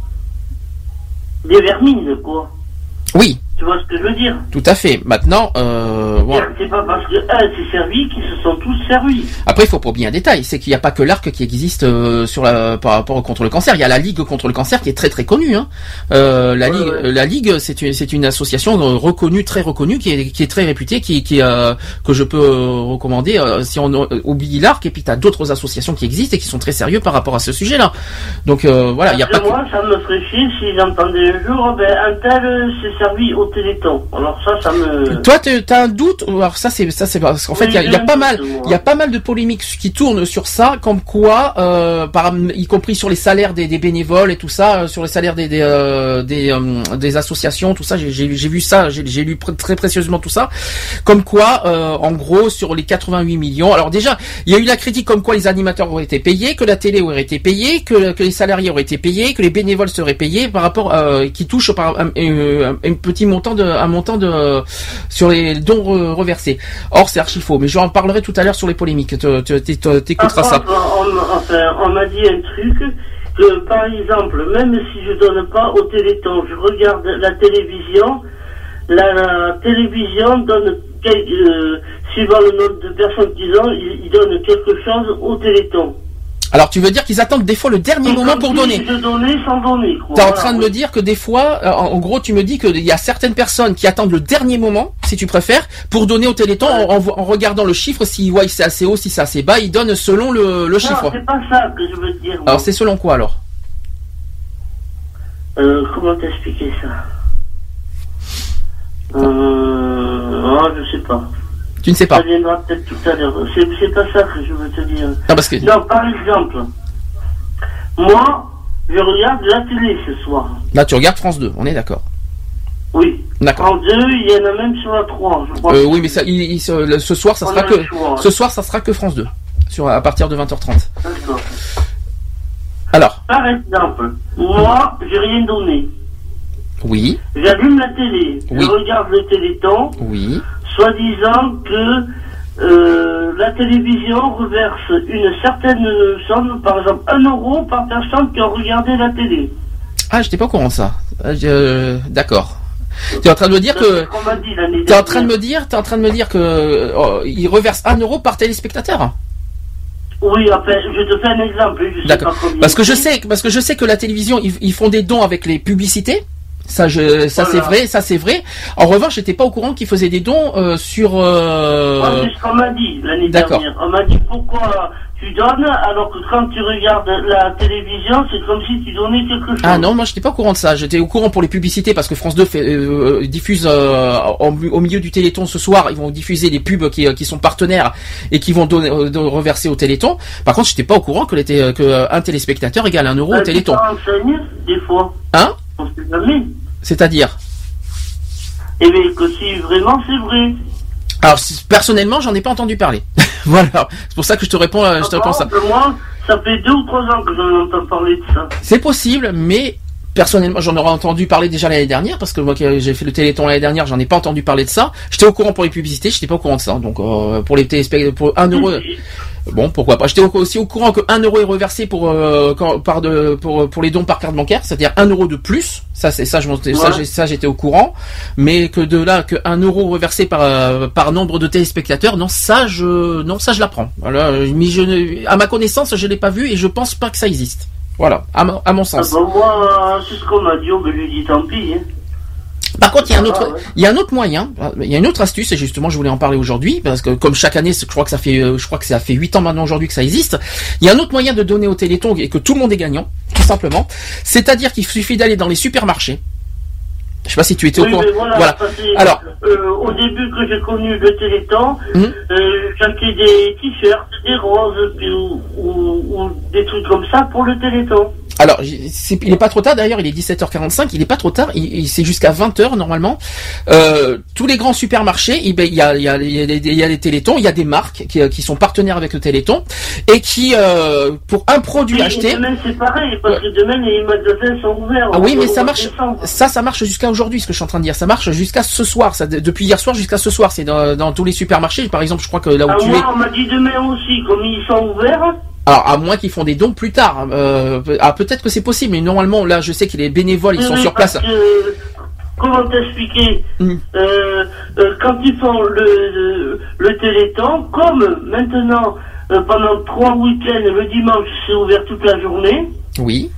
des vermines, quoi. Oui. Tu vois ce que je veux dire? Tout à fait. Maintenant, euh, bon. C'est pas parce que un s'est servi qu'ils se sont tous servis. Après, il faut pas oublier un détail, c'est qu'il n'y a pas que l'Arc qui existe euh, sur la, par rapport contre le cancer. Il y a la Ligue contre le cancer qui est très très connue. Hein. Euh, la ouais, Ligue, ouais. la Ligue, c'est une, c'est une association reconnue, très reconnue, qui est, qui est très réputée, qui, qui euh, que je peux euh, recommander. Euh, si on euh, oublie l'Arc, et puis t'as d'autres associations qui existent et qui sont très sérieux par rapport à ce sujet-là. Donc euh, voilà, il y a pas. Moi, que... ça me ferait chier si j'entendais un jour, ben un tel s'est servi au Téléthon. Alors ça, ça me. Toi, t'as un doute. Alors ça, c'est ça, c'est parce qu'en fait, il oui, y, y a pas mal, il y a pas mal de polémiques qui tournent sur ça, comme quoi, euh, par, y compris sur les salaires des, des bénévoles et tout ça, sur les salaires des des euh, des, euh, des associations, tout ça. J'ai j'ai, j'ai vu ça, j'ai, j'ai lu pr- très précieusement tout ça, comme quoi, euh, en gros, sur les quatre-vingt-huit millions. Alors déjà, il y a eu la critique comme quoi les animateurs auraient été payés, que la télé aurait été payée, que que les salariés auraient été payés, que les bénévoles seraient payés par rapport, euh, qui touchent par un, un, un petit montant de un montant de sur les dons re, reversés. Or c'est archi faux, mais j'en parlerai tout à l'heure sur les polémiques. T'écouteras ça. On, enfin, on m'a dit un truc que par exemple, même si je donne pas au Téléthon, je regarde la télévision, la, la télévision donne, euh, suivant le nombre de personnes qu'ils ont, ils, ils donnent quelque chose au Téléthon. Alors tu veux dire qu'ils attendent des fois le dernier moment pour donner. De donner sans donner. T'es en train de me dire que des fois, en, en gros, tu me dis qu'il y a certaines personnes qui attendent le dernier moment, si tu préfères, pour donner au Téléthon en, en, en regardant le chiffre, s'ils voient que c'est assez haut, si c'est assez bas, ils donnent selon le, le chiffre. Non, c'est pas ça que je veux te dire. Moi. Alors c'est selon quoi alors? Euh, comment t'expliquer ça? Euh, oh, je sais pas. Tu ne sais pas. Ça viendra peut-être tout à l'heure. C'est, c'est pas ça que je veux te dire. Non, parce que... non, par exemple, moi, je regarde la télé ce soir. Là, tu regardes France deux, on est d'accord. Oui. D'accord. France deux, il y en a même sur la trois, je crois. Euh, oui, mais ça, il, il, ce, ce soir, ça on sera que, choix, ce soir, ça sera que France deux, sur, à partir de vingt heures trente. D'accord. Alors. Par exemple, moi, j'ai rien donné. Oui. J'allume la télé, oui. Je regarde le Téléthon. Oui. Soi-disant que euh, la télévision reverse une certaine somme, par exemple un euro par personne qui a regardé la télé. Ah, j'étais pas au courant de ça. Euh, d'accord. Tu es en train de me dire que. Tu es en train de me dire, t'es en train de me dire que oh, ils reversent un euro par téléspectateur. Oui, enfin, je te fais un exemple. Je sais d'accord. Pas parce que je sais, parce que je sais que la télévision, ils, ils font des dons avec les publicités. Ça, je, ça voilà. c'est vrai, ça c'est vrai. En revanche, j'étais pas au courant qu'ils faisaient des dons euh, sur. Euh... Ouais, c'est ce qu'on m'a dit l'année D'accord. dernière. On m'a dit pourquoi tu donnes alors que quand tu regardes la télévision, c'est comme si tu donnais quelque chose. Ah non, moi j'étais pas au courant de ça. J'étais au courant pour les publicités parce que France deux fait, euh, diffuse euh, en, au milieu du Téléthon ce soir. Ils vont diffuser les pubs qui, qui sont partenaires et qui vont donner, euh, reverser au Téléthon. Par contre, j'étais pas au courant que, les, que un téléspectateur égale un euro euh, au Téléthon. Tu t'enseignes des fois. Hein? On sait jamais. C'est-à-dire? Eh bien, que si vraiment c'est vrai. Alors, personnellement, j'en ai pas entendu parler. Voilà. C'est pour ça que je te réponds, ah je te réponds ça. Moi, ça fait deux ou trois ans que j'en entends parler de ça. C'est possible, mais personnellement, j'en aurais entendu parler déjà l'année dernière, parce que moi, j'ai fait le Téléthon l'année dernière, j'en ai pas entendu parler de ça. J'étais au courant pour les publicités, j'étais pas au courant de ça. Donc, euh, pour les téléspectateurs, pour un euro. Bon, pourquoi pas. J'étais aussi au courant que un euro est reversé pour euh, quand, par de pour pour les dons par carte bancaire, c'est-à-dire un euro de plus. Ça c'est ça je ouais. ça, ça j'étais au courant, mais que de là que un euro reversé par euh, par nombre de téléspectateurs, non ça je non ça je l'apprends. Voilà, mais je à ma connaissance je l'ai pas vu et je pense pas que ça existe. Voilà, à, ma, à mon sens. Ah bah moi c'est ce qu'on m'a dit, on me lui dit tant pis. Hein. Par contre, il y a un autre, il y a un autre moyen, il y a une autre astuce et justement, je voulais en parler aujourd'hui parce que comme chaque année, je crois que ça fait, je crois que ça fait huit ans maintenant aujourd'hui que ça existe. Il y a un autre moyen de donner au Téléthon et que tout le monde est gagnant, tout simplement. C'est-à-dire qu'il suffit d'aller dans les supermarchés. Je sais pas si tu étais oui, au courant. Voilà. voilà. Alors, euh, au début que j'ai connu le Téléthon, mmh. euh, j'achetais des t-shirts, des roses ou, ou, ou des trucs comme ça pour le Téléthon. Alors, c'est, il est pas trop tard d'ailleurs, il est dix-sept heures quarante-cinq, il est pas trop tard, il, il, c'est jusqu'à vingt heures normalement. Euh, tous les grands supermarchés, il, ben, il y a, il y a, il y a, des, il y a des Télétons, il y a des marques qui, qui sont partenaires avec le Téléthon et qui, euh, pour un produit oui, acheté. Demain c'est pareil, parce que demain les magasins sont ouverts. Ah oui, mais ça marche. Ça, ça marche jusqu'à aujourd'hui, ce que je suis en train de dire. Ça marche jusqu'à ce soir. Ça, depuis hier soir jusqu'à ce soir, c'est dans, dans tous les supermarchés. Par exemple, je crois que là où ah, tu moi, es. On m'a dit demain aussi, comme ils sont ouverts. Alors, à moins qu'ils font des dons plus tard. Euh, ah, peut-être que c'est possible, mais normalement, là, je sais que les bénévoles, ils oui, sont oui, sur place. Que, comment t'expliquer mmh. euh, euh, quand ils font le, le, le Téléthon, comme maintenant, euh, pendant trois week-ends, le dimanche, c'est ouvert toute la journée. Oui.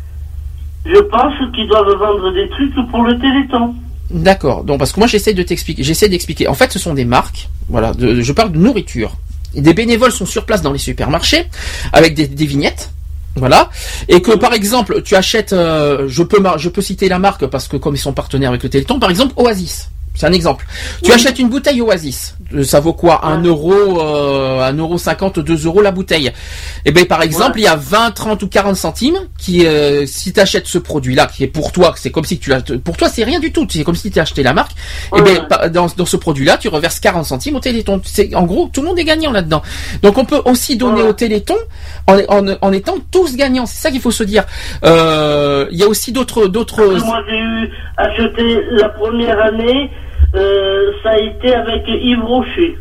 Je pense qu'ils doivent vendre des trucs pour le Téléthon. D'accord. Donc, parce que moi, j'essaie de t'expliquer. J'essaie d'expliquer. En fait, ce sont des marques. Voilà. De, je parle de nourriture. Des bénévoles sont sur place dans les supermarchés avec des, des vignettes, voilà, et que par exemple tu achètes, euh, je peux je peux citer la marque parce que comme ils sont partenaires avec le Téléthon, par exemple Oasis. C'est un exemple. Tu oui. achètes une bouteille Oasis. Ça vaut quoi? Un euro, euh, un euro cinquante, deux euros la bouteille. Et ben, par exemple, ouais. il y a vingt, trente ou quarante centimes qui, euh, si tu achètes ce produit-là, qui est pour toi, c'est comme si tu l'as, pour toi, c'est rien du tout. C'est comme si tu acheté la marque. Ouais. Et ben, dans, dans ce produit-là, tu reverses quarante centimes au Téléthon. C'est, en gros, tout le monde est gagnant là-dedans. Donc, on peut aussi donner ouais. au Téléthon en, en, en étant tous gagnants. C'est ça qu'il faut se dire. Euh, il y a aussi d'autres, d'autres. Moi, j'ai eu acheté la première année. Euh, ça a été avec Yves Rocher.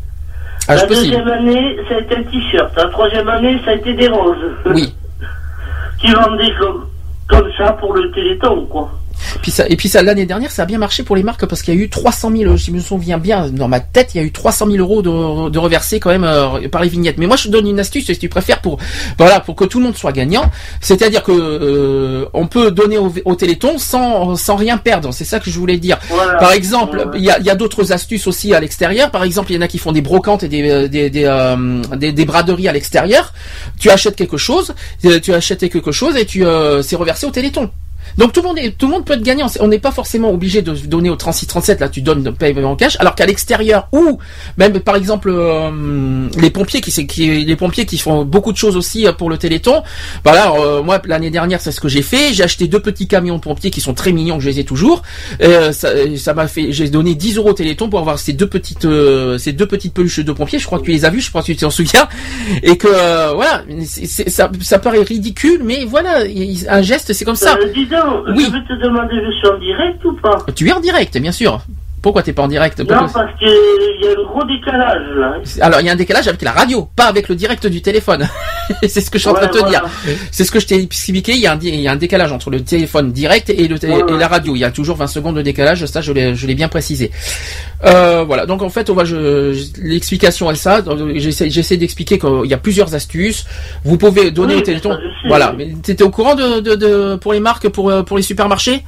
Ah, la deuxième possible. année, ça a été un t-shirt. La troisième année, ça a été des roses. Oui. Qui vendaient comme, comme ça pour le Téléthon, quoi. Puis ça, et puis ça, l'année dernière, ça a bien marché pour les marques parce qu'il y a eu trois cent mille, je me souviens bien, dans ma tête, il y a eu trois cent mille euros de, de reversés quand même euh, par les vignettes. Mais moi, je te donne une astuce, si tu préfères, pour, voilà, pour que tout le monde soit gagnant. C'est-à-dire que euh, on peut donner au, au Téléthon sans, sans rien perdre. C'est ça que je voulais dire. Voilà. Par exemple, il y a, il y a d'autres astuces aussi à l'extérieur. Par exemple, il y en a qui font des brocantes et des, des, des, euh, des, des braderies à l'extérieur. Tu achètes quelque chose, tu achètes quelque chose et tu, euh, c'est reversé au Téléthon. Donc tout le monde est, tout le monde peut être gagnant. On n'est pas forcément obligé de donner au trente-six trente-sept. Là, tu donnes de paye en cash. Alors qu'à l'extérieur, ou même par exemple euh, les pompiers qui, qui, les pompiers qui font beaucoup de choses aussi pour le Téléthon. Voilà, euh, moi l'année dernière, c'est ce que j'ai fait. J'ai acheté deux petits camions de pompiers qui sont très mignons, que je les ai toujours. Euh, ça, ça m'a fait. J'ai donné dix euros au Téléthon pour avoir ces deux petites, euh, ces deux petites peluches de pompiers. Je crois que tu les as vues. Je crois que tu t'en souviens. Et que euh, voilà, c'est, c'est, ça, ça paraît ridicule, mais voilà, un geste, c'est comme ça. Euh, Oui. Je vais te demander, je suis en direct ou pas? Tu es en direct, bien sûr. Pourquoi t'es pas en direct? Non, parce qu'il y a un gros décalage là. Alors il y a un décalage avec la radio, pas avec le direct du téléphone. C'est ce que je suis en train ouais, de te voilà. dire. C'est ce que je t'ai expliqué. Il y a un, il y a un décalage entre le téléphone direct et, le télé- ouais, et la radio. Il y a toujours vingt secondes de décalage. Ça, je l'ai, je l'ai bien précisé. Euh, voilà. Donc en fait, on va, je, je, l'explication est ça. J'essaie, j'essaie d'expliquer qu'il y a plusieurs astuces. Vous pouvez donner oui, au Téléthon. Ça, voilà. Mais t'étais au courant de, de, de, pour les marques, pour, pour les supermarchés?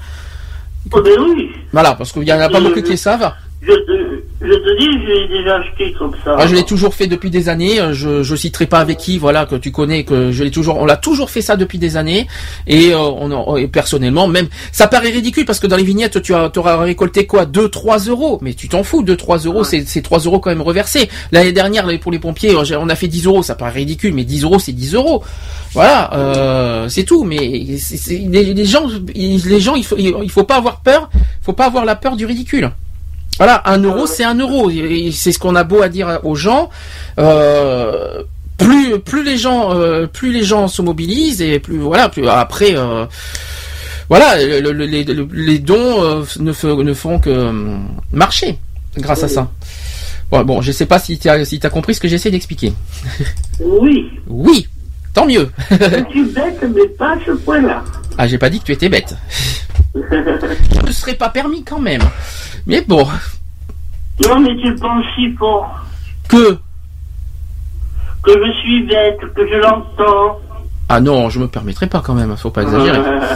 Oh ben oui. Voilà, parce qu'il y en a pas je, beaucoup qui le savent. Je te, je te dis, je l'ai déjà acheté comme ça. Moi, je l'ai toujours fait depuis des années. Je, je citerai pas avec qui, voilà, que tu connais, que je l'ai toujours, on l'a toujours fait ça depuis des années. Et, euh, on, et personnellement, même, ça paraît ridicule parce que dans les vignettes, tu as, auras récolté quoi, deux, trois euros. Mais tu t'en fous, deux, trois euros, ouais. c'est, c'est trois euros quand même reversés. L'année dernière, pour les pompiers, on a fait dix euros. Ça paraît ridicule, mais dix euros, c'est dix euros. Voilà, euh, c'est tout. Mais c'est, c'est, les, les gens, les gens, il faut, il faut pas avoir peur. Il faut pas avoir la peur du ridicule. Voilà, un euro, c'est un euro. Et c'est ce qu'on a beau à dire aux gens. Euh, plus, plus les gens, euh, plus les gens se mobilisent et plus, voilà, plus après, euh, voilà, le, le, les, les dons euh, ne, f- ne font que euh, marcher grâce à ça. Bon, bon, je sais pas si tu as, si t'as compris ce que j'essaie d'expliquer. Oui. Oui. Tant mieux. Je suis bête, mais pas à ce point-là. Ah, j'ai pas dit que tu étais bête. Je ne serais pas permis quand même. Mais bon. Non, mais tu penses si fort. Que Que je suis bête, que je l'entends. Ah non, je me permettrai pas quand même, faut pas exagérer.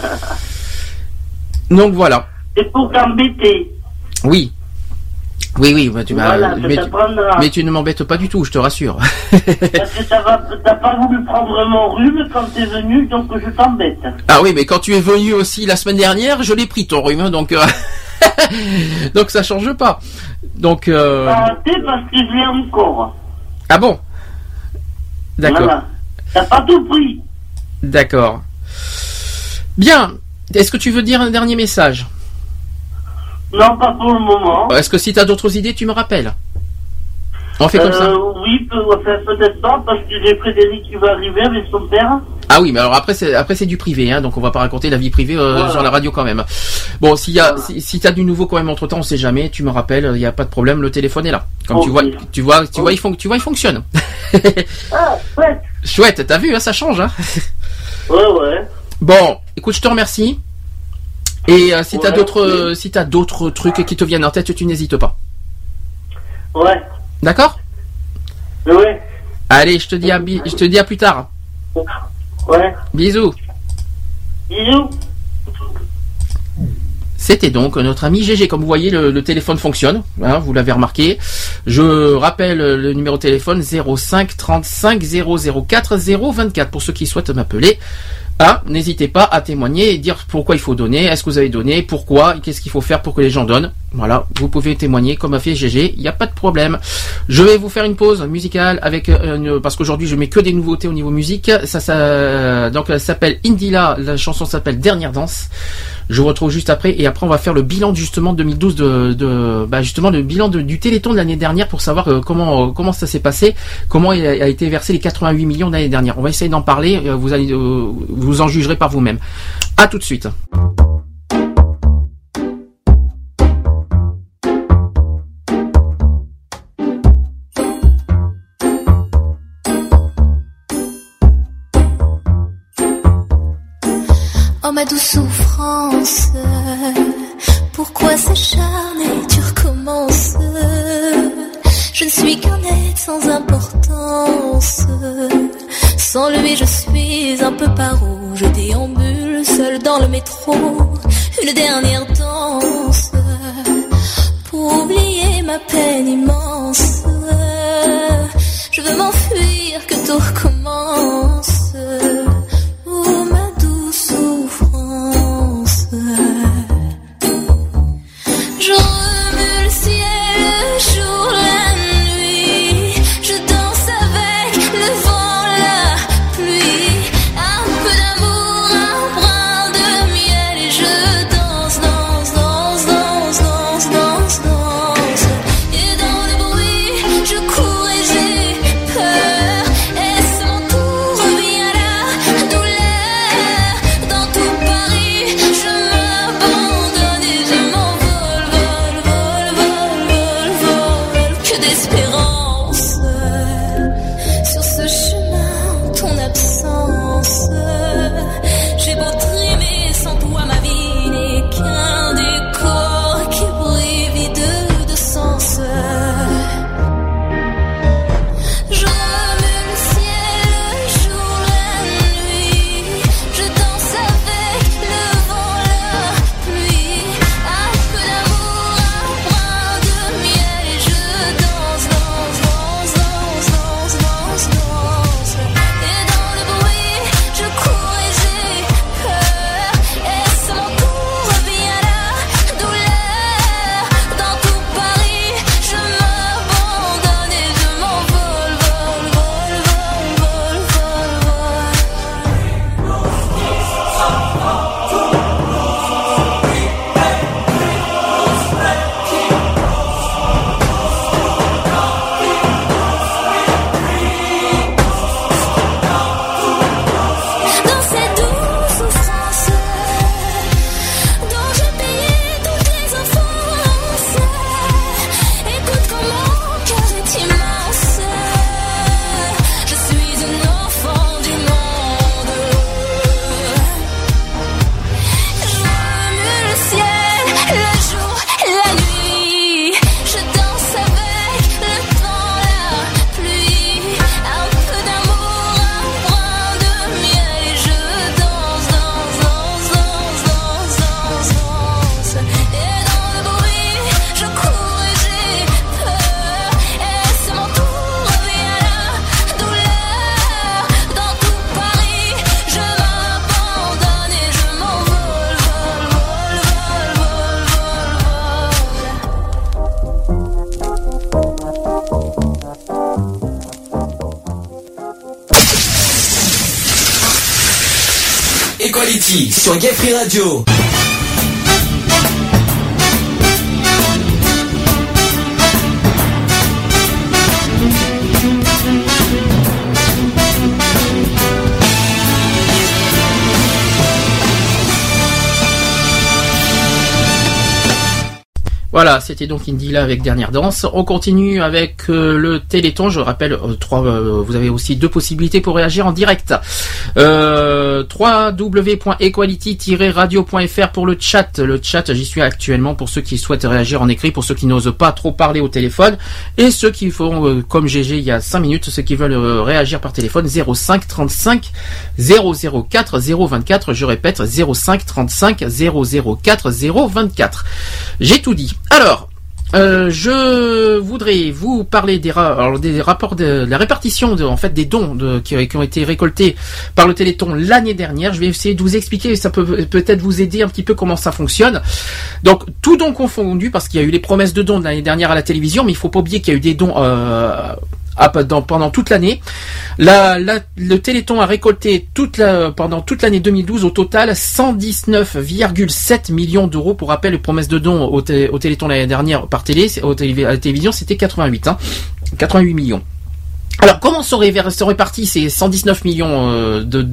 Donc voilà. C'est pour t'embêter. Oui. Oui, oui, bah, tu voilà, mais, tu, mais tu ne m'embêtes pas du tout, je te rassure. Parce que t'as pas, t'as pas voulu prendre mon rhume quand t'es venu, donc je t'embête. Ah oui, mais quand tu es venu aussi la semaine dernière, je l'ai pris ton rhume, donc euh... donc ça change pas. Donc. Euh... Ah, c'est parce que je l'ai encore. Ah bon. D'accord. Voilà. T'as pas tout pris. D'accord. Bien. Est-ce que tu veux dire un dernier message? Non, pas pour le moment. Est-ce que si tu as d'autres idées, tu me rappelles? On fait comme euh, ça? Oui, peut-être pas, parce que j'ai Frédéric qui va arriver avec son père. Ah oui, mais alors après c'est après c'est du privé, hein, donc on va pas raconter la vie privée euh, voilà. sur la radio quand même. Bon, s'il y a voilà. si, si t'as du nouveau quand même entre temps, on sait jamais. Tu me rappelles, il y a pas de problème, le téléphone est là. Comme okay. tu vois, tu vois, tu okay. vois, il fon- tu vois, il fonctionne. Ah, chouette. Chouette, t'as vu, hein, ça change, hein. Ouais, ouais. Bon, écoute, je te remercie. Et euh, si ouais, t'as d'autres, euh, si t'as d'autres trucs qui te viennent en tête, tu n'hésites pas. Ouais. D'accord? Ouais. Allez, je te dis à, bi- je te dis à plus tard. Ouais. Bisous. Bisous. C'était donc notre ami G G. Comme vous voyez, le, le téléphone fonctionne. Hein, vous l'avez remarqué. Je rappelle le numéro de téléphone zéro cinq trente-cinq zéro zéro quatre zéro vingt-quatre pour ceux qui souhaitent m'appeler. Ah, n'hésitez pas à témoigner et dire pourquoi il faut donner, est-ce que vous avez donné, pourquoi, qu'est-ce qu'il faut faire pour que les gens donnent. Voilà, vous pouvez témoigner comme a fait G G, il n'y a pas de problème. Je vais vous faire une pause musicale avec euh, parce qu'aujourd'hui je mets que des nouveautés au niveau musique. Ça, ça donc ça s'appelle Indila, la chanson s'appelle Dernière danse. Je vous retrouve juste après et après on va faire le bilan justement deux mille douze de, de bah justement le bilan de, du Téléthon de l'année dernière pour savoir euh, comment euh, comment ça s'est passé, comment il a, a été versé les quatre-vingt-huit millions de l'année dernière. On va essayer d'en parler, euh, vous allez euh, vous en jugerez par vous-même. À tout de suite. Oh ma douce souffrance, s'acharne et tu recommences. Je ne suis qu'un être sans importance. Sans lui je suis un peu paro. Je déambule seul dans le métro. Une dernière danse pour oublier ma peine immense. Je veux m'enfuir, que tout recommence. Oh ma douce souffrance. Je remue le ciel, le jour, la nuit. Je danse avec le vent, la pluie. Un peu d'amour, un brin de miel. Et je danse, danse, danse, danse, danse, danse, danse. Et dans le bruit, je cours et j'ai peur. Est-ce mon tour, revient la douleur. Dans tout Paris, je m'abandonne et je m'envole, vol, vol, vol, vol, vol. Que d'espérance sur ce chemin, ton absence. J'ai beau trimer sans toi, ma vie n'est qu'un décor qui brille vide de sens. Je remue le ciel, le jour, la nuit. Je danse avec le vent, la pluie. Un peu d'amour, un brin de miel. Et je danse, danse, danse, danse, danse, danse, danse. Et dans le bruit, je cours et j'ai peur. Est-ce mon tour, revient la douleur. Dans tout Paris, je m'abandonne et je m'envole, vol, vol, vol, vol, vol, vol. Dans cette douce souffrance dont j'ai payé toutes les offenses. Écoute comme mon cœur est immense. Je suis un enfant du monde. Je remue le ciel, le jour, la nuit. Je danse avec le vent, la pluie. Un peu d'amour, un brin de miel. Et je danse, danse, danse, danse, danse, danse, danse. Et dans le bruit, je cours et j'ai peur. Est-ce mon tour, revient la douleur. Dans tout Paris, je m'abandonne et je m'envole, vol, vol, Equality sur Gay Free Radio. Voilà, c'était donc Indila avec Dernière Danse. On continue avec euh, le Téléthon. Je rappelle, euh, trois, euh, vous avez aussi deux possibilités pour réagir en direct. Euh, w w w point equality tiret radio point f r pour le chat. Le chat, j'y suis actuellement pour ceux qui souhaitent réagir en écrit, pour ceux qui n'osent pas trop parler au téléphone, et ceux qui font euh, comme G G il y a cinq minutes, ceux qui veulent euh, réagir par téléphone, zéro cinq trente-cinq zéro zéro quatre zéro vingt-quatre. Je répète, zéro cinq trente-cinq zéro zéro quatre zéro vingt-quatre. J'ai tout dit. Alors, euh, je voudrais vous parler des, ra- alors des rapports de, de la répartition de, en fait, des dons de, qui, qui ont été récoltés par le Téléthon l'année dernière. Je vais essayer de vous expliquer, ça peut peut-être vous aider un petit peu comment ça fonctionne. Donc, tout don confondu, parce qu'il y a eu les promesses de dons de l'année dernière à la télévision, mais il faut pas oublier qu'il y a eu des dons euh, Dans, pendant toute l'année. La, la, le Téléthon a récolté toute la, pendant toute l'année deux mille douze au total cent dix-neuf virgule sept millions d'euros. Pour rappel, les promesses de dons au, té, au Téléthon l'année dernière par télé, au télé, à la télévision, c'était quatre-vingt-huit, hein, quatre-vingt-huit millions. Alors, comment sont, ré, sont répartis ces cent dix-neuf millions euh, de dons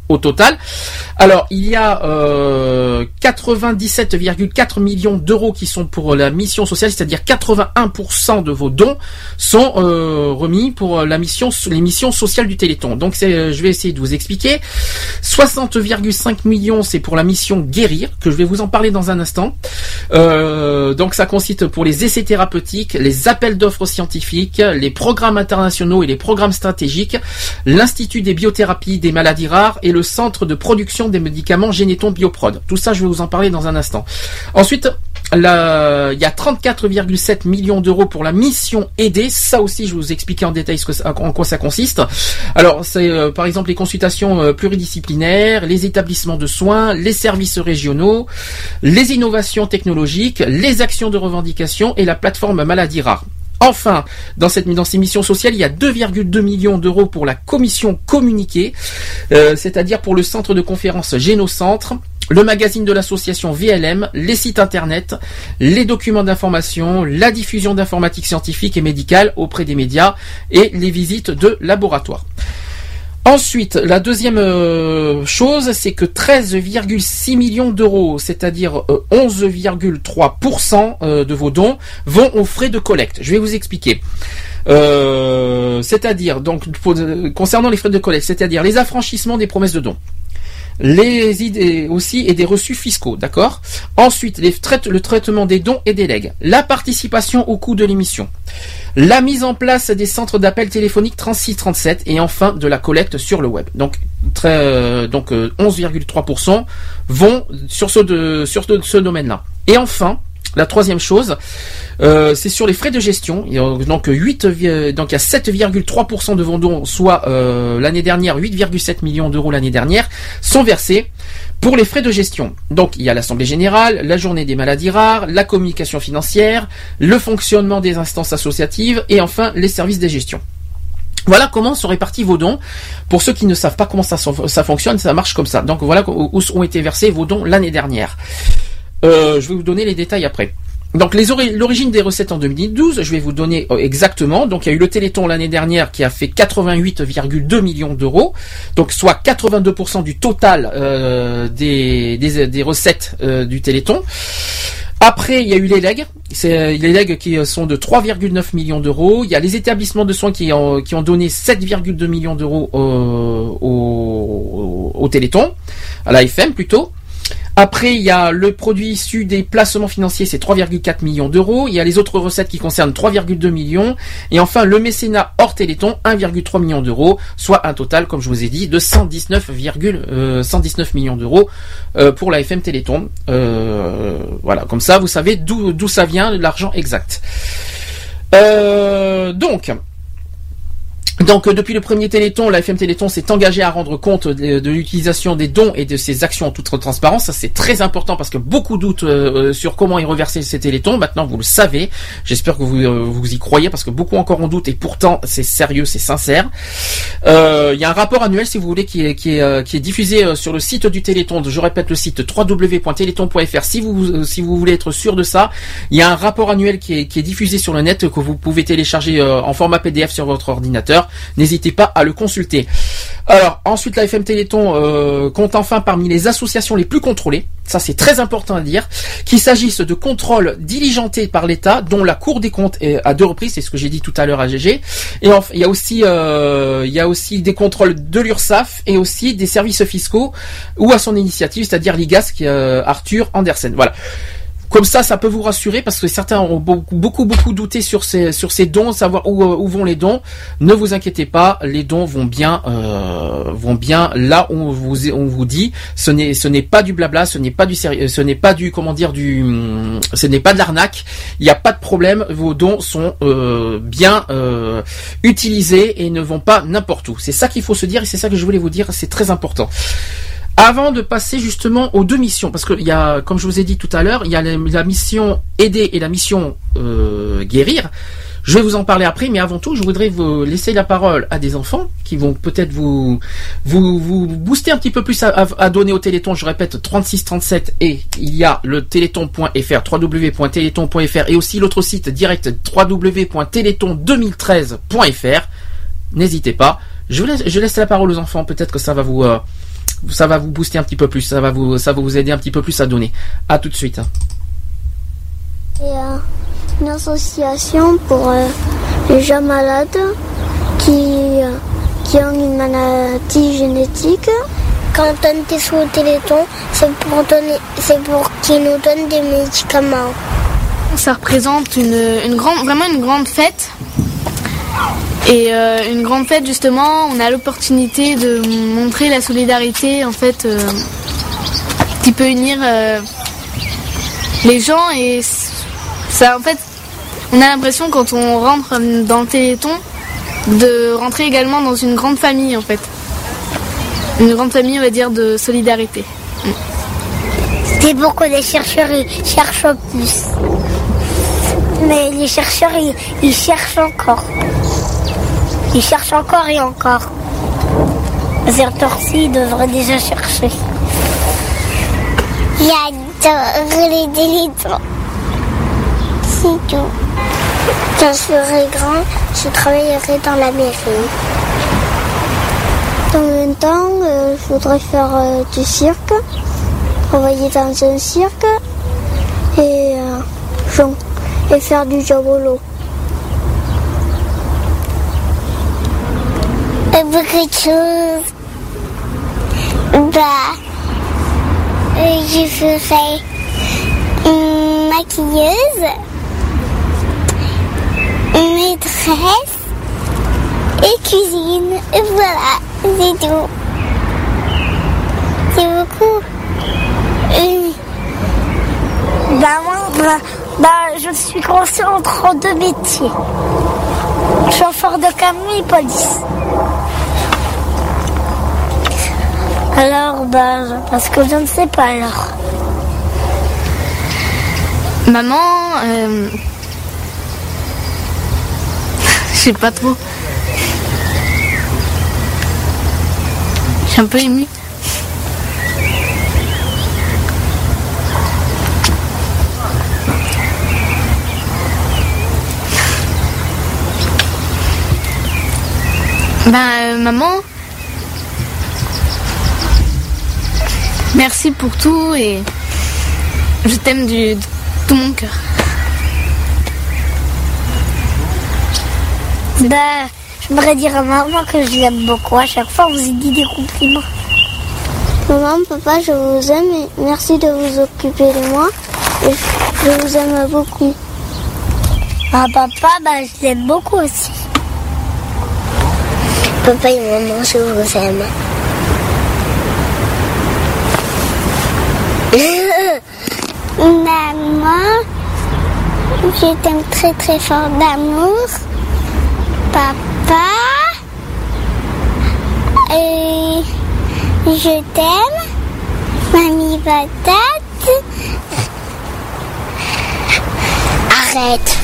au total. Alors, il y a euh, quatre-vingt-dix-sept virgule quatre millions d'euros qui sont pour la mission sociale, c'est-à-dire quatre-vingt-un pour cent de vos dons sont euh, remis pour la mission, les missions sociales du Téléthon. Donc, c'est, je vais essayer de vous expliquer. soixante virgule cinq millions, c'est pour la mission Guérir, que je vais vous en parler dans un instant. Euh, donc, ça consiste pour les essais thérapeutiques, les appels d'offres scientifiques, les programmes internationaux et les programmes stratégiques, l'Institut des biothérapies des maladies rares et le Centre de production des médicaments Généton Bioprod. Tout ça, je vais vous en parler dans un instant. Ensuite, la, il y a trente-quatre virgule sept millions d'euros pour la mission aidée. Ça aussi, je vais vous expliquer en détail ce que ça, en quoi ça consiste. Alors, c'est euh, par exemple les consultations euh, pluridisciplinaires, les établissements de soins, les services régionaux, les innovations technologiques, les actions de revendication et la plateforme maladies rares. Enfin, dans cette dans ces missions sociales, il y a deux virgule deux millions d'euros pour la commission communiquée, euh, c'est-à-dire pour le centre de conférence Génocentre, le magazine de l'association V L M, les sites internet, les documents d'information, la diffusion d'informatique scientifique et médicale auprès des médias et les visites de laboratoire. Ensuite, la deuxième euh, chose, c'est que treize virgule six millions d'euros, c'est-à-dire euh, onze virgule trois pour cent euh, de vos dons, vont aux frais de collecte. Je vais vous expliquer. Euh, c'est-à-dire, donc, pour, euh, concernant les frais de collecte, c'est-à-dire les affranchissements des promesses de dons. Les idées aussi et des reçus fiscaux, d'accord. Ensuite, les traite, le traitement des dons et des legs, la participation au coût de l'émission, la mise en place des centres d'appel téléphonique trente-six trente-sept et enfin de la collecte sur le web. Donc, très, euh, donc euh, onze virgule trois pour cent vont sur ce, de, sur ce, ce domaine-là. Et enfin, la troisième chose, euh, c'est sur les frais de gestion. Il y a donc huit, donc il y a sept virgule trois pour cent de vos dons, soit euh, l'année dernière huit virgule sept millions d'euros l'année dernière, sont versés pour les frais de gestion. Donc il y a l'assemblée générale, la journée des maladies rares, la communication financière, le fonctionnement des instances associatives et enfin les services de gestion. Voilà comment sont répartis vos dons. Pour ceux qui ne savent pas comment ça, ça fonctionne, ça marche comme ça. Donc voilà où ont été versés vos dons l'année dernière. Euh, je vais vous donner les détails après. Donc les ori- l'origine des recettes en deux mille douze, je vais vous donner euh, exactement. Donc il y a eu le Téléthon l'année dernière qui a fait quatre-vingt-huit virgule deux millions d'euros, donc soit quatre-vingt-deux pour cent du total euh, des, des, des recettes euh, du Téléthon. Après, il y a eu les legs, c'est les legs qui sont de trois virgule neuf millions d'euros. Il y a les établissements de soins qui ont, qui ont donné sept virgule deux millions d'euros euh, au, au, au Téléthon, à la F M plutôt. Après, il y a le produit issu des placements financiers, c'est trois virgule quatre millions d'euros. Il y a les autres recettes qui concernent trois virgule deux millions. Et enfin, le mécénat hors Téléthon, un virgule trois millions d'euros, soit un total, comme je vous ai dit, de cent dix-neuf virgule cent dix-neuf millions d'euros euh, pour la F M Téléthon. Euh, voilà, comme ça, vous savez d'où d'où ça vient, l'argent exact. Euh, donc... Donc, euh, depuis le premier Téléthon, la F M Téléthon s'est engagée à rendre compte de, de l'utilisation des dons et de ses actions en toute transparence. Ça, c'est très important parce que beaucoup doutent euh, sur comment est reversé ces Téléthons. Maintenant, vous le savez. J'espère que vous euh, vous y croyez parce que beaucoup encore en doutent et pourtant, c'est sérieux, c'est sincère. Euh, il y a un rapport annuel, si vous voulez, qui est, qui est, euh, qui est diffusé euh, sur le site du Téléthon. Je répète le site w w w point téléthon point f r. Si vous, euh, si vous voulez être sûr de ça, il y a un rapport annuel qui est, qui est diffusé sur le net que vous pouvez télécharger euh, en format P D F sur votre ordinateur. N'hésitez pas à le consulter. Alors, ensuite, la F M Téléthon euh, compte enfin parmi les associations les plus contrôlées, ça c'est très important à dire, qu'il s'agisse de contrôles diligentés par l'État, dont la Cour des comptes est à deux reprises, c'est ce que j'ai dit tout à l'heure à G G, et enfin, il y a aussi euh, il y a aussi des contrôles de l'URSSAF et aussi des services fiscaux, ou à son initiative, c'est-à-dire l'I G A S, qui est euh, Arthur Andersen. Voilà. Comme ça, ça peut vous rassurer parce que certains ont beaucoup, beaucoup, beaucoup douté sur ces, sur ces dons, savoir où, où vont les dons. Ne vous inquiétez pas, les dons vont bien, euh, vont bien là où on vous, on vous dit. Ce n'est, ce n'est pas du blabla, ce n'est pas du sérieux, ce n'est pas du, comment dire, du, ce n'est pas de l'arnaque. Il n'y a pas de problème. Vos dons sont euh, bien euh, utilisés et ne vont pas n'importe où. C'est ça qu'il faut se dire et c'est ça que je voulais vous dire. C'est très important. Avant de passer justement aux deux missions, parce que il y a, comme je vous ai dit tout à l'heure, il y a la, la mission aider et la mission euh, guérir. Je vais vous en parler après, mais avant tout, je voudrais vous laisser la parole à des enfants qui vont peut-être vous vous vous booster un petit peu plus à, à, à donner au Téléthon. Je répète, trente-six trente-sept, et il y a le téléthon point f r, w w w point téléthon point f r, et aussi l'autre site direct w w w point téléthon deux mille treize point f r. N'hésitez pas. Je laisse, je laisse la parole aux enfants. Peut-être que ça va vous euh, ça va vous booster un petit peu plus, ça va vous, ça va vous aider un petit peu plus à donner. À tout de suite. Et euh, une association pour euh, les gens malades qui, euh, qui ont une maladie génétique. Quand on donne des sous au Téléthon, c'est pour, donner, c'est pour qu'ils nous donnent des médicaments. Ça représente une, une grande, vraiment une grande fête. Et euh, une grande fête, justement, on a l'opportunité de montrer la solidarité, en fait, euh, qui peut unir euh, les gens. Et ça, en fait, on a l'impression, quand on rentre dans le Téléthon, de rentrer également dans une grande famille, en fait. Une grande famille, on va dire, de solidarité. C'est pour que les chercheurs ils cherchent plus. Mais les chercheurs, ils, ils cherchent encore. Ils cherchent encore et encore. À cette heure-ci, ils devraient déjà chercher. J'adore les Téléthons. C'est tout. Quand je serai grand, je travaillerai dans la mairie. Dans le temps, euh, je voudrais faire euh, du cirque, travailler dans un cirque et, euh, et faire du jabolo. Et beaucoup de choses. Bah, euh, je ferai une maquilleuse, une maîtresse et cuisine. Et voilà. C'est tout. C'est beaucoup. Et... Bah moi, bah, bah, je suis coincée entre deux métiers. Chauffeur de camion et police. Alors, bah, parce que je ne sais pas alors. Maman, euh... je sais pas trop. Je suis un peu émue. Ben, euh, maman, merci pour tout et je t'aime du, de tout mon cœur. Bah, j'aimerais dire à maman que je l'aime beaucoup. À chaque fois, vous y dites des compliments. Maman, papa, je vous aime et merci de vous occuper de moi. Et je vous aime beaucoup. Ah, papa, bah, je l'aime beaucoup aussi. Papa et maman, je vous aime. Maman, je t'aime très très fort d'amour. Papa, et je t'aime. Mamie patate. Arrête.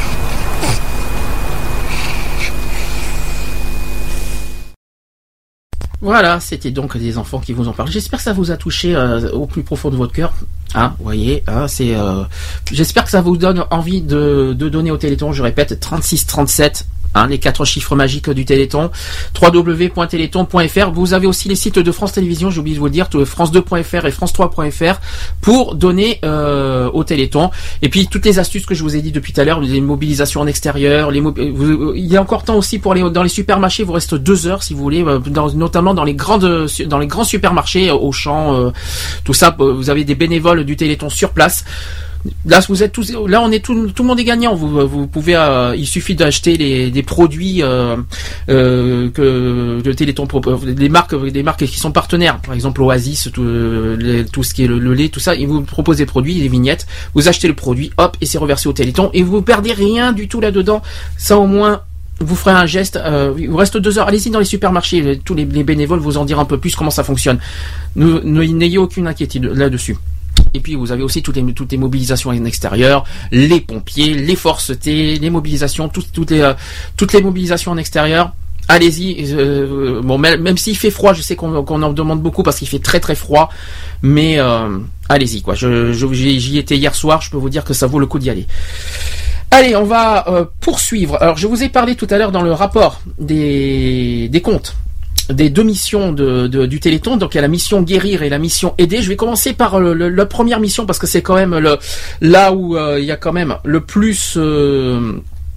Voilà, c'était donc des enfants qui vous en parlent. J'espère que ça vous a touché euh, au plus profond de votre cœur. Hein, vous voyez, hein, c'est. Euh, j'espère que ça vous donne envie de, de donner au Téléthon. Je répète, trente-six trente-sept. Hein, les quatre chiffres magiques du Téléthon. w w w point téléthon point f r. Vous avez aussi les sites de France Télévisions, j'ai oublié de vous le dire, France deux point f r et France trois point f r pour donner euh, au Téléthon. Et puis toutes les astuces que je vous ai dit depuis tout à l'heure, les mobilisations en extérieur, les mob... vous, il y a encore temps aussi pour les dans les supermarchés. Il vous reste deux heures si vous voulez, dans, notamment dans les grandes dans les grands supermarchés, Auchan, euh, tout ça. Vous avez des bénévoles du Téléthon sur place. Là, vous êtes tous, là, on est tout, tout le monde est gagnant. Vous, vous pouvez, euh, il suffit d'acheter les, des produits euh, euh, que le Téléthon propose, des marques, des marques qui sont partenaires. Par exemple, Oasis, tout, les, tout ce qui est le, le lait, tout ça. Ils vous proposent des produits, des vignettes. Vous achetez le produit, hop, et c'est reversé au Téléthon. Et vous perdez rien du tout là-dedans. Ça, au moins, vous ferez un geste. Euh, il vous reste deux heures. Allez-y dans les supermarchés. Tous les, les bénévoles vous en diront un peu plus comment ça fonctionne. Ne, ne, n'ayez aucune inquiétude là-dessus. Et puis vous avez aussi toutes les, toutes les mobilisations en extérieur, les pompiers, les forces T, les mobilisations, tout, toutes les, euh, toutes les mobilisations en extérieur. Allez-y. Euh, bon, même, même s'il fait froid, je sais qu'on, qu'on en demande beaucoup parce qu'il fait très très froid, mais euh, allez-y quoi. Je, je, j'y étais hier soir. Je peux vous dire que ça vaut le coup d'y aller. Allez, on va euh, poursuivre. Alors, je vous ai parlé tout à l'heure dans le rapport des, des comptes. des deux missions de, de, du Téléthon. Donc il y a la mission guérir et la mission aider. Je vais commencer par le, le, la première mission parce que c'est quand même le, là où euh, il y a quand même le plus euh,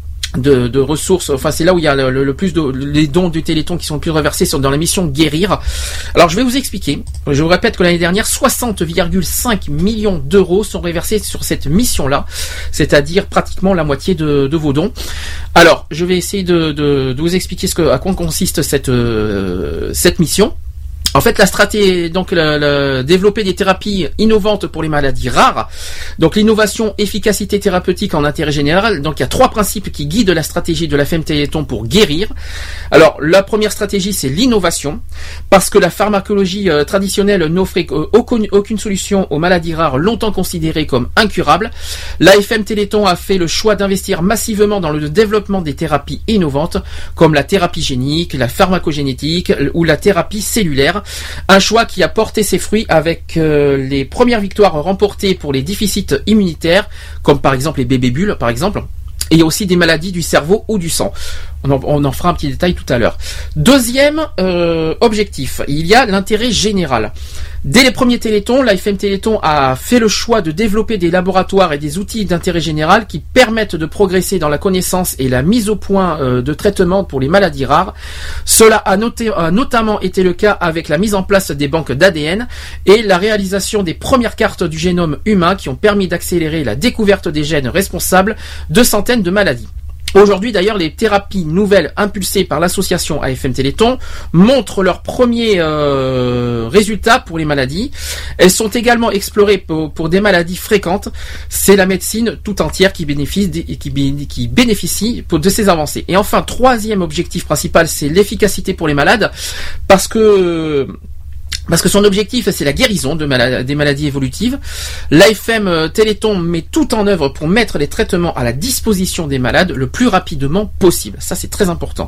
de, de ressources, enfin c'est là où il y a le, le, le plus de les dons du Téléthon qui sont le plus reversés sont dans la mission guérir. Alors je vais vous expliquer. Je vous répète que l'année dernière soixante virgule cinq millions d'euros sont reversés sur cette mission-là, c'est-à-dire pratiquement la moitié de, de vos dons. Alors je vais essayer de, de, de vous expliquer ce que à quoi consiste cette euh, cette mission. En fait, la stratégie, donc, le, le, développer des thérapies innovantes pour les maladies rares. Donc, l'innovation, efficacité thérapeutique en intérêt général. Donc, il y a trois principes qui guident la stratégie de la F M Téléthon pour guérir. Alors, la première stratégie, c'est l'innovation. Parce que la pharmacologie euh, traditionnelle n'offrait euh, aucune, aucune solution aux maladies rares longtemps considérées comme incurables. La F M Téléthon a fait le choix d'investir massivement dans le développement des thérapies innovantes, comme la thérapie génique, la pharmacogénétique ou la thérapie cellulaire. Un choix qui a porté ses fruits avec euh, les premières victoires remportées pour les déficits immunitaires, comme par exemple les bébés bulles, par exemple. Et il y a aussi des maladies du cerveau ou du sang. On en, on en fera un petit détail tout à l'heure. Deuxième euh, objectif, il y a l'intérêt général. Dès les premiers Téléthons, la F M Téléthon a fait le choix de développer des laboratoires et des outils d'intérêt général qui permettent de progresser dans la connaissance et la mise au point euh, de traitements pour les maladies rares. Cela a, noté, a notamment été le cas avec la mise en place des banques d'A D N et la réalisation des premières cartes du génome humain qui ont permis d'accélérer la découverte des gènes responsables de centaines de maladies. Aujourd'hui, d'ailleurs, les thérapies nouvelles impulsées par l'association A F M Téléthon montrent leurs premiers euh, résultats pour les maladies. Elles sont également explorées pour, pour des maladies fréquentes. C'est la médecine tout entière qui bénéficie, qui, qui bénéficie de ces avancées. Et enfin, troisième objectif principal, c'est l'efficacité pour les malades, parce que Parce que son objectif, c'est la guérison de malades, des maladies évolutives. L'A F M Téléthon met tout en œuvre pour mettre les traitements à la disposition des malades le plus rapidement possible. Ça, c'est très important.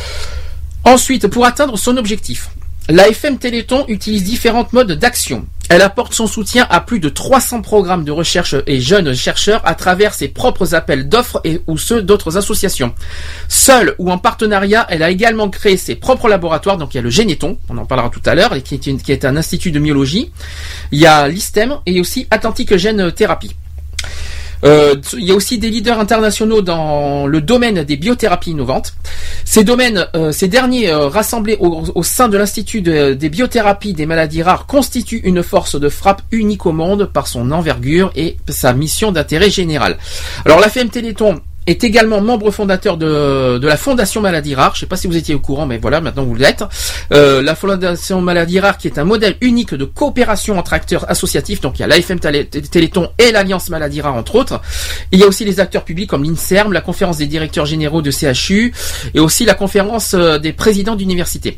Ensuite, pour atteindre son objectif, l'A F M Téléthon utilise différentes modes d'action. Elle apporte son soutien à plus de trois cents programmes de recherche et jeunes chercheurs à travers ses propres appels d'offres et ou ceux d'autres associations. Seule ou en partenariat, elle a également créé ses propres laboratoires. Donc il y a le Généton, on en parlera tout à l'heure, qui est, une, qui est un institut de myologie. Il y a l'I S T E M et aussi Atlantic Gene Therapy. Euh, il y a aussi des leaders internationaux dans le domaine des biothérapies innovantes. Ces domaines, euh, ces derniers euh, rassemblés au, au sein de l'Institut de, des biothérapies des maladies rares constituent une force de frappe unique au monde par son envergure et sa mission d'intérêt général. Alors la F M Téléthon est également membre fondateur de, de la Fondation Maladies Rares. Je ne sais pas si vous étiez au courant, mais voilà, maintenant vous l'êtes. Euh, la Fondation Maladies Rares qui est un modèle unique de coopération entre acteurs associatifs. Donc il y a l'A F M Téléthon et l'Alliance Maladies Rares, entre autres. Et il y a aussi les acteurs publics comme l'INSERM, la conférence des directeurs généraux de C H U et aussi la conférence des présidents d'université.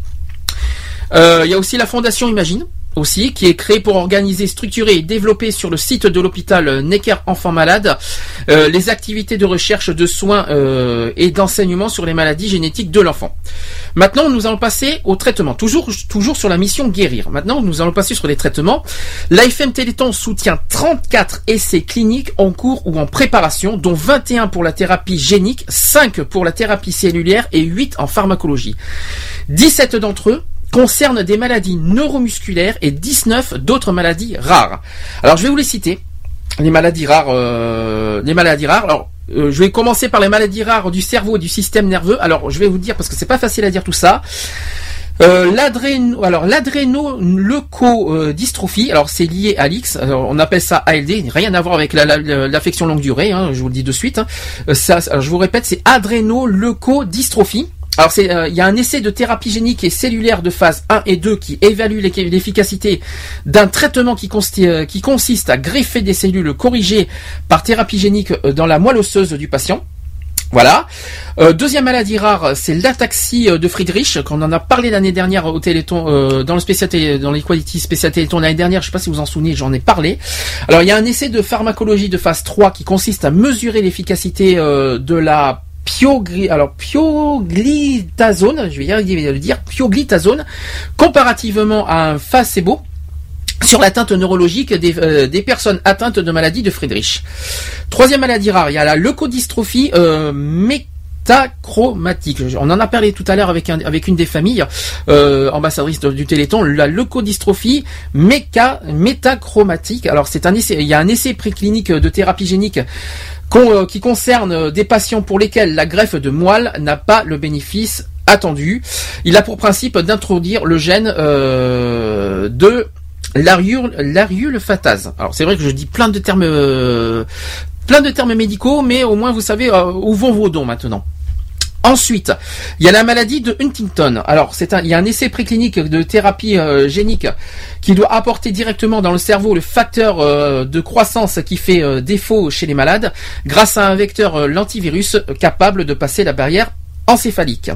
Euh, il y a aussi la Fondation Imagine, aussi, qui est créé pour organiser, structurer et développer sur le site de l'hôpital Necker Enfants Malades euh, les activités de recherche, de soins euh, et d'enseignement sur les maladies génétiques de l'enfant. Maintenant, nous allons passer au traitement, toujours toujours sur la mission guérir. Maintenant, nous allons passer sur les traitements. L'A F M Téléthon soutient trente-quatre essais cliniques en cours ou en préparation, dont vingt et un pour la thérapie génique, cinq pour la thérapie cellulaire et huit en pharmacologie. dix-sept d'entre eux concernent des maladies neuromusculaires et dix-neuf d'autres maladies rares. Alors je vais vous les citer, les maladies rares. Euh, les maladies rares. Alors euh, je vais commencer par les maladies rares du cerveau et du système nerveux. Alors je vais vous dire parce que c'est pas facile à dire tout ça. Euh, l'adréno, alors l'adrénoleucodystrophie, alors c'est lié à l'X, alors on appelle ça A L D, rien à voir avec la, la, l'affection longue durée, hein, je vous le dis de suite. Hein. Ça, alors, je vous répète, c'est adrénoleucodystrophie. Alors c'est, euh, il y a un essai de thérapie génique et cellulaire de phase un et deux qui évalue l'efficacité d'un traitement qui, consti- euh, qui consiste à greffer des cellules corrigées par thérapie génique dans la moelle osseuse du patient. Voilà. Euh, deuxième maladie rare, c'est l'ataxie de Friedreich, qu'on en a parlé l'année dernière au Téléthon, euh, dans le spécialité, dans l'Equality Spécial Téléthon l'année dernière. Je sais pas si vous en souvenez, j'en ai parlé. Alors il y a un essai de pharmacologie de phase trois qui consiste à mesurer l'efficacité euh, de la Piogli, alors pioglitazone, je vais y arriver à le dire, pioglitazone, comparativement à un placebo sur l'atteinte neurologique des, euh, des personnes atteintes de maladie de Friedreich. Troisième maladie rare, il y a la leucodystrophie euh, mé- métachromatique. On en a parlé tout à l'heure avec, un, avec une des familles euh, ambassadrices du Téléthon, la leucodystrophie méca, métachromatique. Alors c'est un essai, il y a un essai préclinique de thérapie génique qu'on, qui concerne des patients pour lesquels la greffe de moelle n'a pas le bénéfice attendu. Il a pour principe d'introduire le gène euh, de l'ariulfatase. Alors c'est vrai que je dis plein de termes euh, plein de termes médicaux, mais au moins vous savez euh, où vont vos dons maintenant. Ensuite, il y a la maladie de Huntington. Alors, c'est un, il y a un essai préclinique de thérapie euh, génique qui doit apporter directement dans le cerveau le facteur euh, de croissance qui fait euh, défaut chez les malades, grâce à un vecteur euh, lentivirus capable de passer la barrière encéphalique.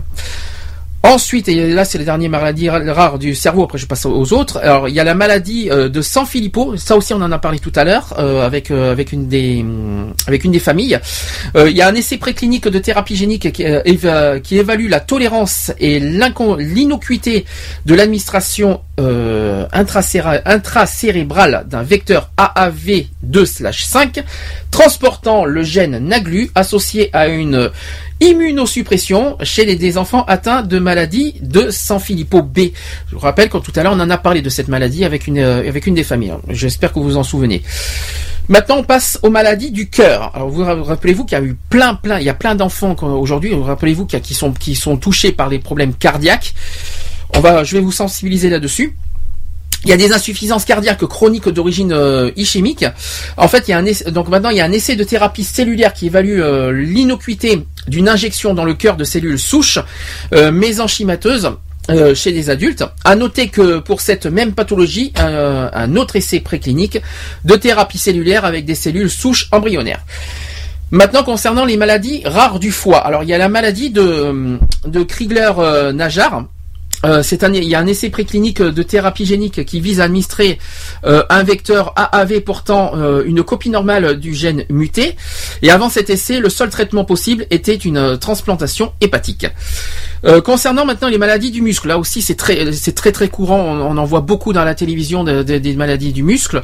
Ensuite, et là c'est les dernières maladies rares du cerveau, après je passe aux autres. Alors il y a la maladie euh, de Sanfilippo, ça aussi on en a parlé tout à l'heure euh, avec euh, avec une des avec une des familles. Euh, il y a un essai préclinique de thérapie génique qui, euh, éva, qui évalue la tolérance et l'innocuité de l'administration euh, intracéré- intracérébrale d'un vecteur A A V deux cinq transportant le gène N A G L U associé à une immunosuppression chez les, des enfants atteints de maladie de Sanfilippo B. Je vous rappelle que tout à l'heure on en a parlé de cette maladie avec une euh, avec une des familles. J'espère que vous vous en souvenez. Maintenant on passe aux maladies du cœur. Alors vous rappelez-vous qu'il y a eu plein plein, il y a plein d'enfants aujourd'hui. Rappelez-vous qu'il y a, qui sont qui sont touchés par des problèmes cardiaques. On va, je vais vous sensibiliser là-dessus. Il y a des insuffisances cardiaques chroniques d'origine euh, ischémique. En fait, il y a un essai, donc maintenant il y a un essai de thérapie cellulaire qui évalue euh, l'innocuité d'une injection dans le cœur de cellules souches euh, mésenchymateuses euh, chez les adultes. À noter que pour cette même pathologie, euh, un autre essai préclinique de thérapie cellulaire avec des cellules souches embryonnaires. Maintenant, concernant les maladies rares du foie, alors il y a la maladie de de Crigler-Najjar. Euh, c'est un, il y a un essai préclinique de thérapie génique qui vise à administrer euh, un vecteur A A V portant euh, une copie normale du gène muté. Et avant cet essai, le seul traitement possible était une euh, transplantation hépatique. Euh, concernant maintenant les maladies du muscle, là aussi c'est très, c'est très très courant. On, on en voit beaucoup dans la télévision de, de, des maladies du muscle.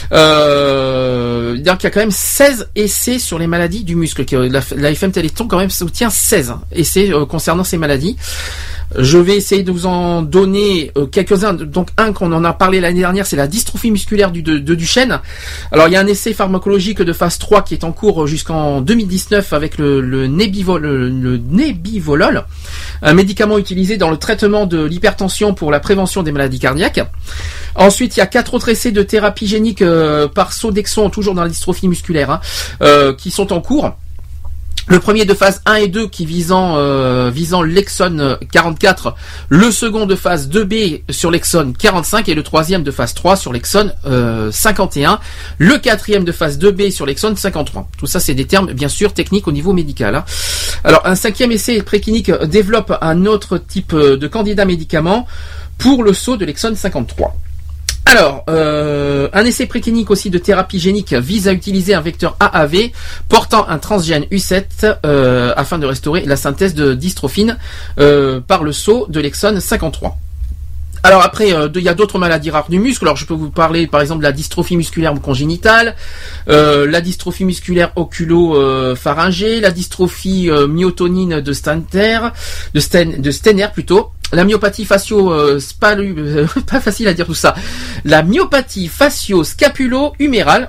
Euh, donc il y a quand même seize essais sur les maladies du muscle. La, la F M Téléthon quand même soutient seize essais euh, concernant ces maladies. Je vais essayer de vous en donner euh, quelques-uns. Donc un qu'on en a parlé l'année dernière, c'est la dystrophie musculaire du, de, de Duchenne. Alors il y a un essai pharmacologique de phase trois qui est en cours jusqu'en deux mille dix-neuf avec le, le, nébivol, le, le Nebivolol, un médicament utilisé dans le traitement de l'hypertension pour la prévention des maladies cardiaques. Ensuite, il y a quatre autres essais de thérapie génique euh, par Sodexon, toujours dans la dystrophie musculaire, hein, euh, qui sont en cours. Le premier de phase un et deux qui visant euh, visant l'exone quarante-quatre, le second de phase deux B sur l'exone quarante-cinq et le troisième de phase trois sur l'exone euh, cinquante et un, le quatrième de phase deux B sur l'exone cinquante-trois. Tout ça c'est des termes bien sûr techniques au niveau médical, hein. Alors un cinquième essai préclinique développe un autre type de candidat médicament pour le saut de l'exone cinquante-trois. Alors, euh, un essai préclinique aussi de thérapie génique vise à utiliser un vecteur A A V portant un transgène U sept euh, afin de restaurer la synthèse de dystrophine euh, par le saut de l'exone cinquante-trois. Alors après, il euh, y a d'autres maladies rares du muscle. Alors je peux vous parler par exemple de la dystrophie musculaire congénitale, euh, la dystrophie musculaire oculo-pharyngée, la dystrophie euh, myotonine de Steiner, de, Sten, de Steiner plutôt, la myopathie facio euh, spalu, euh, pas facile à dire tout ça, la myopathie facio-scapulo-humérale.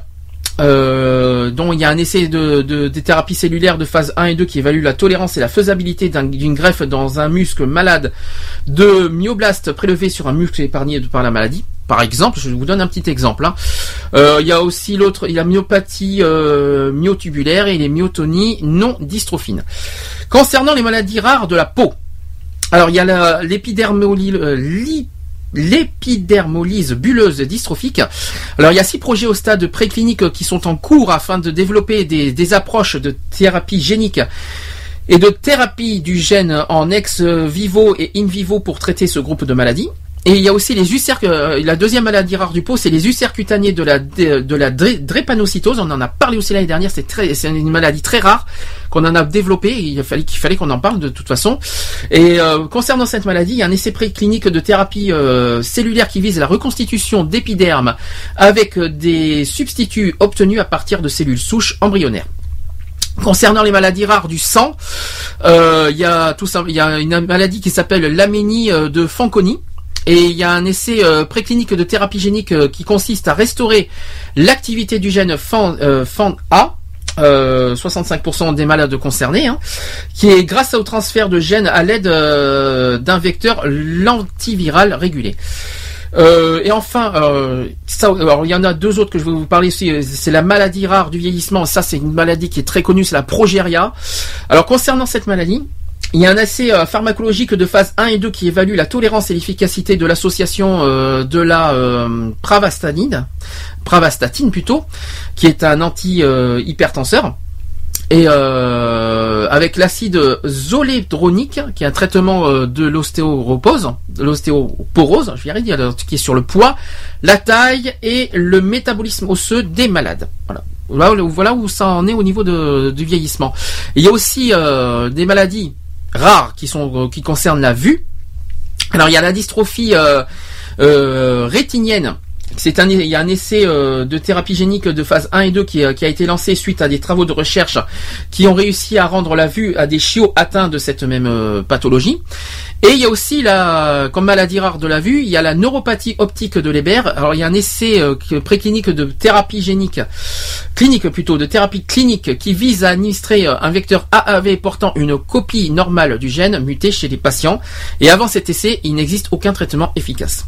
Euh, dont il y a un essai de, de, de thérapie cellulaire de phase un et deux qui évalue la tolérance et la faisabilité d'un, d'une greffe dans un muscle malade de myoblastes prélevés sur un muscle épargné par la maladie. Par exemple, je vous donne un petit exemple, hein. Euh, il y a aussi l'autre, il y a la myopathie euh, myotubulaire et les myotonies non dystrophines. Concernant les maladies rares de la peau, alors il y a la, l'épidermolyse, euh, l'épidermolyse bulleuse dystrophique. Alors il y a six projets au stade préclinique qui sont en cours afin de développer des, des approches de thérapie génique et de thérapie du gène en ex vivo et in vivo pour traiter ce groupe de maladies. Et il y a aussi les ulcères, euh, la deuxième maladie rare du peau, c'est les ulcères cutanés de la de, de la drépanocytose. On en a parlé aussi l'année dernière. C'est très, c'est une maladie très rare qu'on en a développée. Il fallait qu'il fallait qu'on en parle de toute façon. Et euh, concernant cette maladie, il y a un essai préclinique de thérapie euh, cellulaire qui vise la reconstitution d'épiderme avec des substituts obtenus à partir de cellules souches embryonnaires. Concernant les maladies rares du sang, euh, il y a tout ça, il y a une maladie qui s'appelle l'aménie de Fanconi. Et il y a un essai euh, préclinique de thérapie génique euh, qui consiste à restaurer l'activité du gène F A N, euh, F A N A, euh, soixante-cinq pour cent des malades concernés, hein, qui est grâce au transfert de gènes à l'aide euh, d'un vecteur lentiviral régulé. Euh, et enfin, euh, ça, alors il y en a deux autres que je vais vous parler aussi. C'est la maladie rare du vieillissement. Ça, c'est une maladie qui est très connue, c'est la progéria. Alors concernant cette maladie, il y a un essai euh, pharmacologique de phase un et deux qui évalue la tolérance et l'efficacité de l'association euh, de la euh, pravastatine, pravastatine plutôt, qui est un anti-hypertenseur. Euh, et euh, avec l'acide zoledronique, qui est un traitement euh, de l'ostéoporose, de l'ostéoporose, je vais y arriver, qui est sur le poids, la taille et le métabolisme osseux des malades. Voilà. Voilà, voilà où ça en est au niveau de, du vieillissement. Et il y a aussi euh, des maladies rares qui sont qui concernent la vue. Alors il y a la dystrophie euh, euh, rétinienne. C'est un, il y a un essai euh, de thérapie génique de phase un et deux qui, qui a été lancé suite à des travaux de recherche qui ont réussi à rendre la vue à des chiots atteints de cette même euh, pathologie. Et il y a aussi la, comme maladie rare de la vue, il y a la neuropathie optique de Leber. Alors il y a un essai euh, préclinique de thérapie génique, clinique plutôt, de thérapie clinique qui vise à administrer un vecteur A A V portant une copie normale du gène muté chez les patients. Et avant cet essai, il n'existe aucun traitement efficace.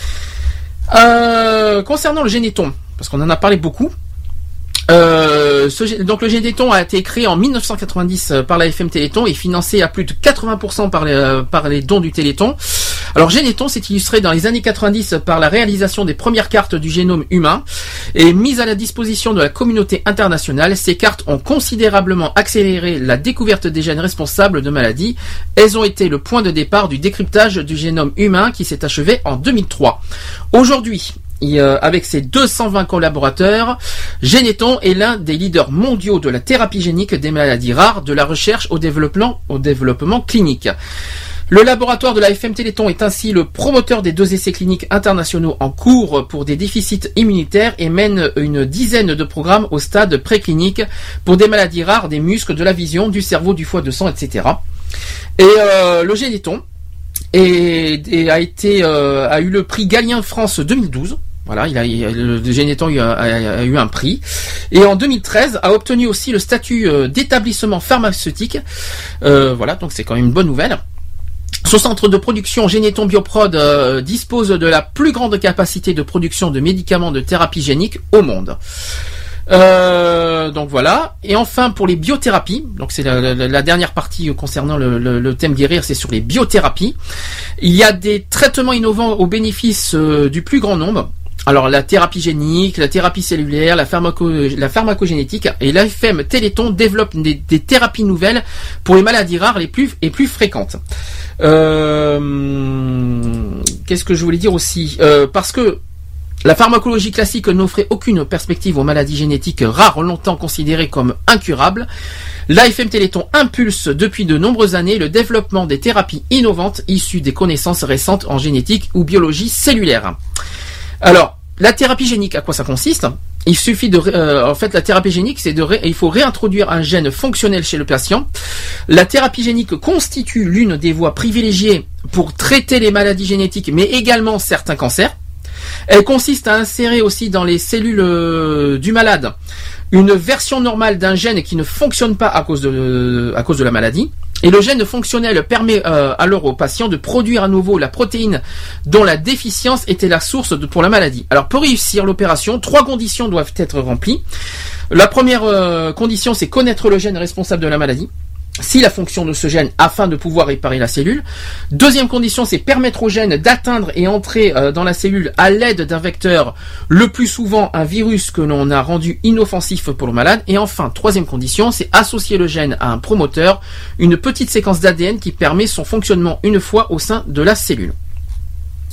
Euh, concernant le Généton, parce qu'on en a parlé beaucoup, euh, ce, donc le Généton a été créé en dix-neuf cent quatre-vingt-dix par la F M Téléthon et financé à plus de quatre-vingts pour cent par les, par les dons du Téléthon. Alors Généton s'est illustré dans les années quatre-vingt-dix par la réalisation des premières cartes du génome humain et mise à la disposition de la communauté internationale. Ces cartes ont considérablement accéléré la découverte des gènes responsables de maladies. Elles ont été le point de départ du décryptage du génome humain qui s'est achevé en deux mille trois. Aujourd'hui, Et euh, avec ses deux cent vingt collaborateurs, Généton est l'un des leaders mondiaux de la thérapie génique des maladies rares, de la recherche au développement, au développement clinique. Le laboratoire de la F M Téléthon est ainsi le promoteur des deux essais cliniques internationaux en cours pour des déficits immunitaires et mène une dizaine de programmes au stade préclinique pour des maladies rares des muscles, de la vision, du cerveau, du foie, de sang, et cetera. Et euh, le Généton et, et a été euh, a eu le prix Galien France deux mille douze. Voilà, il a, il a le Généton a, a, a eu un prix. Et en deux mille treize a obtenu aussi le statut euh, d'établissement pharmaceutique. Euh, voilà, donc c'est quand même une bonne nouvelle. Son centre de production Généton Bioprod euh, dispose de la plus grande capacité de production de médicaments de thérapie génique au monde. Euh, donc voilà. Et enfin pour les biothérapies, donc c'est la, la, la dernière partie concernant le, le, le thème guérir, c'est sur les biothérapies. Il y a des traitements innovants au bénéfice euh, du plus grand nombre. Alors la thérapie génique, la thérapie cellulaire, la, pharmaco, la pharmacogénétique et l'A F M Téléthon développe des, des thérapies nouvelles pour les maladies rares les plus et plus fréquentes. Euh, qu'est-ce que je voulais dire aussi euh, parce que la pharmacologie classique n'offrait aucune perspective aux maladies génétiques rares longtemps considérées comme incurables. L'A F M Téléthon impulse depuis de nombreuses années le développement des thérapies innovantes issues des connaissances récentes en génétique ou biologie cellulaire. Alors, la thérapie génique, à quoi ça consiste ? Il suffit de, euh, en fait, la thérapie génique, c'est de, ré, il faut réintroduire un gène fonctionnel chez le patient. La thérapie génique constitue l'une des voies privilégiées pour traiter les maladies génétiques, mais également certains cancers. Elle consiste à insérer aussi dans les cellules euh, du malade une version normale d'un gène qui ne fonctionne pas à cause de, à cause de la maladie. Et le gène fonctionnel permet euh, alors au patient de produire à nouveau la protéine dont la déficience était la source de, pour la maladie. Alors pour réussir l'opération, trois conditions doivent être remplies. La première euh, condition, c'est connaître le gène responsable de la maladie, si la fonction de ce gène afin de pouvoir réparer la cellule. Deuxième condition, c'est permettre au gène d'atteindre et entrer euh, dans la cellule à l'aide d'un vecteur, le plus souvent un virus que l'on a rendu inoffensif pour le malade. Et enfin, troisième condition, c'est associer le gène à un promoteur, une petite séquence d'A D N qui permet son fonctionnement une fois au sein de la cellule.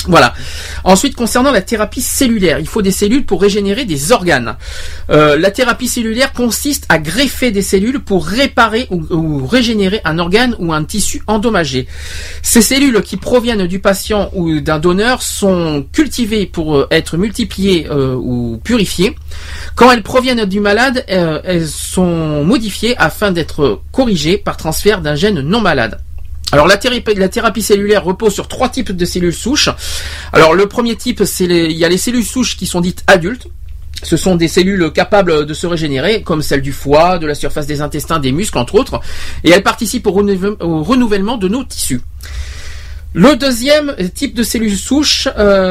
Voilà. Ensuite, concernant la thérapie cellulaire, il faut des cellules pour régénérer des organes. Euh, la thérapie cellulaire consiste à greffer des cellules pour réparer ou, ou régénérer un organe ou un tissu endommagé. Ces cellules qui proviennent du patient ou d'un donneur sont cultivées pour être multipliées euh, ou purifiées. Quand elles proviennent du malade, euh, elles sont modifiées afin d'être corrigées par transfert d'un gène non malade. Alors la thérapie, la thérapie cellulaire repose sur trois types de cellules souches. Alors le premier type, c'est les, il y a les cellules souches qui sont dites adultes. Ce sont des cellules capables de se régénérer, comme celles du foie, de la surface des intestins, des muscles, entre autres. Et elles participent au, renouvel- au renouvellement de nos tissus. Le deuxième type de cellules souches,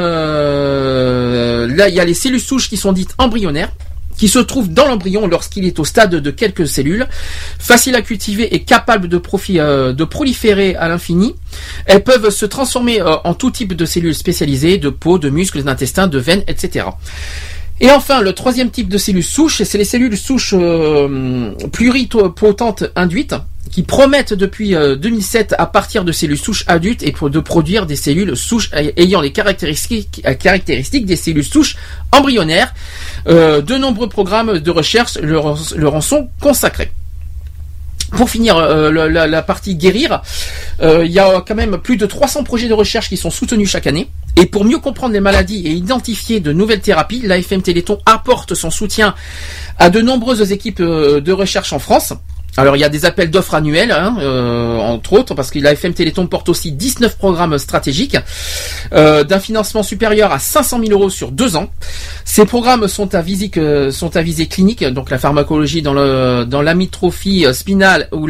euh, là il y a les cellules souches qui sont dites embryonnaires, qui se trouvent dans l'embryon lorsqu'il est au stade de quelques cellules, faciles à cultiver et capables de, profi, euh, de proliférer à l'infini. Elles peuvent se transformer euh, en tout type de cellules spécialisées, de peau, de muscles, d'intestins, de veines, et cetera. Et enfin, le troisième type de cellules souches, c'est les cellules souches euh, pluripotentes induites, qui promettent depuis euh, deux mille sept à partir de cellules souches adultes et pour de produire des cellules souches ayant les caractéristiques, caractéristiques des cellules souches embryonnaires. Euh, de nombreux programmes de recherche leur, leur en sont consacrés. Pour finir euh, la, la partie guérir, euh, il y a quand même plus de trois cents projets de recherche qui sont soutenus chaque année. Et pour mieux comprendre les maladies et identifier de nouvelles thérapies, l'A F M Téléthon apporte son soutien à de nombreuses équipes de recherche en France. Alors il y a des appels d'offres annuels, hein, euh, entre autres, parce que l'A F M Téléthon porte aussi dix-neuf programmes stratégiques euh, d'un financement supérieur à cinq cent mille euros sur deux ans. Ces programmes sont à visée, euh, sont à visée clinique, donc la pharmacologie dans le dans l'amyotrophie spinale ou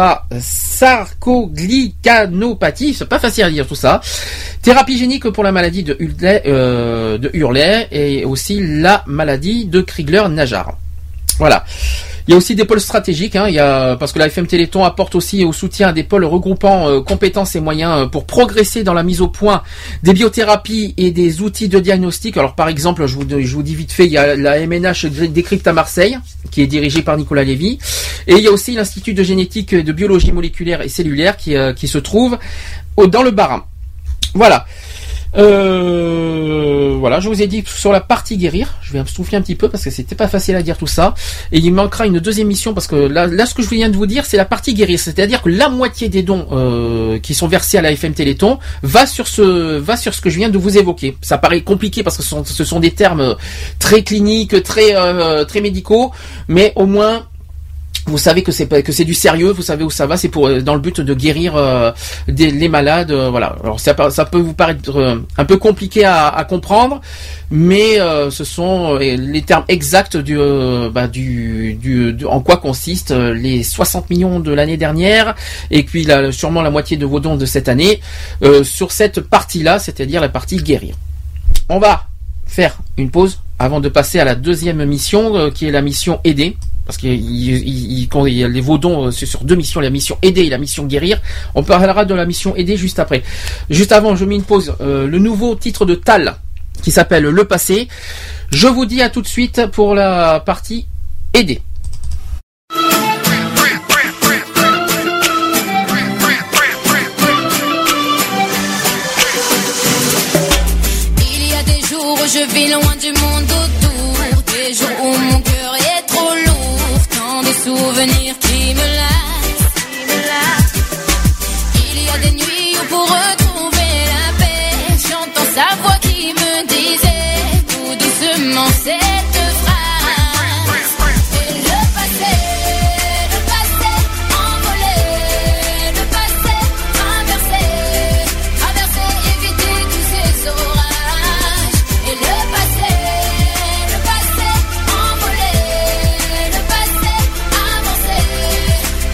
l'alpha-sarcoglycanopathie, c'est pas facile à dire tout ça. Thérapie génique pour la maladie de Hurley, euh, de Hurley et aussi la maladie de Crigler-Najjar. Voilà. Il y a aussi des pôles stratégiques, hein, il y a, parce que la F M Téléthon apporte aussi au soutien à des pôles regroupant euh, compétences et moyens euh, pour progresser dans la mise au point des biothérapies et des outils de diagnostic. Alors par exemple, je vous, je vous dis vite fait, il y a la M N H Décrypte à Marseille, qui est dirigée par Nicolas Lévy, et il y a aussi l'Institut de génétique et de biologie moléculaire et cellulaire qui, euh, qui se trouve au, dans le Bas-Rhin. Voilà. Euh, voilà, je vous ai dit sur la partie guérir, je vais me souffler un petit peu parce que c'était pas facile à dire tout ça, et il manquera une deuxième émission parce que là, là ce que je viens de vous dire c'est la partie guérir, c'est-à-dire que la moitié des dons euh, qui sont versés à la F M Téléthon va sur ce va sur ce que je viens de vous évoquer. Ça paraît compliqué parce que ce sont, ce sont des termes très cliniques, très euh, très médicaux, mais au moins vous savez que c'est que c'est du sérieux, vous savez où ça va, c'est pour dans le but de guérir euh, des, les malades, euh, voilà. Alors ça, ça peut vous paraître euh, un peu compliqué à, à comprendre, mais euh, ce sont euh, les termes exacts du, euh, bah, du, du, du en quoi consistent euh, les soixante millions de l'année dernière et puis là, sûrement la moitié de vos dons de cette année euh, sur cette partie-là, c'est-à-dire la partie guérir. On va faire une pause avant de passer à la deuxième mission euh, qui est la mission aider. Parce qu'il y a les vos dons, c'est sur deux missions, la mission aider et la mission guérir. On parlera de la mission aider juste après. Juste avant, je mets une pause. Euh, le nouveau titre de Tal, qui s'appelle Le Passé. Je vous dis à tout de suite pour la partie aider. Il y a des jours où je vis loin du monde autour, des jours où mon cœur est trop lourd. Des souvenirs qui me lassent, il y a des nuits où pour retrouver la paix, j'entends sa voix qui me disait tout doucement cette phrase. Et le passé, le passé envolé, le passé traversé, traversé, éviter tous ces orages. Et le passé, le passé envolé, le passé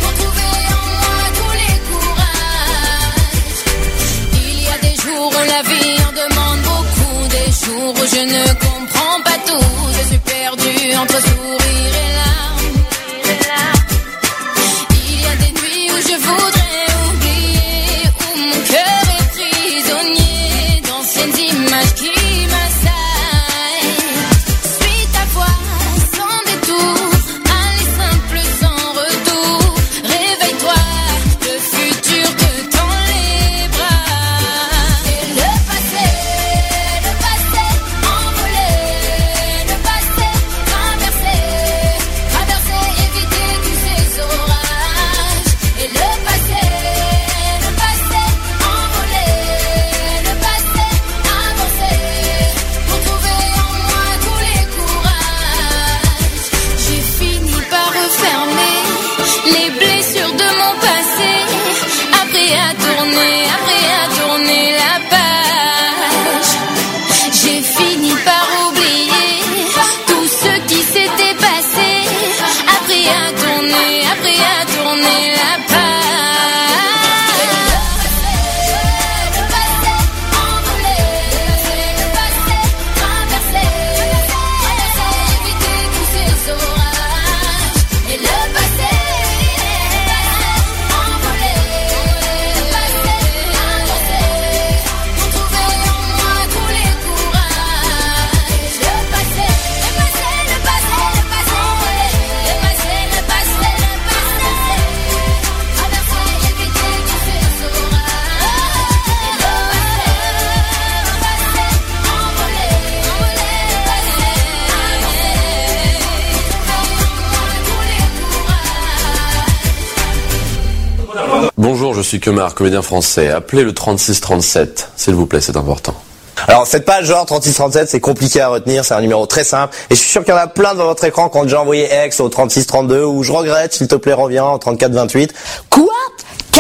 Bonjour, je suis Kemar, comédien français. Appelez le trente-six trente-sept, s'il vous plaît, c'est important. Alors faites pas genre trente-six trente-sept, c'est compliqué à retenir, c'est un numéro très simple. Et je suis sûr qu'il y en a plein devant votre écran qui ont déjà envoyé X au trente-six trente-deux ou je regrette, s'il te plaît reviens au trente-quatre vingt-huit. Quoi ? Caprange ?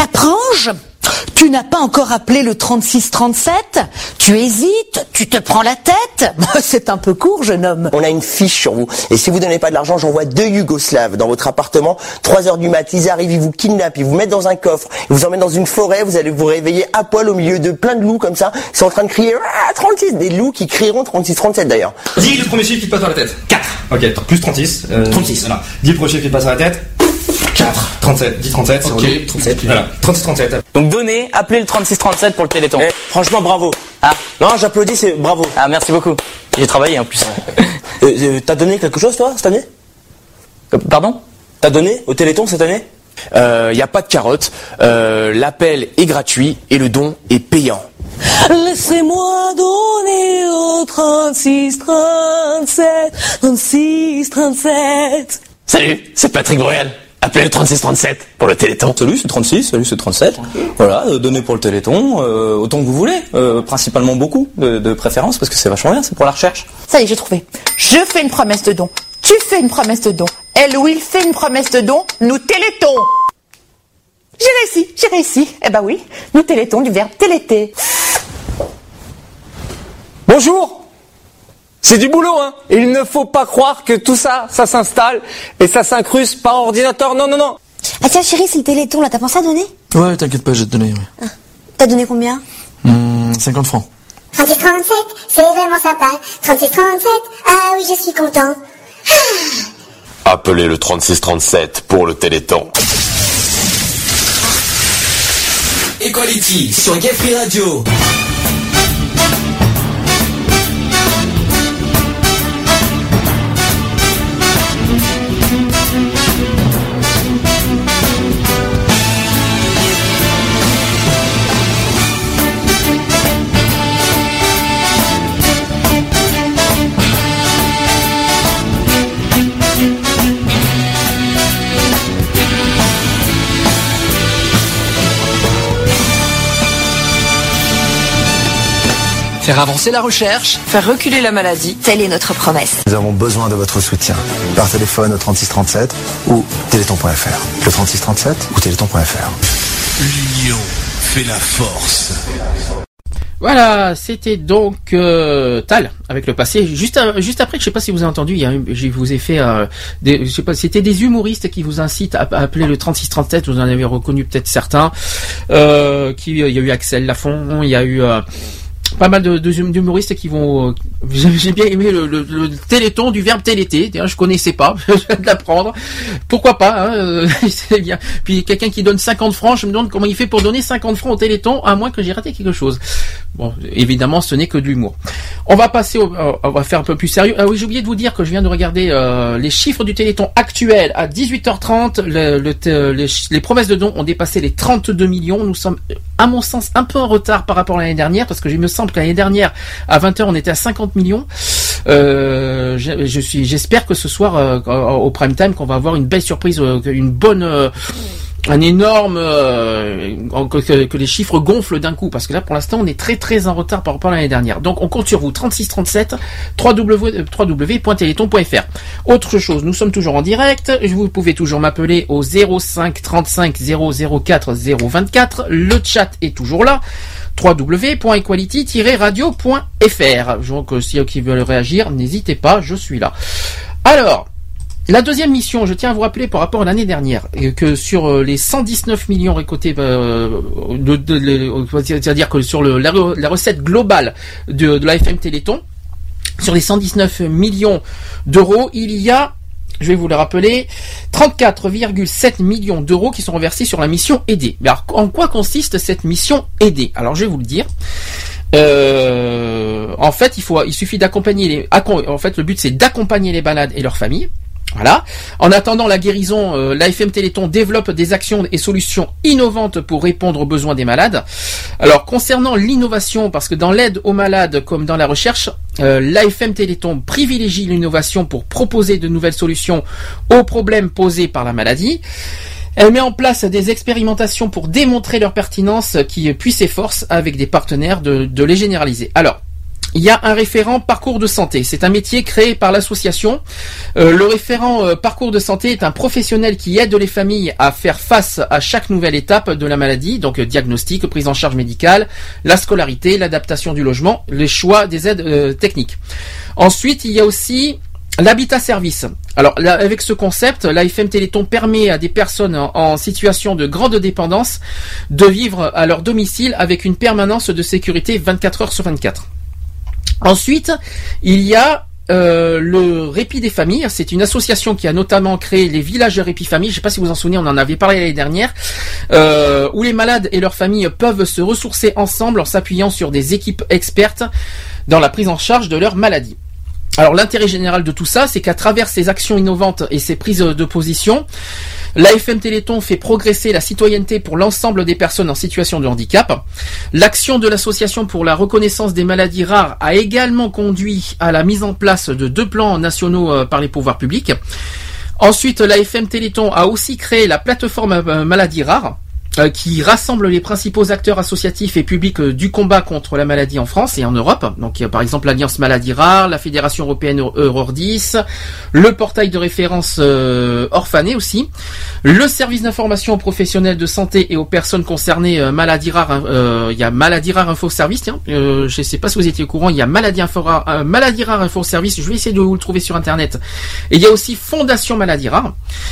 Tu n'as pas encore appelé le trente-six trente-sept ? Tu hésites ? Tu te prends la tête ? C'est un peu court, jeune homme. On a une fiche sur vous. Et si vous donnez pas de l'argent, j'envoie deux Yougoslaves dans votre appartement. trois heures du mat, ils arrivent, ils vous kidnappent, ils vous mettent dans un coffre, ils vous emmènent dans une forêt, vous allez vous réveiller à poil au milieu de plein de loups comme ça. Ils sont en train de crier ah, trente-six, des loups qui crieront trente-six trente-sept d'ailleurs. Dis le premier chiffre qui te passe par la tête. quatre. Ok, plus trente-six. Euh, trente-six. Voilà. Dis le premier chiffre qui te passe par la tête. quatre, trente-sept, dix trente-sept, ok, trente-sept. Voilà, trente-six trente-sept. Donc donnez, appelez le trente-six trente-sept pour le Téléthon. Eh, franchement, bravo. Ah. Non, j'applaudis, c'est bravo. Ah, merci beaucoup. J'ai travaillé en plus. euh, euh, T'as donné quelque chose, toi, cette année ? Pardon ? T'as donné au Téléthon cette année ? Il euh, n'y a pas de carotte, euh, l'appel est gratuit et le don est payant. Laissez-moi donner au trente-six trente-sept, trente-six trente-sept. Salut, c'est Patrick Bruel. Appelez le trente-six trente-sept pour le Téléthon. Salut, c'est trente-six, salut, c'est trente-sept. Voilà, euh, donnez pour le Téléthon, euh, autant que vous voulez, euh, principalement beaucoup, de, de préférence, parce que c'est vachement bien, c'est pour la recherche. Ça y est, j'ai trouvé. Je fais une promesse de don. Tu fais une promesse de don. Elle ou il fait une promesse de don. Nous Téléthon. J'ai réussi, j'ai réussi. Eh ben oui, nous Téléthon du verbe téléter. Bonjour. C'est du boulot, hein. Et il ne faut pas croire que tout ça, ça s'installe et ça s'incruste par ordinateur. Non, non, non. Ah tiens, chérie, c'est le Téléthon, là, t'as pensé à donner ? Ouais, t'inquiète pas, je vais te donner, ouais. Ah. T'as donné combien ? Mmh, cinquante francs. trente-six trente-sept, c'est vraiment sympa. trente-six trente-sept, ah oui, je suis content. Ah. Appelez le trente-six trente-sept pour le Téléthon. Equality sur Gay Free Radio. Faire avancer la recherche, faire reculer la maladie, telle est notre promesse. Nous avons besoin de votre soutien. Par téléphone au trente-six trente-sept ou téléthon point f r. Le trente-six trente-sept ou téléthon point f r. L'union fait la force. Voilà, c'était donc euh, Tal avec le passé. Juste, à, juste après, je sais pas si vous avez entendu, il y a, je vous ai fait, euh, des, je sais pas, c'était des humoristes qui vous incitent à, à appeler le trente-six trente-sept. Vous en avez reconnu peut-être certains. Euh, qui, il y a eu Axel Lafont, il y a eu euh, pas mal de, de, d'humoristes qui vont. Euh, j'ai bien aimé le, le, le téléthon du verbe téléter. Je connaissais pas, je viens de l'apprendre. Pourquoi pas, hein, euh, c'est bien. Puis quelqu'un qui donne cinquante francs, je me demande comment il fait pour donner cinquante francs au téléthon, à moins que j'ai raté quelque chose. Bon, évidemment, ce n'est que de l'humour. On va passer, au, on va faire un peu plus sérieux. Ah oui, j'ai oublié de vous dire que je viens de regarder euh, les chiffres du Téléthon actuel à dix-huit heures trente. Le, le, les, les promesses de dons ont dépassé les trente-deux millions. Nous sommes, à mon sens, un peu en retard par rapport à l'année dernière, parce que il me semble que l'année dernière, à vingt heures, on était à cinquante millions. Euh, je, je suis, j'espère que ce soir, euh, au prime time, qu'on va avoir une belle surprise, euh, une bonne. Euh, un énorme euh, que, que les chiffres gonflent d'un coup, parce que là pour l'instant on est très très en retard par rapport à l'année dernière. Donc on compte sur vous. Trente-six trente-sept, w w w point téléthon point f r. Autre chose, nous sommes toujours en direct. Vous pouvez toujours m'appeler au zéro cinq trente-cinq zéro zéro quatre zéro vingt-quatre. Le chat est toujours là. w w w point equality tiret radio point f r. Donc si qui veulent réagir, n'hésitez pas, je suis là. Alors, la deuxième mission, je tiens à vous rappeler par rapport à l'année dernière, que sur les cent dix-neuf millions récoltés, euh, de, de, de, c'est-à-dire que sur le, la, la recette globale de, de la F M Téléthon, sur les cent dix-neuf millions d'euros, il y a, je vais vous le rappeler, trente-quatre virgule sept millions d'euros qui sont reversés sur la mission aidée. Mais alors, en quoi consiste cette mission aidée ? Alors, je vais vous le dire. Euh, en fait, il faut, il suffit d'accompagner les, en fait, le but c'est d'accompagner les malades et leurs familles. Voilà. En attendant la guérison, euh, l'A F M Téléthon développe des actions et solutions innovantes pour répondre aux besoins des malades. Alors, concernant l'innovation, parce que dans l'aide aux malades comme dans la recherche, euh, l'A F M Téléthon privilégie l'innovation pour proposer de nouvelles solutions aux problèmes posés par la maladie. Elle met en place des expérimentations pour démontrer leur pertinence qui puis s'efforce avec des partenaires de, de les généraliser. Alors, il y a un référent parcours de santé. C'est un métier créé par l'association. Euh, le référent euh, parcours de santé est un professionnel qui aide les familles à faire face à chaque nouvelle étape de la maladie, donc euh, diagnostic, prise en charge médicale, la scolarité, l'adaptation du logement, les choix des aides euh, techniques. Ensuite, il y a aussi l'habitat-service. Alors, là, avec ce concept, l'A F M Téléthon permet à des personnes en, en situation de grande dépendance de vivre à leur domicile avec une permanence de sécurité vingt-quatre heures sur vingt-quatre. Ensuite, il y a euh, le Répit des familles. C'est une association qui a notamment créé les villages de Répit Famille. Je ne sais pas si vous en souvenez, on en avait parlé l'année dernière, euh, où les malades et leurs familles peuvent se ressourcer ensemble en s'appuyant sur des équipes expertes dans la prise en charge de leur maladie. Alors l'intérêt général de tout ça, c'est qu'à travers ces actions innovantes et ces prises de position, l'A F M Téléthon fait progresser la citoyenneté pour l'ensemble des personnes en situation de handicap. L'action de l'association pour la reconnaissance des maladies rares a également conduit à la mise en place de deux plans nationaux par les pouvoirs publics. Ensuite, l'A F M Téléthon a aussi créé la plateforme maladies rares, qui rassemble les principaux acteurs associatifs et publics du combat contre la maladie en France et en Europe. Donc, il y a par exemple l'Alliance Maladies Rares, la Fédération Européenne Eurordis, le portail de référence euh, Orphané aussi, le service d'information aux professionnels de santé et aux personnes concernées euh, Maladies Rares. Euh, il y a Maladies Rares Info Service, tiens, euh, je ne sais pas si vous étiez au courant, il y a Maladies, Info, euh, Maladies Rares Info Service, je vais essayer de vous le trouver sur Internet. Et il y a aussi Fondation Maladies Rares.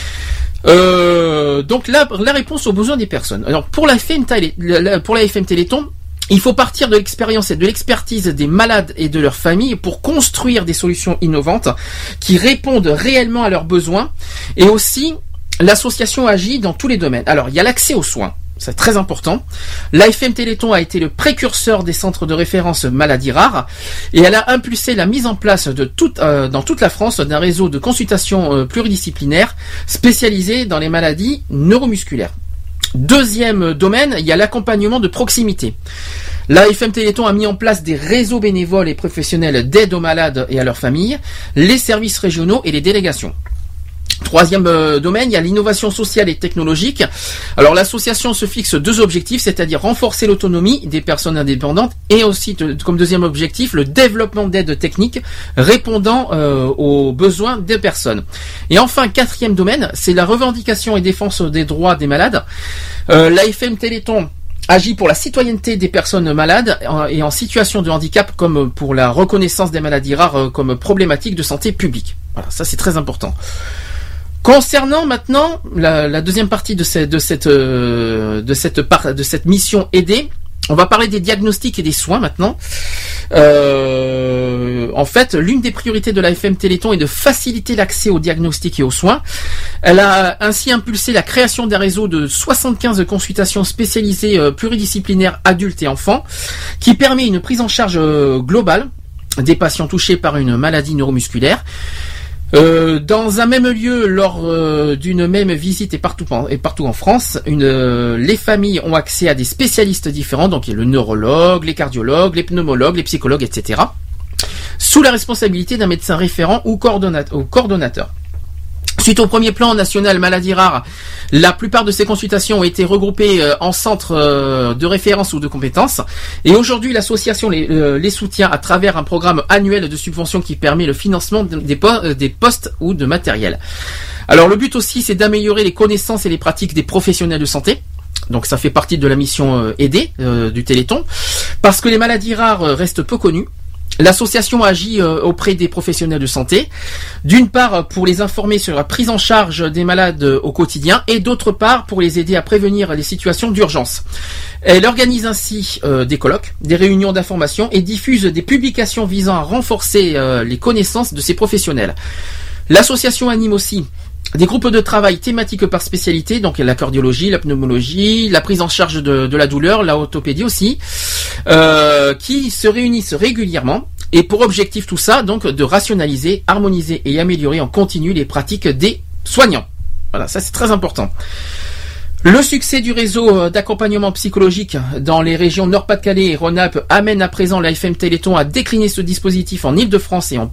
Euh, donc la, la réponse aux besoins des personnes. Alors pour la F M Télé, pour la F M Téléthon, il faut partir de l'expérience et de l'expertise des malades et de leurs familles pour construire des solutions innovantes qui répondent réellement à leurs besoins. Et aussi, l'association agit dans tous les domaines. Alors il y a l'accès aux soins. C'est très important. L'A F M Téléthon a été le précurseur des centres de référence maladies rares et elle a impulsé la mise en place de toute, euh, dans toute la France d'un réseau de consultations euh, pluridisciplinaires spécialisées dans les maladies neuromusculaires. Deuxième domaine, il y a l'accompagnement de proximité. L'A F M Téléthon a mis en place des réseaux bénévoles et professionnels d'aide aux malades et à leurs familles, les services régionaux et les délégations. Troisième euh, domaine, il y a l'innovation sociale et technologique. Alors l'association se fixe deux objectifs, c'est-à-dire renforcer l'autonomie des personnes indépendantes et aussi de, comme deuxième objectif le développement d'aides techniques répondant euh, aux besoins des personnes. Et enfin, quatrième domaine, c'est la revendication et défense des droits des malades. Euh, L'A F M Téléthon agit pour la citoyenneté des personnes malades et en situation de handicap comme pour la reconnaissance des maladies rares comme problématique de santé publique. Voilà, ça c'est très important. Concernant maintenant la, la deuxième partie de cette de cette euh, de cette part de cette mission aidée, on va parler des diagnostics et des soins maintenant. Euh, en fait, l'une des priorités de l'A F M Téléthon est de faciliter l'accès aux diagnostics et aux soins. Elle a ainsi impulsé la création d'un réseau de soixante-quinze consultations spécialisées euh, pluridisciplinaires adultes et enfants, qui permet une prise en charge euh, globale des patients touchés par une maladie neuromusculaire. Euh, dans un même lieu, lors euh, d'une même visite et partout en, et partout en France, une, euh, les familles ont accès à des spécialistes différents, donc il y a le neurologue, les cardiologues, les pneumologues, les psychologues, et cetera, sous la responsabilité d'un médecin référent ou, coordonnate, ou coordonnateur. Suite au premier plan national maladies rares, la plupart de ces consultations ont été regroupées en centres de référence ou de compétences. Et aujourd'hui, l'association les, les soutient à travers un programme annuel de subvention qui permet le financement des, des postes ou de matériel. Alors le but aussi, c'est d'améliorer les connaissances et les pratiques des professionnels de santé. Donc ça fait partie de la mission aidée euh, du Téléthon. Parce que les maladies rares restent peu connues. L'association agit auprès des professionnels de santé, d'une part pour les informer sur la prise en charge des malades au quotidien et d'autre part pour les aider à prévenir les situations d'urgence. Elle organise ainsi euh, des colloques, des réunions d'information et diffuse des publications visant à renforcer euh, les connaissances de ces professionnels. L'association anime aussi des groupes de travail thématiques par spécialité, donc la cardiologie, la pneumologie, la prise en charge de, de la douleur, la orthopédie aussi, euh, qui se réunissent régulièrement. Et pour objectif tout ça, donc de rationaliser, harmoniser et améliorer en continu les pratiques des soignants. Voilà, ça c'est très important. Le succès du réseau d'accompagnement psychologique dans les régions Nord-Pas-de-Calais et Rhône-Alpes amène à présent l'A F M Téléthon à décliner ce dispositif en Île-de-France et en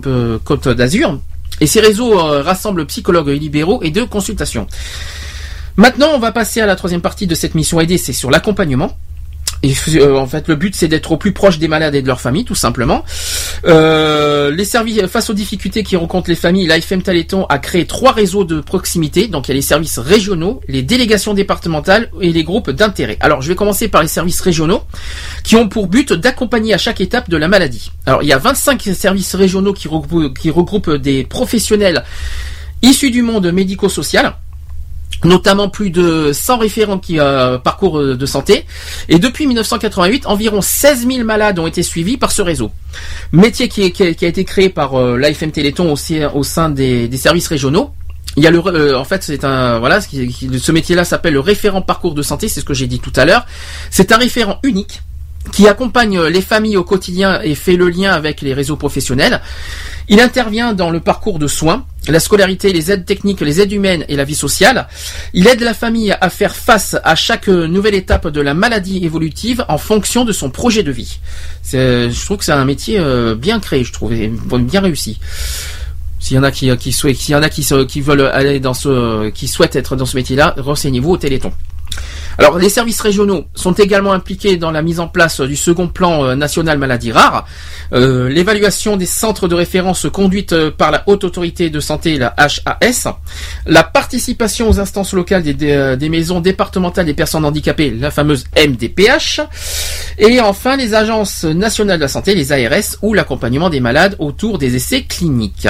Provençal-Côte d'Azur. Et ces réseaux euh, rassemblent psychologues libéraux et de consultation. Maintenant, on va passer à la troisième partie de cette mission aidée, c'est sur l'accompagnement. Et euh, en fait, le but, c'est d'être au plus proche des malades et de leurs familles, tout simplement. Euh, les services, face aux difficultés qui rencontrent les familles, l'A F M Téléthon a créé trois réseaux de proximité. Donc, il y a les services régionaux, les délégations départementales et les groupes d'intérêt. Alors, je vais commencer par les services régionaux, qui ont pour but d'accompagner à chaque étape de la maladie. Alors, il y a vingt-cinq services régionaux qui regroupent, qui regroupent des professionnels issus du monde médico-social, notamment plus de cent référents qui euh, parcours de santé. Et depuis mille neuf cent quatre-vingt-huit, environ seize mille malades ont été suivis par ce réseau. Métier qui, est, qui, a, qui a été créé par euh, l'A F M Téléthon aussi au sein des, des services régionaux. Il y a le, euh, en fait, c'est un, voilà, ce métier-là s'appelle le référent parcours de santé, c'est ce que j'ai dit tout à l'heure. C'est un référent unique qui accompagne les familles au quotidien et fait le lien avec les réseaux professionnels. Il intervient dans le parcours de soins, la scolarité, les aides techniques, les aides humaines et la vie sociale. Il aide la famille à faire face à chaque nouvelle étape de la maladie évolutive en fonction de son projet de vie. C'est, je trouve que c'est un métier bien créé, je trouve, et bien réussi. S'il y en a qui, qui souhaitent, s'il y en a qui, qui veulent aller dans ce, qui souhaitent être dans ce métier-là, renseignez-vous au Téléthon. Alors, les services régionaux sont également impliqués dans la mise en place du second plan euh, national maladies rares, euh, l'évaluation des centres de référence conduite euh, par la Haute Autorité de Santé, la H A S, la participation aux instances locales des, des, des maisons départementales des personnes handicapées, la fameuse M D P H, et enfin les agences nationales de la santé, les A R S, ou l'accompagnement des malades autour des essais cliniques.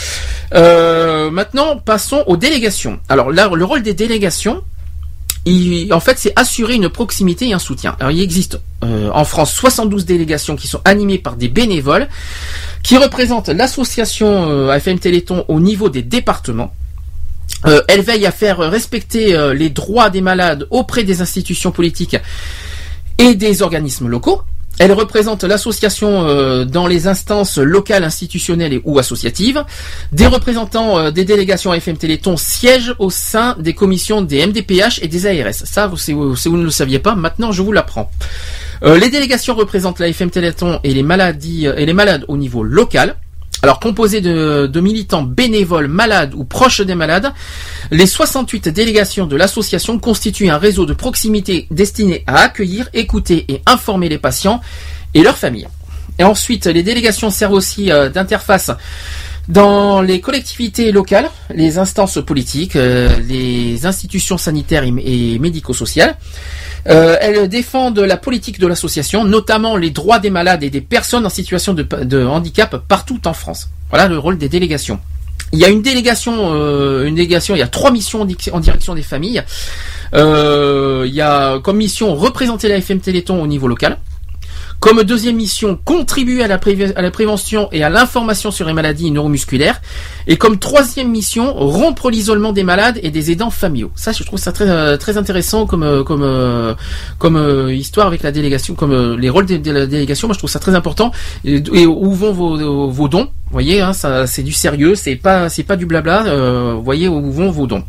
Euh, maintenant, passons aux délégations. Alors là, le rôle des délégations, Il, en fait, c'est assurer une proximité et un soutien. Alors, il existe euh, en France soixante-douze délégations qui sont animées par des bénévoles qui représentent l'association euh, A F M Téléthon au niveau des départements. Euh, elle veille à faire respecter euh, les droits des malades auprès des institutions politiques et des organismes locaux. Elle représente l'association euh, dans les instances locales, institutionnelles et ou associatives. Des représentants euh, des délégations A F M Téléthon siègent au sein des commissions des M D P H et des A R S. Ça, si vous, si vous ne le saviez pas, maintenant je vous l'apprends. Euh, les délégations représentent l'A F M Téléthon et les maladies et les malades au niveau local. Alors, composé de, de militants bénévoles, malades ou proches des malades, les soixante-huit délégations de l'association constituent un réseau de proximité destiné à accueillir, écouter et informer les patients et leurs familles. Et ensuite, les délégations servent aussi euh, d'interface dans les collectivités locales, les instances politiques, euh, les institutions sanitaires et, et médico-sociales. Euh, elles défendent la politique de l'association, notamment les droits des malades et des personnes en situation de, de handicap partout en France. Voilà le rôle des délégations. Il y a une délégation, euh, une délégation. Il y a trois missions en direction des familles. Euh, il y a comme mission représenter la F M Téléthon au niveau local. Comme deuxième mission, contribuer à la, pré- à la prévention et à l'information sur les maladies neuromusculaires. Et comme troisième mission, rompre l'isolement des malades et des aidants familiaux. Ça, je trouve ça très euh, très intéressant comme comme euh, comme euh, histoire avec la délégation, comme euh, les rôles de, de la délégation. Moi, je trouve ça très important. Et, et où vont vos, vos dons? Vous voyez, hein, ça, c'est du sérieux, c'est pas c'est pas du blabla. Euh, vous voyez où vont vos dons.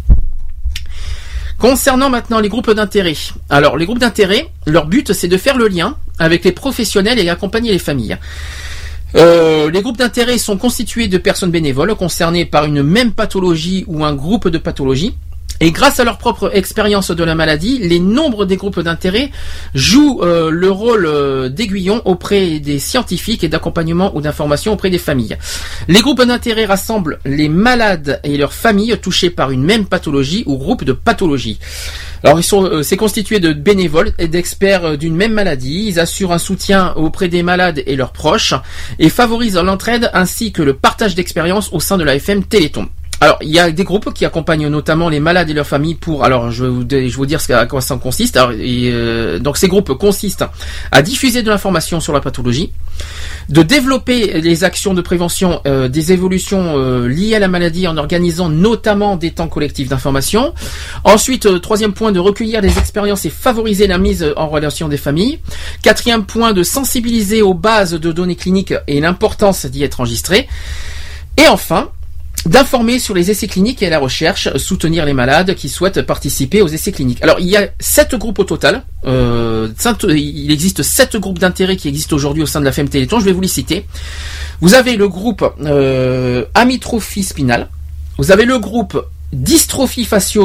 Concernant maintenant les groupes d'intérêt. Alors, les groupes d'intérêt, leur but, c'est de faire le lien avec les professionnels et accompagner les familles. Euh, les groupes d'intérêt sont constitués de personnes bénévoles concernées par une même pathologie ou un groupe de pathologie. Et grâce à leur propre expérience de la maladie, les nombres des groupes d'intérêt jouent euh, le rôle euh, d'aiguillon auprès des scientifiques et d'accompagnement ou d'information auprès des familles. Les groupes d'intérêt rassemblent les malades et leurs familles touchées par une même pathologie ou groupe de pathologie. Alors, ils sont, euh, c'est constitué de bénévoles et d'experts d'une même maladie. Ils assurent un soutien auprès des malades et leurs proches et favorisent l'entraide ainsi que le partage d'expériences au sein de la F M Téléthon. Alors, il y a des groupes qui accompagnent notamment les malades et leurs familles pour, alors je vais vous, je vais vous dire ce à quoi ça consiste. Alors, et, euh, donc ces groupes consistent à diffuser de l'information sur la pathologie, de développer les actions de prévention euh, des évolutions euh, liées à la maladie en organisant notamment des temps collectifs d'information. Ensuite, euh, troisième point, de recueillir des expériences et favoriser la mise en relation des familles. Quatrième point, de sensibiliser aux bases de données cliniques et l'importance d'y être enregistré. Et enfin, d'informer sur les essais cliniques et la recherche, soutenir les malades qui souhaitent participer aux essais cliniques. Alors, il y a sept groupes au total. Euh, il existe sept groupes d'intérêt qui existent aujourd'hui au sein de la F M Téléthon. Je vais vous les citer. Vous avez le groupe euh, amyotrophie spinale. Vous avez le groupe dystrophie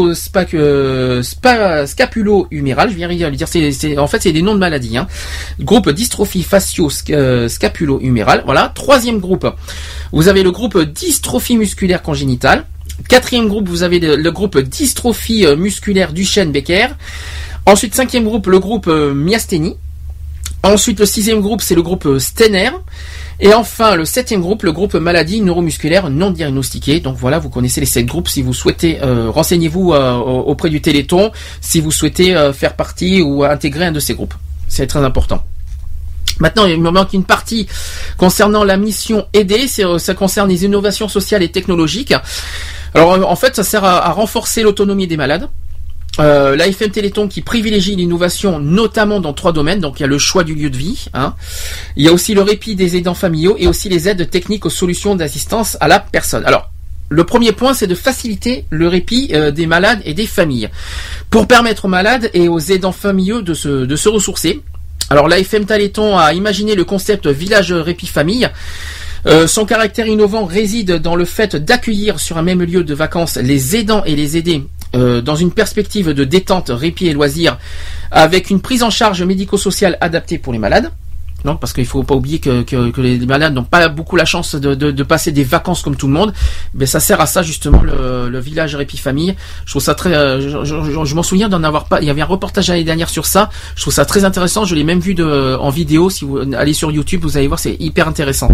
facio-scapulo-humérale, je viens de dire, c'est, c'est, en fait c'est des noms de maladies. Hein. Groupe dystrophie facio-scapulo-humérale, voilà. Troisième groupe, vous avez le groupe dystrophie musculaire congénitale. Quatrième groupe, vous avez le, le groupe dystrophie musculaire Duchenne-Becker. Ensuite, cinquième groupe, le groupe myasthénie. Ensuite, le sixième groupe, c'est le groupe Stener. Et enfin, le septième groupe, le groupe maladie neuromusculaire non diagnostiquée. Donc voilà, vous connaissez les sept groupes. Si vous souhaitez, euh, renseignez-vous euh, auprès du Téléthon si vous souhaitez euh, faire partie ou intégrer un de ces groupes. C'est très important. Maintenant, il me manque une partie concernant la mission aider. C'est, ça concerne les innovations sociales et technologiques. Alors, en fait, ça sert à, à renforcer l'autonomie des malades. Euh, l'A F M Téléthon qui privilégie l'innovation notamment dans trois domaines, donc il y a le choix du lieu de vie, hein. Il y a aussi le répit des aidants familiaux et aussi les aides techniques aux solutions d'assistance à la personne. Alors, le premier point, c'est de faciliter le répit euh, des malades et des familles pour permettre aux malades et aux aidants familiaux de se, de se ressourcer. Alors, l'A F M Téléthon a imaginé le concept village répit famille. Euh, son caractère innovant réside dans le fait d'accueillir sur un même lieu de vacances les aidants et les aidés euh, dans une perspective de détente, répit et loisirs, avec une prise en charge médico-sociale adaptée pour les malades. Non, parce qu'il faut pas oublier que, que, que les malades n'ont pas beaucoup la chance de, de, de passer des vacances comme tout le monde. Mais ça sert à ça justement le, le village répit famille. Je trouve ça très, euh, je, je, je m'en souviens d'en avoir pas. Il y avait un reportage l'année dernière sur ça. Je trouve ça très intéressant. Je l'ai même vu de, en vidéo. Si vous allez sur YouTube, vous allez voir, c'est hyper intéressant.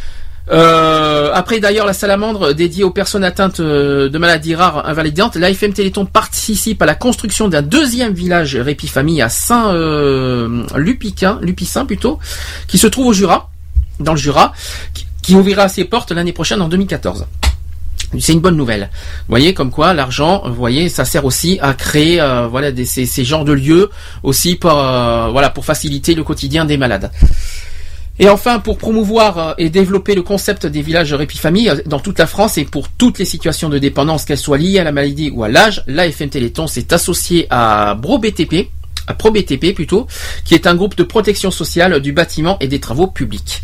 Euh, après d'ailleurs la salamandre dédiée aux personnes atteintes de maladies rares invalidantes, l'A F M Téléthon participe à la construction d'un deuxième village répit famille à Saint-Lupicain, euh, Lupicin plutôt, qui se trouve au Jura, dans le Jura, qui, qui ouvrira ses portes l'année prochaine en deux mille quatorze. C'est une bonne nouvelle. Vous voyez comme quoi l'argent, vous voyez, ça sert aussi à créer euh, voilà des, ces, ces genres de lieux aussi pour euh, voilà pour faciliter le quotidien des malades. Et enfin, pour promouvoir et développer le concept des villages répit-famille dans toute la France et pour toutes les situations de dépendance, qu'elles soient liées à la maladie ou à l'âge, l'A F M Téléthon s'est associé à ProBTP, à ProBTP plutôt, qui est un groupe de protection sociale du bâtiment et des travaux publics.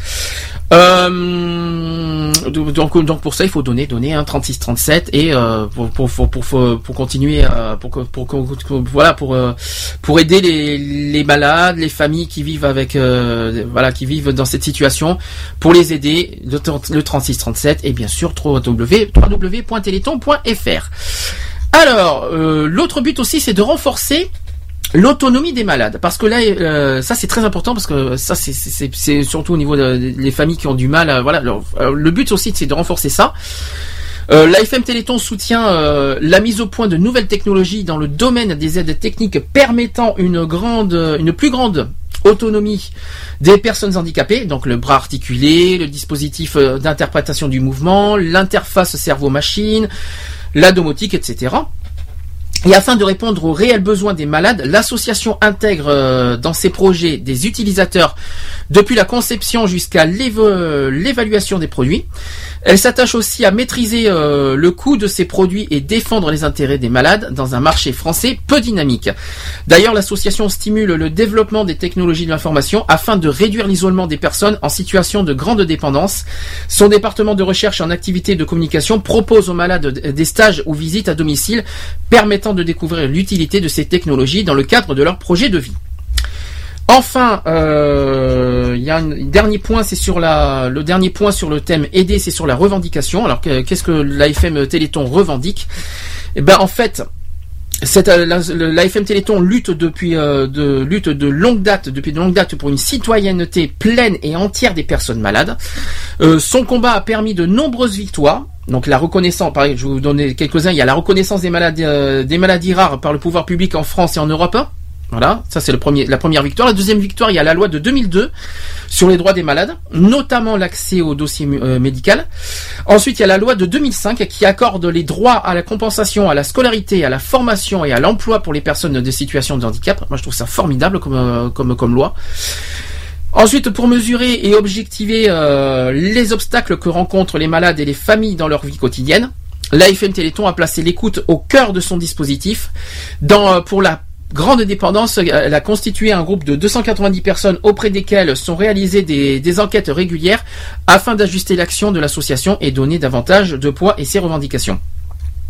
Euh, donc, donc pour ça, il faut donner, donner un hein, trente-six trente-sept et euh, pour, pour, pour, pour, pour continuer, euh, pour, pour, pour, pour voilà, pour euh, pour aider les, les malades, les familles qui vivent avec, euh, voilà, qui vivent dans cette situation, pour les aider, le, le trente-six trente-sept et bien sûr w w w point téléthon point f r. Alors, euh, l'autre but aussi, c'est de renforcer l'autonomie des malades, parce que là, euh, ça c'est très important, parce que ça c'est, c'est, c'est surtout au niveau des familles qui ont du mal. Euh, voilà, alors, le but aussi c'est de renforcer ça. Euh, L'A F M Téléthon soutient euh, la mise au point de nouvelles technologies dans le domaine des aides techniques permettant une grande, une plus grande autonomie des personnes handicapées, donc le bras articulé, le dispositif d'interprétation du mouvement, l'interface cerveau-machine, la domotique, et cetera. Et afin de répondre aux réels besoins des malades, l'association intègre euh, dans ses projets des utilisateurs depuis la conception jusqu'à l'évo- l'évaluation des produits. Elle s'attache aussi à maîtriser euh, le coût de ces produits et défendre les intérêts des malades dans un marché français peu dynamique. D'ailleurs, l'association stimule le développement des technologies de l'information afin de réduire l'isolement des personnes en situation de grande dépendance. Son département de recherche en activités de communication propose aux malades des stages ou visites à domicile permettant de découvrir l'utilité de ces technologies dans le cadre de leur projet de vie. Enfin, euh, il y a un dernier point, c'est sur la, le dernier point sur le thème aider, c'est sur la revendication. Alors qu'est-ce que l'A F M Téléthon revendique ? Eh ben en fait, cette, la, l'A F M Téléthon lutte depuis euh, de lutte de longue date, depuis de longue date pour une citoyenneté pleine et entière des personnes malades. Euh, son combat a permis de nombreuses victoires. Donc la reconnaissance, pareil, je vais vous donner quelques-uns. Il y a la reconnaissance des maladies, euh, des maladies rares par le pouvoir public en France et en Europe. Voilà, ça c'est le premier, la première victoire. La deuxième victoire, il y a la loi de deux mille deux sur les droits des malades, notamment l'accès au dossier euh, médical. Ensuite, il y a la loi de deux mille cinq qui accorde les droits à la compensation, à la scolarité, à la formation et à l'emploi pour les personnes de situation de handicap. Moi, je trouve ça formidable comme euh, comme comme loi. Ensuite, pour mesurer et objectiver euh, les obstacles que rencontrent les malades et les familles dans leur vie quotidienne, l'A F M Téléthon a placé l'écoute au cœur de son dispositif. Dans, euh, pour la grande dépendance, elle a constitué un groupe de deux cent quatre-vingt-dix personnes auprès desquelles sont réalisées des, des enquêtes régulières afin d'ajuster l'action de l'association et donner davantage de poids et ses revendications.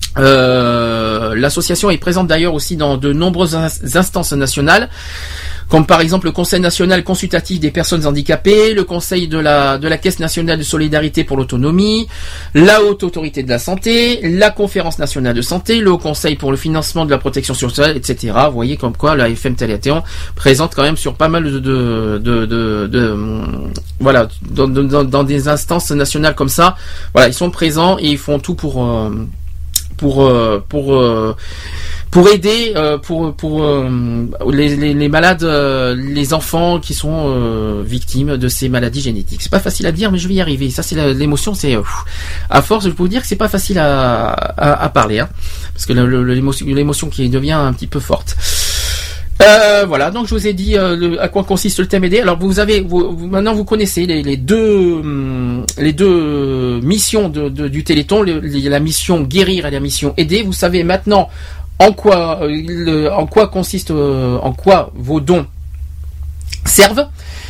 Euh, l'association est présente d'ailleurs aussi dans de nombreuses instances nationales, comme par exemple le Conseil national consultatif des personnes handicapées, le Conseil de la de la Caisse nationale de solidarité pour l'autonomie, la Haute autorité de la santé, la Conférence nationale de santé, le Haut Conseil pour le financement de la protection sociale, et cetera. Vous voyez comme quoi la F M Téléthon présente quand même sur pas mal de de de, de, de voilà dans, dans, dans des instances nationales comme ça. Voilà, ils sont présents et ils font tout pour euh, pour euh, pour euh, pour aider euh, pour pour euh, les, les les malades, euh, les enfants qui sont euh, victimes de ces maladies génétiques. C'est pas facile à dire, mais je vais y arriver. Ça, c'est la, l'émotion, c'est euh, à force, je peux vous dire que c'est pas facile à à, à parler, hein, parce que le, le, l'émotion l'émotion qui devient un petit peu forte. Euh, voilà, donc je vous ai dit euh, le, à quoi consiste le thème aidé. Alors vous avez, vous, vous, maintenant vous connaissez les, les deux, hum, les deux missions de, de, du Téléthon, le, la mission guérir et la mission aider. Vous savez maintenant en quoi, euh, le, en quoi consiste, euh, en quoi vos dons servent.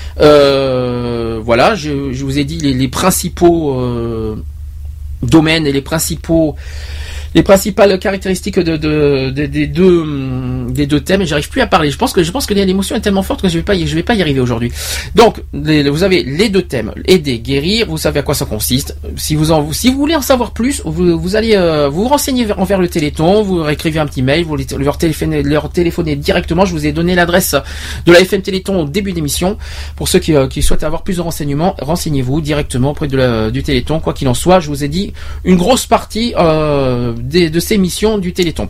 Euh, voilà, je, je vous ai dit les, les principaux euh, domaines et les principaux les principales caractéristiques de, de, de, des deux des deux thèmes, et j'arrive plus à parler. Je pense que je pense que l'émotion est tellement forte que je vais pas je vais pas y arriver aujourd'hui. Donc les, vous avez les deux thèmes, aider, guérir. Vous savez à quoi ça consiste. Si vous en si vous voulez en savoir plus, vous, vous allez euh, vous renseigner envers le Téléthon, vous écrivez un petit mail, vous leur téléphonez leur téléphonez directement. Je vous ai donné l'adresse de la F M Téléthon au début d'émission. Pour ceux qui, euh, qui souhaitent avoir plus de renseignements, renseignez-vous directement auprès de la, du Téléthon. Quoi qu'il en soit, je vous ai dit une grosse partie euh, Des, de ces missions du Téléthon.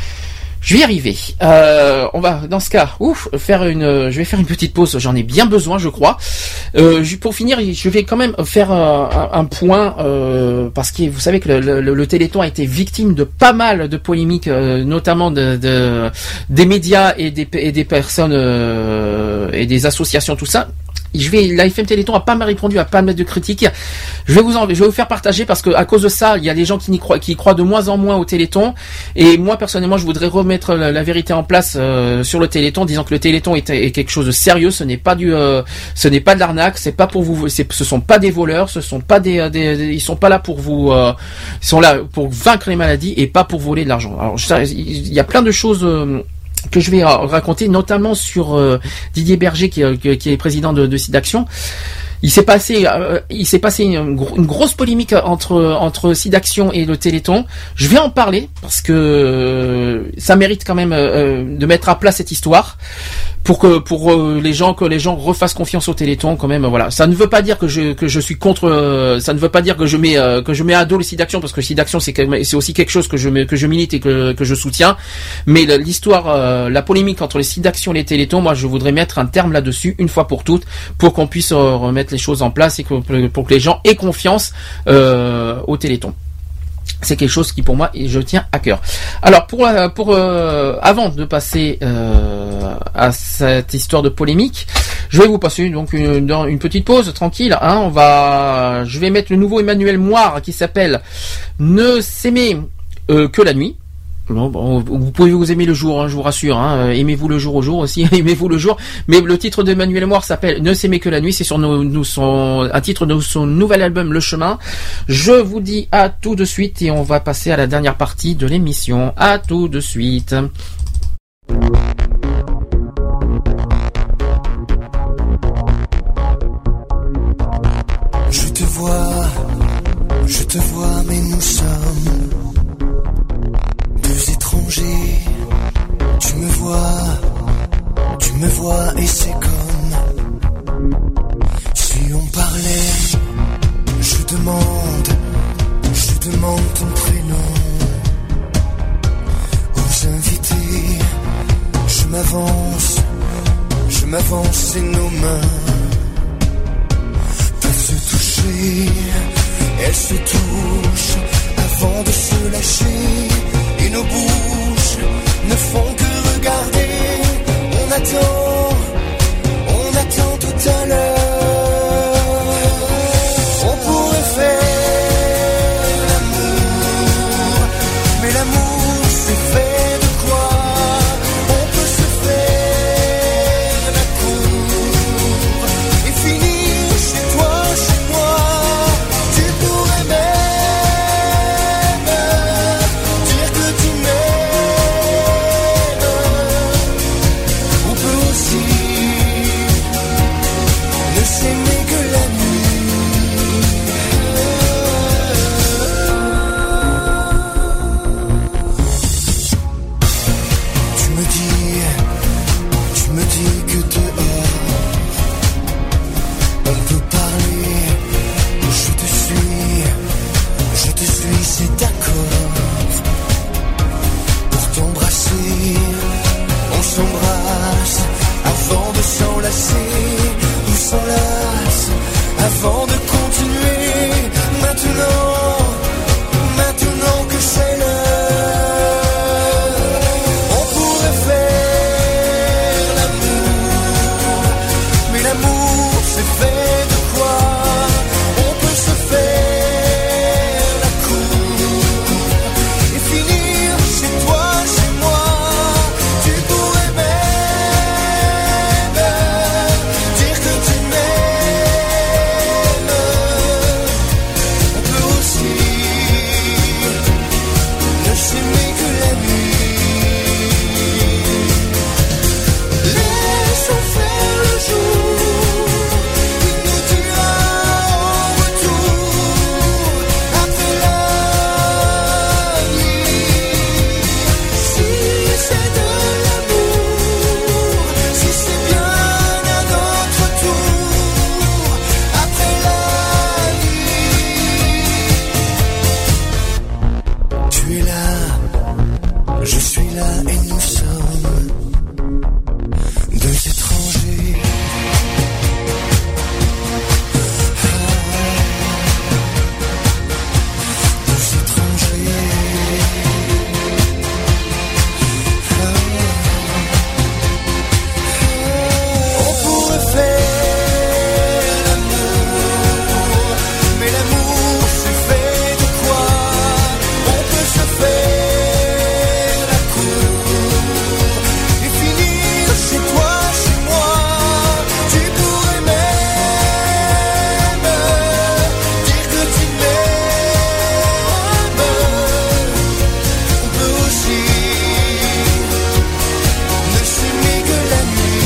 Je vais y arriver. Euh, on va, dans ce cas, ouf, faire une. Je vais faire une petite pause. J'en ai bien besoin, je crois. Euh, pour finir, je vais quand même faire un, un point euh, parce que vous savez que le, le, le Téléthon a été victime de pas mal de polémiques, euh, notamment de, de des médias et des, et des personnes euh, et des associations, tout ça. Je vais, la F M Téléthon a pas mal répondu à pas mal de critiques. Je vais vous en, je vais vous faire partager parce que à cause de ça, il y a des gens qui n'y croient, qui croient de moins en moins au Téléthon. Et moi personnellement, je voudrais remettre la, la vérité en place euh, sur le Téléthon, disant que le Téléthon est, est quelque chose de sérieux. Ce n'est pas du, euh, ce n'est pas de l'arnaque. C'est pas pour vous, c'est, ce sont pas des voleurs. Ce sont pas des, des, des ils sont pas là pour vous, euh, ils sont là pour vaincre les maladies et pas pour voler de l'argent. Alors, je, il y a plein de choses. Euh, que je vais raconter, notamment sur euh, Didier Berger qui, qui est président de, de SIDAction. Il s'est passé, euh, il s'est passé une, une grosse polémique entre entre SIDAction et le Téléthon. Je vais en parler parce que euh, ça mérite quand même euh, de mettre à plat cette histoire pour que pour euh, les gens que les gens refassent confiance au Téléthon quand même. Voilà, ça ne veut pas dire que je que je suis contre, euh, ça ne veut pas dire que je mets euh, que je mets à dos le SIDAction, parce que SIDAction c'est c'est aussi quelque chose que je que je milite et que que je soutiens. Mais l'histoire, euh, la polémique entre les SIDAction et les Téléthons, moi je voudrais mettre un terme là-dessus une fois pour toutes, pour qu'on puisse euh, remettre les choses en place et que, pour que les gens aient confiance euh, au Téléthon. C'est quelque chose qui pour moi je tiens à cœur. Alors pour pour euh, avant de passer euh, à cette histoire de polémique, je vais vous passer donc une, une petite pause tranquille. Hein, on va, je vais mettre le nouveau Emmanuel Moire qui s'appelle Ne s'aimer euh, que la nuit. Bon, bon, vous pouvez vous aimer le jour, hein, je vous rassure. Hein, aimez-vous le jour au jour aussi, aimez-vous le jour. Mais le titre d'Emmanuel Moire s'appelle Ne s'aimer que la nuit. C'est sur nos, nous, son, un titre de son nouvel album Le Chemin. Je vous dis à tout de suite et on va passer à la dernière partie de l'émission. À tout de suite. Je te vois, je te vois, mais nous sommes deux étrangers. Tu me vois, tu me vois et c'est comme si on parlait. Je demande, je demande ton prénom aux invités. Je m'avance, je m'avance et nos mains peuvent se toucher. Elles se touchent avant de se lâcher et nos bouches ne font que regarder. On attend, on attend tout à l'heure. On pourrait faire l'amour, mais l'amour c'est fait de quoi? On peut se faire la cour et finir chez toi, chez moi. Tu pourrais même dire me dis, tu me dis que dehors on peut parler. Je te suis, je te suis, c'est d'accord. Pour t'embrasser, on s'embrasse avant de s'enlacer. On s'enlace avant de continuer. Maintenant, maintenant que c'est l'heure, on pourrait faire l'amour. Mais l'amour, c'est fait de quoi? On peut se faire la cour et finir chez toi, chez moi. Tu pourrais même dire que tu m'aimes. On peut aussi ne s'aimer que la nuit. Laissons faire le jour, il nous dira en retour après la nuit. Si c'est de l'amour, si c'est bien à notre tour après la nuit. Tu es là, je suis là et nous sommes deux étrangers. Deux étrangers. On pourrait faire l'amour, mais l'amour c'est fait de quoi? On peut se faire la cour et finir chez toi, chez moi. Tu pourrais même dire que tu m'aimes. On peut aussi ne s'aimer que la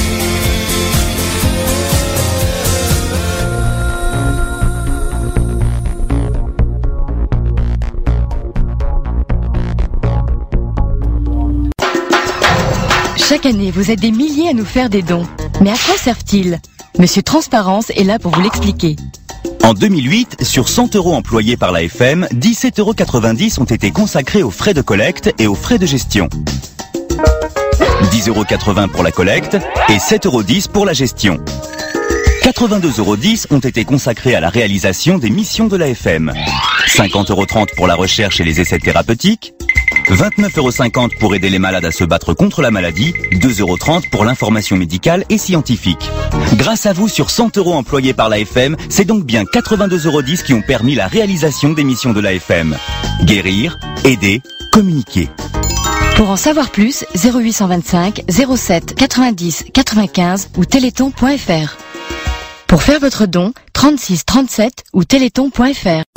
Chaque année, vous êtes des milliers à nous faire des dons. Mais à quoi servent-ils? Monsieur Transparence est là pour vous l'expliquer. En deux mille huit, sur cent euros employés par la F M, dix-sept euros quatre-vingt-dix ont été consacrés aux frais de collecte et aux frais de gestion. dix euros quatre-vingts pour la collecte et sept euros dix pour la gestion. quatre-vingt-deux euros dix ont été consacrés à la réalisation des missions de la F M. cinquante euros trente pour la recherche et les essais thérapeutiques. vingt-neuf euros cinquante pour aider les malades à se battre contre la maladie, deux euros trente pour l'information médicale et scientifique. Grâce à vous, sur cent euros employés par la F M, c'est donc bien quatre-vingt-deux euros dix qui ont permis la réalisation des missions de la F M. Guérir, aider, communiquer. Pour en savoir plus, zéro huit cent vingt-cinq zéro sept quatre-vingt-dix quatre-vingt-quinze ou téléthon point f r. Pour faire votre don, trente-six trente-sept ou téléthon point f r.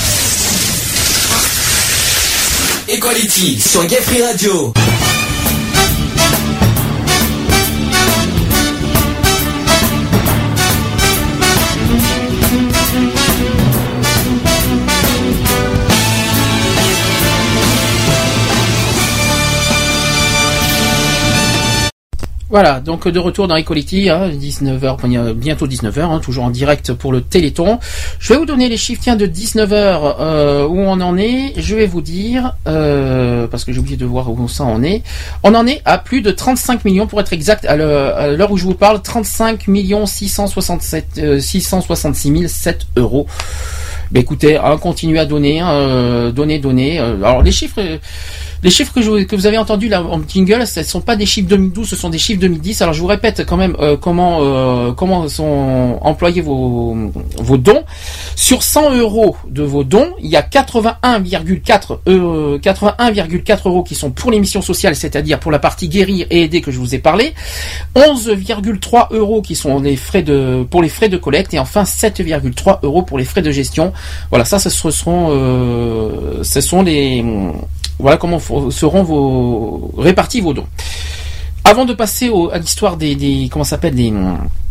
Equality sur Gay Free Radio. Voilà, donc de retour dans Equality, hein, dix-neuf heures, bientôt dix-neuf heures, hein, toujours en direct pour le Téléthon. Je vais vous donner les chiffres, tiens, de dix-neuf heures, euh, où on en est. Je vais vous dire, euh, parce que j'ai oublié de voir où ça en est. On en est à plus de trente-cinq millions, pour être exact, à l'heure où je vous parle, trente-cinq millions six cent soixante-sept, euh, six cent soixante-six mille sept euros. Ben écoutez, hein, continuez à donner, hein, euh, donner, donner. Euh, alors les chiffres... Euh, Les chiffres que, je, que vous avez entendus là en jingle, ce ne sont pas des chiffres deux mille douze, ce sont des chiffres deux mille dix. Alors je vous répète quand même euh, comment euh, comment sont employés vos vos dons. Sur cent euros de vos dons, il y a quatre-vingt-un virgule quatre euh, quatre-vingt-un virgule quatre euros qui sont pour les missions sociales, c'est-à-dire pour la partie guérir et aider que je vous ai parlé. onze virgule trois euros qui sont les frais de pour les frais de collecte et enfin sept virgule trois euros pour les frais de gestion. Voilà, ça ce seront euh, ce sont les Voilà comment seront vos répartis vos dons. Avant de passer au, à l'histoire des, des comment ça s'appelle des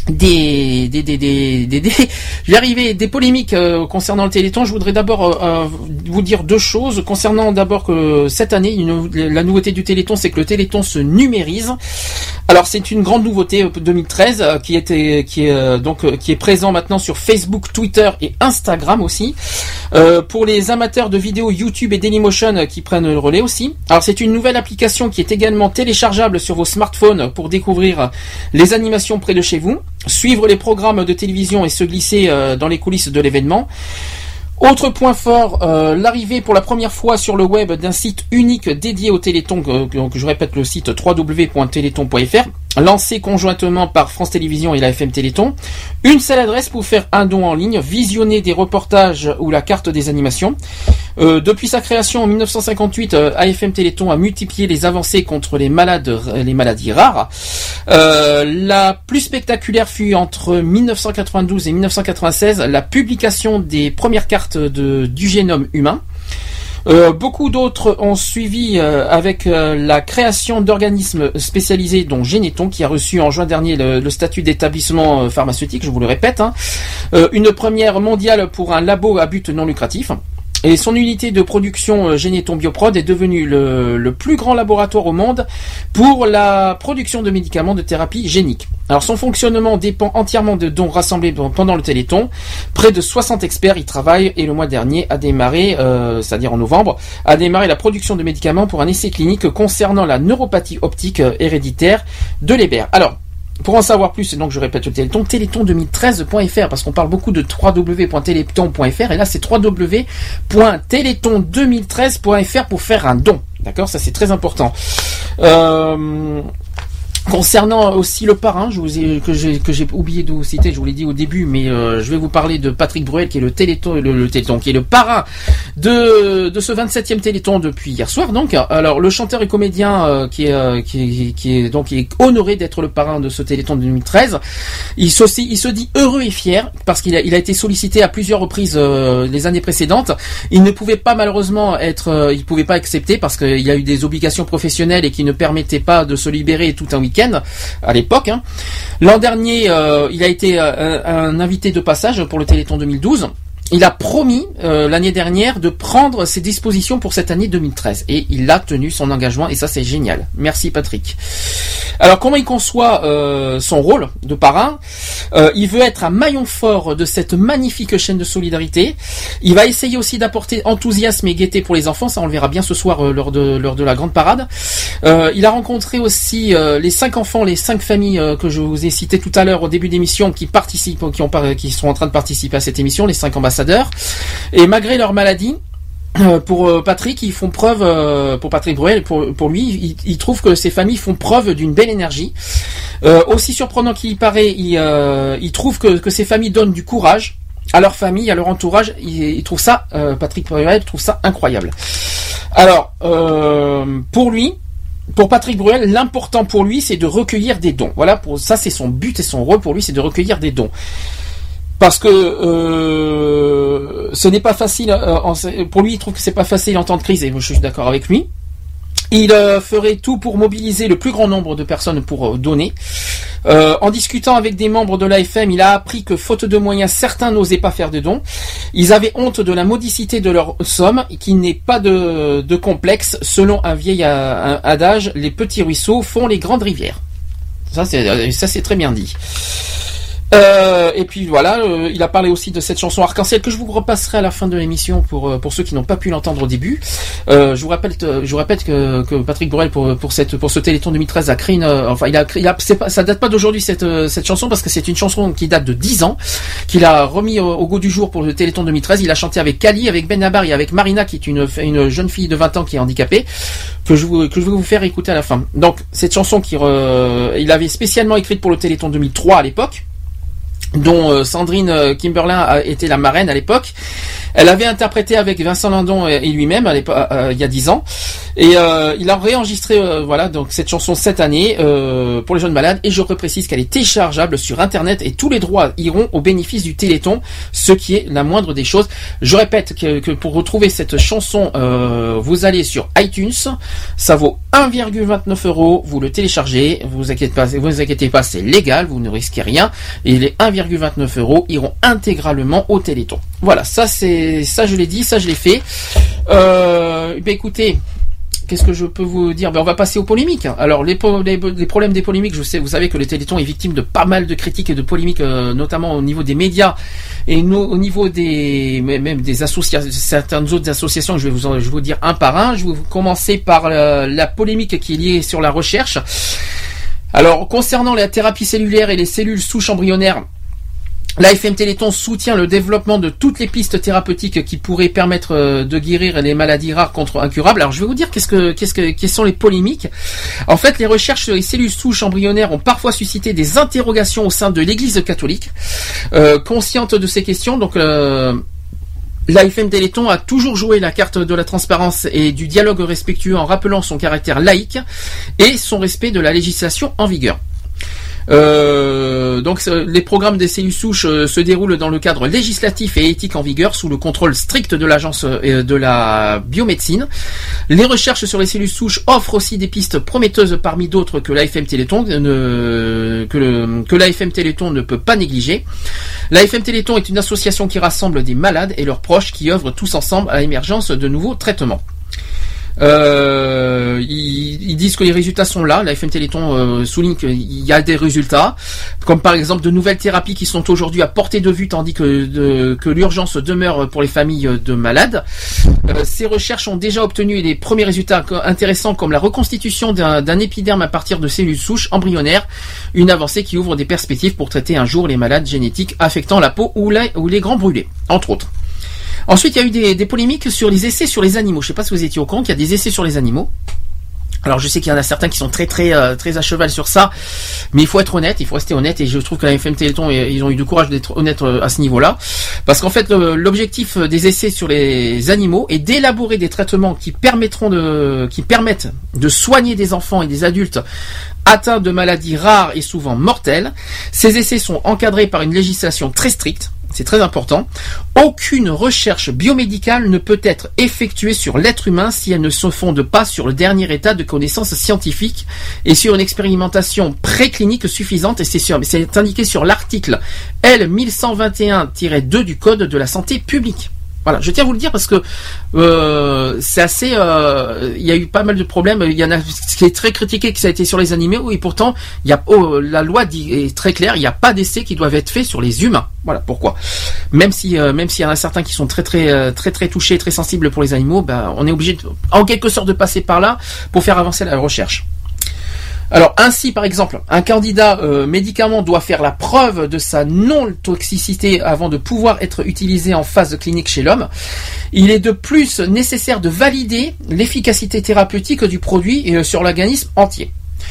Des, des, des, des, des, des, je vais arriver des polémiques euh, concernant le Téléthon. Je voudrais d'abord euh, vous dire deux choses concernant d'abord que cette année, une, la nouveauté du Téléthon, c'est que le Téléthon se numérise. Alors c'est une grande nouveauté deux mille treize euh, qui était, qui est euh, donc euh, qui est présent maintenant sur Facebook, Twitter et Instagram aussi. Euh, pour les amateurs de vidéos YouTube et Dailymotion euh, qui prennent le relais aussi. Alors c'est une nouvelle application qui est également téléchargeable sur vos smartphones pour découvrir les animations près de chez vous, suivre les programmes de télévision et se glisser euh, dans les coulisses de l'événement. Autre point fort, euh, l'arrivée pour la première fois sur le web d'un site unique dédié au Téléthon, que, que je répète le site w w w point téléthon point f r, lancé conjointement par France Télévisions et la F M Téléthon. Une seule adresse pour faire un don en ligne, visionner des reportages ou la carte des animations. Euh, depuis sa création en mille neuf cent cinquante-huit, euh, A F M Téléthon a multiplié les avancées contre les malades, les maladies rares. Euh, la plus spectaculaire fut entre mille neuf cent quatre-vingt-douze et mille neuf cent quatre-vingt-seize la publication des premières cartes de, du génome humain. Euh, beaucoup d'autres ont suivi euh, avec euh, la création d'organismes spécialisés dont Généton qui a reçu en juin dernier le, le statut d'établissement euh, pharmaceutique, je vous le répète, hein. euh, une première mondiale pour un labo à but non lucratif. Et son unité de production euh, Généton Bioprod est devenue le, le plus grand laboratoire au monde pour la production de médicaments de thérapie génique. Alors son fonctionnement dépend entièrement de dons rassemblés pendant le Téléthon. Près de soixante experts y travaillent et le mois dernier a démarré, euh, c'est-à-dire en novembre, a démarré la production de médicaments pour un essai clinique concernant la neuropathie optique héréditaire de Leber. Alors, pour en savoir plus, donc je répète le Téléthon, téléthon deux mille treize point f r, parce qu'on parle beaucoup de w w w point téléthon point f r, et là c'est w w w point téléthon deux mille treize point f r pour faire un don. D'accord, ça c'est très important. Euh... Concernant aussi le parrain, je vous ai, que j'ai que j'ai oublié de vous citer, je vous l'ai dit au début, mais euh, je vais vous parler de Patrick Bruel qui est le Téléthon, le, le Téléthon, qui est le parrain de de ce vingt-septième Téléthon depuis hier soir. Donc, alors le chanteur et comédien euh, qui est euh, qui, qui est donc qui est honoré d'être le parrain de ce Téléthon de deux mille treize. Il se il se dit heureux et fier parce qu'il a il a été sollicité à plusieurs reprises euh, les années précédentes. Il ne pouvait pas malheureusement être, euh, il pouvait pas accepter parce qu'il y a eu des obligations professionnelles et qui ne permettaient pas de se libérer tout un week-end à l'époque. Hein. L'an dernier, euh, il a été euh, un invité de passage pour le Téléthon deux mille douze. Il a promis euh, l'année dernière de prendre ses dispositions pour cette année deux mille treize et il a tenu son engagement et ça c'est génial. Merci Patrick. Alors comment il conçoit euh, son rôle de parrain? euh, Il veut être un maillon fort de cette magnifique chaîne de solidarité. Il va essayer aussi d'apporter enthousiasme et gaieté pour les enfants, ça on le verra bien ce soir euh, lors de lors de la grande parade. Euh, il a rencontré aussi euh, les cinq enfants, les cinq familles euh, que je vous ai citées tout à l'heure au début d'émission qui participent, qui ont qui sont en train de participer à cette émission, les cinq ambassadeurs. Et malgré leur maladie, euh, pour euh, Patrick, ils font preuve, euh, pour Patrick Bruel, pour, pour lui, il, il trouve que ces familles font preuve d'une belle énergie. Euh, aussi surprenant qu'il y paraît, il, euh, il trouve que, que ces familles donnent du courage à leur famille, à leur entourage. Il, il trouve ça, euh, Patrick Bruel trouve ça incroyable. Alors, euh, pour lui, pour Patrick Bruel, l'important pour lui, c'est de recueillir des dons. Voilà, pour ça, c'est son but et son rôle pour lui, c'est de recueillir des dons. Parce que euh, ce n'est pas facile, euh, en, pour lui il trouve que c'est pas facile en temps de crise, et moi je suis d'accord avec lui. Il euh, ferait tout pour mobiliser le plus grand nombre de personnes pour euh, donner. Euh, en discutant avec des membres de l'A F M, il a appris que faute de moyens, certains n'osaient pas faire de dons. Ils avaient honte de la modicité de leur somme, qui n'est pas de, de complexe. Selon un vieil un adage, les petits ruisseaux font les grandes rivières. Ça c'est, ça c'est très bien dit. Euh, et puis voilà, euh, il a parlé aussi de cette chanson Arc-en-Ciel que je vous repasserai à la fin de l'émission pour euh, pour ceux qui n'ont pas pu l'entendre au début. Euh, je vous rappelle, je vous répète que, que Patrick Bruel pour pour cette pour ce Téléthon deux mille treize a créé une, euh, enfin il a créé, il a c'est pas, ça date pas d'aujourd'hui cette euh, cette chanson parce que c'est une chanson qui date de dix ans qu'il a remis au, au goût du jour pour le Téléthon deux mille treize. Il a chanté avec Kali, avec Ben Nabar et avec Marina qui est une une jeune fille de vingt ans qui est handicapée que je vous que je vais vous faire écouter à la fin. Donc cette chanson qui euh, il avait spécialement écrite pour le Téléthon deux mille trois à l'époque. dont euh, Sandrine euh, Kimberlin a été la marraine à l'époque. Elle avait interprété avec Vincent Lindon et, et lui-même à l'époque, euh, il y a dix ans. Et euh, il a réenregistré euh, voilà donc cette chanson cette année euh, pour les jeunes malades. Et je reprécise qu'elle est téléchargeable sur Internet et tous les droits iront au bénéfice du Téléthon, ce qui est la moindre des choses. Je répète que, que pour retrouver cette chanson, euh, vous allez sur iTunes. Ça vaut un virgule vingt-neuf euros. Vous le téléchargez. Vous inquiétez pas, vous inquiétez pas, c'est légal. Vous ne risquez rien. Et les un virgule vingt-neuf euros iront intégralement au Téléthon. Voilà, ça c'est ça je l'ai dit, ça je l'ai fait. Euh, ben écoutez, qu'est-ce que je peux vous dire? Ben on va passer aux polémiques. Alors les, po- les, les problèmes des polémiques, je sais, vous savez que le Téléthon est victime de pas mal de critiques et de polémiques, euh, notamment au niveau des médias et no, au niveau des même des associations, certaines autres associations. Je vais vous en, je vais vous dire un par un. Je vais commencer par euh, la polémique qui est liée sur la recherche. Alors concernant la thérapie cellulaire et les cellules souches embryonnaires, l'A F M Téléthon soutient le développement de toutes les pistes thérapeutiques qui pourraient permettre de guérir les maladies rares contre incurables. Alors je vais vous dire qu'est-ce que, qu'est-ce que, quelles sont les polémiques. En fait, les recherches sur les cellules souches embryonnaires ont parfois suscité des interrogations au sein de l'Église catholique. Euh, consciente de ces questions, donc euh, l'A F M Téléthon a toujours joué la carte de la transparence et du dialogue respectueux en rappelant son caractère laïque et son respect de la législation en vigueur. Euh, donc les programmes des cellules souches euh, se déroulent dans le cadre législatif et éthique en vigueur sous le contrôle strict de l'agence euh, de la biomédecine. Les recherches sur les cellules souches offrent aussi des pistes prometteuses parmi d'autres que l'A F M Téléthon ne, que, le, que l'A F M Téléthon ne peut pas négliger. L'A F M Téléthon est une association qui rassemble des malades et leurs proches qui œuvrent tous ensemble à l'émergence de nouveaux traitements. Euh, ils, ils disent que les résultats sont là. La F M Téléthon euh, souligne qu'il y a des résultats, comme par exemple de nouvelles thérapies qui sont aujourd'hui à portée de vue, tandis que, de, que l'urgence demeure pour les familles de malades. Euh, ces recherches ont déjà obtenu des premiers résultats intéressants, comme la reconstitution d'un, d'un épiderme à partir de cellules souches embryonnaires, une avancée qui ouvre des perspectives pour traiter un jour les malades génétiques affectant la peau ou, la, ou les grands brûlés, entre autres. Ensuite, il y a eu des, des polémiques sur les essais sur les animaux. Je ne sais pas si vous étiez au courant qu'il y a des essais sur les animaux. Alors, je sais qu'il y en a certains qui sont très très euh, très à cheval sur ça, mais il faut être honnête, il faut rester honnête, et je trouve que la F M Téléthon, ils ont eu du courage d'être honnêtes à ce niveau-là, parce qu'en fait, l'objectif des essais sur les animaux est d'élaborer des traitements qui permettront de, qui permettent de soigner des enfants et des adultes atteints de maladies rares et souvent mortelles. Ces essais sont encadrés par une législation très stricte. C'est très important. Aucune recherche biomédicale ne peut être effectuée sur l'être humain si elle ne se fonde pas sur le dernier état de connaissances scientifiques et sur une expérimentation préclinique suffisante. Et c'est, sur, c'est indiqué sur l'article L mille cent vingt et un tiret deux du Code de la santé publique. Voilà, je tiens à vous le dire parce que euh, c'est assez. Euh, il y a eu pas mal de problèmes. Il y en a ce qui est très critiqué, que ça a été sur les animaux, et pourtant, il y a oh, la loi dit est très claire. Il n'y a pas d'essais qui doivent être faits sur les humains. Voilà pourquoi. Même si, euh, même s'il y en a certains qui sont très très très très, très touchés, très sensibles pour les animaux, ben on est obligé, de, en quelque sorte, de passer par là pour faire avancer la recherche. Alors ainsi, par exemple, un candidat euh, médicament doit faire la preuve de sa non-toxicité avant de pouvoir être utilisé en phase clinique chez l'homme. Il est de plus nécessaire de valider l'efficacité thérapeutique du produit euh, sur l'organisme entier.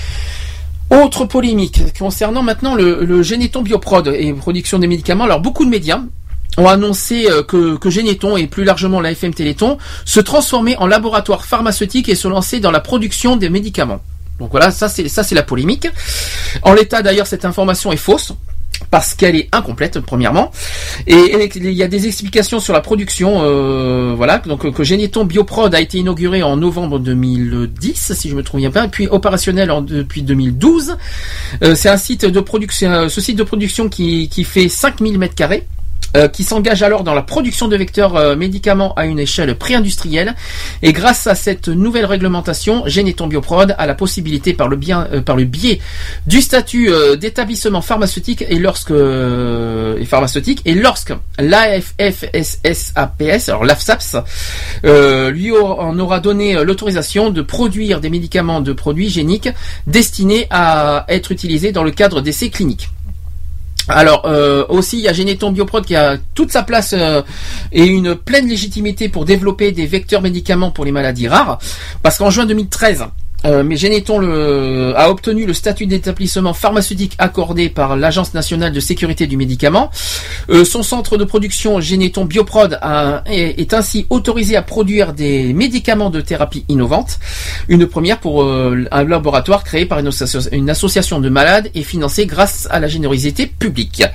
Autre polémique concernant maintenant le, le Généton Bioprod et production des médicaments. Alors beaucoup de médias ont annoncé que, que Généton et plus largement la F M Téléthon se transformaient en laboratoire pharmaceutique et se lançaient dans la production des médicaments. Donc voilà, ça c'est ça c'est la polémique. En l'état d'ailleurs, cette information est fausse parce qu'elle est incomplète premièrement, et, et il y a des explications sur la production. Euh, voilà, donc que Généton Bioprod a été inauguré en novembre deux mille dix, si je me souviens bien, puis opérationnel en, depuis deux mille douze. Euh, c'est un site de production, ce site de production qui qui fait cinq mille mètres carrés. Euh, qui s'engage alors dans la production de vecteurs euh, médicaments à une échelle pré-industrielle. Et grâce à cette nouvelle réglementation, Généton Bioprod a la possibilité par le, bien, euh, par le biais du statut euh, d'établissement pharmaceutique et lorsque euh, et pharmaceutique et lorsque l'A F F S S A P S, alors l'A F S A P S, euh, lui en aura donné l'autorisation de produire des médicaments de produits géniques destinés à être utilisés dans le cadre d'essais cliniques. Alors euh, aussi il y a Généton Bioprod qui a toute sa place euh, et une pleine légitimité pour développer des vecteurs médicaments pour les maladies rares, parce qu'en juin deux mille treize, Euh, mais Généton le, a obtenu le statut d'établissement pharmaceutique accordé par l'Agence nationale de sécurité du médicament. Euh, son centre de production Généton Bioprod a, est, est ainsi autorisé à produire des médicaments de thérapie innovantes. Une première pour euh, un laboratoire créé par une, associ- une association de malades et financé grâce à la générosité publique.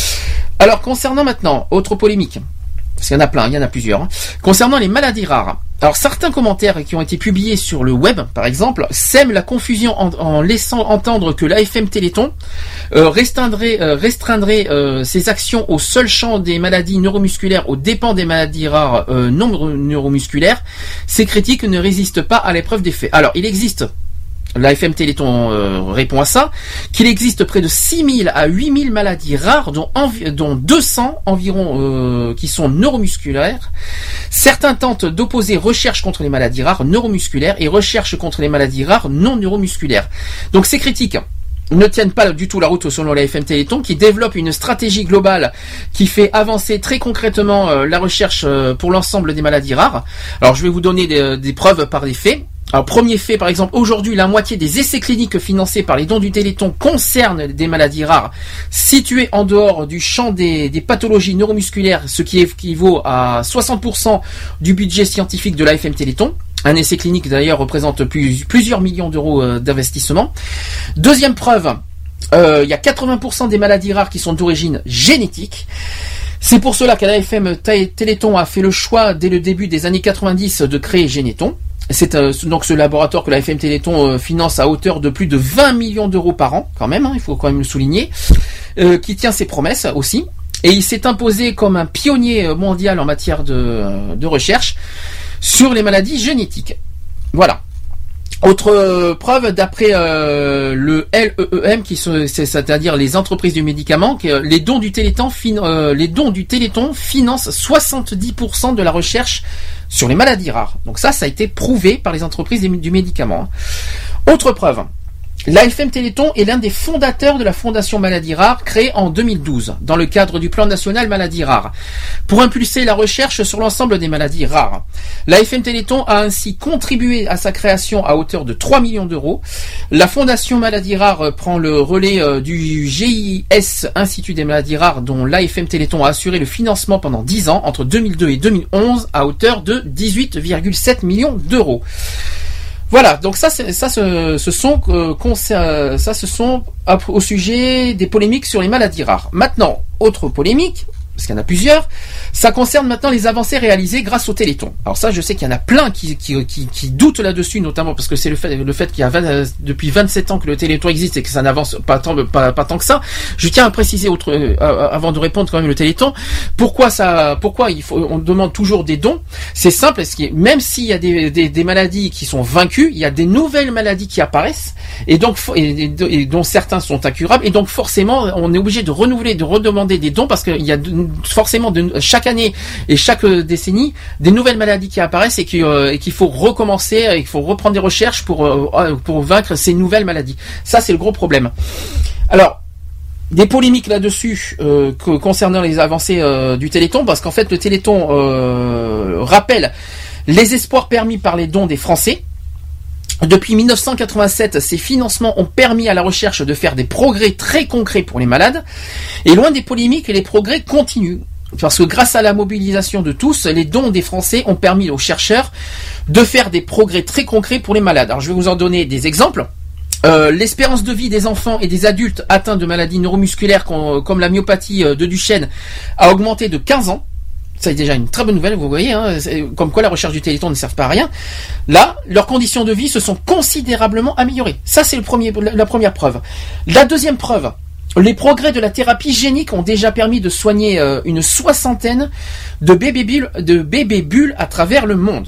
Alors concernant maintenant, autre polémique. Parce qu'il y en a plein, il y en a plusieurs. Hein. Concernant les maladies rares. Alors certains commentaires qui ont été publiés sur le web, par exemple, sèment la confusion en, en laissant entendre que l'A F M Téléthon euh, restreindrait, euh, restreindrait euh, ses actions au seul champ des maladies neuromusculaires aux dépens des maladies rares euh, non neuromusculaires. Ces critiques ne résistent pas à l'épreuve des faits. Alors il existe... L'A F M Téléthon euh, répond à ça, qu'il existe près de six mille à huit mille maladies rares, dont, envi- dont deux cents environ euh, qui sont neuromusculaires. Certains tentent d'opposer recherche contre les maladies rares neuromusculaires et recherche contre les maladies rares non neuromusculaires. Donc ces critiques ne tiennent pas du tout la route selon l'A F M Téléthon, qui développe une stratégie globale qui fait avancer très concrètement euh, la recherche euh, pour l'ensemble des maladies rares. Alors je vais vous donner des, des preuves par des faits. Alors, premier fait, par exemple, aujourd'hui, la moitié des essais cliniques financés par les dons du Téléthon concernent des maladies rares situées en dehors du champ des, des pathologies neuromusculaires, ce qui équivaut à soixante pour cent du budget scientifique de l'A F M Téléthon. Un essai clinique, d'ailleurs, représente plus, plusieurs millions d'euros euh, d'investissement. Deuxième preuve, euh, il y a quatre-vingts pour cent des maladies rares qui sont d'origine génétique. C'est pour cela qu'à l'A F M Téléthon a fait le choix, dès le début des années quatre-vingt-dix, de créer Généton. C'est euh, donc ce laboratoire que l'A F M Téléthon euh, finance à hauteur de plus de vingt millions d'euros par an, quand même, hein, il faut quand même le souligner, euh, qui tient ses promesses aussi. Et il s'est imposé comme un pionnier mondial en matière de, euh, de recherche sur les maladies génétiques. Voilà. Autre euh, preuve, d'après euh, le L E E M, qui sont, c'est, c'est-à-dire les entreprises du médicament, que les dons du Téléthon, fin, euh, les dons du Téléthon financent soixante-dix pour cent de la recherche sur les maladies rares. Donc ça, ça a été prouvé par les entreprises du médicament. Autre preuve. L'A F M Téléthon est l'un des fondateurs de la Fondation Maladies Rares, créée en deux mille douze, dans le cadre du Plan National Maladies Rares, pour impulser la recherche sur l'ensemble des maladies rares. L'A F M Téléthon a ainsi contribué à sa création à hauteur de trois millions d'euros. La Fondation Maladies Rares prend le relais euh, du G I S, Institut des Maladies Rares, dont l'A F M Téléthon a assuré le financement pendant dix ans, entre deux mille deux et deux mille onze, à hauteur de dix-huit virgule sept millions d'euros. Voilà, donc ça, c'est, ça, ce, ce sont, euh, concer- ça, ce sont au sujet des polémiques sur les maladies rares. Maintenant, autre polémique, parce qu'il y en a plusieurs, ça concerne maintenant les avancées réalisées grâce au Téléthon. Alors ça, je sais qu'il y en a plein qui, qui, qui, qui doutent là-dessus, notamment parce que c'est le fait, le fait qu'il y a vingt, depuis vingt-sept ans que le Téléthon existe et que ça n'avance pas tant, pas, pas tant que ça. Je tiens à préciser autre, euh, avant de répondre quand même le Téléthon, pourquoi ça, pourquoi il faut, on demande toujours des dons. C'est simple, parce que même s'il y a des, des, des maladies qui sont vaincues, il y a des nouvelles maladies qui apparaissent et donc et, et, et dont certains sont incurables, et donc forcément on est obligé de renouveler, de redemander des dons, parce qu'il y a de, forcément de, chaque année et chaque décennie des nouvelles maladies qui apparaissent et, qui, euh, et qu'il faut recommencer, et qu'il faut reprendre des recherches pour, euh, pour vaincre ces nouvelles maladies. Ça, c'est le gros problème. Alors, des polémiques là-dessus euh, que, concernant les avancées euh, du Téléthon, parce qu'en fait le Téléthon euh, rappelle les espoirs permis par les dons des Français. Depuis dix-neuf cent quatre-vingt-sept, ces financements ont permis à la recherche de faire des progrès très concrets pour les malades. Et loin des polémiques, les progrès continuent. Parce que grâce à la mobilisation de tous, les dons des Français ont permis aux chercheurs de faire des progrès très concrets pour les malades. Alors je vais vous en donner des exemples. Euh, l'espérance de vie des enfants et des adultes atteints de maladies neuromusculaires comme la myopathie de Duchenne a augmenté de quinze ans. C'est déjà une très bonne nouvelle, vous voyez, hein, comme quoi la recherche du Téléthon ne sert pas à rien. Là, leurs conditions de vie se sont considérablement améliorées. Ça, c'est le premier, la première preuve. La deuxième preuve, les progrès de la thérapie génique ont déjà permis de soigner euh, une soixantaine de bébés bulles, de bébés bulles à travers le monde.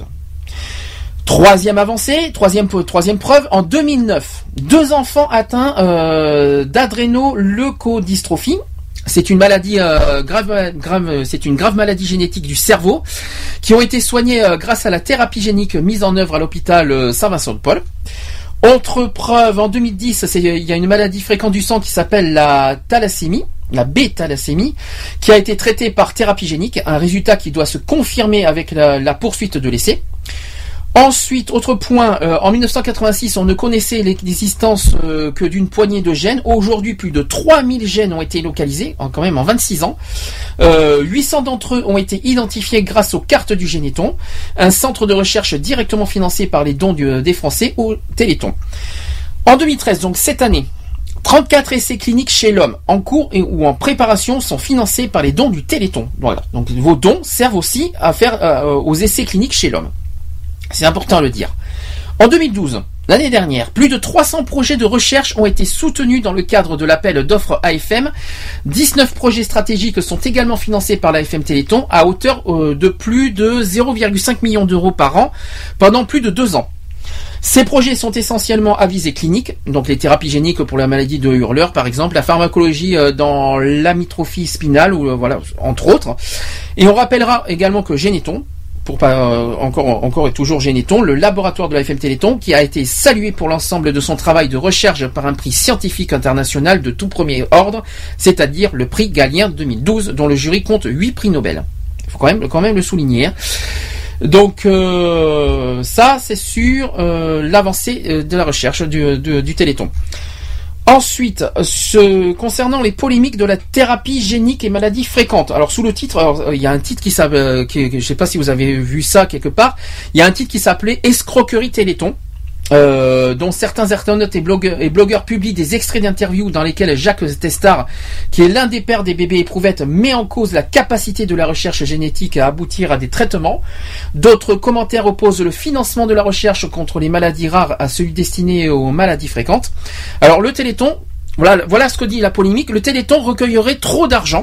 Troisième avancée, troisième, troisième preuve, en deux mille neuf, deux enfants atteints euh, d'adrénoleucodystrophie. C'est une maladie euh, grave, grave, c'est une grave maladie génétique du cerveau, qui ont été soignés euh, grâce à la thérapie génique mise en œuvre à l'hôpital euh, Saint-Vincent-de-Paul. Autre preuve, en deux mille dix, c'est, il y a une maladie fréquente du sang qui s'appelle la thalassémie, la B-thalassémie, qui a été traitée par thérapie génique, un résultat qui doit se confirmer avec la, la poursuite de l'essai. Ensuite, autre point, euh, en dix-neuf cent quatre-vingt-six, on ne connaissait l'existence euh, que d'une poignée de gènes. Aujourd'hui, plus de trois mille gènes ont été localisés, en, quand même en vingt-six ans. Euh, huit cents d'entre eux ont été identifiés grâce aux cartes du Généton, un centre de recherche directement financé par les dons du, des Français au Téléthon. En deux mille treize, donc cette année, trente-quatre essais cliniques chez l'homme en cours et ou en préparation sont financés par les dons du Téléthon. Voilà. Donc vos dons servent aussi à faire euh, aux essais cliniques chez l'homme. C'est important à le dire. En deux mille douze, l'année dernière, plus de trois cents projets de recherche ont été soutenus dans le cadre de l'appel d'offres A F M. dix-neuf projets stratégiques sont également financés par l'A F M Téléthon à hauteur de plus de zéro virgule cinq millions d'euros par an pendant plus de deux ans. Ces projets sont essentiellement à visée clinique, donc les thérapies géniques pour la maladie de Hurler par exemple, la pharmacologie dans l'amyotrophie spinale, ou voilà, entre autres. Et on rappellera également que Généton, pour pas euh, encore encore et toujours Généton, le laboratoire de la F M Téléthon, qui a été salué pour l'ensemble de son travail de recherche par un prix scientifique international de tout premier ordre, c'est-à-dire le prix Galien deux mille douze, dont le jury compte huit prix Nobel. Il faut quand même quand même le souligner. Hein. Donc euh, ça, c'est sur euh, l'avancée euh, de la recherche du, du, du Téléthon. Ensuite, ce, concernant les polémiques de la thérapie génique et maladies fréquentes. Alors sous le titre, alors, il y a un titre qui s'appelle, qui, je sais pas si vous avez vu ça quelque part, il y a un titre qui s'appelait Escroquerie Téléthon. Euh, dont certains internautes et blogueurs, et blogueurs publient des extraits d'interviews dans lesquels Jacques Testard, qui est l'un des pères des bébés éprouvettes, met en cause la capacité de la recherche génétique à aboutir à des traitements. D'autres commentaires opposent le financement de la recherche contre les maladies rares à celui destiné aux maladies fréquentes. Alors le Téléthon, voilà, voilà ce que dit la polémique, le Téléthon recueillerait trop d'argent.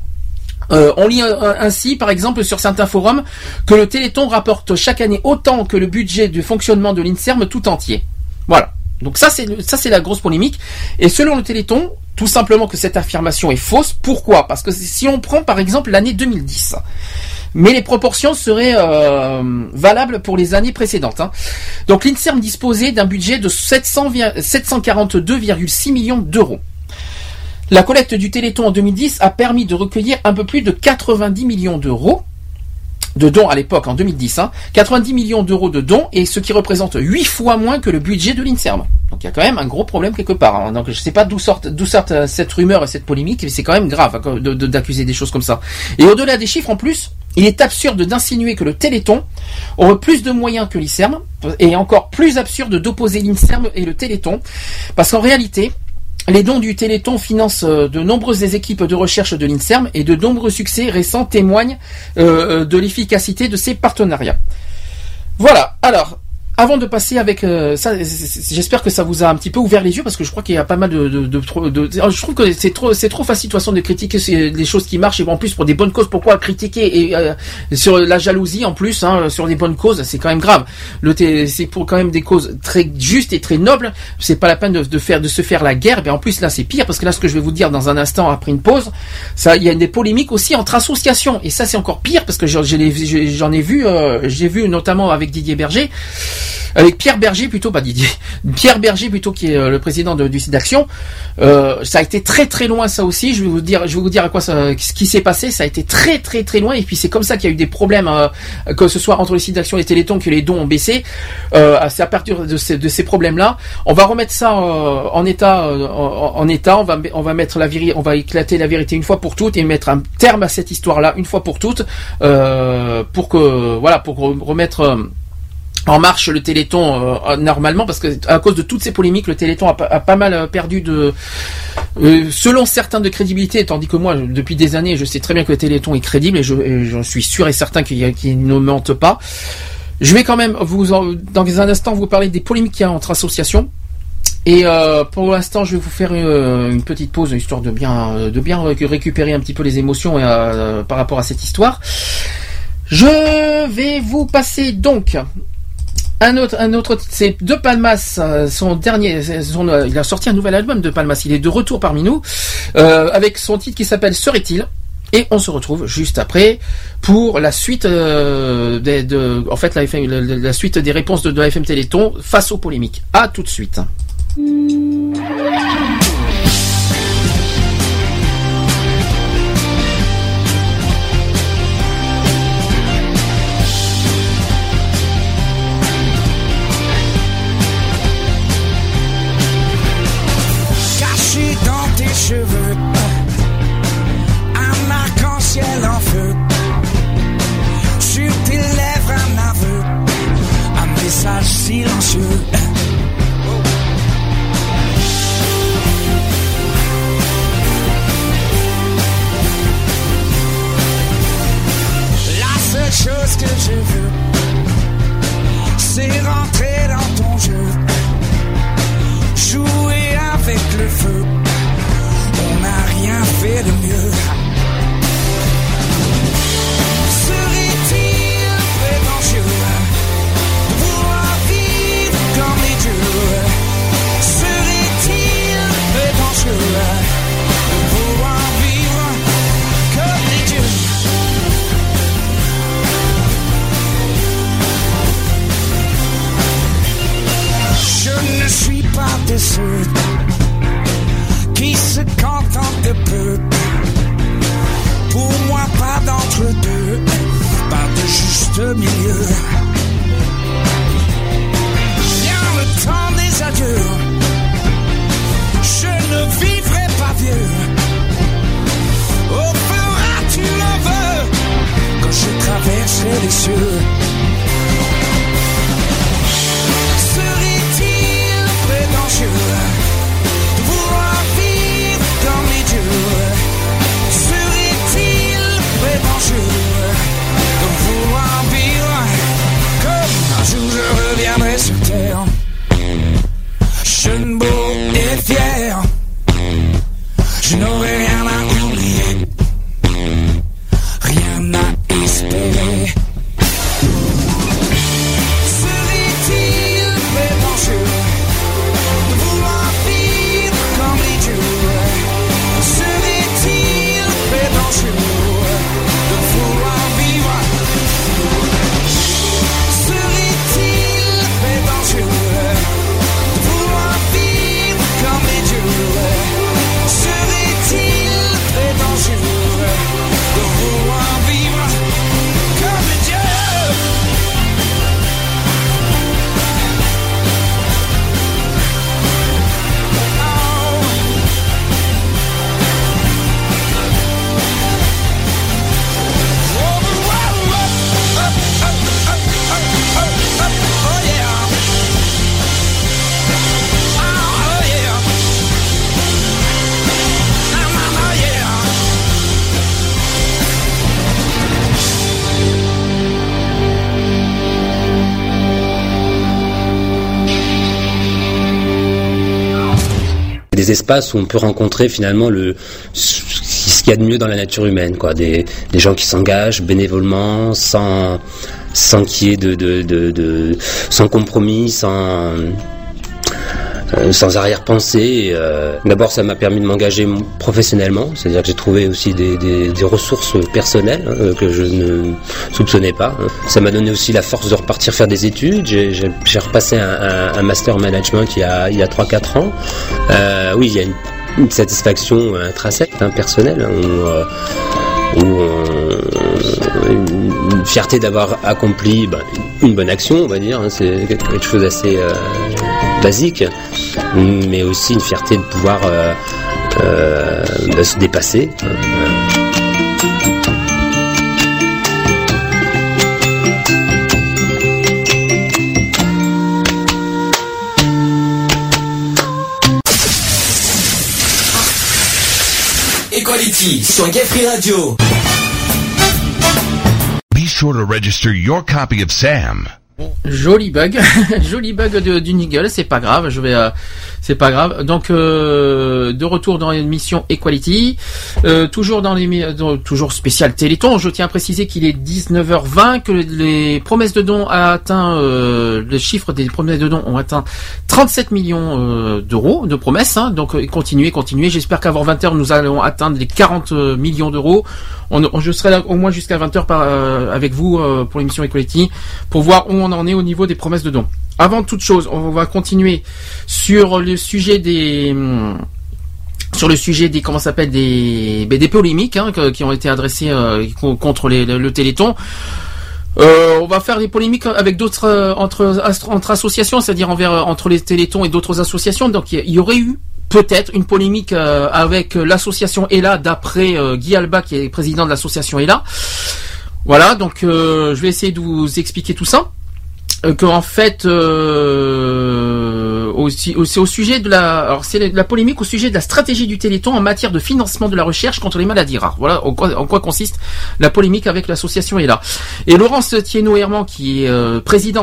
Euh, on lit euh, ainsi, par exemple, sur certains forums, que le Téléthon rapporte chaque année autant que le budget de fonctionnement de l'INSERM tout entier. Voilà. Donc ça, c'est ça, c'est la grosse polémique. Et selon le Téléthon, tout simplement que cette affirmation est fausse. Pourquoi ? Parce que si on prend, par exemple, l'année deux mille dix, mais les proportions seraient euh, valables pour les années précédentes. Hein. Donc l'INSERM disposait d'un budget de sept cent quarante-deux virgule six millions d'euros. La collecte du Téléthon en deux mille dix a permis de recueillir un peu plus de quatre-vingt-dix millions d'euros de dons à l'époque, en deux mille dix. Hein, quatre-vingt-dix millions d'euros de dons, et ce qui représente huit fois moins que le budget de l'INSERM. Donc il y a quand même un gros problème quelque part. Hein. Donc je ne sais pas d'où sort, d'où sort cette rumeur et cette polémique, mais c'est quand même grave hein, de, de, d'accuser des choses comme ça. Et au-delà des chiffres, en plus, il est absurde d'insinuer que le Téléthon aurait plus de moyens que l'INSERM, et encore plus absurde d'opposer l'INSERM et le Téléthon, parce qu'en réalité, les dons du Téléthon financent de nombreuses équipes de recherche de l'INSERM, et de nombreux succès récents témoignent euh, de l'efficacité de ces partenariats. Voilà, alors, avant de passer avec euh, ça, j'espère que ça vous a un petit peu ouvert les yeux, parce que je crois qu'il y a pas mal de, de, de, de, de je trouve que c'est trop, c'est trop facile de toute façon de critiquer les choses qui marchent, et en plus pour des bonnes causes. Pourquoi critiquer et euh, sur la jalousie en plus, hein, sur des bonnes causes, c'est quand même grave. Le c'est pour quand même des causes très justes et très nobles. C'est pas la peine de, de faire, de se faire la guerre. Mais en plus là, c'est pire, parce que là, ce que je vais vous dire dans un instant après une pause, ça, il y a des polémiques aussi entre associations, et ça c'est encore pire, parce que j'en, j'en ai vu, euh, j'ai vu notamment avec Didier Berger. Avec Pierre Berger plutôt, pas Didier, Pierre Berger plutôt, qui est euh, le président de, du site d'action. Euh, ça a été très très loin, ça aussi. Je vais vous dire, je vais vous dire à quoi ça, ce qui s'est passé. Ça a été très très très loin, et puis c'est comme ça qu'il y a eu des problèmes, euh, que ce soit entre les sites d'action et les Téléthons, que les dons ont baissé. Euh, c'est à partir de ces, de ces problèmes-là, on va remettre ça euh, en état, euh, en, en état. On va on va mettre la vérité, on va éclater la vérité une fois pour toutes, et mettre un terme à cette histoire-là une fois pour toutes, euh, pour que voilà, pour remettre euh, en marche le Téléthon euh, normalement, parce que à cause de toutes ces polémiques, le Téléthon a, a pas mal perdu de, euh, selon certains, de crédibilité, tandis que moi, depuis des années, je sais très bien que le Téléthon est crédible, et je, et je suis sûr et certain qu'il, qu'il ne mente pas. Je vais quand même vous, en, dans un instant, vous parler des polémiques qu'il y a entre associations. Et euh, pour l'instant, je vais vous faire une, une petite pause, histoire de bien, de bien récupérer un petit peu les émotions euh, par rapport à cette histoire. Je vais vous passer donc Un autre, un autre, c'est De Palmas, son dernier, son, il a sorti un nouvel album, De Palmas, il est de retour parmi nous, euh, avec son titre qui s'appelle Serait-il, et on se retrouve juste après pour la suite, euh, des, de, en fait, la, F M, la, la suite des réponses de, de la F M Téléthon face aux polémiques. À tout de suite. feu. On n'a rien fait de mieux. Serait-il prétentieux de vouloir vivre comme les dieux? Serait-il prétentieux de vouloir vivre comme les dieux? Je ne suis pas de ceux qui se contentent de peu. Pour moi, pas d'entre deux, pas de juste milieu. Viens le temps des adieux, je ne vivrai pas vieux. Oh, feras-tu le vœu quand je traverserai les cieux? Serait-il prétentieux de vouloir vivre comme les dieux? Serait-il prétentieux de vouloir vivre comme un jour je reviendrai sur terre? Jeune, beau et fier, je n'aurai rien à oublier, rien à espérer. Serait-il prétentieux de vouloir vivre comme les dieux? Serait-il prétentieux de vouloir vivre? Serait-il prétentieux de vouloir vivre comme les dieux? Serait-il prétentieux de vouloir vivre comme les dieux? Des espaces où on peut rencontrer finalement le ce qu'il y a de mieux dans la nature humaine, quoi. Des, des gens qui s'engagent bénévolement, sans sans qu'il y ait de, de, de, de sans compromis, sans Euh, sans arrière-pensée. Euh, d'abord, ça m'a permis de m'engager professionnellement, c'est-à-dire que j'ai trouvé aussi des, des, des ressources personnelles euh, que je ne soupçonnais pas. Ça m'a donné aussi la force de repartir faire des études. J'ai, j'ai, j'ai repassé un, un, un master management il y a, il y a trois quatre ans. Euh, oui, il y a une, une satisfaction intrinsèque, hein, personnelle, hein, où, euh, où on, une fierté d'avoir accompli ben, une bonne action, on va dire, hein, c'est quelque chose d'assez euh, basique, mais aussi une fierté de pouvoir euh, euh, bah, se dépasser. Equality sur Gay Free Radio. Be sure to register your copy of Sam. Joli bug, joli bug de, du Nigel, c'est pas grave, je vais, euh, c'est pas grave. Donc euh, de retour dans l'émission Equality, euh, toujours dans les, toujours spécial Téléthon. Je tiens à préciser qu'il est dix-neuf heures vingt, que les promesses de dons a atteint, euh, le chiffre des promesses de dons ont atteint trente-sept millions euh, d'euros de promesses. Hein, donc euh, continuez, continuez. J'espère qu'avant vingt heures nous allons atteindre les quarante millions d'euros. On, on, je serai là au moins jusqu'à vingt heures par, euh, avec vous euh, pour l'émission Equality pour voir où on en est au niveau des promesses de dons. Avant toute chose, on va continuer sur le sujet des sur le sujet des comment ça s'appelle des des polémiques hein, qui ont été adressées euh, contre les, le, le Téléthon. Euh, on va faire des polémiques avec d'autres euh, entre entre associations, c'est-à-dire envers entre les Téléthons et d'autres associations. Donc il y aurait eu peut-être une polémique euh, avec l'association Ella d'après euh, Guy Alba qui est président de l'association Ella. Voilà, donc euh, je vais essayer de vous expliquer tout ça. Euh, que en fait, euh, aussi, c'est au sujet de la, alors c'est la polémique au sujet de la stratégie du Téléthon en matière de financement de la recherche contre les maladies rares. Voilà en quoi, en quoi consiste la polémique avec l'association Ella. Et Laurence Thienot-Herman, qui est euh, présidente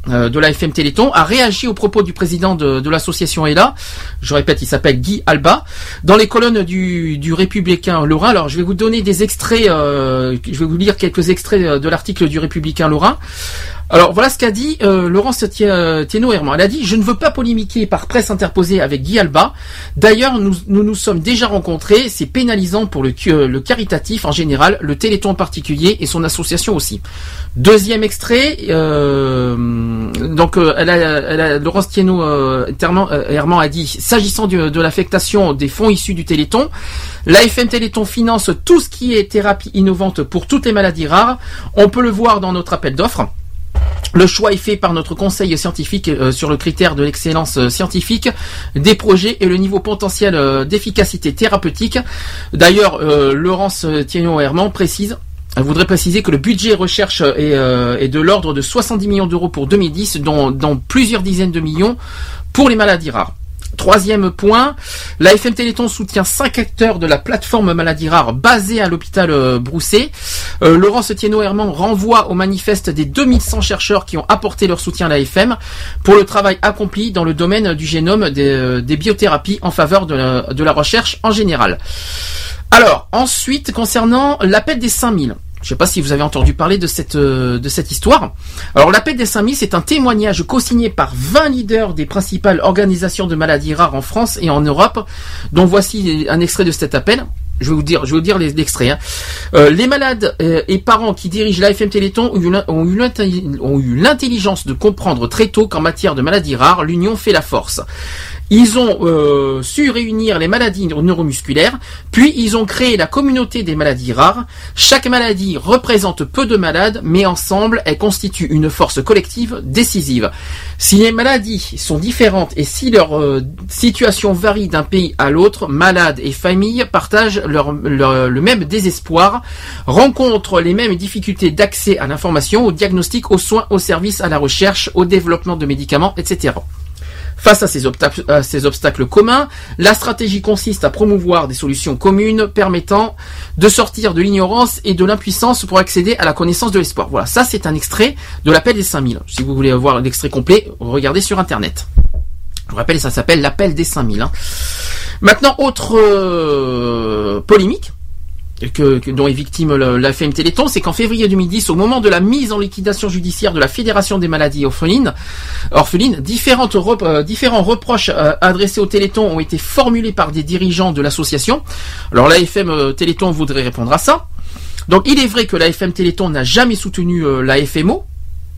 euh, de la F M Téléthon, a réagi aux propos du président de, de l'association E L A. Je répète, il s'appelle Guy Alba. Dans les colonnes du, du Républicain Lorrain, alors je vais vous donner des extraits, euh, je vais vous lire quelques extraits de l'article du Républicain Lorrain. Alors voilà ce qu'a dit euh, Laurence Thienot-Herman. Elle a dit « Je ne veux pas polémiquer par presse interposée avec Guy Alba. D'ailleurs, nous, nous nous sommes déjà rencontrés. C'est pénalisant pour le, le caritatif en général, le Téléthon en particulier et son association aussi. » Deuxième extrait. Euh, donc euh, elle a, elle a, Laurence Thienot-Herman euh, a dit « S'agissant de, de l'affectation des fonds issus du Téléthon, l'A F M Téléthon finance tout ce qui est thérapie innovante pour toutes les maladies rares. On peut le voir dans notre appel d'offres. Le choix est fait par notre conseil scientifique euh, sur le critère de l'excellence euh, scientifique des projets et le niveau potentiel euh, d'efficacité thérapeutique. D'ailleurs, euh, Laurence Thienot-Herman précise, elle voudrait préciser que le budget recherche est, euh, est de l'ordre de soixante-dix millions d'euros pour deux mille dix, dont, dont plusieurs dizaines de millions pour les maladies rares. Troisième point, la F M Téléthon soutient cinq acteurs de la plateforme Maladies Rares basée à l'hôpital euh, Broussais. Euh, Laurence Thienot-Herman renvoie au manifeste des deux mille cent chercheurs qui ont apporté leur soutien à la F M pour le travail accompli dans le domaine du génome des, euh, des biothérapies en faveur de la, de la recherche en général. Alors, ensuite, concernant l'appel des cinq mille. Je ne sais pas si vous avez entendu parler de cette euh, de cette histoire. Alors l'appel des cinq mille, c'est un témoignage co-signé par vingt leaders des principales organisations de maladies rares en France et en Europe, dont voici un extrait de cet appel. Je vais vous dire, je vais vous dire l'extrait. Hein. Euh, les malades euh, et parents qui dirigent l'A F M Téléthon ont eu, ont, eu ont eu l'intelligence de comprendre très tôt qu'en matière de maladies rares, l'union fait la force. Ils ont euh, su réunir les maladies neuromusculaires, puis ils ont créé la communauté des maladies rares. Chaque maladie représente peu de malades, mais ensemble, elles constituent une force collective décisive. Si les maladies sont différentes et si leur euh, situation varie d'un pays à l'autre, malades et familles partagent leur, leur, le même désespoir, rencontrent les mêmes difficultés d'accès à l'information, au diagnostic, aux soins, aux services, à la recherche, au développement de médicaments, et cetera. Face à ces, obstacles, à ces obstacles communs, la stratégie consiste à promouvoir des solutions communes permettant de sortir de l'ignorance et de l'impuissance pour accéder à la connaissance de l'espoir. Voilà, ça c'est un extrait de l'appel des cinq mille. Si vous voulez voir l'extrait complet, regardez sur Internet. Je vous rappelle, ça s'appelle l'appel des cinq mille. Hein. Maintenant, autre euh, polémique. Que, que, dont est victime la F M Téléthon, c'est qu'en février deux mille dix, au moment de la mise en liquidation judiciaire de la Fédération des maladies orphelines, orphelines différentes rep, euh, différents reproches euh, adressés au Téléthon ont été formulés par des dirigeants de l'association. Alors la F M euh, Téléthon voudrait répondre à ça. Donc il est vrai que la F M Téléthon n'a jamais soutenu euh, la F M O. D'accord ?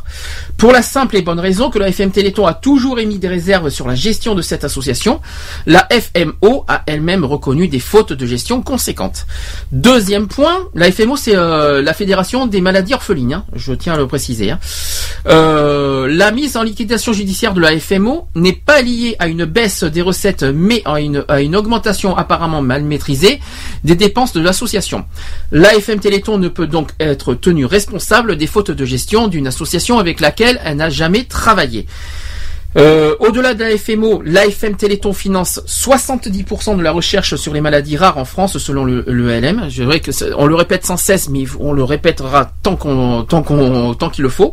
Pour la simple et bonne raison que la F M Téléthon a toujours émis des réserves sur la gestion de cette association, la F M O a elle-même reconnu des fautes de gestion conséquentes. Deuxième point, la F M O c'est euh, la Fédération des maladies orphelines, hein, je tiens à le préciser. Hein. Euh, la mise en liquidation judiciaire de la F M O n'est pas liée à une baisse des recettes, mais à une, à une augmentation apparemment mal maîtrisée des dépenses de l'association. La F M Téléthon ne peut donc être tenue responsable des fautes de gestion d'une association avec laquelle elle n'a jamais travaillé. Euh, au-delà de la F M O, l'A F M Téléthon finance soixante-dix pour cent de la recherche sur les maladies rares en France selon le, le L M. Je dirais que on le répète sans cesse, mais on le répétera tant qu'on, tant qu'on, tant qu'il le faut.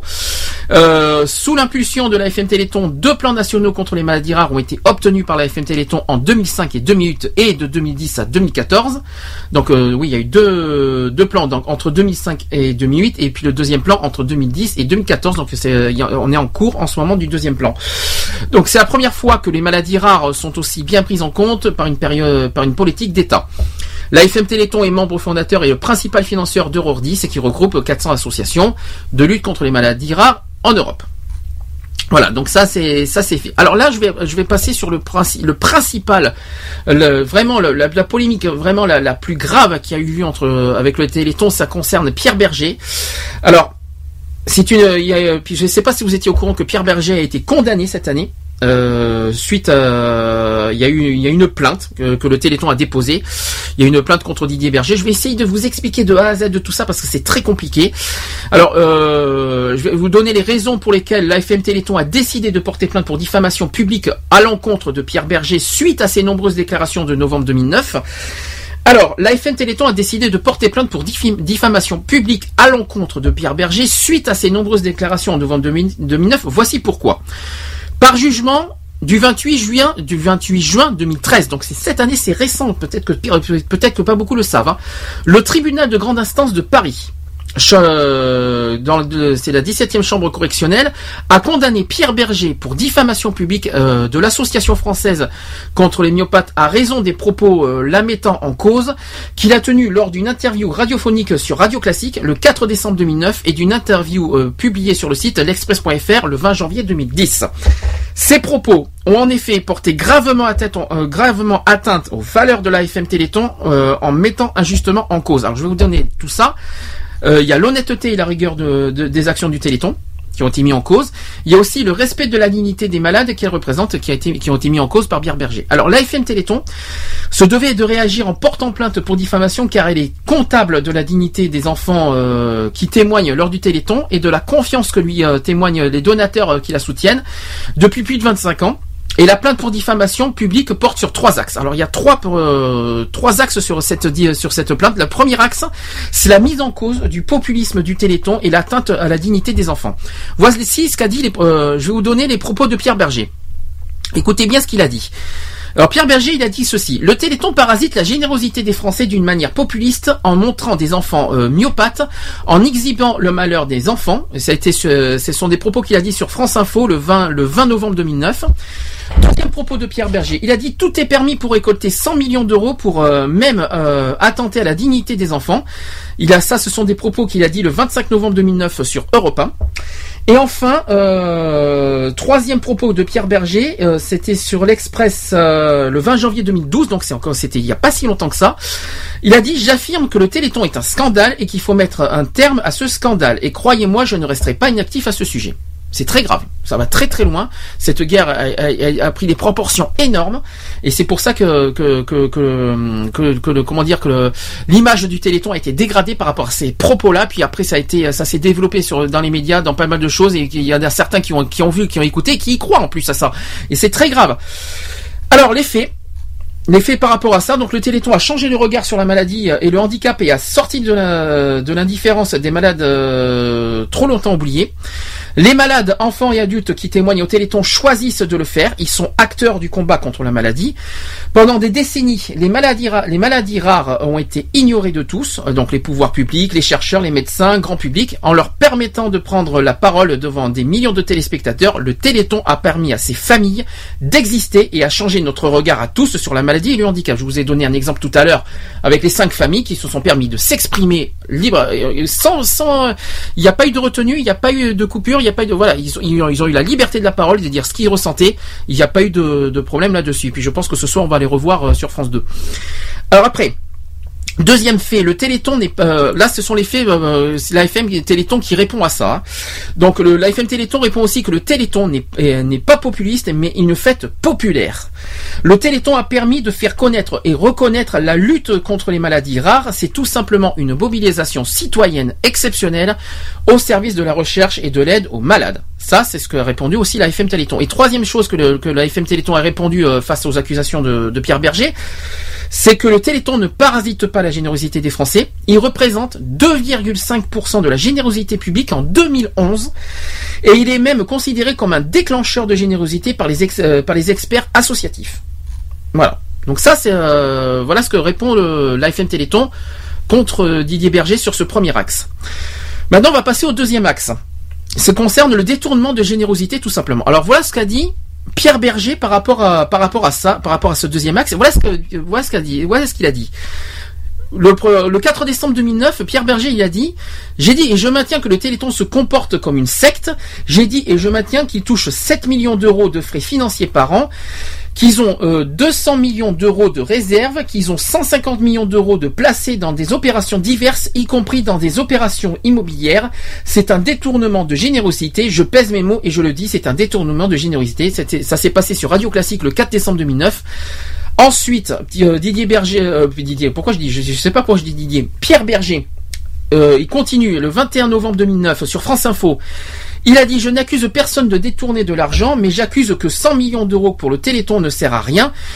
Euh, sous l'impulsion de l'A F M Téléthon, deux plans nationaux contre les maladies rares ont été obtenus par l'A F M Téléthon en deux mille cinq et deux mille huit et de deux mille dix à deux mille quatorze. Donc euh, oui, il y a eu deux, deux plans donc, entre deux mille cinq et deux mille huit et puis le deuxième plan entre deux mille dix et deux mille quatorze. Donc c'est, on est en cours en ce moment du deuxième plan. Donc c'est la première fois que les maladies rares sont aussi bien prises en compte par une période, par une politique d'État. La F M Téléthon est membre fondateur et le principal financeur d'Eurordis et qui regroupe quatre cents associations de lutte contre les maladies rares en Europe. Voilà, donc ça c'est ça c'est fait. Alors là je vais je vais passer sur le princi- le principal, le, vraiment le, la, la polémique vraiment la, la plus grave qui a eu lieu entre avec le Téléthon, ça concerne Pierre Berger. Alors c'est une, il y a, puis je ne sais pas si vous étiez au courant que Pierre Berger a été condamné cette année. Euh, suite à, il y a eu, il y a une plainte que, que le Téléthon a déposée. Il y a une plainte contre Didier Berger. Je vais essayer de vous expliquer de A à Z de tout ça parce que c'est très compliqué. Alors, euh, je vais vous donner les raisons pour lesquelles l'A F M Téléthon a décidé de porter plainte pour diffamation publique à l'encontre de Pierre Berger suite à ses nombreuses déclarations de novembre deux mille neuf. Alors, la F M Téléthon a décidé de porter plainte pour diffi- diffamation publique à l'encontre de Pierre Berger suite à ses nombreuses déclarations en novembre deux mille neuf. Voici pourquoi. Par jugement du vingt-huit juin, du vingt-huit juin deux mille treize, donc c'est cette année, c'est récent, peut-être que peut-être que pas beaucoup le savent, hein. Le tribunal de grande instance de Paris, dans le, c'est la dix-septième chambre correctionnelle, a condamné Pierre Berger pour diffamation publique euh, de l'association française contre les myopathes à raison des propos euh, la mettant en cause qu'il a tenu lors d'une interview radiophonique sur Radio Classique le quatre décembre deux mille neuf et d'une interview euh, publiée sur le site l'express point f r le vingt janvier deux mille dix. Ces propos ont en effet porté gravement atteinte, euh, gravement atteinte aux valeurs de la F M Téléthon euh, en mettant injustement en cause. Alors je vais vous donner tout ça. Il euh, y a l'honnêteté et la rigueur de, de, des actions du Téléthon qui ont été mis en cause. Il y a aussi le respect de la dignité des malades qu'elle représente, qui, a été, qui ont été mis en cause par Pierre Berger. Alors la F M Téléthon se devait de réagir en portant plainte pour diffamation car elle est comptable de la dignité des enfants euh, qui témoignent lors du Téléthon et de la confiance que lui euh, témoignent les donateurs euh, qui la soutiennent depuis plus de vingt-cinq ans. Et la plainte pour diffamation publique porte sur trois axes. Alors il y a trois euh, trois axes sur cette sur cette plainte. Le premier axe, c'est la mise en cause du populisme du Téléthon et l'atteinte à la dignité des enfants. Voici ce qu'a dit. Les, euh, je vais vous donner les propos de Pierre Berger. Écoutez bien ce qu'il a dit. Alors Pierre Berger, il a dit ceci: le Téléthon parasite la générosité des Français d'une manière populiste en montrant des enfants euh, myopathes, en exhibant le malheur des enfants. Ça a été, ce, ce sont des propos qu'il a dit sur France Info le vingt, le vingt novembre deux mille neuf. Deuxième propos de Pierre Berger, il a dit tout est permis pour récolter cent millions d'euros pour euh, même euh, attenter à la dignité des enfants. Il a ça, ce sont des propos qu'il a dit le vingt-cinq novembre deux mille neuf sur Europe un. Et enfin, euh, troisième propos de Pierre Berger, euh, c'était sur l'Express euh, le vingt janvier deux mille douze, donc c'est encore, c'était il y a pas si longtemps que ça. Il a dit: j'affirme que le Téléthon est un scandale et qu'il faut mettre un terme à ce scandale. Et croyez-moi, je ne resterai pas inactif à ce sujet. C'est très grave, ça va très très loin. Cette guerre a, a, a pris des proportions énormes, et c'est pour ça que que que que, que, que le, comment dire que le, l'image du Téléthon a été dégradée par rapport à ces propos-là. Puis après, ça a été, ça s'est développé sur dans les médias, dans pas mal de choses, et il y en a certains qui ont qui ont vu, qui ont écouté, qui y croient en plus à ça. Et c'est très grave. Alors les faits. Les faits par rapport à ça, donc le Téléthon a changé le regard sur la maladie et le handicap et a sorti de, la, de l'indifférence des malades euh, trop longtemps oubliés. Les malades, enfants et adultes qui témoignent au Téléthon choisissent de le faire. Ils sont acteurs du combat contre la maladie. Pendant des décennies, les maladies, ra- les maladies rares ont été ignorées de tous, donc les pouvoirs publics, les chercheurs, les médecins, grand public. En leur permettant de prendre la parole devant des millions de téléspectateurs, le Téléthon a permis à ces familles d'exister et a changé notre regard à tous sur la maladie et le handicap. Je vous ai donné un exemple tout à l'heure avec les cinq familles qui se sont permis de s'exprimer libre, sans, sans, il n'y a pas eu de retenue, il n'y a pas eu de coupure, il n'y a pas eu de, voilà, ils ont, ils ont eu la liberté de la parole, de dire ce qu'ils ressentaient, il n'y a pas eu de, de problème là-dessus. Puis je pense que ce soir on va les revoir sur France deux. Alors après, deuxième fait, le Téléthon n'est pas... Euh, là, ce sont les faits... Euh, c'est la F M Téléthon qui répond à ça. Hein. Donc, le, la F M Téléthon répond aussi que le Téléthon n'est, euh, n'est pas populiste, mais une fête populaire. Le Téléthon a permis de faire connaître et reconnaître la lutte contre les maladies rares. C'est tout simplement une mobilisation citoyenne exceptionnelle au service de la recherche et de l'aide aux malades. Ça, c'est ce que a répondu aussi la F M Téléthon. Et troisième chose que, le, que la F M Téléthon a répondu euh, face aux accusations de, de Pierre Berger, c'est que le Téléthon ne parasite pas la générosité des Français. Il représente deux virgule cinq pour cent de la générosité publique en deux mille onze, et il est même considéré comme un déclencheur de générosité par les, ex, euh, par les experts associatifs. Voilà. Donc ça, c'est euh, voilà ce que répond le, la F M Téléthon contre Didier Berger sur ce premier axe. Maintenant, on va passer au deuxième axe. Ça concerne le détournement de générosité, tout simplement. Alors voilà ce qu'a dit Pierre Berger par rapport à par rapport à ça, par rapport à ce deuxième axe. Voilà ce que voilà ce qu'a dit, voilà ce qu'il a dit. Le, le quatre décembre deux mille neuf, Pierre Berger il a dit: j'ai dit et je maintiens que le Téléthon se comporte comme une secte. J'ai dit et je maintiens qu'il touche sept millions d'euros de frais financiers par an, qu'ils ont euh, deux cents millions d'euros de réserves, qu'ils ont cent cinquante millions d'euros de placés dans des opérations diverses, y compris dans des opérations immobilières. C'est un détournement de générosité. Je pèse mes mots et je le dis, c'est un détournement de générosité. C'était, ça s'est passé sur Radio Classique le quatre décembre deux mille neuf. Ensuite, euh, Didier Berger, euh, Didier, pourquoi je dis, je, je sais pas pourquoi je dis Didier, Pierre Berger, euh, il continue le vingt et un novembre deux mille neuf sur France Info. Il a dit: je n'accuse personne de détourner de l'argent, mais j'accuse que cent millions d'euros pour le Téléthon ne sert à rien.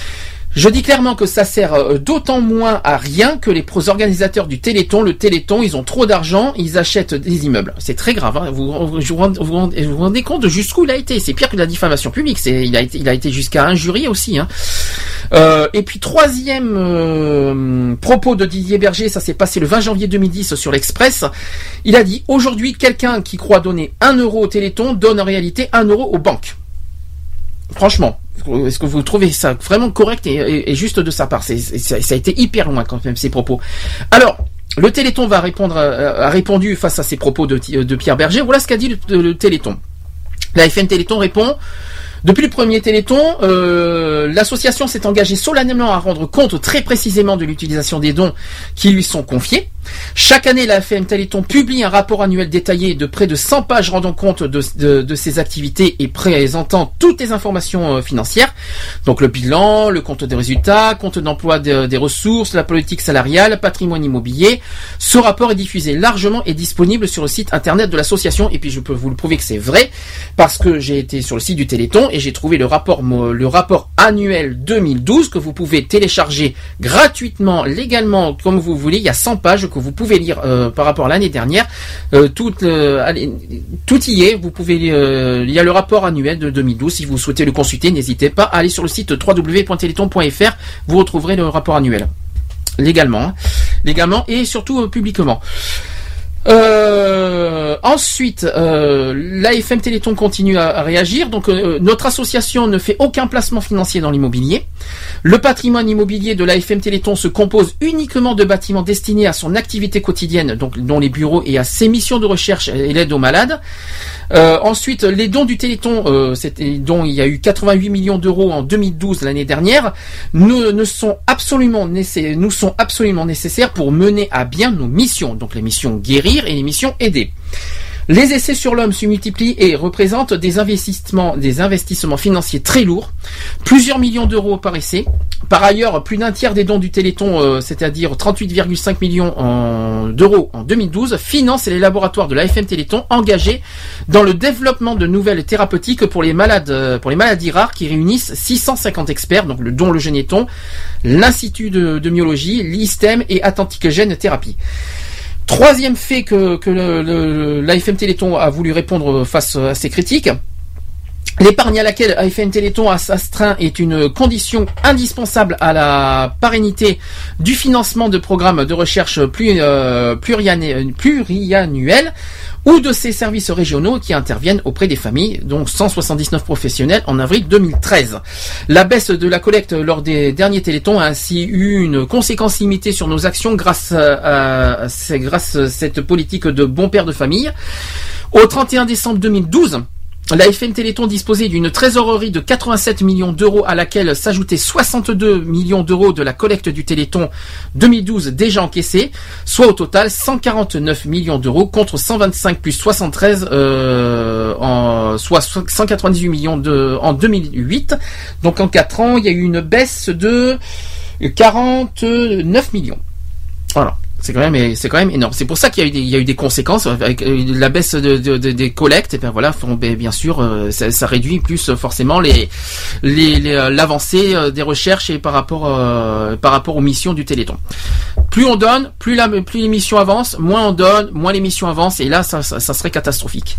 Je dis clairement que ça sert d'autant moins à rien que les organisateurs du Téléthon, le Téléthon, ils ont trop d'argent, ils achètent des immeubles. C'est très grave, hein. Vous vous, vous, vous, vous vous rendez compte de jusqu'où il a été. C'est pire que la diffamation publique. C'est, il a été, il a été jusqu'à injurier aussi, hein. Euh, et puis troisième euh, propos de Didier Berger, ça s'est passé le vingt janvier deux mille dix sur l'Express. Il a dit: aujourd'hui, quelqu'un qui croit donner un euro au Téléthon donne en réalité un euro aux banques. Franchement, est-ce que vous trouvez ça vraiment correct et, et, et juste de sa part? C'est, c'est, ça a été hyper loin quand même ces propos. Alors, le Téléthon va répondre, a répondu face à ces propos de, de Pierre Berger. Voilà ce qu'a dit le, le Téléthon. La F M Téléthon répond: depuis le premier Téléthon, euh, l'association s'est engagée solennellement à rendre compte très précisément de l'utilisation des dons qui lui sont confiés. Chaque année, la F M Téléthon publie un rapport annuel détaillé de près de cent pages rendant compte de, de, de ses activités et présentant toutes les informations euh, financières. Donc le bilan, le compte des résultats, compte d'emploi de, des ressources, la politique salariale, patrimoine immobilier. Ce rapport est diffusé largement et disponible sur le site internet de l'association. Et puis je peux vous le prouver que c'est vrai parce que j'ai été sur le site du Téléthon et j'ai trouvé le rapport, le rapport annuel deux mille douze que vous pouvez télécharger gratuitement, légalement, comme vous voulez. Il y a cent pages que vous pouvez lire euh, par rapport à l'année dernière. Euh, tout, euh, allez, tout y est. Vous pouvez, euh, il y a le rapport annuel de deux mille douze. Si vous souhaitez le consulter, n'hésitez pas à aller sur le site w w w point téléthon point f r. Vous retrouverez le rapport annuel légalement, hein, légalement et surtout euh, publiquement. Euh, ensuite, euh, la F M Téléthon continue à, à réagir. Donc, euh, notre association ne fait aucun placement financier dans l'immobilier. Le patrimoine immobilier de la F M Téléthon se compose uniquement de bâtiments destinés à son activité quotidienne, donc dont les bureaux et à ses missions de recherche et l'aide aux malades. Euh, ensuite, les dons du Téléthon, euh, c'était, dont il y a eu quatre-vingt-huit millions d'euros en deux mille douze l'année dernière, ne, ne sont absolument nécessaires, nous sont absolument nécessaires pour mener à bien nos missions. Donc, les missions guérir et les missions aider. Les essais sur l'homme se multiplient et représentent des investissements, des investissements financiers très lourds, plusieurs millions d'euros par essai. Par ailleurs, plus d'un tiers des dons du Téléthon, euh, c'est-à-dire trente-huit virgule cinq millions en, d'euros en deux mille douze, financent les laboratoires de la F M Téléthon engagés dans le développement de nouvelles thérapeutiques pour les malades, euh, pour les maladies rares qui réunissent six cent cinquante experts, donc le dont le Généton, l'Institut de, de myologie, l'I S T E M et Atlantic Gene Thérapie. Troisième fait que, que le, le, l'A F M Téléthon a voulu répondre face à ces critiques. L'épargne à laquelle A F M Téléthon a s'astreint est une condition indispensable à la pérennité du financement de programmes de recherche plus, euh, pluriannuels, pluriannuels ou de ses services régionaux qui interviennent auprès des familles, donc cent soixante-dix-neuf professionnels en avril deux mille treize. La baisse de la collecte lors des derniers Télétons a ainsi eu une conséquence limitée sur nos actions grâce à, à, à, grâce à cette politique de bon père de famille. Au trente et un décembre deux mille douze, la F M Téléthon disposait d'une trésorerie de quatre-vingt-sept millions d'euros à laquelle s'ajoutaient soixante-deux millions d'euros de la collecte du Téléthon deux mille douze déjà encaissée, soit au total cent quarante-neuf millions d'euros contre cent vingt-cinq plus soixante-treize, euh, en, soit cent quatre-vingt-dix-huit millions de, en deux mille huit. Donc en quatre ans, il y a eu une baisse de quarante-neuf millions. Voilà. C'est quand même, c'est quand même énorme. C'est pour ça qu'il y a eu des, il y a eu des conséquences avec la baisse de, de, de des collectes. Et bien voilà, bien sûr, ça, ça réduit plus forcément les, les, les l'avancée des recherches et par rapport, euh, par rapport aux missions du Téléthon. Plus on donne, plus la, plus les missions avancent, moins on donne, moins les missions avancent. Et là, ça, ça, ça serait catastrophique.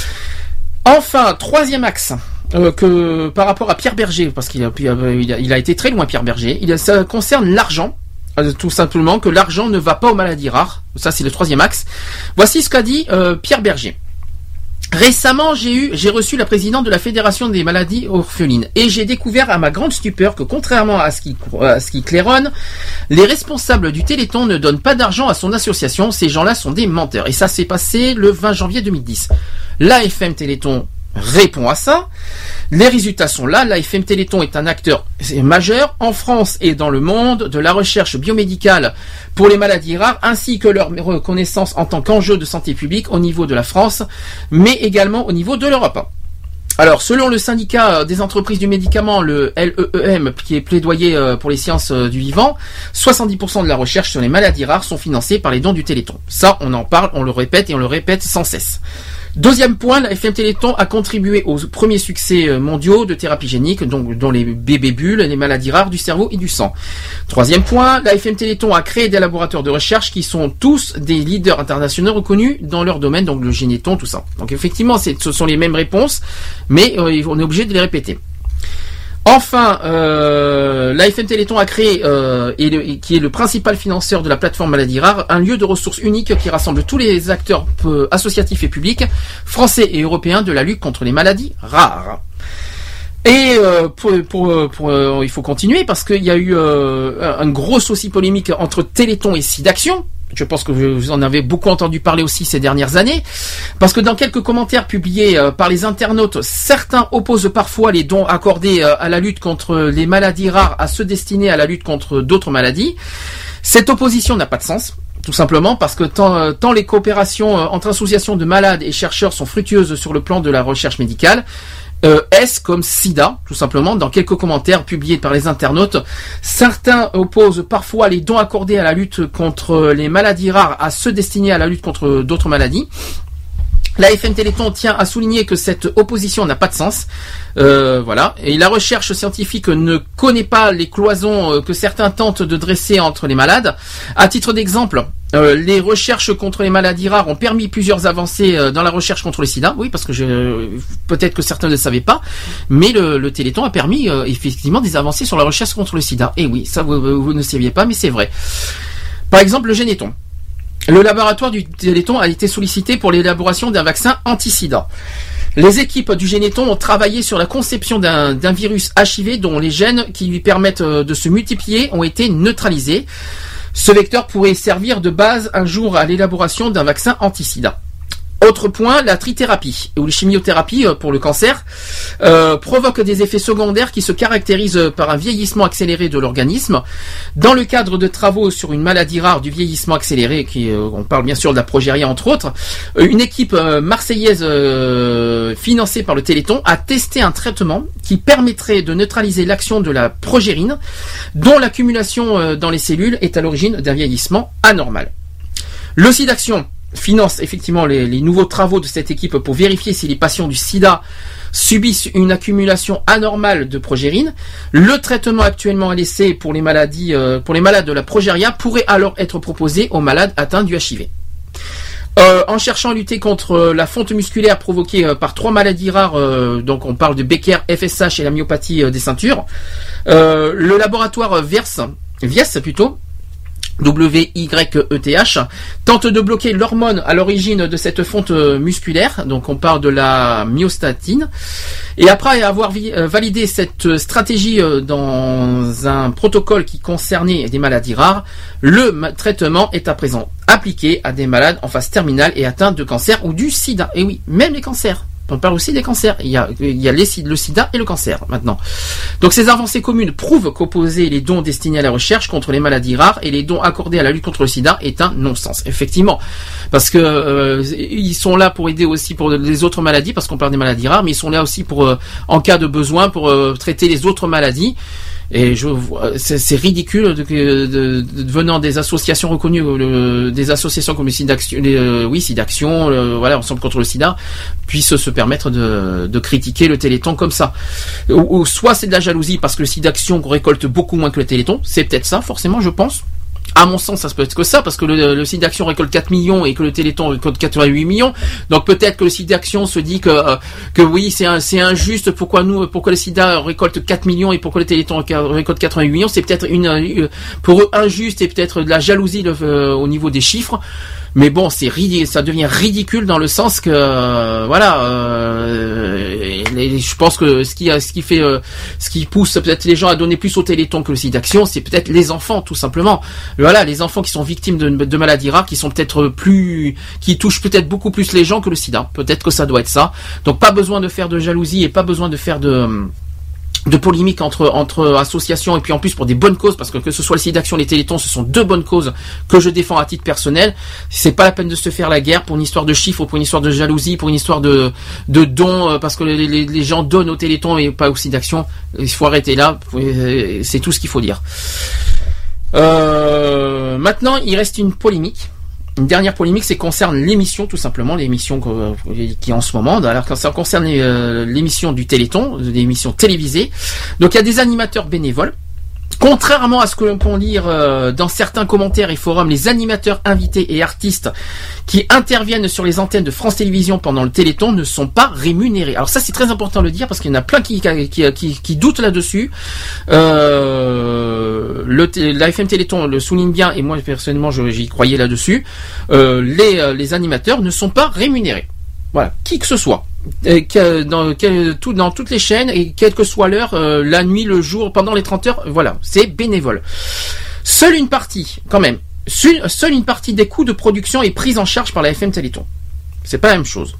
Enfin, troisième axe. Euh, que par rapport à Pierre Berger, parce qu'il a, il a, il a été très loin, Pierre Berger. Il a, ça concerne l'argent. Tout simplement que l'argent ne va pas aux maladies rares. Ça, c'est le troisième axe. Voici ce qu'a dit euh, Pierre Berger. Récemment, j'ai eu, j'ai reçu la présidente de la Fédération des maladies orphelines et j'ai découvert à ma grande stupeur que contrairement à ce qui, à ce qui claironne, les responsables du Téléthon ne donnent pas d'argent à son association. Ces gens-là sont des menteurs. Et ça s'est passé le vingt janvier deux mille dix. L'A F M Téléthon répond à ça. Les résultats sont là. L'A F M Téléthon est un acteur majeur en France et dans le monde de la recherche biomédicale pour les maladies rares ainsi que leur reconnaissance en tant qu'enjeu de santé publique au niveau de la France, mais également au niveau de l'Europe. Alors, selon le syndicat des entreprises du médicament, le L E E M, qui est plaidoyer pour les sciences du vivant, soixante-dix pour cent de la recherche sur les maladies rares sont financées par les dons du Téléthon. Ça, on en parle, on le répète et on le répète sans cesse. Deuxième point, la F M Téléthon a contribué aux premiers succès mondiaux de thérapie génique, donc dont les bébés bulles, les maladies rares du cerveau et du sang. Troisième point, la F M Téléthon a créé des laboratoires de recherche qui sont tous des leaders internationaux reconnus dans leur domaine, donc le généton, tout ça. Donc effectivement, c'est, ce sont les mêmes réponses, mais euh, on est obligé de les répéter. Enfin, euh, la F M Téléthon a créé, euh, et, le, et qui est le principal financeur de la plateforme Maladies Rares, un lieu de ressources unique qui rassemble tous les acteurs euh, associatifs et publics, français et européens, de la lutte contre les maladies rares. Et euh, pour, pour, pour euh, il faut continuer parce qu'il y a eu euh, un gros souci polémique entre Téléthon et SIDAction. Je pense que vous en avez beaucoup entendu parler aussi ces dernières années, parce que dans quelques commentaires publiés euh, par les internautes, certains opposent parfois les dons accordés euh, à la lutte contre les maladies rares à ceux destinés à la lutte contre d'autres maladies. Cette opposition n'a pas de sens, tout simplement parce que tant, euh, tant les coopérations euh, entre associations de malades et chercheurs sont fructueuses sur le plan de la recherche médicale, Euh, S comme SIDA, tout simplement. Dans quelques commentaires publiés par les internautes, certains opposent parfois les dons accordés à la lutte contre les maladies rares à ceux destinés à la lutte contre d'autres maladies. La F M Téléthon tient à souligner que cette opposition n'a pas de sens. Euh, voilà. Et la recherche scientifique ne connaît pas les cloisons que certains tentent de dresser entre les malades. À titre d'exemple, euh, les recherches contre les maladies rares ont permis plusieurs avancées euh, dans la recherche contre le sida. Oui, parce que je, peut-être que certains ne le savaient pas, mais le, le Téléthon a permis euh, effectivement des avancées sur la recherche contre le sida. Et oui, ça vous, vous ne saviez pas, mais c'est vrai. Par exemple, le généton. Le laboratoire du Téléthon a été sollicité pour l'élaboration d'un vaccin anti-sida. Les équipes du Généton ont travaillé sur la conception d'un, d'un virus H I V dont les gènes qui lui permettent de se multiplier ont été neutralisés. Ce vecteur pourrait servir de base un jour à l'élaboration d'un vaccin anti-sida. Autre point, la trithérapie ou la chimiothérapie pour le cancer euh, provoque des effets secondaires qui se caractérisent par un vieillissement accéléré de l'organisme. Dans le cadre de travaux sur une maladie rare du vieillissement accéléré, qui, euh, on parle bien sûr de la progéria entre autres, une équipe euh, marseillaise euh, financée par le Téléthon a testé un traitement qui permettrait de neutraliser l'action de la progérine, dont l'accumulation euh, dans les cellules est à l'origine d'un vieillissement anormal. Le SIDAction finance effectivement les, les nouveaux travaux de cette équipe pour vérifier si les patients du sida subissent une accumulation anormale de progérine. Le traitement actuellement à l'essai pour les maladies, euh, pour les malades de la progéria pourrait alors être proposé aux malades atteints du H I V. Euh, en cherchant à lutter contre la fonte musculaire provoquée euh, par trois maladies rares, euh, donc on parle de Becker, F S H et la myopathie euh, des ceintures, euh, le laboratoire Viers, Vies plutôt, W Y E T H, tente de bloquer l'hormone à l'origine de cette fonte musculaire, donc on parle de la myostatine, et après avoir vi- validé cette stratégie dans un protocole qui concernait des maladies rares, le ma- traitement est à présent appliqué à des malades en phase terminale et atteints de cancer ou du sida. Et oui, même les cancers. On parle aussi des cancers. Il y a, il y a les, le sida et le cancer maintenant. Donc ces avancées communes prouvent qu'opposer les dons destinés à la recherche contre les maladies rares et les dons accordés à la lutte contre le sida est un non-sens. Effectivement, parce que euh, ils sont là pour aider aussi pour les autres maladies, parce qu'on parle des maladies rares, mais ils sont là aussi pour, euh, en cas de besoin, pour euh, traiter les autres maladies. Et je c'est, c'est ridicule de, de, de, de venant des associations reconnues, le, des associations comme le SIDAction, les, euh, oui SIDAction, le, voilà, ensemble contre le sida, puissent se permettre de, de critiquer le Téléthon comme ça. Ou, ou soit c'est de la jalousie parce que le SIDAction récolte beaucoup moins que le Téléthon, c'est peut-être ça forcément, je pense. À mon sens, ça se peut être que ça, parce que le, le SIDAction récolte quatre millions et que le Téléthon récolte quatre-vingt-huit millions. Donc peut-être que le SIDAction se dit que euh, que oui, c'est un, c'est injuste. Pourquoi nous, pourquoi le SIDA récolte quatre millions et pourquoi le Téléthon récolte quatre-vingt-huit millions? C'est peut-être une, une pour eux injuste et peut-être de la jalousie de, euh, au niveau des chiffres. Mais bon, c'est ridicule, ça devient ridicule dans le sens que euh, voilà, euh, et je pense que ce qui ce qui fait euh, ce qui pousse peut-être les gens à donner plus au Téléthon que le SIDAction, c'est peut-être les enfants tout simplement. Voilà, les enfants qui sont victimes de, de maladies rares, qui sont peut-être plus, qui touchent peut-être beaucoup plus les gens que le sida. Peut-être que ça doit être ça. Donc pas besoin de faire de jalousie et pas besoin de faire de de polémique entre entre associations, et puis en plus pour des bonnes causes, parce que que ce soit le SIDAction, les Télétons, ce sont deux bonnes causes que je défends à titre personnel. C'est pas la peine de se faire la guerre pour une histoire de chiffres, pour une histoire de jalousie, pour une histoire de de dons, parce que les, les, les gens donnent au Téléthon et pas au SIDAction. Il faut arrêter là, c'est tout ce qu'il faut dire. Euh, maintenant, il reste une polémique. Une dernière polémique, c'est concerne l'émission, tout simplement, l'émission qui est en ce moment. Alors, quand ça concerne euh, l'émission du Téléthon, l'émission télévisée. Donc, il y a des animateurs bénévoles. Contrairement à ce que l'on peut lire euh, dans certains commentaires et forums, les animateurs invités et artistes qui interviennent sur les antennes de France Télévisions pendant le Téléthon ne sont pas rémunérés. Alors ça, c'est très important de le dire parce qu'il y en a plein qui qui, qui, qui doutent là-dessus. Euh, le la F M Téléthon le souligne bien et moi personnellement je, j'y croyais là-dessus. Euh, les les animateurs ne sont pas rémunérés. Voilà, qui que ce soit. Et que dans, que, tout, dans toutes les chaînes et quelle que soit l'heure, euh, la nuit, le jour, pendant les trente heures, voilà, c'est bénévole. Seule une partie, quand même, seule, seule une partie des coûts de production est prise en charge par la F M Téléthon. C'est pas la même chose.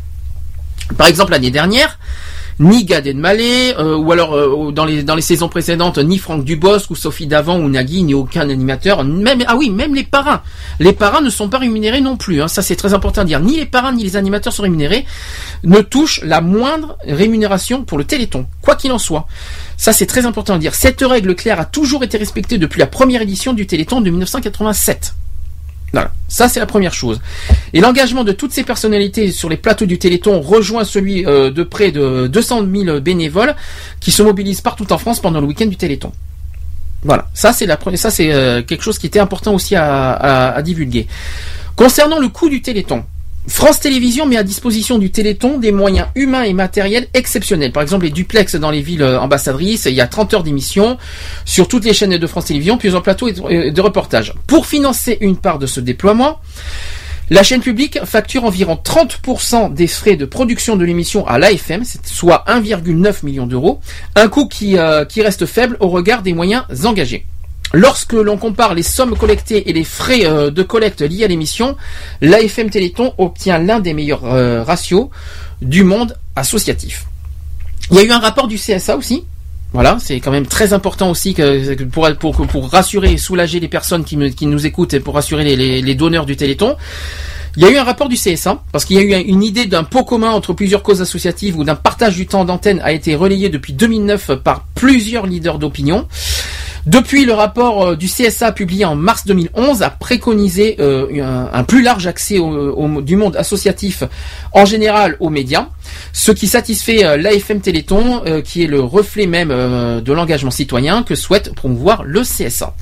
Par exemple, l'année dernière, ni Gad Elmaleh, euh, ou alors euh, dans les dans les saisons précédentes, ni Franck Dubosc ou Sophie Davant ou Nagui, ni aucun animateur, même ah oui, même les parrains. Les parrains ne sont pas rémunérés non plus, hein, ça c'est très important à dire. Ni les parrains ni les animateurs sont rémunérés, ne touchent la moindre rémunération pour le Téléthon, quoi qu'il en soit. Ça c'est très important à dire. Cette règle claire a toujours été respectée depuis la première édition du Téléthon de dix-neuf cent quatre-vingt-sept. Voilà, ça c'est la première chose. Et l'engagement de toutes ces personnalités sur les plateaux du Téléthon rejoint celui euh, de près de deux cent mille bénévoles qui se mobilisent partout en France pendant le week-end du Téléthon. Voilà, ça c'est la ça c'est euh, quelque chose qui était important aussi à, à, à divulguer. Concernant le coût du Téléthon, France Télévisions met à disposition du Téléthon des moyens humains et matériels exceptionnels. Par exemple, les duplex dans les villes ambassadrices, il y a trente heures d'émission sur toutes les chaînes de France Télévisions, plusieurs plateaux de reportages. Pour financer une part de ce déploiement, la chaîne publique facture environ trente pour cent des frais de production de l'émission à l'A F M, soit un virgule neuf million d'euros, un coût qui, euh, qui reste faible au regard des moyens engagés. Lorsque l'on compare les sommes collectées et les frais euh, de collecte liés à l'émission, l'A F M Téléthon obtient l'un des meilleurs euh, ratios du monde associatif. Il y a eu un rapport du C S A aussi. Voilà, c'est quand même très important aussi que, que pour, pour, pour rassurer et soulager les personnes qui, me, qui nous écoutent et pour rassurer les, les, les donneurs du Téléthon. Il y a eu un rapport du C S A, parce qu'il y a eu une idée d'un pot commun entre plusieurs causes associatives ou d'un partage du temps d'antenne a été relayé depuis deux mille neuf par plusieurs leaders d'opinion. Depuis, le rapport du C S A publié en mars deux mille onze a préconisé euh, un, un plus large accès au, au, du monde associatif en général aux médias, ce qui satisfait euh, l'A F M Téléthon, euh, qui est le reflet même euh, de l'engagement citoyen que souhaite promouvoir le C S A.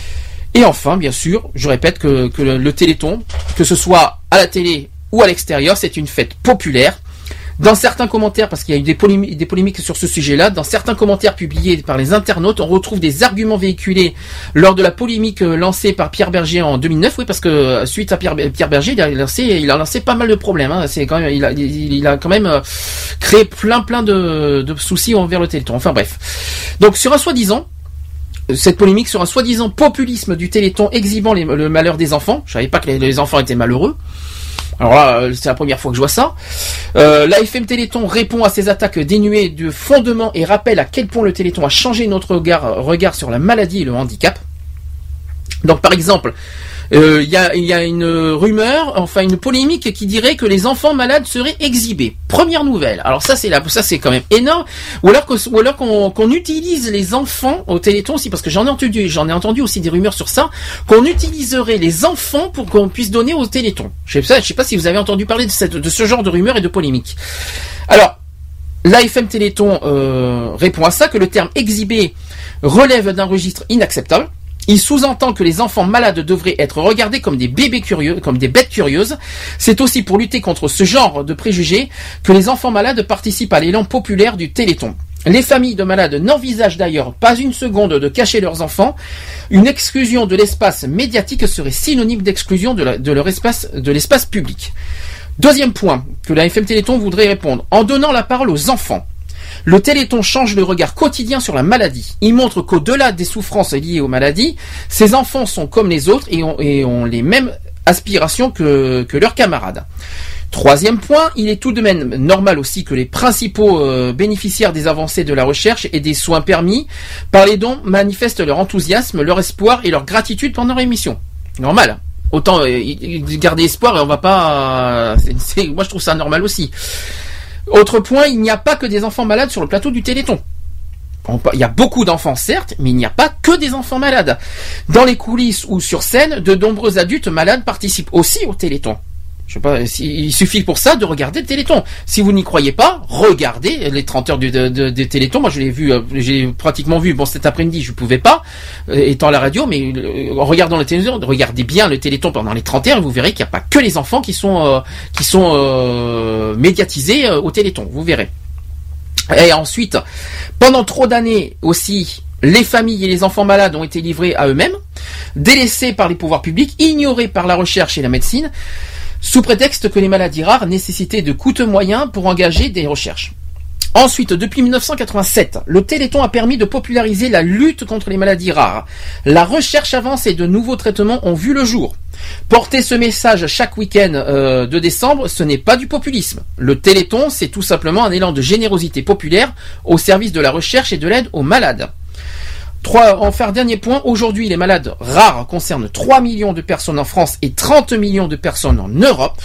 Et enfin, bien sûr, je répète que, que le, le Téléthon, que ce soit à la télé ou à l'extérieur, c'est une fête populaire. Dans certains commentaires, parce qu'il y a eu des polémiques, des polémiques sur ce sujet-là, dans certains commentaires publiés par les internautes, on retrouve des arguments véhiculés lors de la polémique lancée par Pierre Berger en deux mille neuf. Oui, parce que suite à Pierre, Pierre Berger, il a lancé, il a lancé pas mal de problèmes. Hein. C'est quand même, il a, il, il a quand même créé plein, plein de, de soucis envers le Téléthon. Enfin bref. Donc sur un soi-disant, cette polémique sur un soi-disant populisme du Téléthon exhibant les, le malheur des enfants. Je savais pas que les, les enfants étaient malheureux. Alors là, c'est la première fois que je vois ça. Euh, L'A F M Téléthon répond à ces attaques dénuées de fondement et rappelle à quel point le Téléthon a changé notre regard, regard sur la maladie et le handicap. Donc par exemple, il euh, y, a, y a une rumeur, enfin une polémique qui dirait que les enfants malades seraient exhibés. Première nouvelle. Alors ça c'est là, ça c'est quand même énorme. Ou alors, que, ou alors qu'on, qu'on utilise les enfants au Téléthon aussi, parce que j'en ai entendu, j'en ai entendu aussi des rumeurs sur ça, qu'on utiliserait les enfants pour qu'on puisse donner au Téléthon. Je sais pas, je sais pas si vous avez entendu parler de, cette, de ce genre de rumeurs et de polémiques. Alors, l'A F M Téléthon euh, répond à ça que le terme exhibé relève d'un registre inacceptable. Il sous-entend que les enfants malades devraient être regardés comme des bébés curieux, comme des bêtes curieuses. C'est aussi pour lutter contre ce genre de préjugés que les enfants malades participent à l'élan populaire du Téléthon. Les familles de malades n'envisagent d'ailleurs pas une seconde de cacher leurs enfants. Une exclusion de l'espace médiatique serait synonyme d'exclusion de, la, de leur espace, de l'espace public. Deuxième point que la F M Téléthon voudrait répondre. En donnant la parole aux enfants, le Téléthon change le regard quotidien sur la maladie. Il montre qu'au-delà des souffrances liées aux maladies, ces enfants sont comme les autres et ont, et ont les mêmes aspirations que, que leurs camarades. Troisième point, il est tout de même normal aussi que les principaux euh, bénéficiaires des avancées de la recherche et des soins permis par les dons manifestent leur enthousiasme, leur espoir et leur gratitude pendant l'émission. Normal. Autant euh, garder espoir et on va pas... Euh, c'est, c'est, moi je trouve ça normal aussi. Autre point, il n'y a pas que des enfants malades sur le plateau du Téléthon. il y a beaucoup d'enfants certes, mais il n'y a pas que des enfants malades. Dans les coulisses ou sur scène, de nombreux adultes malades participent aussi au Téléthon. Je sais pas, il suffit pour ça de regarder le Téléthon. Si vous n'y croyez pas, regardez les trente heures du de, de, de Téléthon. Moi, je l'ai vu, j'ai pratiquement vu. Bon, cet après-midi, je pouvais pas, euh, étant à la radio, mais euh, en regardant le Téléthon, regardez bien le Téléthon pendant les trente heures, et vous verrez qu'il n'y a pas que les enfants qui sont euh, qui sont euh, médiatisés euh, au Téléthon. Vous verrez. Et ensuite, pendant trop d'années aussi, les familles et les enfants malades ont été livrés à eux-mêmes, délaissés par les pouvoirs publics, ignorés par la recherche et la médecine, sous prétexte que les maladies rares nécessitaient de coûteux moyens pour engager des recherches. Ensuite, depuis dix-neuf cent quatre-vingt-sept, le Téléthon a permis de populariser la lutte contre les maladies rares. La recherche avance et de nouveaux traitements ont vu le jour. Porter ce message chaque week-end euh, de décembre, ce n'est pas du populisme. Le Téléthon, c'est tout simplement un élan de générosité populaire au service de la recherche et de l'aide aux malades. Trois, enfin, dernier point, aujourd'hui, les malades rares concernent trois millions de personnes en France et trente millions de personnes en Europe.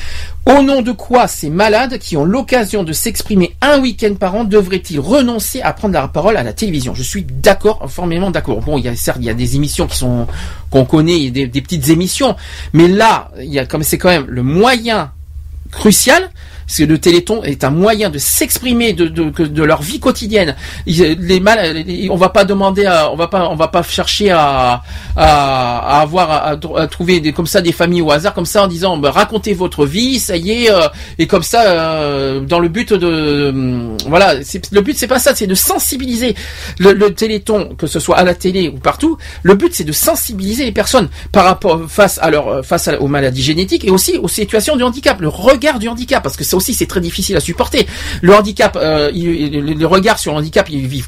Au nom de quoi ces malades qui ont l'occasion de s'exprimer un week-end par an devraient-ils renoncer à prendre la parole à la télévision? Je suis d'accord, formellement d'accord. Bon, il y a certes, il y a des émissions qui sont qu'on connaît, des, des petites émissions, mais là, il y a comme c'est quand même le moyen crucial. Parce que le Téléthon est un moyen de s'exprimer de, de, de, de leur vie quotidienne. Les mal, les, on va pas demander, à, on va pas, on va pas chercher à, à, à avoir, à, à trouver des, comme ça des familles au hasard, comme ça en disant, bah, racontez votre vie, ça y est, euh, et comme ça, euh, dans le but de, euh, voilà, c'est, le but c'est pas ça, c'est de sensibiliser le, le Téléthon, que ce soit à la télé ou partout. Le but c'est de sensibiliser les personnes par rapport face à leur, face à, aux maladies génétiques et aussi aux situations de handicap, le regard du handicap, parce que ça aussi c'est très difficile à supporter. Le handicap, euh, il, le, le regard sur le handicap, ils vivent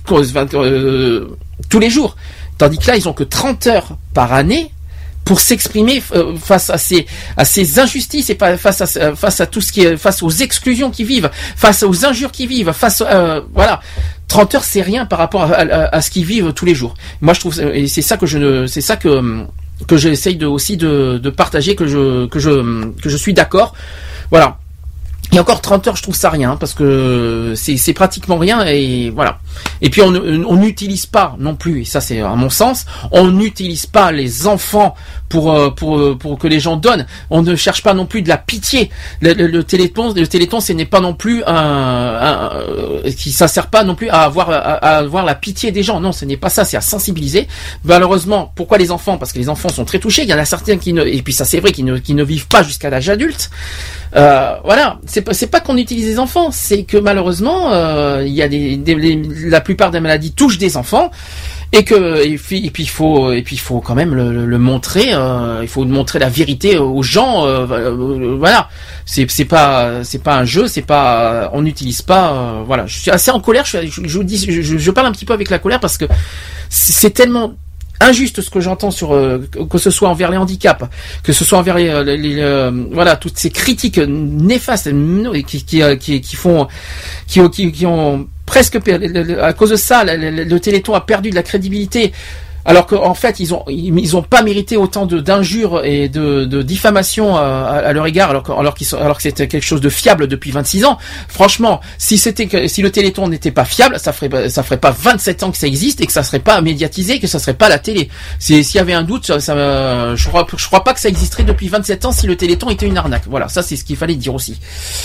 euh, tous les jours. Tandis que là, ils ont que trente heures par année pour s'exprimer euh, face à ces à ces injustices et pas face à face à tout ce qui est face aux exclusions qu'ils vivent, face aux injures qu'ils vivent, face euh, voilà. trente heures, c'est rien par rapport à, à, à ce qu'ils vivent tous les jours. Moi, je trouve, et c'est ça que je ne, c'est ça que que j'essaye de aussi de, de partager, que je que je que je suis d'accord. Voilà. Et encore trente heures, je trouve ça rien, parce que c'est, c'est pratiquement rien, et voilà. Et puis on on n'utilise pas non plus, et ça c'est à mon sens, on n'utilise pas les enfants pour pour pour que les gens donnent. On ne cherche pas non plus de la pitié. Le, le, le Téléthon, le Téléthon, ce n'est pas non plus un, un, un qui ça sert pas non plus à avoir à, à avoir la pitié des gens. Non, ce n'est pas ça, c'est à sensibiliser. Malheureusement, pourquoi les enfants? Parce que les enfants sont très touchés. Il y en a certains qui ne, et puis ça c'est vrai, qui ne qui ne vivent pas jusqu'à l'âge adulte. Euh, voilà, c'est pas c'est pas qu'on utilise les enfants, c'est que malheureusement euh, il y a des, des les, la plupart des maladies touchent des enfants, et que et puis et puis il faut et puis il faut quand même le, le montrer, euh, il faut montrer la vérité aux gens, euh, euh, voilà, c'est c'est pas c'est pas un jeu, c'est pas on n'utilise pas euh, voilà, je suis assez en colère, je, je, je vous dis je, je parle un petit peu avec la colère parce que c'est, c'est tellement injuste ce que j'entends sur euh, que ce soit envers les handicaps, que ce soit envers les, les, les euh, voilà, toutes ces critiques néfastes qui qui qui, qui font qui, qui qui ont presque à cause de ça le, le, le Téléthon a perdu de la crédibilité. Alors qu'en fait, ils ont ils ont pas mérité autant de d'injures et de, de diffamations à, à leur égard, alors que alors qu'ils sont, alors que c'était quelque chose de fiable depuis vingt-six ans. Franchement, si c'était si le Téléthon n'était pas fiable, ça ferait ça ferait pas vingt-sept ans que ça existe et que ça serait pas médiatisé, que ça serait pas à la télé. C'est s'il y avait un doute, ça, ça je crois je crois pas que ça existerait depuis vingt-sept ans si le Téléthon était une arnaque. Voilà, ça c'est ce qu'il fallait dire aussi.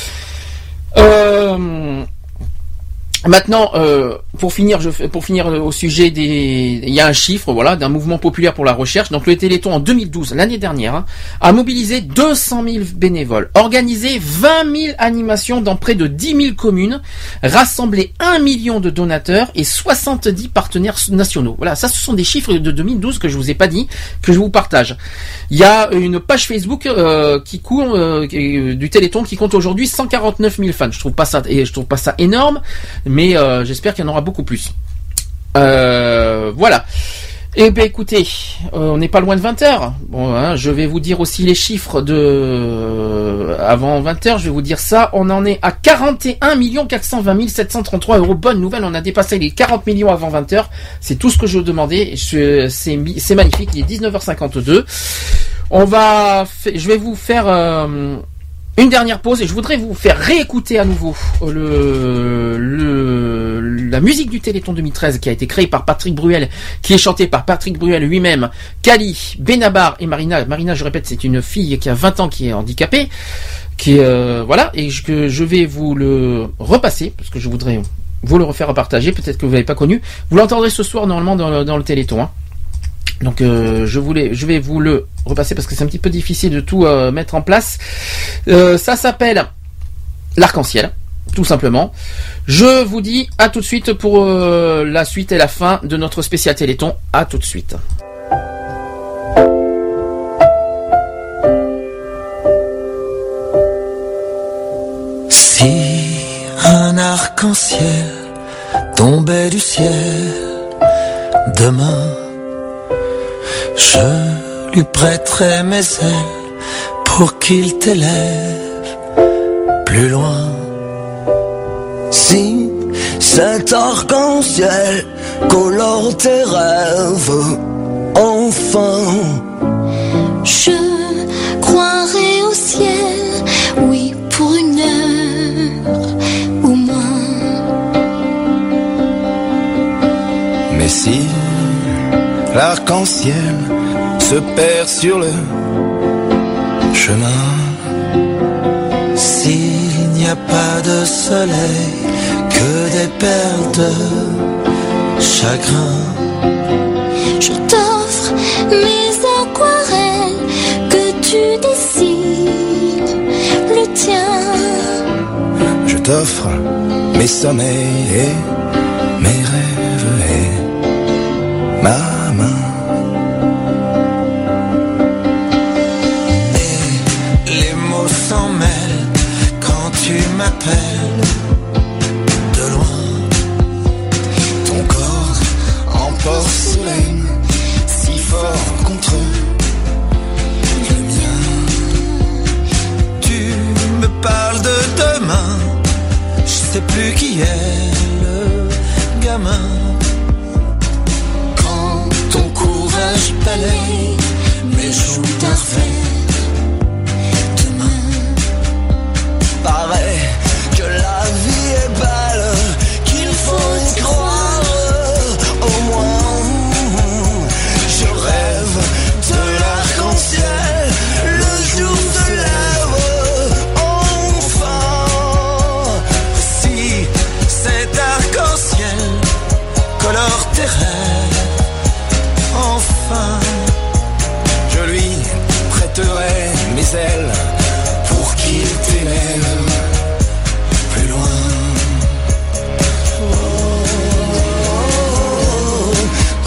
Euh Maintenant, euh, pour finir, je, pour finir au sujet des, il y a un chiffre, voilà, d'un mouvement populaire pour la recherche. Donc le Téléthon en deux mille douze, l'année dernière, hein, a mobilisé deux cent mille bénévoles, organisé vingt mille animations dans près de dix mille communes, rassemblé un million de donateurs et soixante-dix partenaires nationaux. Voilà, ça, ce sont des chiffres de deux mille douze que je vous ai pas dit, que je vous partage. Il y a une page Facebook euh, qui court euh, du Téléthon qui compte aujourd'hui cent quarante-neuf mille fans. Je trouve pas ça, et je trouve pas ça énorme. Mais euh, j'espère qu'il y en aura beaucoup plus. Euh, voilà. Eh bien écoutez, euh, on n'est pas loin de vingt heures. Bon, hein, je vais vous dire aussi les chiffres de euh, avant vingt heures. Je vais vous dire ça. On en est à quarante et un millions quatre cent vingt mille sept cent trente-trois euros. Bonne nouvelle, on a dépassé les quarante millions avant vingt heures. C'est tout ce que je demandais. Je, c'est, c'est magnifique. Il est dix-neuf heures cinquante-deux. On va, je vais vous faire. Euh, Une dernière pause et je voudrais vous faire réécouter à nouveau le, le, la musique du Téléthon deux mille treize qui a été créée par Patrick Bruel, qui est chantée par Patrick Bruel lui-même, Kali, Benabar et Marina. Marina, je répète, c'est une fille qui a vingt ans qui est handicapée, qui est, euh, voilà, et que je vais vous le repasser, parce que je voudrais vous le refaire partager, peut-être que vous l'avez pas connu. Vous l'entendrez ce soir normalement dans le, dans le Téléthon, hein. Donc euh, je voulais, je vais vous le repasser parce que c'est un petit peu difficile de tout euh, mettre en place. Euh, ça s'appelle l'Arc-en-Ciel, tout simplement. Je vous dis à tout de suite pour euh, la suite et la fin de notre spécial Téléthon. À tout de suite. Si un arc-en-ciel tombait du ciel demain, je lui prêterai mes ailes pour qu'il t'élève plus loin. Si cet arc-en-ciel colore tes rêves, enfin, je croirai au ciel, oui, pour une heure ou moins. Mais si l'arc-en-ciel se perd sur le chemin, s'il n'y a pas de soleil, que des perles de chagrin, je t'offre mes aquarelles, que tu dessines le tien. Je t'offre mes sommeils et mes rêves et ma main. Et les mots s'en mêlent quand tu m'appelles de loin. Ton corps en porcelaine, si fort contre le mien. Tu me parles de demain, je sais plus qui est le gamin. Ton courage balaye mes joues d'un revers. Demain, paraît que la vie est belle, qu'il faut y croire. Au moins, je rêve de l'arc-en-ciel, le jour se lève. Enfin, si cet arc-en-ciel colore tes rêves, enfin, je lui prêterai mes ailes pour qu'il t'élève plus loin. Oh, oh,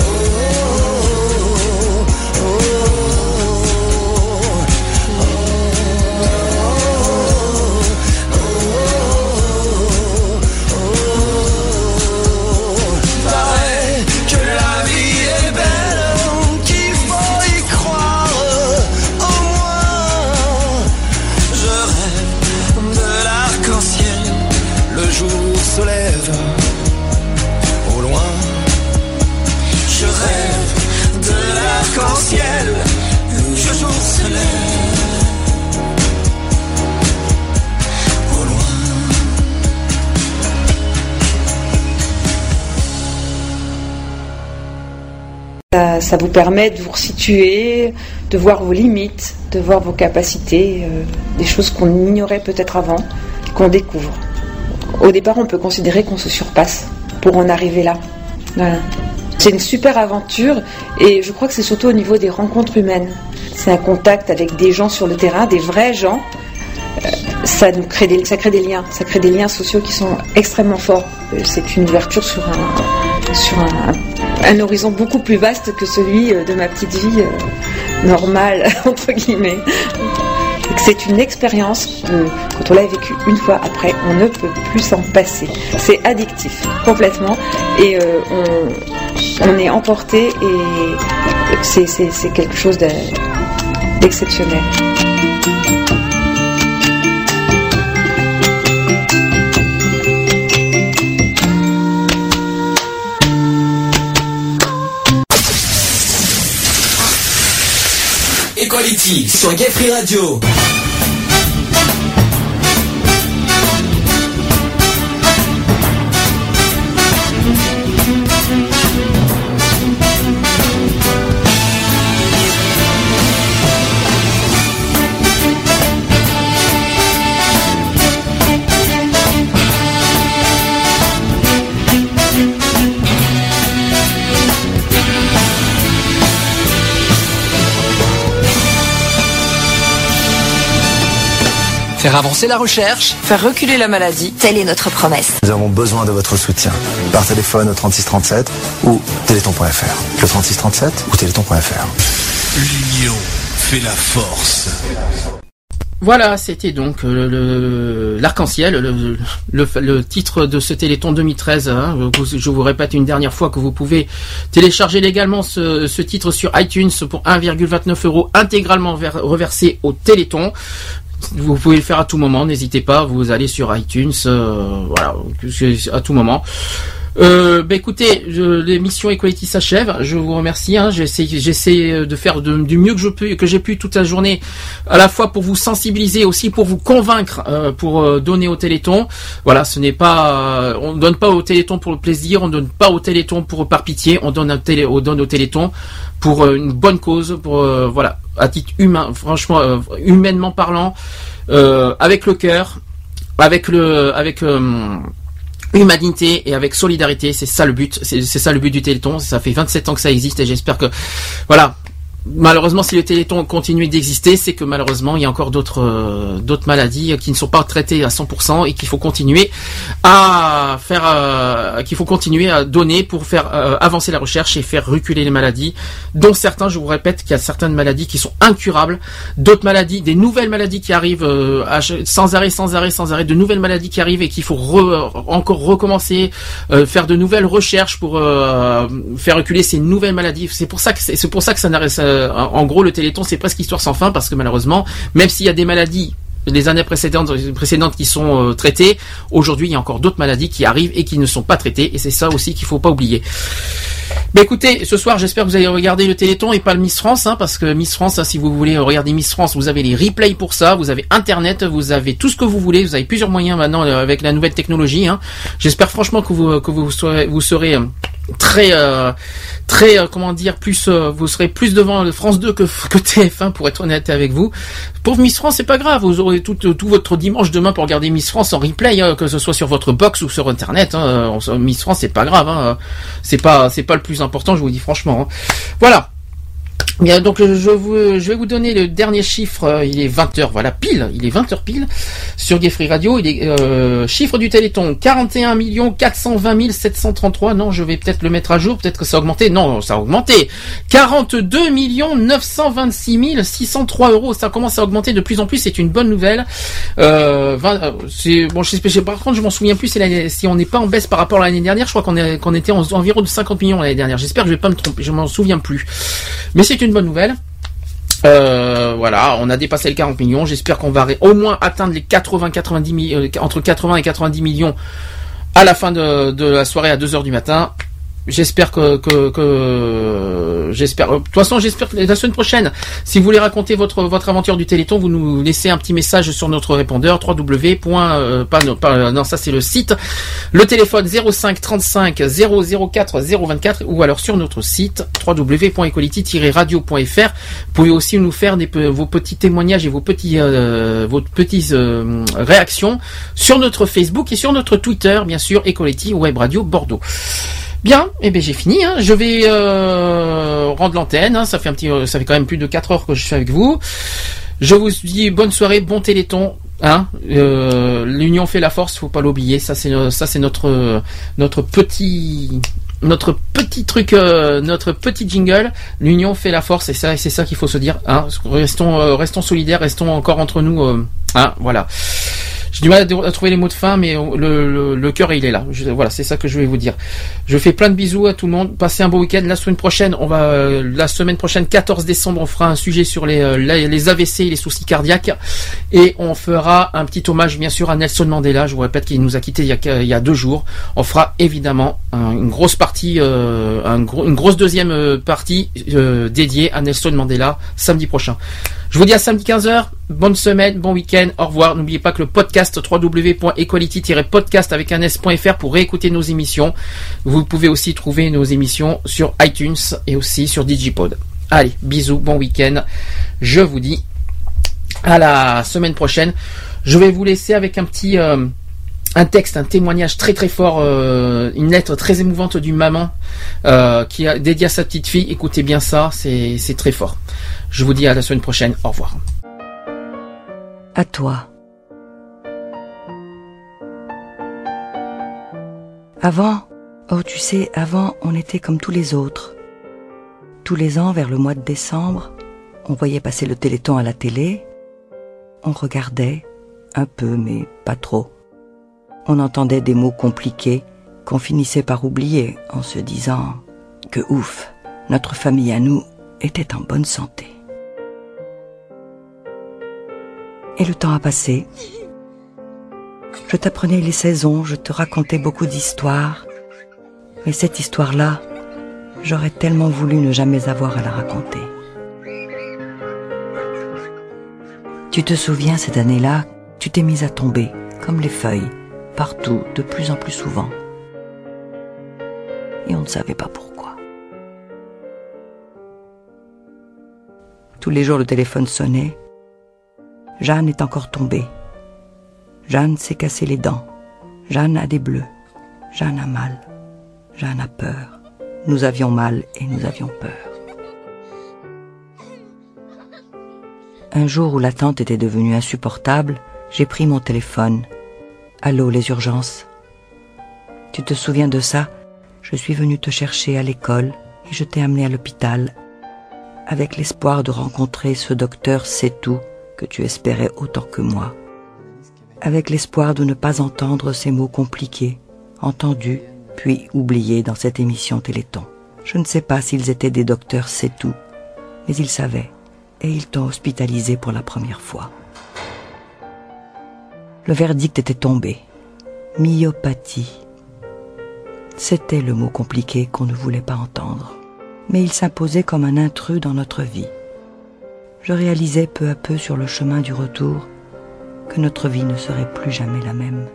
oh, oh, oh. Paraît que la vie est belle, qu'il faut y croire. Au moins, je rêve de l'arc-en-ciel, le jour se lève. Au loin, je rêve de l'arc-en-ciel, le jour se lève. Au loin. Ça, ça vous permet de vous resituer, de voir vos limites, de voir vos capacités, euh, des choses qu'on ignorait peut-être avant, qu'on découvre. Au départ, on peut considérer qu'on se surpasse pour en arriver là. Voilà. C'est une super aventure et je crois que c'est surtout au niveau des rencontres humaines. C'est un contact avec des gens sur le terrain, des vrais gens. Euh, ça nous crée des, ça crée des liens, ça crée des liens sociaux qui sont extrêmement forts. Euh, c'est une ouverture sur un, sur un, un horizon beaucoup plus vaste que celui de ma petite vie euh, normale entre guillemets. C'est une expérience que, quand on l'a vécue une fois, après, on ne peut plus s'en passer. C'est addictif, complètement, et euh, on, on est emporté, et c'est, c'est, c'est quelque chose de, d'exceptionnel. Equality sur Gay Free Radio. Faire avancer la recherche. Faire reculer la maladie. Telle est notre promesse. Nous avons besoin de votre soutien. Par téléphone au trente-six trente-sept ou téléthon point f r. Le trente-six trente-sept ou téléthon point f r. L'union fait la force. Voilà, c'était donc le, le, l'arc-en-ciel, le, le, le titre de ce Téléthon deux mille treize. Hein. Je vous répète une dernière fois que vous pouvez télécharger légalement ce, ce titre sur iTunes pour un virgule vingt-neuf euros intégralement ver, reversé au Téléthon. Vous pouvez le faire à tout moment, n'hésitez pas, vous allez sur iTunes, euh, voilà, à tout moment. Euh, bah écoutez, je, l'émission Equality s'achève. Je vous remercie. Hein, j'essaie, j'essaie de faire de, du mieux que je peux, que j'ai pu toute la journée, à la fois pour vous sensibiliser, aussi pour vous convaincre, euh, pour euh, donner au Téléthon. Voilà, ce n'est pas, euh, on donne pas au Téléthon pour le plaisir, on donne pas au Téléthon pour par pitié, on donne un télé, on donne au Téléthon pour euh, une bonne cause, pour euh, voilà, à titre humain, franchement, euh, humainement parlant, euh, avec le cœur, avec le, avec euh, humanité et avec solidarité, c'est ça le but, c'est, c'est ça le but du Téléthon. Ça fait vingt-sept ans que ça existe et j'espère que, voilà, malheureusement si le Téléthon continue d'exister, c'est que malheureusement il y a encore d'autres euh, d'autres maladies qui ne sont pas traitées à cent pour cent et qu'il faut continuer à faire, euh, qu'il faut continuer à donner pour faire euh, avancer la recherche et faire reculer les maladies, dont certains, je vous répète qu'il y a certaines maladies qui sont incurables, d'autres maladies, des nouvelles maladies qui arrivent euh, à, sans arrêt, sans arrêt, sans arrêt, de nouvelles maladies qui arrivent et qu'il faut re, encore recommencer, euh, faire de nouvelles recherches pour euh, faire reculer ces nouvelles maladies. C'est pour ça que c'est, c'est pour ça que ça n'arrête. Ça, en gros, le Téléthon, c'est presque histoire sans fin parce que malheureusement, même s'il y a des maladies les années précédentes, précédentes qui sont euh, traitées, aujourd'hui, il y a encore d'autres maladies qui arrivent et qui ne sont pas traitées, et c'est ça aussi qu'il faut pas oublier. Mais écoutez, ce soir, j'espère que vous allez regarder le Téléthon et pas le Miss France, hein, parce que Miss France, hein, si vous voulez regarder Miss France, vous avez les replays pour ça, vous avez Internet, vous avez tout ce que vous voulez, vous avez plusieurs moyens maintenant euh, avec la nouvelle technologie. Hein. J'espère franchement que vous que vous serez, vous serez euh, très euh, très euh, comment dire plus euh, vous serez plus devant France deux que que T F un, pour être honnête avec vous. Pour Miss France, c'est pas grave, vous aurez tout tout votre dimanche demain pour regarder Miss France en replay, hein, que ce soit sur votre box ou sur Internet. Hein. Miss France, c'est pas grave, hein. c'est pas c'est pas le plus important, je vous dis franchement. Hein. Voilà. Bien, donc je, vous, je vais vous donner le dernier chiffre. Il est vingt heures, voilà, pile. Il est vingt heures pile sur Gay Free Radio. Il est euh, chiffre du Téléthon quarante et un millions quatre cent vingt mille sept cent trente-trois. Non, je vais peut-être le mettre à jour. Peut-être que ça a augmenté. Non, ça a augmenté. quarante-deux millions neuf cent vingt-six mille six cent trois euros. Ça commence à augmenter de plus en plus. C'est une bonne nouvelle. Euh, vingt, c'est bon. Je sais, par contre, je m'en souviens plus. C'est si on n'est pas en baisse par rapport à l'année dernière. Je crois qu'on, est, qu'on était en, environ de cinquante millions l'année dernière. J'espère que je vais pas me tromper. Je m'en souviens plus. Mais c'est une bonne nouvelle. Euh, voilà, on a dépassé les quarante millions. J'espère qu'on va au moins atteindre les quatre-vingts quatre-vingt-dix millions, euh, entre quatre-vingts et quatre-vingt-dix millions à la fin de, de la soirée à deux heures du matin. J'espère que, que, que j'espère. De toute façon, j'espère que la semaine prochaine, si vous voulez raconter votre votre aventure du Téléthon, vous nous laissez un petit message sur notre répondeur w w w. Euh, pas, pas, non, ça c'est le site. Le téléphone zéro cinq trente-cinq zéro zéro quatre zéro vingt-quatre ou alors sur notre site w w w point equality tiret radio point f r. Vous pouvez aussi nous faire des, vos petits témoignages et vos petits euh, vos petites euh, réactions sur notre Facebook et sur notre Twitter, bien sûr, Equality Web Radio Bordeaux. Bien, eh bien j'ai fini. Hein. Je vais euh, rendre l'antenne. Hein. Ça fait un petit, ça fait quand même plus de quatre heures que je suis avec vous. Je vous dis bonne soirée, bon Téléthon. Hein. Euh, l'union fait la force, faut pas l'oublier. Ça c'est, ça c'est notre notre petit notre petit truc, euh, notre petit jingle. L'union fait la force, et ça, c'est ça qu'il faut se dire. Hein. Restons, euh, restons solidaires, restons encore entre nous. Euh, hein, voilà. J'ai du mal à trouver les mots de fin, mais le, le, le cœur, il est là. Je, voilà, c'est ça que je vais vous dire. Je fais plein de bisous à tout le monde. Passez un beau week-end. La semaine prochaine, on va, euh, la semaine prochaine, quatorze décembre, on fera un sujet sur les, euh, les A V C et les soucis cardiaques. Et on fera un petit hommage, bien sûr, à Nelson Mandela. Je vous répète qu'il nous a quittés il y a, il y a deux jours. On fera évidemment un, une grosse partie, euh, un gros, une grosse deuxième partie euh, dédiée à Nelson Mandela samedi prochain. Je vous dis à samedi quinze heures, bonne semaine, bon week-end, au revoir. N'oubliez pas que le podcast w w w point equality tiret podcast avec un s point f r pour réécouter nos émissions. Vous pouvez aussi trouver nos émissions sur iTunes et aussi sur Digipod. Allez, bisous, bon week-end. Je vous dis à la semaine prochaine. Je vais vous laisser avec un petit... Euh, un texte, un témoignage très très fort, euh, une lettre très émouvante d'une maman euh, qui a dédié à sa petite fille. Écoutez bien ça, c'est, c'est très fort. Je vous dis à la semaine prochaine. Au revoir. À toi, Avant, oh tu sais, avant on était comme tous les autres. Tous les ans, vers le mois de décembre, on voyait passer le Téléthon à la télé. On regardait, un peu mais pas trop. On entendait des mots compliqués qu'on finissait par oublier en se disant que ouf, notre famille à nous était en bonne santé. Et le temps a passé. Je t'apprenais les saisons, je te racontais beaucoup d'histoires. Mais cette histoire-là, j'aurais tellement voulu ne jamais avoir à la raconter. Tu te souviens, cette année-là, tu t'es mise à tomber, comme les feuilles, partout, de plus en plus souvent. Et on ne savait pas pourquoi. Tous les jours, le téléphone sonnait. Jeanne est encore tombée. Jeanne s'est cassé les dents. Jeanne a des bleus. Jeanne a mal. Jeanne a peur. Nous avions mal et nous avions peur. Un jour où l'attente était devenue insupportable, j'ai pris mon téléphone. Allô, les urgences. Tu te souviens de ça? Je suis venue te chercher à l'école et je t'ai amené à l'hôpital avec l'espoir de rencontrer ce docteur C'est-Tout que tu espérais autant que moi. Avec l'espoir de ne pas entendre ces mots compliqués, entendus puis oubliés dans cette émission Téléthon. Je ne sais pas s'ils étaient des docteurs C'est-Tout, mais ils savaient et ils t'ont hospitalisé pour la première fois. Le verdict était tombé. Myopathie. C'était le mot compliqué qu'on ne voulait pas entendre, mais il s'imposait comme un intrus dans notre vie. Je réalisais peu à peu sur le chemin du retour que notre vie ne serait plus jamais la même.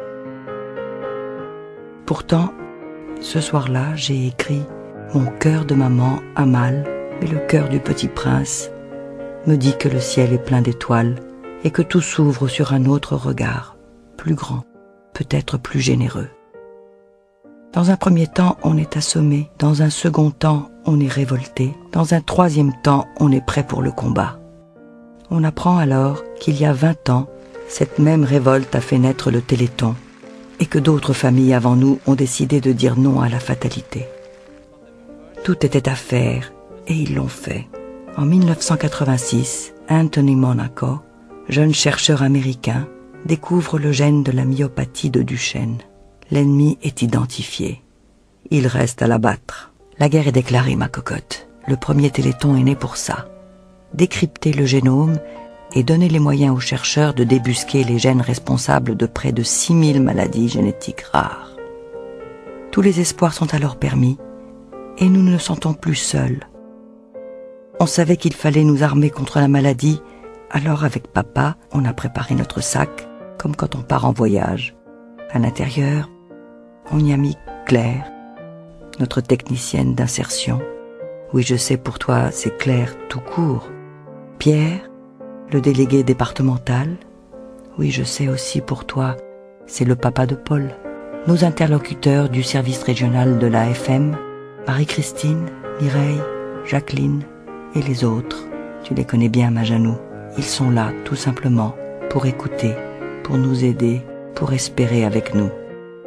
Pourtant, ce soir-là, j'ai écrit « Mon cœur de maman a mal, mais le cœur du petit prince me dit que le ciel est plein d'étoiles et que tout s'ouvre sur un autre regard, plus grand, peut-être plus généreux. » Dans un premier temps, on est assommé. Dans un second temps, on est révolté. Dans un troisième temps, on est prêt pour le combat. On apprend alors qu'il y a vingt ans, cette même révolte a fait naître le Téléthon et que d'autres familles avant nous ont décidé de dire non à la fatalité. Tout était à faire et ils l'ont fait. En mille neuf cent quatre-vingt-six, Anthony Monaco, jeune chercheur américain, découvre le gène de la myopathie de Duchenne. L'ennemi est identifié. Il reste à l'abattre. La guerre est déclarée, ma cocotte. Le premier Téléthon est né pour ça. Décrypter le génome et donner les moyens aux chercheurs de débusquer les gènes responsables de près de six mille maladies génétiques rares. Tous les espoirs sont alors permis et nous ne nous sentons plus seuls. On savait qu'il fallait nous armer contre la maladie, alors avec papa, on a préparé notre sac, comme quand on part en voyage. À l'intérieur, on y a mis Claire, notre technicienne d'insertion. Oui, je sais, pour toi, c'est Claire tout court. Pierre, le délégué départemental. Oui, je sais aussi, pour toi, c'est le papa de Paul. Nos interlocuteurs du service régional de l'A F M, Marie-Christine, Mireille, Jacqueline et les autres. Tu les connais bien, ma Janou. Ils sont là, tout simplement, pour écouter, pour nous aider, pour espérer avec nous.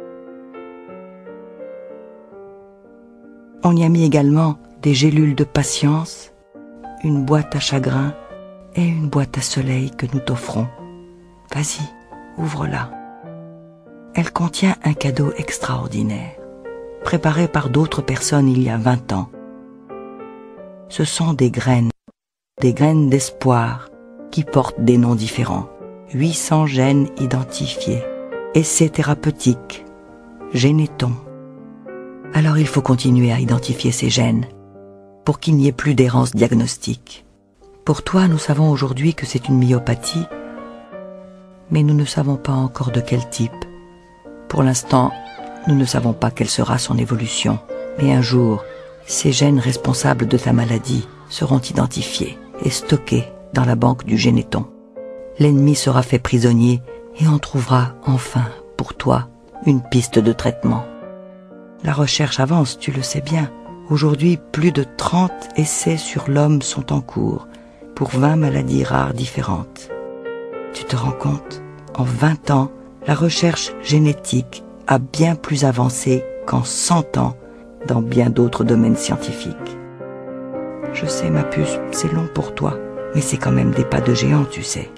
On y a mis également des gélules de patience, une boîte à chagrin et une boîte à soleil que nous t'offrons. Vas-y, ouvre-la. Elle contient un cadeau extraordinaire, préparé par d'autres personnes il y a vingt ans. Ce sont des graines, des graines d'espoir qui portent des noms différents. huit cents gènes identifiés. Essai thérapeutique, Généton. Alors il faut continuer à identifier ces gènes pour qu'il n'y ait plus d'errance diagnostique. Pour toi, nous savons aujourd'hui que c'est une myopathie, mais nous ne savons pas encore de quel type. Pour l'instant, nous ne savons pas quelle sera son évolution. Mais un jour, ces gènes responsables de ta maladie seront identifiés et stockés dans la banque du Généton. L'ennemi sera fait prisonnier et on trouvera enfin, pour toi, une piste de traitement. La recherche avance, tu le sais bien. Aujourd'hui, plus de trente essais sur l'homme sont en cours pour vingt maladies rares différentes. Tu te rends compte? En vingt ans, la recherche génétique a bien plus avancé qu'en cent ans dans bien d'autres domaines scientifiques. Je sais, ma puce, c'est long pour toi, mais c'est quand même des pas de géant, tu sais.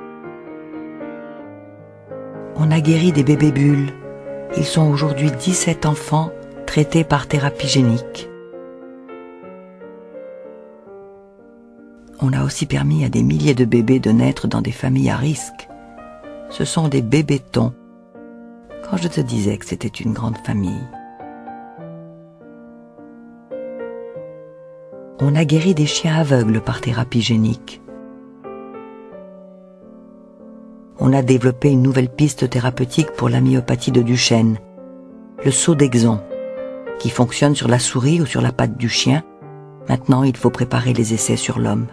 On a guéri des bébés bulles. Ils sont aujourd'hui dix-sept enfants traités par thérapie génique. On a aussi permis à des milliers de bébés de naître dans des familles à risque. Ce sont des bébétons. Quand je te disais que c'était une grande famille. On a guéri des chiens aveugles par thérapie génique. On a développé une nouvelle piste thérapeutique pour la myopathie de Duchenne, le Sodexon, qui fonctionne sur la souris ou sur la patte du chien. Maintenant, il faut préparer les essais sur l'homme.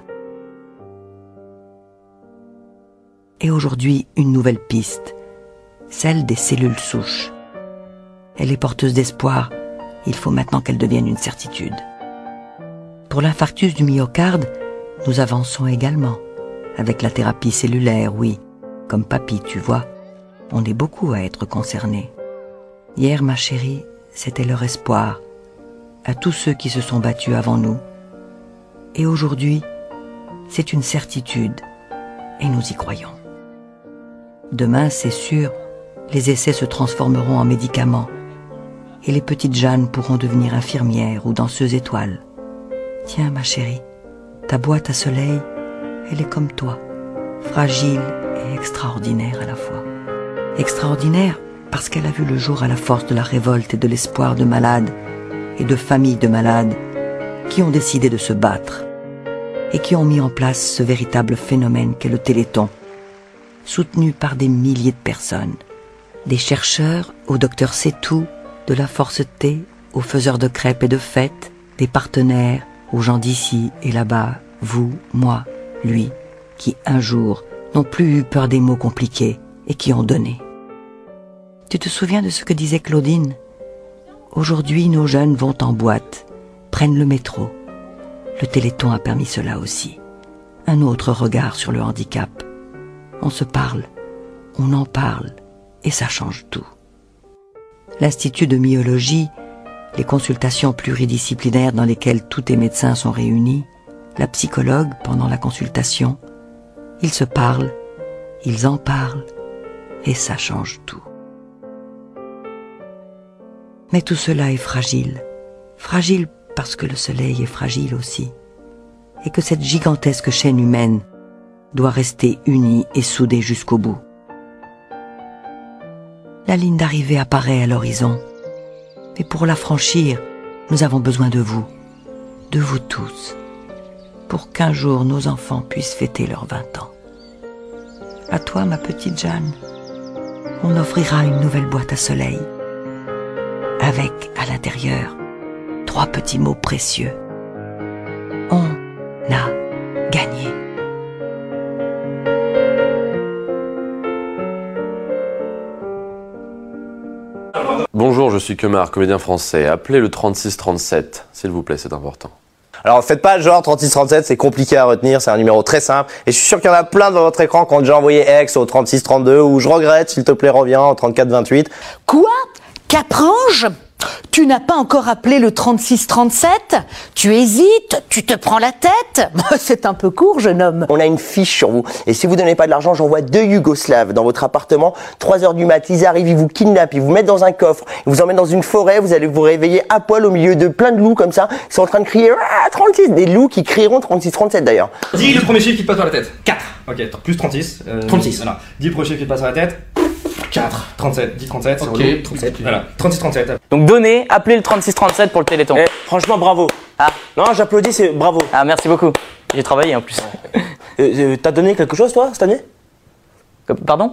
Et aujourd'hui, une nouvelle piste, celle des cellules souches. Elle est porteuse d'espoir, il faut maintenant qu'elle devienne une certitude. Pour l'infarctus du myocarde, nous avançons également, avec la thérapie cellulaire, oui, comme papy, tu vois, on est beaucoup à être concernés. Hier, ma chérie, c'était leur espoir, à tous ceux qui se sont battus avant nous. Et aujourd'hui, c'est une certitude, et nous y croyons. Demain, c'est sûr, les essais se transformeront en médicaments, et les petites Jeannes pourront devenir infirmières ou danseuses étoiles. Tiens, ma chérie, ta boîte à soleil, elle est comme toi, fragile et extraordinaire à la fois. Extraordinaire parce qu'elle a vu le jour à la force de la révolte et de l'espoir de malades et de familles de malades qui ont décidé de se battre et qui ont mis en place ce véritable phénomène qu'est le Téléthon, soutenu par des milliers de personnes, des chercheurs au docteur C'est-Tout, de la Force T, aux faiseurs de crêpes et de fêtes, des partenaires, aux gens d'ici et là-bas, vous, moi, lui, qui un jour n'ont plus eu peur des mots compliqués et qui ont donné. Tu te souviens de ce que disait Claudine ? Aujourd'hui, nos jeunes vont en boîte, prennent le métro. Le Téléthon a permis cela aussi. Un autre regard sur le handicap. On se parle, on en parle, et ça change tout. L'Institut de myologie, les consultations pluridisciplinaires dans lesquelles tous les médecins sont réunis, la psychologue pendant la consultation, ils se parlent, ils en parlent, et ça change tout. Mais tout cela est fragile, fragile parce que le soleil est fragile aussi, et que cette gigantesque chaîne humaine doit rester unie et soudée jusqu'au bout. La ligne d'arrivée apparaît à l'horizon, mais pour la franchir, nous avons besoin de vous, de vous tous, pour qu'un jour nos enfants puissent fêter leurs vingt ans. À toi, ma petite Jeanne, on offrira une nouvelle boîte à soleil, avec, à l'intérieur, trois petits mots précieux. On a gagné. Bonjour, je suis Kemar, comédien français. Appelez le trente-six trente-sept, s'il vous plaît, c'est important. Alors faites pas genre trente-six trente-sept, c'est compliqué à retenir, c'est un numéro très simple. Et je suis sûr qu'il y en a plein dans votre écran qui ont déjà envoyé X au trente-six trente-deux ou je regrette, s'il te plaît reviens au trente-quatre vingt-huit. Quoi ? Caprange ? Tu n'as pas encore appelé le trente-six trente-sept ? Tu hésites ? Tu te prends la tête ? C'est un peu court, jeune homme. On a une fiche sur vous. Et si vous donnez pas de l'argent, j'envoie deux Yougoslaves dans votre appartement. trois heures du mat, ils arrivent, ils vous kidnappent, ils vous mettent dans un coffre, ils vous emmènent dans une forêt, vous allez vous réveiller à poil au milieu de plein de loups comme ça. Ils sont en train de crier ah, trente-six, des loups qui crieront trente-six trente-sept d'ailleurs. Dis le premier chiffre qui te passe par la tête. quatre. Ok, plus trente-six. Euh, trente-six. Voilà. Dis le premier chiffre qui te passe par la tête. quatre. trente-sept. Dis trente-sept. Ok, c'est trente-sept. Voilà. trente-six trente-sept. Donc donnez, appelez le trente-six trente-sept pour le Téléthon. Eh, franchement, bravo. Ah. Non, j'applaudis, c'est bravo. Ah, merci beaucoup. J'ai travaillé en plus. euh, euh, T'as donné quelque chose, toi, cette année ? Pardon ?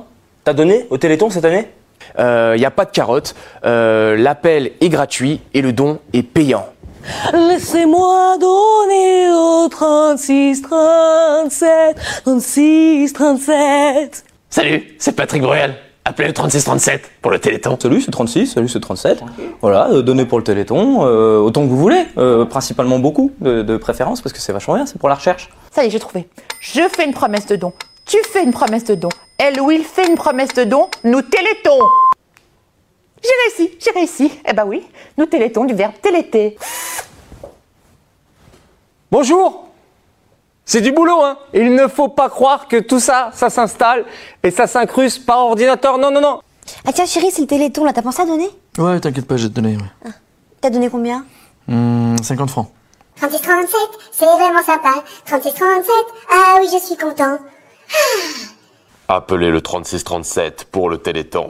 T'as donné au Téléthon cette année ? Il euh, n'y a pas de carotte, euh, l'appel est gratuit et le don est payant. Laissez-moi donner au trente-six trente-sept, trente-six trente-sept. Salut, c'est Patrick Bruel. Appelez le trente-six trente-sept pour le Téléthon. Salut, c'est trente-six, salut, c'est trente-sept. Okay. Voilà, euh, donnez pour le Téléthon, euh, autant que vous voulez, euh, principalement beaucoup, de, de préférence, parce que c'est vachement bien, c'est pour la recherche. Ça y est, j'ai trouvé. Je fais une promesse de don. Tu fais une promesse de don. Elle ou il fait une promesse de don. Nous Téléthon. J'ai réussi, j'ai réussi. Eh ben oui, nous télétons du verbe téléter. Bonjour. C'est du boulot, hein. Il ne faut pas croire que tout ça, ça s'installe et ça s'incruste par ordinateur. Non, non, non. Ah tiens chérie, c'est le téléthon là, t'as pensé à donner? Ouais, t'inquiète pas, je vais te donner. Ouais. Ah. T'as donné combien? Hum, cinquante francs. trente-six trente-sept, c'est vraiment sympa. trente-six trente-sept, ah oui, je suis content. Ah. Appelez le trente-six trente-sept pour le Téléthon.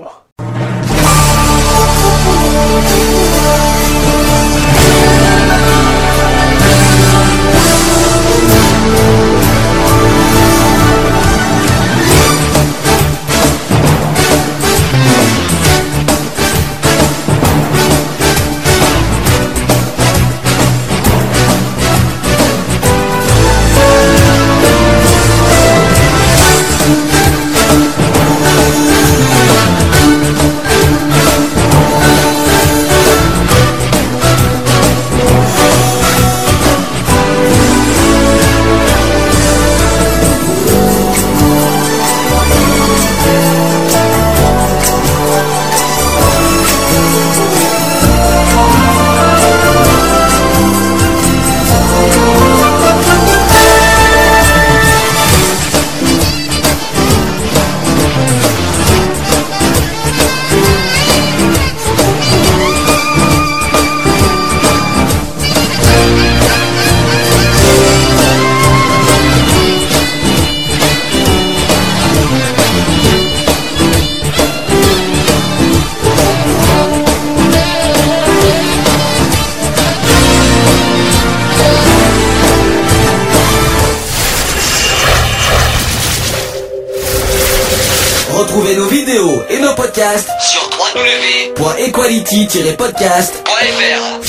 Retrouvez nos vidéos et nos podcasts sur w w w point equality tiret podcast point f r.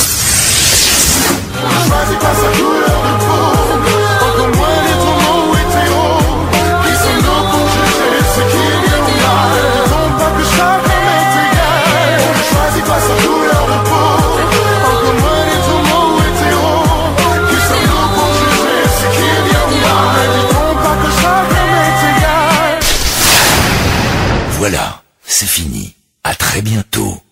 Choisis pas sa couleur de peau, encore moins les tourments hétéros, qui sont là pour juger ce qu'il y a de mal. Non pas que chacun est égal. Choisis pas sa couleur de peau, encore moins les tourments hétéros, qui sont là pour juger ce qu'il y a de mal. Non pas que chacun est égal. Voilà, c'est fini. À très bientôt.